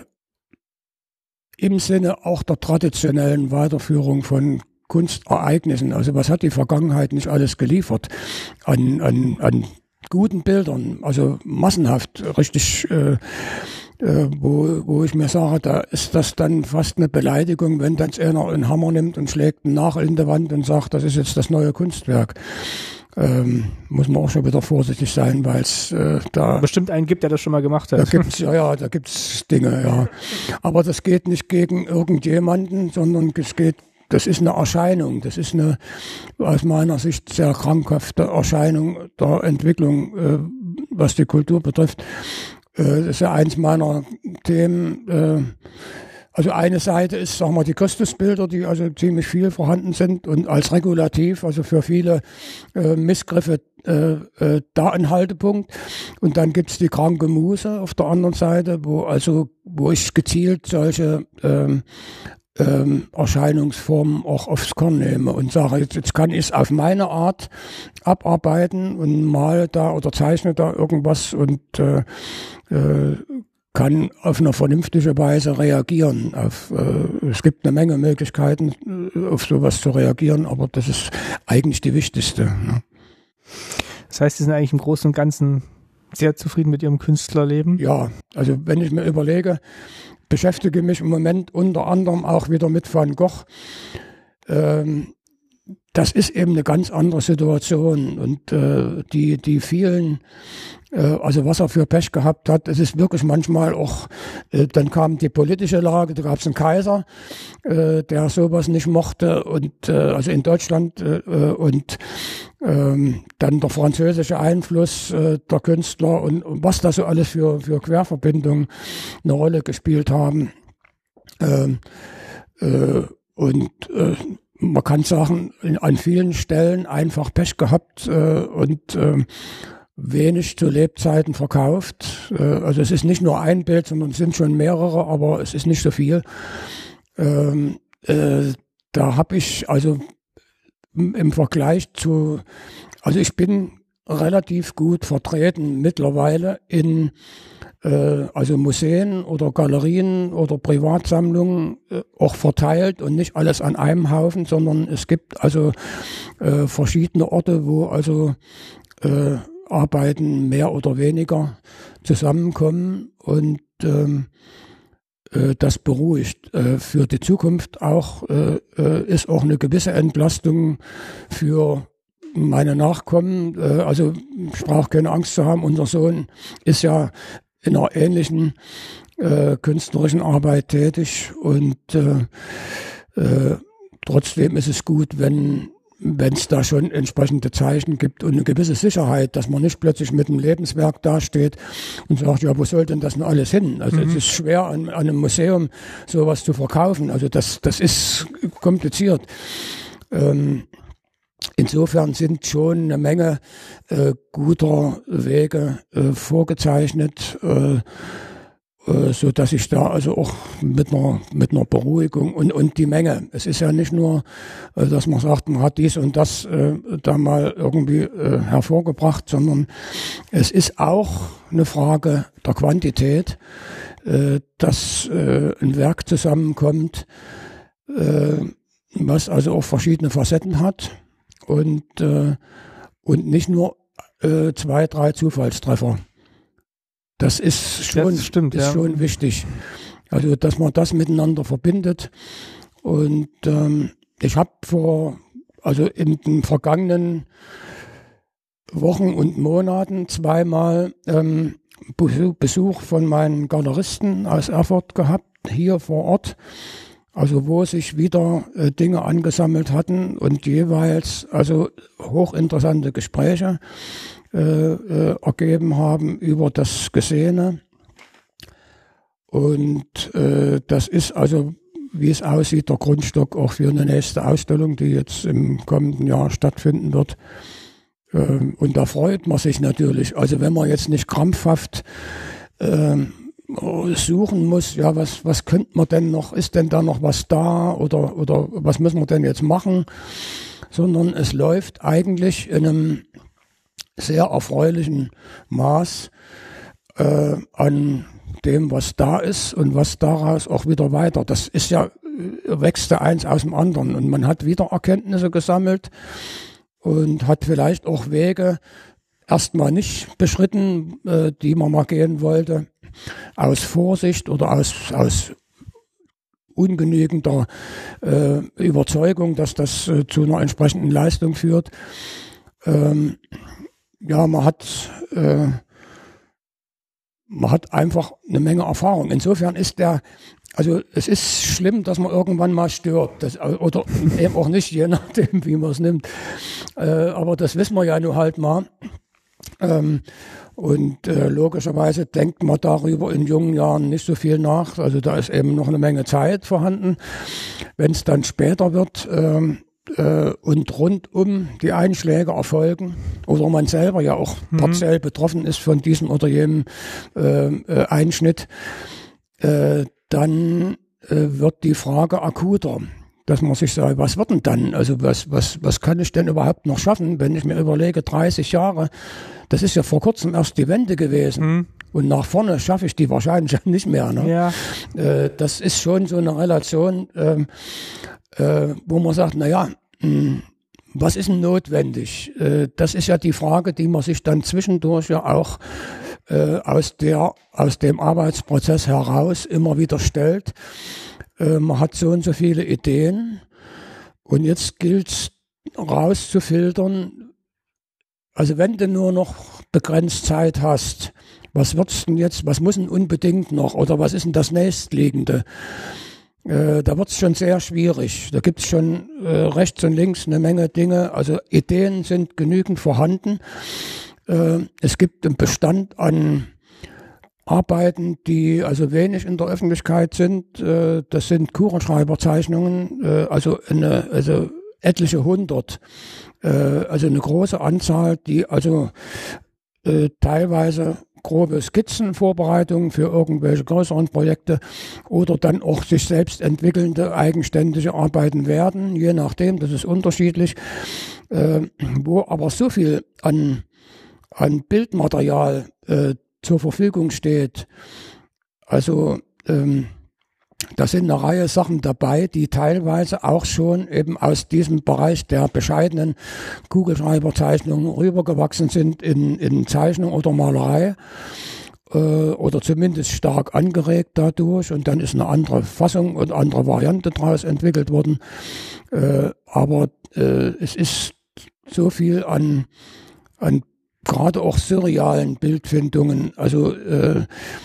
im Sinne auch der traditionellen Weiterführung von Kunstereignissen. Also was hat die Vergangenheit nicht alles geliefert an, an, an guten Bildern, also massenhaft, richtig, äh, äh, wo, wo ich mir sage, da ist das dann fast eine Beleidigung, wenn dann einer einen Hammer nimmt und schlägt einen Nagel in die Wand und sagt, das ist jetzt das neue Kunstwerk. Ähm, muss man auch schon wieder vorsichtig sein, weil es äh, da... Bestimmt einen gibt, der das schon mal gemacht hat. Da gibt's, ja, ja, da gibt's Dinge, ja. Aber das geht nicht gegen irgendjemanden, sondern es geht, das ist eine Erscheinung, das ist eine aus meiner Sicht sehr krankhafte Erscheinung der Entwicklung, äh, was die Kultur betrifft. Äh, das ist ja eins meiner Themen. Äh, also eine Seite ist, sagen wir, die Christusbilder, die also ziemlich viel vorhanden sind und als Regulativ, also für viele äh, Missgriffe äh, äh, da ein Haltepunkt. Und dann gibt's die kranke Muse auf der anderen Seite, wo also wo ich gezielt solche ähm, Ähm, Erscheinungsformen auch aufs Korn nehme und sage, jetzt, jetzt kann ich es auf meine Art abarbeiten und male da oder zeichne da irgendwas und äh, äh, kann auf eine vernünftige Weise reagieren. Auf, äh, es gibt eine Menge Möglichkeiten, äh, auf sowas zu reagieren, aber das ist eigentlich die wichtigste. Ne? Das heißt, Sie sind eigentlich im Großen und Ganzen sehr zufrieden mit Ihrem Künstlerleben? Ja, also wenn ich mir überlege, beschäftige mich im Moment unter anderem auch wieder mit Van Gogh. Ähm, das ist eben eine ganz andere Situation und äh, die, die vielen, äh, also was er für Pech gehabt hat, es ist wirklich manchmal auch, äh, dann kam die politische Lage, da gab es einen Kaiser, äh, der sowas nicht mochte und äh, also in Deutschland äh, und ähm, dann der französische Einfluss äh, der Künstler und, und was da so alles für, für Querverbindungen eine Rolle gespielt haben. Ähm, äh, und äh, man kann sagen, in, an vielen Stellen einfach Pech gehabt äh, und äh, wenig zu Lebzeiten verkauft. Äh, also es ist nicht nur ein Bild, sondern es sind schon mehrere, aber es ist nicht so viel. Ähm, äh, da habe ich also im, im Vergleich zu, also ich bin relativ gut vertreten mittlerweile in also Museen oder Galerien oder Privatsammlungen äh, auch verteilt und nicht alles an einem Haufen, sondern es gibt also äh, verschiedene Orte, wo also äh, Arbeiten mehr oder weniger zusammenkommen und ähm, äh, das beruhigt. Äh, für die Zukunft auch äh, äh, ist auch eine gewisse Entlastung für meine Nachkommen. Äh, also ich brauche keine Angst zu haben, unser Sohn ist ja in einer ähnlichen äh, künstlerischen Arbeit tätig und äh, äh, trotzdem ist es gut, wenn wenn es da schon entsprechende Zeichen gibt und eine gewisse Sicherheit, dass man nicht plötzlich mit einem Lebenswerk dasteht und sagt, ja, wo soll denn das denn alles hin? Also mhm. es ist schwer, an, an einem Museum sowas zu verkaufen. Also das, das ist kompliziert. Ähm, Insofern sind schon eine Menge äh, guter Wege äh, vorgezeichnet, äh, äh, so dass ich da also auch mit einer mit einer Beruhigung und und die Menge. Es ist ja nicht nur, äh, dass man sagt, man hat dies und das äh, da mal irgendwie äh, hervorgebracht, sondern es ist auch eine Frage der Quantität, äh, dass äh, ein Werk zusammenkommt, äh, was also auch verschiedene Facetten hat. Und, äh, und nicht nur äh, zwei, drei Zufallstreffer. Das ist schon, das stimmt, ist ja. schon wichtig. Also, dass man das miteinander verbindet. Und ähm, ich habe vor, also in den vergangenen Wochen und Monaten zweimal ähm, Besuch von meinen Galeristen aus Erfurt gehabt, hier vor Ort. Also wo sich wieder äh, Dinge angesammelt hatten und jeweils also hochinteressante Gespräche äh, äh, ergeben haben über das Gesehene. Und äh, das ist also, wie es aussieht, der Grundstock auch für eine nächste Ausstellung, die jetzt im kommenden Jahr stattfinden wird. Äh, und da freut man sich natürlich. Also wenn man jetzt nicht krampfhaft äh, suchen muss, ja, was, was könnte man denn noch, ist denn da noch was da oder, oder was müssen wir denn jetzt machen, sondern es läuft eigentlich in einem sehr erfreulichen Maß äh, an dem, was da ist und was daraus auch wieder weiter. Das ist ja, wächst ja eins aus dem anderen und man hat wieder Erkenntnisse gesammelt und hat vielleicht auch Wege erstmal nicht beschritten, äh, die man mal gehen wollte, aus Vorsicht oder aus, aus ungenügender äh, Überzeugung, dass das äh, zu einer entsprechenden Leistung führt. Ähm, ja, man hat, äh, man hat einfach eine Menge Erfahrung. Insofern ist der, also es ist schlimm, dass man irgendwann mal stirbt, das, oder eben auch nicht, je nachdem, wie man es nimmt. Äh, aber das wissen wir ja nur halt mal. Ähm, und äh, logischerweise denkt man darüber in jungen Jahren nicht so viel nach. Also da ist eben noch eine Menge Zeit vorhanden. Wenn es dann später wird ähm, äh, und rundum die Einschläge erfolgen oder man selber ja auch mhm. partiell betroffen ist von diesem oder jenem äh, äh, Einschnitt, äh, dann äh, wird die Frage akuter. Dass man sich sagt, was wird denn dann? Also was, was, was kann ich denn überhaupt noch schaffen, wenn ich mir überlege, dreißig Jahre, das ist ja vor kurzem erst die Wende gewesen. Mhm. Und nach vorne schaffe ich die wahrscheinlich nicht mehr. Ne? Ja. Äh, das ist schon so eine Relation, äh, äh, wo man sagt, na ja, mh, was ist denn notwendig? Äh, das ist ja die Frage, die man sich dann zwischendurch ja auch äh, aus der, aus dem Arbeitsprozess heraus immer wieder stellt. Man hat so und so viele Ideen und jetzt gilt es, rauszufiltern, also wenn du nur noch begrenzt Zeit hast, was wird's denn jetzt, was muss denn unbedingt noch oder was ist denn das nächstliegende? Äh, da wird's schon sehr schwierig. Da gibt's schon äh, rechts und links eine Menge Dinge, also Ideen sind genügend vorhanden. Äh, es gibt einen Bestand an Arbeiten, die also wenig in der Öffentlichkeit sind. Äh, das sind Kugelschreiberzeichnungen, äh, also eine, also etliche hundert, äh, also eine große Anzahl, die also äh, teilweise grobe Skizzenvorbereitungen für irgendwelche größeren Projekte oder dann auch sich selbst entwickelnde eigenständige Arbeiten werden, je nachdem, das ist unterschiedlich, äh, wo aber so viel an, an Bildmaterial äh, zur Verfügung steht. Also ähm, da sind eine Reihe Sachen dabei, die teilweise auch schon eben aus diesem Bereich der bescheidenen Kugelschreiberzeichnungen rübergewachsen sind in, in Zeichnung oder Malerei äh, oder zumindest stark angeregt dadurch und dann ist eine andere Fassung und andere Variante daraus entwickelt worden. Äh, aber äh, es ist so viel an, an gerade auch surrealen Bildfindungen, also äh,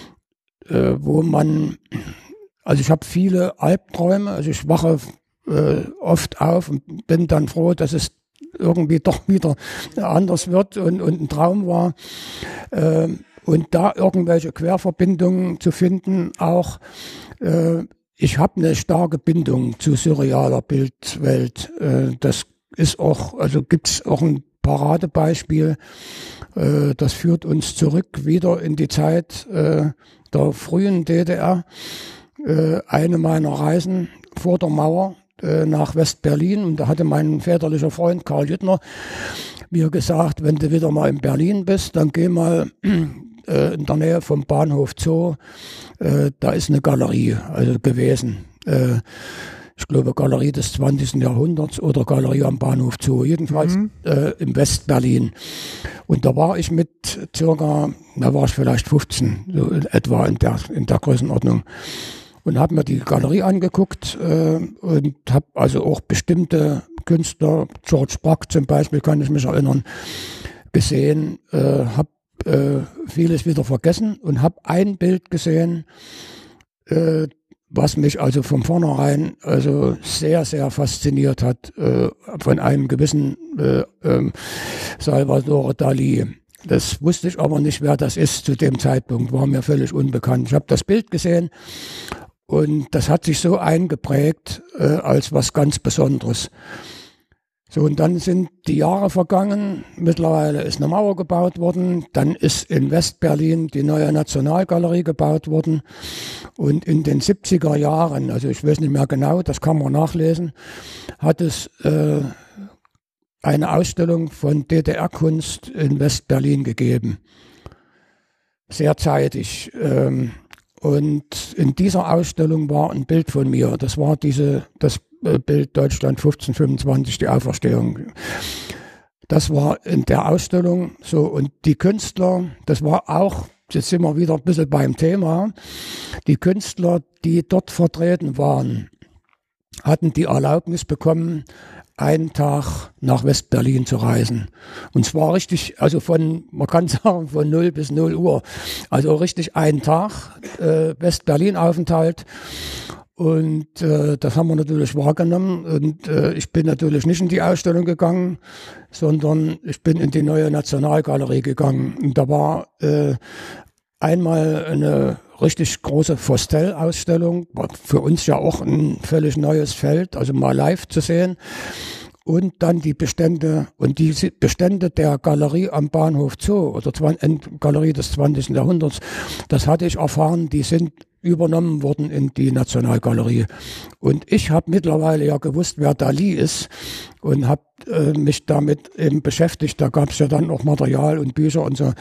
äh, wo man Also ich habe viele Albträume, also ich wache äh, oft auf und bin dann froh, dass es irgendwie doch wieder anders wird und, und ein Traum war. Äh, und da irgendwelche Querverbindungen zu finden, auch äh, ich habe eine starke Bindung zu surrealer Bildwelt. Äh, das ist auch, also gibt's auch ein Paradebeispiel, äh, das führt uns zurück wieder in die Zeit äh, der frühen D D R. Eine meiner Reisen vor der Mauer äh, nach West-Berlin und da hatte mein väterlicher Freund Karl Jüttner mir gesagt, wenn du wieder mal in Berlin bist, dann geh mal äh, in der Nähe vom Bahnhof Zoo, äh, da ist eine Galerie also gewesen. Äh, ich glaube Galerie des zwanzigsten Jahrhunderts oder Galerie am Bahnhof Zoo, jedenfalls mhm. äh, im West-Berlin. Und da war ich mit circa, da war ich vielleicht fünfzehn, so etwa in der, in der Größenordnung. Und habe mir die Galerie angeguckt äh, und habe also auch bestimmte Künstler, George Braque zum Beispiel, kann ich mich erinnern, gesehen, äh, habe äh, vieles wieder vergessen und habe ein Bild gesehen, äh, was mich also von vornherein also sehr, sehr fasziniert hat, äh, von einem gewissen äh, äh, Salvador Dalí. Das wusste ich aber nicht, wer das ist zu dem Zeitpunkt, war mir völlig unbekannt. Ich habe das Bild gesehen und das hat sich so eingeprägt äh, als was ganz Besonderes. So, und dann sind die Jahre vergangen. Mittlerweile ist eine Mauer gebaut worden. Dann ist in West-Berlin die neue Nationalgalerie gebaut worden. Und in den siebziger Jahren, also ich weiß nicht mehr genau, das kann man nachlesen, hat es äh, eine Ausstellung von D D R-Kunst in West-Berlin gegeben. Sehr zeitig. Ähm, Und in dieser Ausstellung war ein Bild von mir. Das war diese, das Bild Deutschland fünfzehnhundertfünfundzwanzig, die Auferstehung. Das war in der Ausstellung so. Und die Künstler, das war auch, jetzt sind wir wieder ein bisschen beim Thema, die Künstler, die dort vertreten waren, hatten die Erlaubnis bekommen, einen Tag nach West-Berlin zu reisen. Und zwar richtig, also von, man kann sagen, von null bis null Uhr. Also richtig einen Tag äh, West-Berlin-Aufenthalt. Und äh, das haben wir natürlich wahrgenommen. Und äh, ich bin natürlich nicht in die Ausstellung gegangen, sondern ich bin in die neue Nationalgalerie gegangen. Und da war äh, einmal eine richtig große Fostel-Ausstellung, war für uns ja auch ein völlig neues Feld, also mal live zu sehen. Und dann die Bestände, und die Bestände der Galerie am Bahnhof Zoo oder Galerie des zwanzigsten Jahrhunderts, das hatte ich erfahren, die sind übernommen worden in die Nationalgalerie. Und ich habe mittlerweile ja gewusst, wer Dalí ist und habe äh, mich damit eben beschäftigt. Da gab es ja dann auch Material und Bücher und so.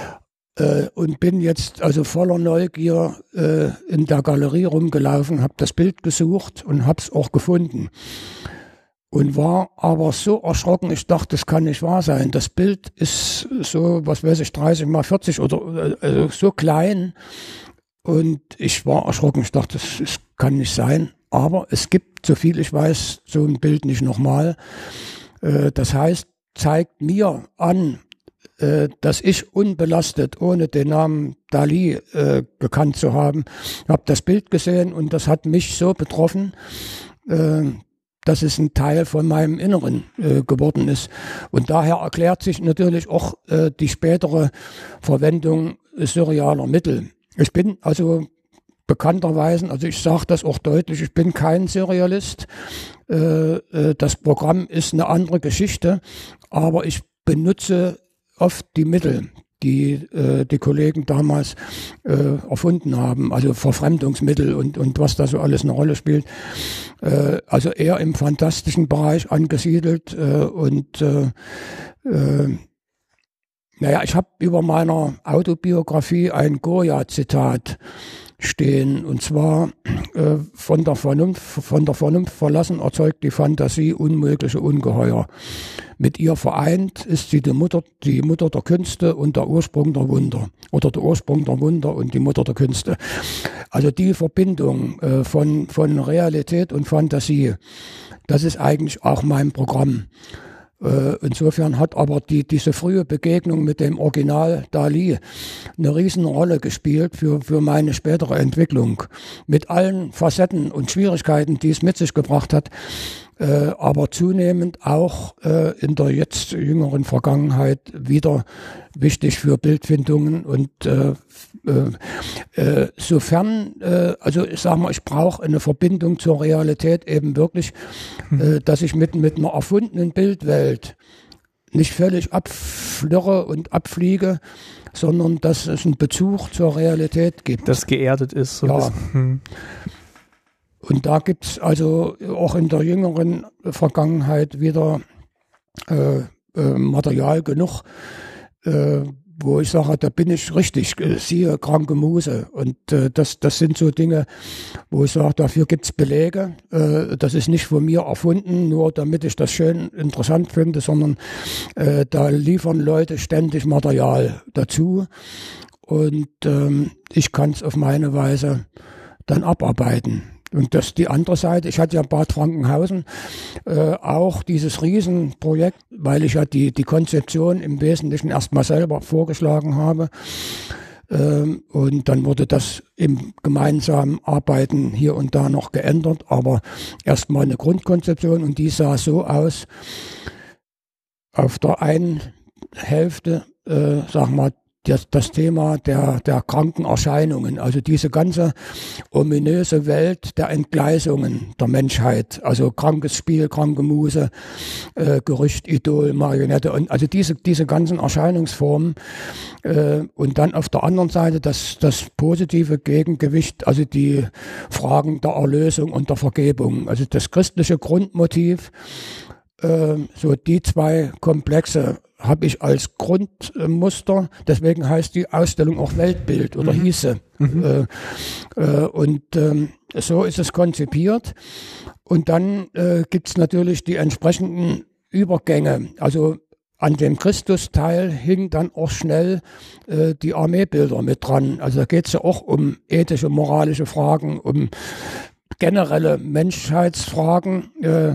Und bin jetzt also voller Neugier äh, in der Galerie rumgelaufen, habe das Bild gesucht und habe es auch gefunden. Und war aber so erschrocken, ich dachte, das kann nicht wahr sein. Das Bild ist so, was weiß ich, dreißig mal vierzig oder also so klein. Und ich war erschrocken, ich dachte, das, das kann nicht sein. Aber es gibt, so viel ich weiß, so ein Bild nicht nochmal. Äh, das heißt, zeigt mir an, äh, dass ich unbelastet, ohne den Namen Dali äh, gekannt zu haben, habe das Bild gesehen und das hat mich so betroffen, äh, dass es ein Teil von meinem Inneren äh, geworden ist. Und daher erklärt sich natürlich auch äh, die spätere Verwendung surrealer Mittel. Ich bin also bekannterweise, also ich sage das auch deutlich, ich bin kein Surrealist. Äh, äh, das Programm ist eine andere Geschichte, aber ich benutze oft die Mittel, die äh, die Kollegen damals äh, erfunden haben, also Verfremdungsmittel und und was da so alles eine Rolle spielt. Äh, also eher im fantastischen Bereich angesiedelt äh, und äh, äh, naja, ich habe über meiner Autobiografie ein Goya-Zitat stehen, und zwar äh, von der Vernunft, von der Vernunft verlassen erzeugt die Fantasie unmögliche Ungeheuer. Mit ihr vereint ist sie die Mutter, die Mutter der Künste und der Ursprung der Wunder, oder der Ursprung der Wunder und die Mutter der Künste. Also die Verbindung äh, von, von Realität und Fantasie, das ist eigentlich auch mein Programm. Insofern hat aber die, diese frühe Begegnung mit dem Original Dali eine riesen Rolle gespielt für, für meine spätere Entwicklung. Mit allen Facetten und Schwierigkeiten, die es mit sich gebracht hat, äh, aber zunehmend auch äh, in der jetzt jüngeren Vergangenheit wieder wichtig für Bildfindungen und äh, äh, äh, sofern, äh, also ich sag mal, ich brauche eine Verbindung zur Realität eben wirklich, hm. äh, dass ich mit, mit einer erfundenen Bildwelt nicht völlig abflirre und abfliege, sondern dass es einen Bezug zur Realität gibt. Das geerdet ist. So ja. Hm. Und da gibt es also auch in der jüngeren Vergangenheit wieder äh, äh, Material genug, äh, wo ich sage, da bin ich richtig, äh, siehe kranke Muse. Und äh, das, das sind so Dinge, wo ich sage, dafür gibt es Belege. Äh, das ist nicht von mir erfunden, nur damit ich das schön interessant finde, sondern äh, da liefern Leute ständig Material dazu. Und ähm, ich kann es auf meine Weise dann abarbeiten. Und das die andere Seite, ich hatte ja Bad Frankenhausen äh, auch dieses Riesenprojekt, weil ich ja die, die Konzeption im Wesentlichen erstmal selber vorgeschlagen habe. Ähm, und dann wurde das im gemeinsamen Arbeiten hier und da noch geändert, aber erstmal eine Grundkonzeption, und die sah so aus: Auf der einen Hälfte, äh, sag mal, Das, das Thema der, der kranken Erscheinungen, also diese ganze ominöse Welt der Entgleisungen der Menschheit, also krankes Spiel, kranke Muse, äh, Gerücht, Idol, Marionette, und also diese, diese ganzen Erscheinungsformen. Äh, und dann auf der anderen Seite das, das positive Gegengewicht, also die Fragen der Erlösung und der Vergebung, also das christliche Grundmotiv. Äh, so die zwei Komplexe habe ich als Grundmuster, deswegen heißt die Ausstellung auch Weltbild oder mhm. hieße. Mhm. Äh, äh, und ähm, so ist es konzipiert. Und dann äh, gibt es natürlich die entsprechenden Übergänge. Also an dem Christusteil hing dann auch schnell äh, die Armeebilder mit dran. Also da geht es ja auch um ethische, moralische Fragen, um generelle Menschheitsfragen, äh,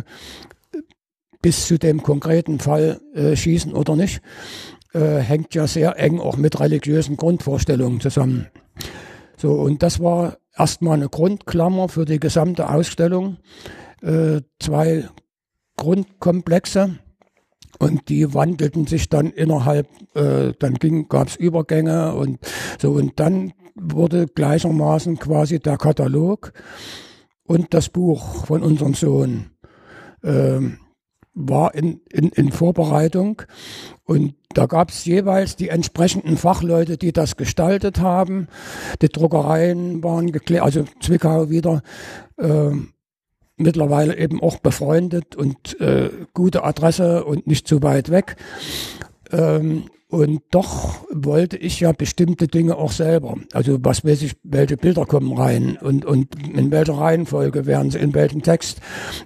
bis zu dem konkreten Fall äh, schießen oder nicht, äh, hängt ja sehr eng auch mit religiösen Grundvorstellungen zusammen. So, und das war erstmal eine Grundklammer für die gesamte Ausstellung. Äh, zwei Grundkomplexe, und die wandelten sich dann innerhalb, äh, dann gab es Übergänge und so, und dann wurde gleichermaßen quasi der Katalog und das Buch von unserem Sohn äh, war in, in, in Vorbereitung, und da gab es jeweils die entsprechenden Fachleute, die das gestaltet haben. Die Druckereien waren geklärt, also Zwickau wieder, äh, mittlerweile eben auch befreundet und äh, gute Adresse und nicht zu weit weg. Ähm, Und doch wollte ich ja bestimmte Dinge auch selber. Also was weiß ich, welche Bilder kommen rein und, und in welcher Reihenfolge werden sie in welchem Text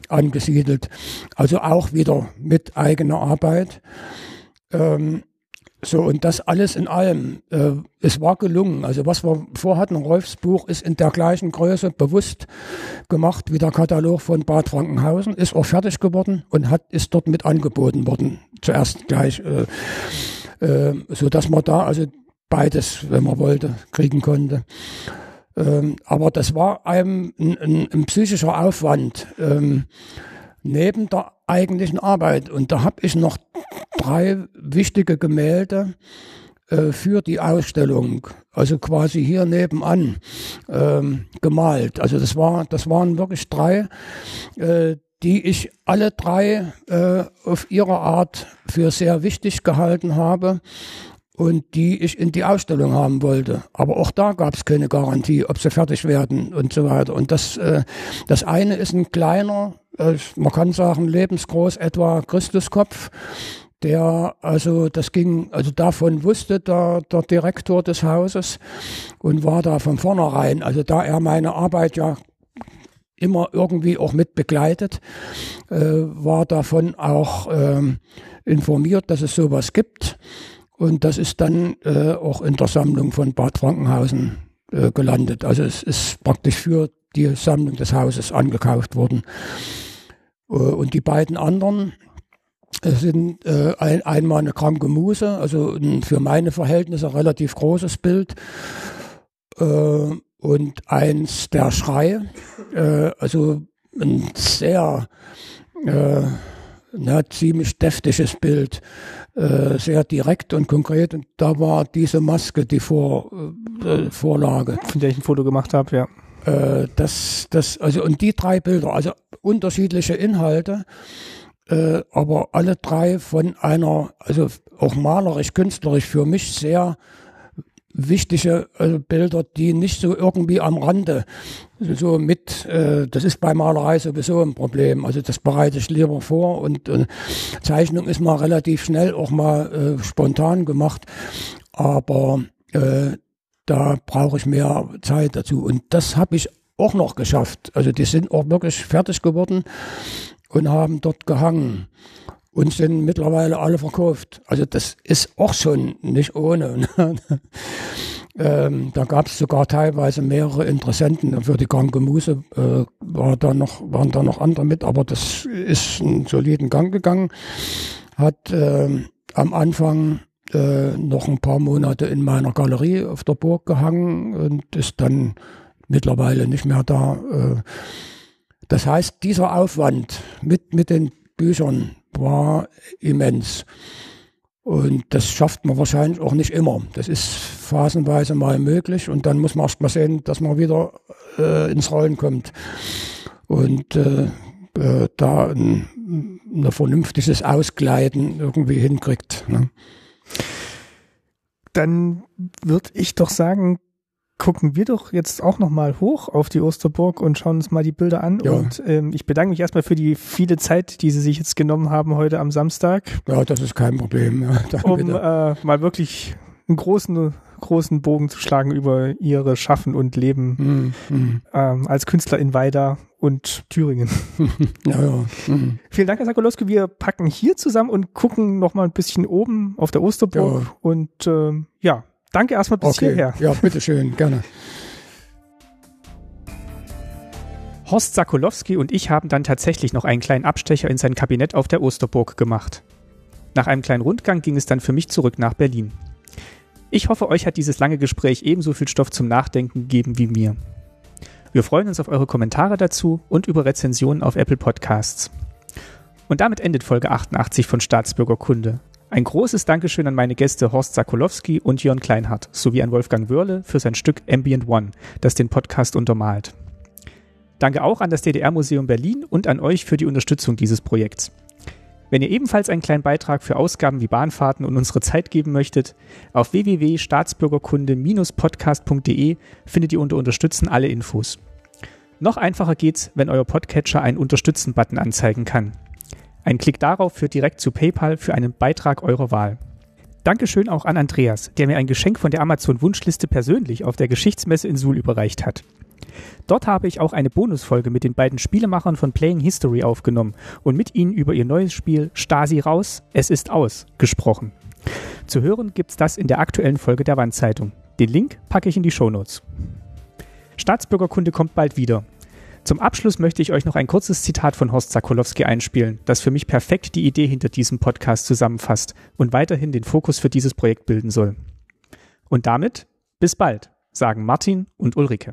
angesiedelt. Also auch wieder mit eigener Arbeit. Ähm, So, und das alles in allem, äh, es war gelungen. Also was wir vorhatten, Rolfs Buch ist in der gleichen Größe bewusst gemacht wie der Katalog von Bad Frankenhausen, ist auch fertig geworden und hat ist dort mit angeboten worden, zuerst gleich, äh, äh, so dass man da also beides, wenn man wollte, kriegen konnte. Ähm, aber das war einem ein, ein, ein psychischer Aufwand ähm, neben der eigentlichen Arbeit. Und da habe ich noch drei wichtige Gemälde äh, für die Ausstellung, also quasi hier nebenan ähm, gemalt. Also das war, das waren wirklich drei, äh, die ich alle drei äh, auf ihre Art für sehr wichtig gehalten habe und die ich in die Ausstellung haben wollte. Aber auch da gab es keine Garantie, ob sie fertig werden und so weiter. Und das, äh, das eine ist ein kleiner, äh, man kann sagen lebensgroß etwa Christuskopf, der, also das ging, also davon wusste der, der Direktor des Hauses und war da von vornherein, also da er meine Arbeit ja immer irgendwie auch mit begleitet, äh, war davon auch ähm, informiert, dass es sowas gibt. Und das ist dann äh, auch in der Sammlung von Bad Frankenhausen äh, gelandet. Also es ist praktisch für die Sammlung des Hauses angekauft worden. Äh, und die beiden anderen äh, sind äh, ein, einmal eine kranke Muse, also ein für meine Verhältnisse relativ großes Bild. Äh, und eins der Schrei, äh, also ein sehr äh, na, ziemlich deftiges Bild, äh, sehr direkt und konkret. Und da war diese Maske die Vor, äh, Vorlage. Von der ich ein Foto gemacht habe, ja. Äh, das, das, also, und die drei Bilder, also unterschiedliche Inhalte, äh, aber alle drei von einer, also auch malerisch, künstlerisch für mich sehr wichtige also Bilder, die nicht so irgendwie am Rande so mit, äh, das ist bei Malerei sowieso ein Problem, also das bereite ich lieber vor und äh, Zeichnung ist mal relativ schnell auch mal äh, spontan gemacht, aber äh, da brauche ich mehr Zeit dazu und das habe ich auch noch geschafft, also die sind auch wirklich fertig geworden und haben dort gehangen. Und sind mittlerweile alle verkauft. Also das ist auch schon nicht ohne. ähm, da gab es sogar teilweise mehrere Interessenten. Für die kranke Muse äh, war da noch, waren da noch andere mit, aber das ist einen soliden Gang gegangen. Hat äh, am Anfang äh, noch ein paar Monate in meiner Galerie auf der Burg gehangen und ist dann mittlerweile nicht mehr da. Äh, das heißt, dieser Aufwand mit, mit den Büchern war immens. Und das schafft man wahrscheinlich auch nicht immer. Das ist phasenweise mal möglich und dann muss man erst mal sehen, dass man wieder äh, ins Rollen kommt. Und äh, äh, da ein, ein vernünftiges Ausgleiten irgendwie hinkriegt. Ne? Dann würde ich doch sagen, gucken wir doch jetzt auch nochmal hoch auf die Osterburg und schauen uns mal die Bilder an. Ja. Und ähm, ich bedanke mich erstmal für die viele Zeit, die Sie sich jetzt genommen haben heute am Samstag. Ja, das ist kein Problem. Ja, um äh, mal wirklich einen großen, großen Bogen zu schlagen über Ihre Schaffen und Leben mm, mm. Ähm, als Künstler in Weida und Thüringen. Ja, ja. Mm. Vielen Dank, Herr Sokolowski. Wir packen hier zusammen und gucken nochmal ein bisschen oben auf der Osterburg. Ja. Und ähm, ja, danke erstmal bis okay. hierher. Ja, bitteschön, gerne. Horst Sokolowski und ich haben dann tatsächlich noch einen kleinen Abstecher in sein Kabinett auf der Osterburg gemacht. Nach einem kleinen Rundgang ging es dann für mich zurück nach Berlin. Ich hoffe, euch hat dieses lange Gespräch ebenso viel Stoff zum Nachdenken gegeben wie mir. Wir freuen uns auf eure Kommentare dazu und über Rezensionen auf Apple Podcasts. Und damit endet Folge achtundachtzig von Staatsbürgerkunde. Ein großes Dankeschön an meine Gäste Horst Sokolowski und Jörn Kleinhardt sowie an Wolfgang Wörle für sein Stück Ambient One, das den Podcast untermalt. Danke auch an das D D R-Museum Berlin und an euch für die Unterstützung dieses Projekts. Wenn ihr ebenfalls einen kleinen Beitrag für Ausgaben wie Bahnfahrten und unsere Zeit geben möchtet, auf w w w punkt staatsbürgerkunde Bindestrich podcast punkt d e findet ihr unter Unterstützen alle Infos. Noch einfacher geht's, wenn euer Podcatcher einen Unterstützen-Button anzeigen kann. Ein Klick darauf führt direkt zu PayPal für einen Beitrag eurer Wahl. Dankeschön auch an Andreas, der mir ein Geschenk von der Amazon-Wunschliste persönlich auf der Geschichtsmesse in Suhl überreicht hat. Dort habe ich auch eine Bonusfolge mit den beiden Spielemachern von Playing History aufgenommen und mit ihnen über ihr neues Spiel Stasi raus, es ist aus gesprochen. Zu hören gibt's das in der aktuellen Folge der Wandzeitung. Den Link packe ich in die Shownotes. Staatsbürgerkunde kommt bald wieder. Zum Abschluss möchte ich euch noch ein kurzes Zitat von Horst Sakolowski einspielen, das für mich perfekt die Idee hinter diesem Podcast zusammenfasst und weiterhin den Fokus für dieses Projekt bilden soll. Und damit bis bald, sagen Martin und Ulrike.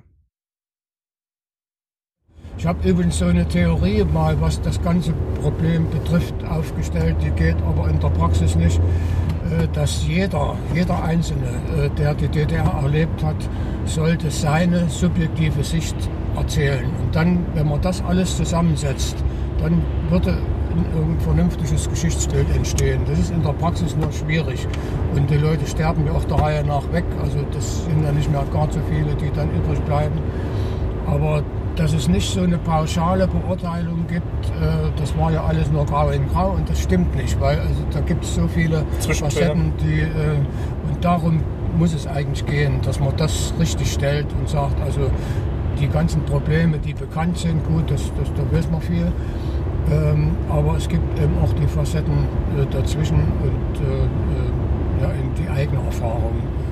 Ich habe übrigens so eine Theorie mal, was das ganze Problem betrifft, aufgestellt, die geht aber in der Praxis nicht, dass jeder, jeder Einzelne, der die D D R erlebt hat, sollte seine subjektive Sicht erzählen. Und dann, wenn man das alles zusammensetzt, dann würde ein vernünftiges Geschichtsbild entstehen. Das ist in der Praxis nur schwierig. Und die Leute sterben ja auch der Reihe nach weg. Also das sind ja nicht mehr gar so viele, die dann übrig bleiben. Aber dass es nicht so eine pauschale Beurteilung gibt, äh, das war ja alles nur grau in grau und das stimmt nicht, weil also, da gibt es so viele Facetten, die, äh, und darum muss es eigentlich gehen, dass man das richtig stellt und sagt, also die ganzen Probleme, die bekannt sind, gut, das, das, da weiß man viel, ähm, aber es gibt eben auch die Facetten äh, dazwischen und äh, ja, die eigene Erfahrung.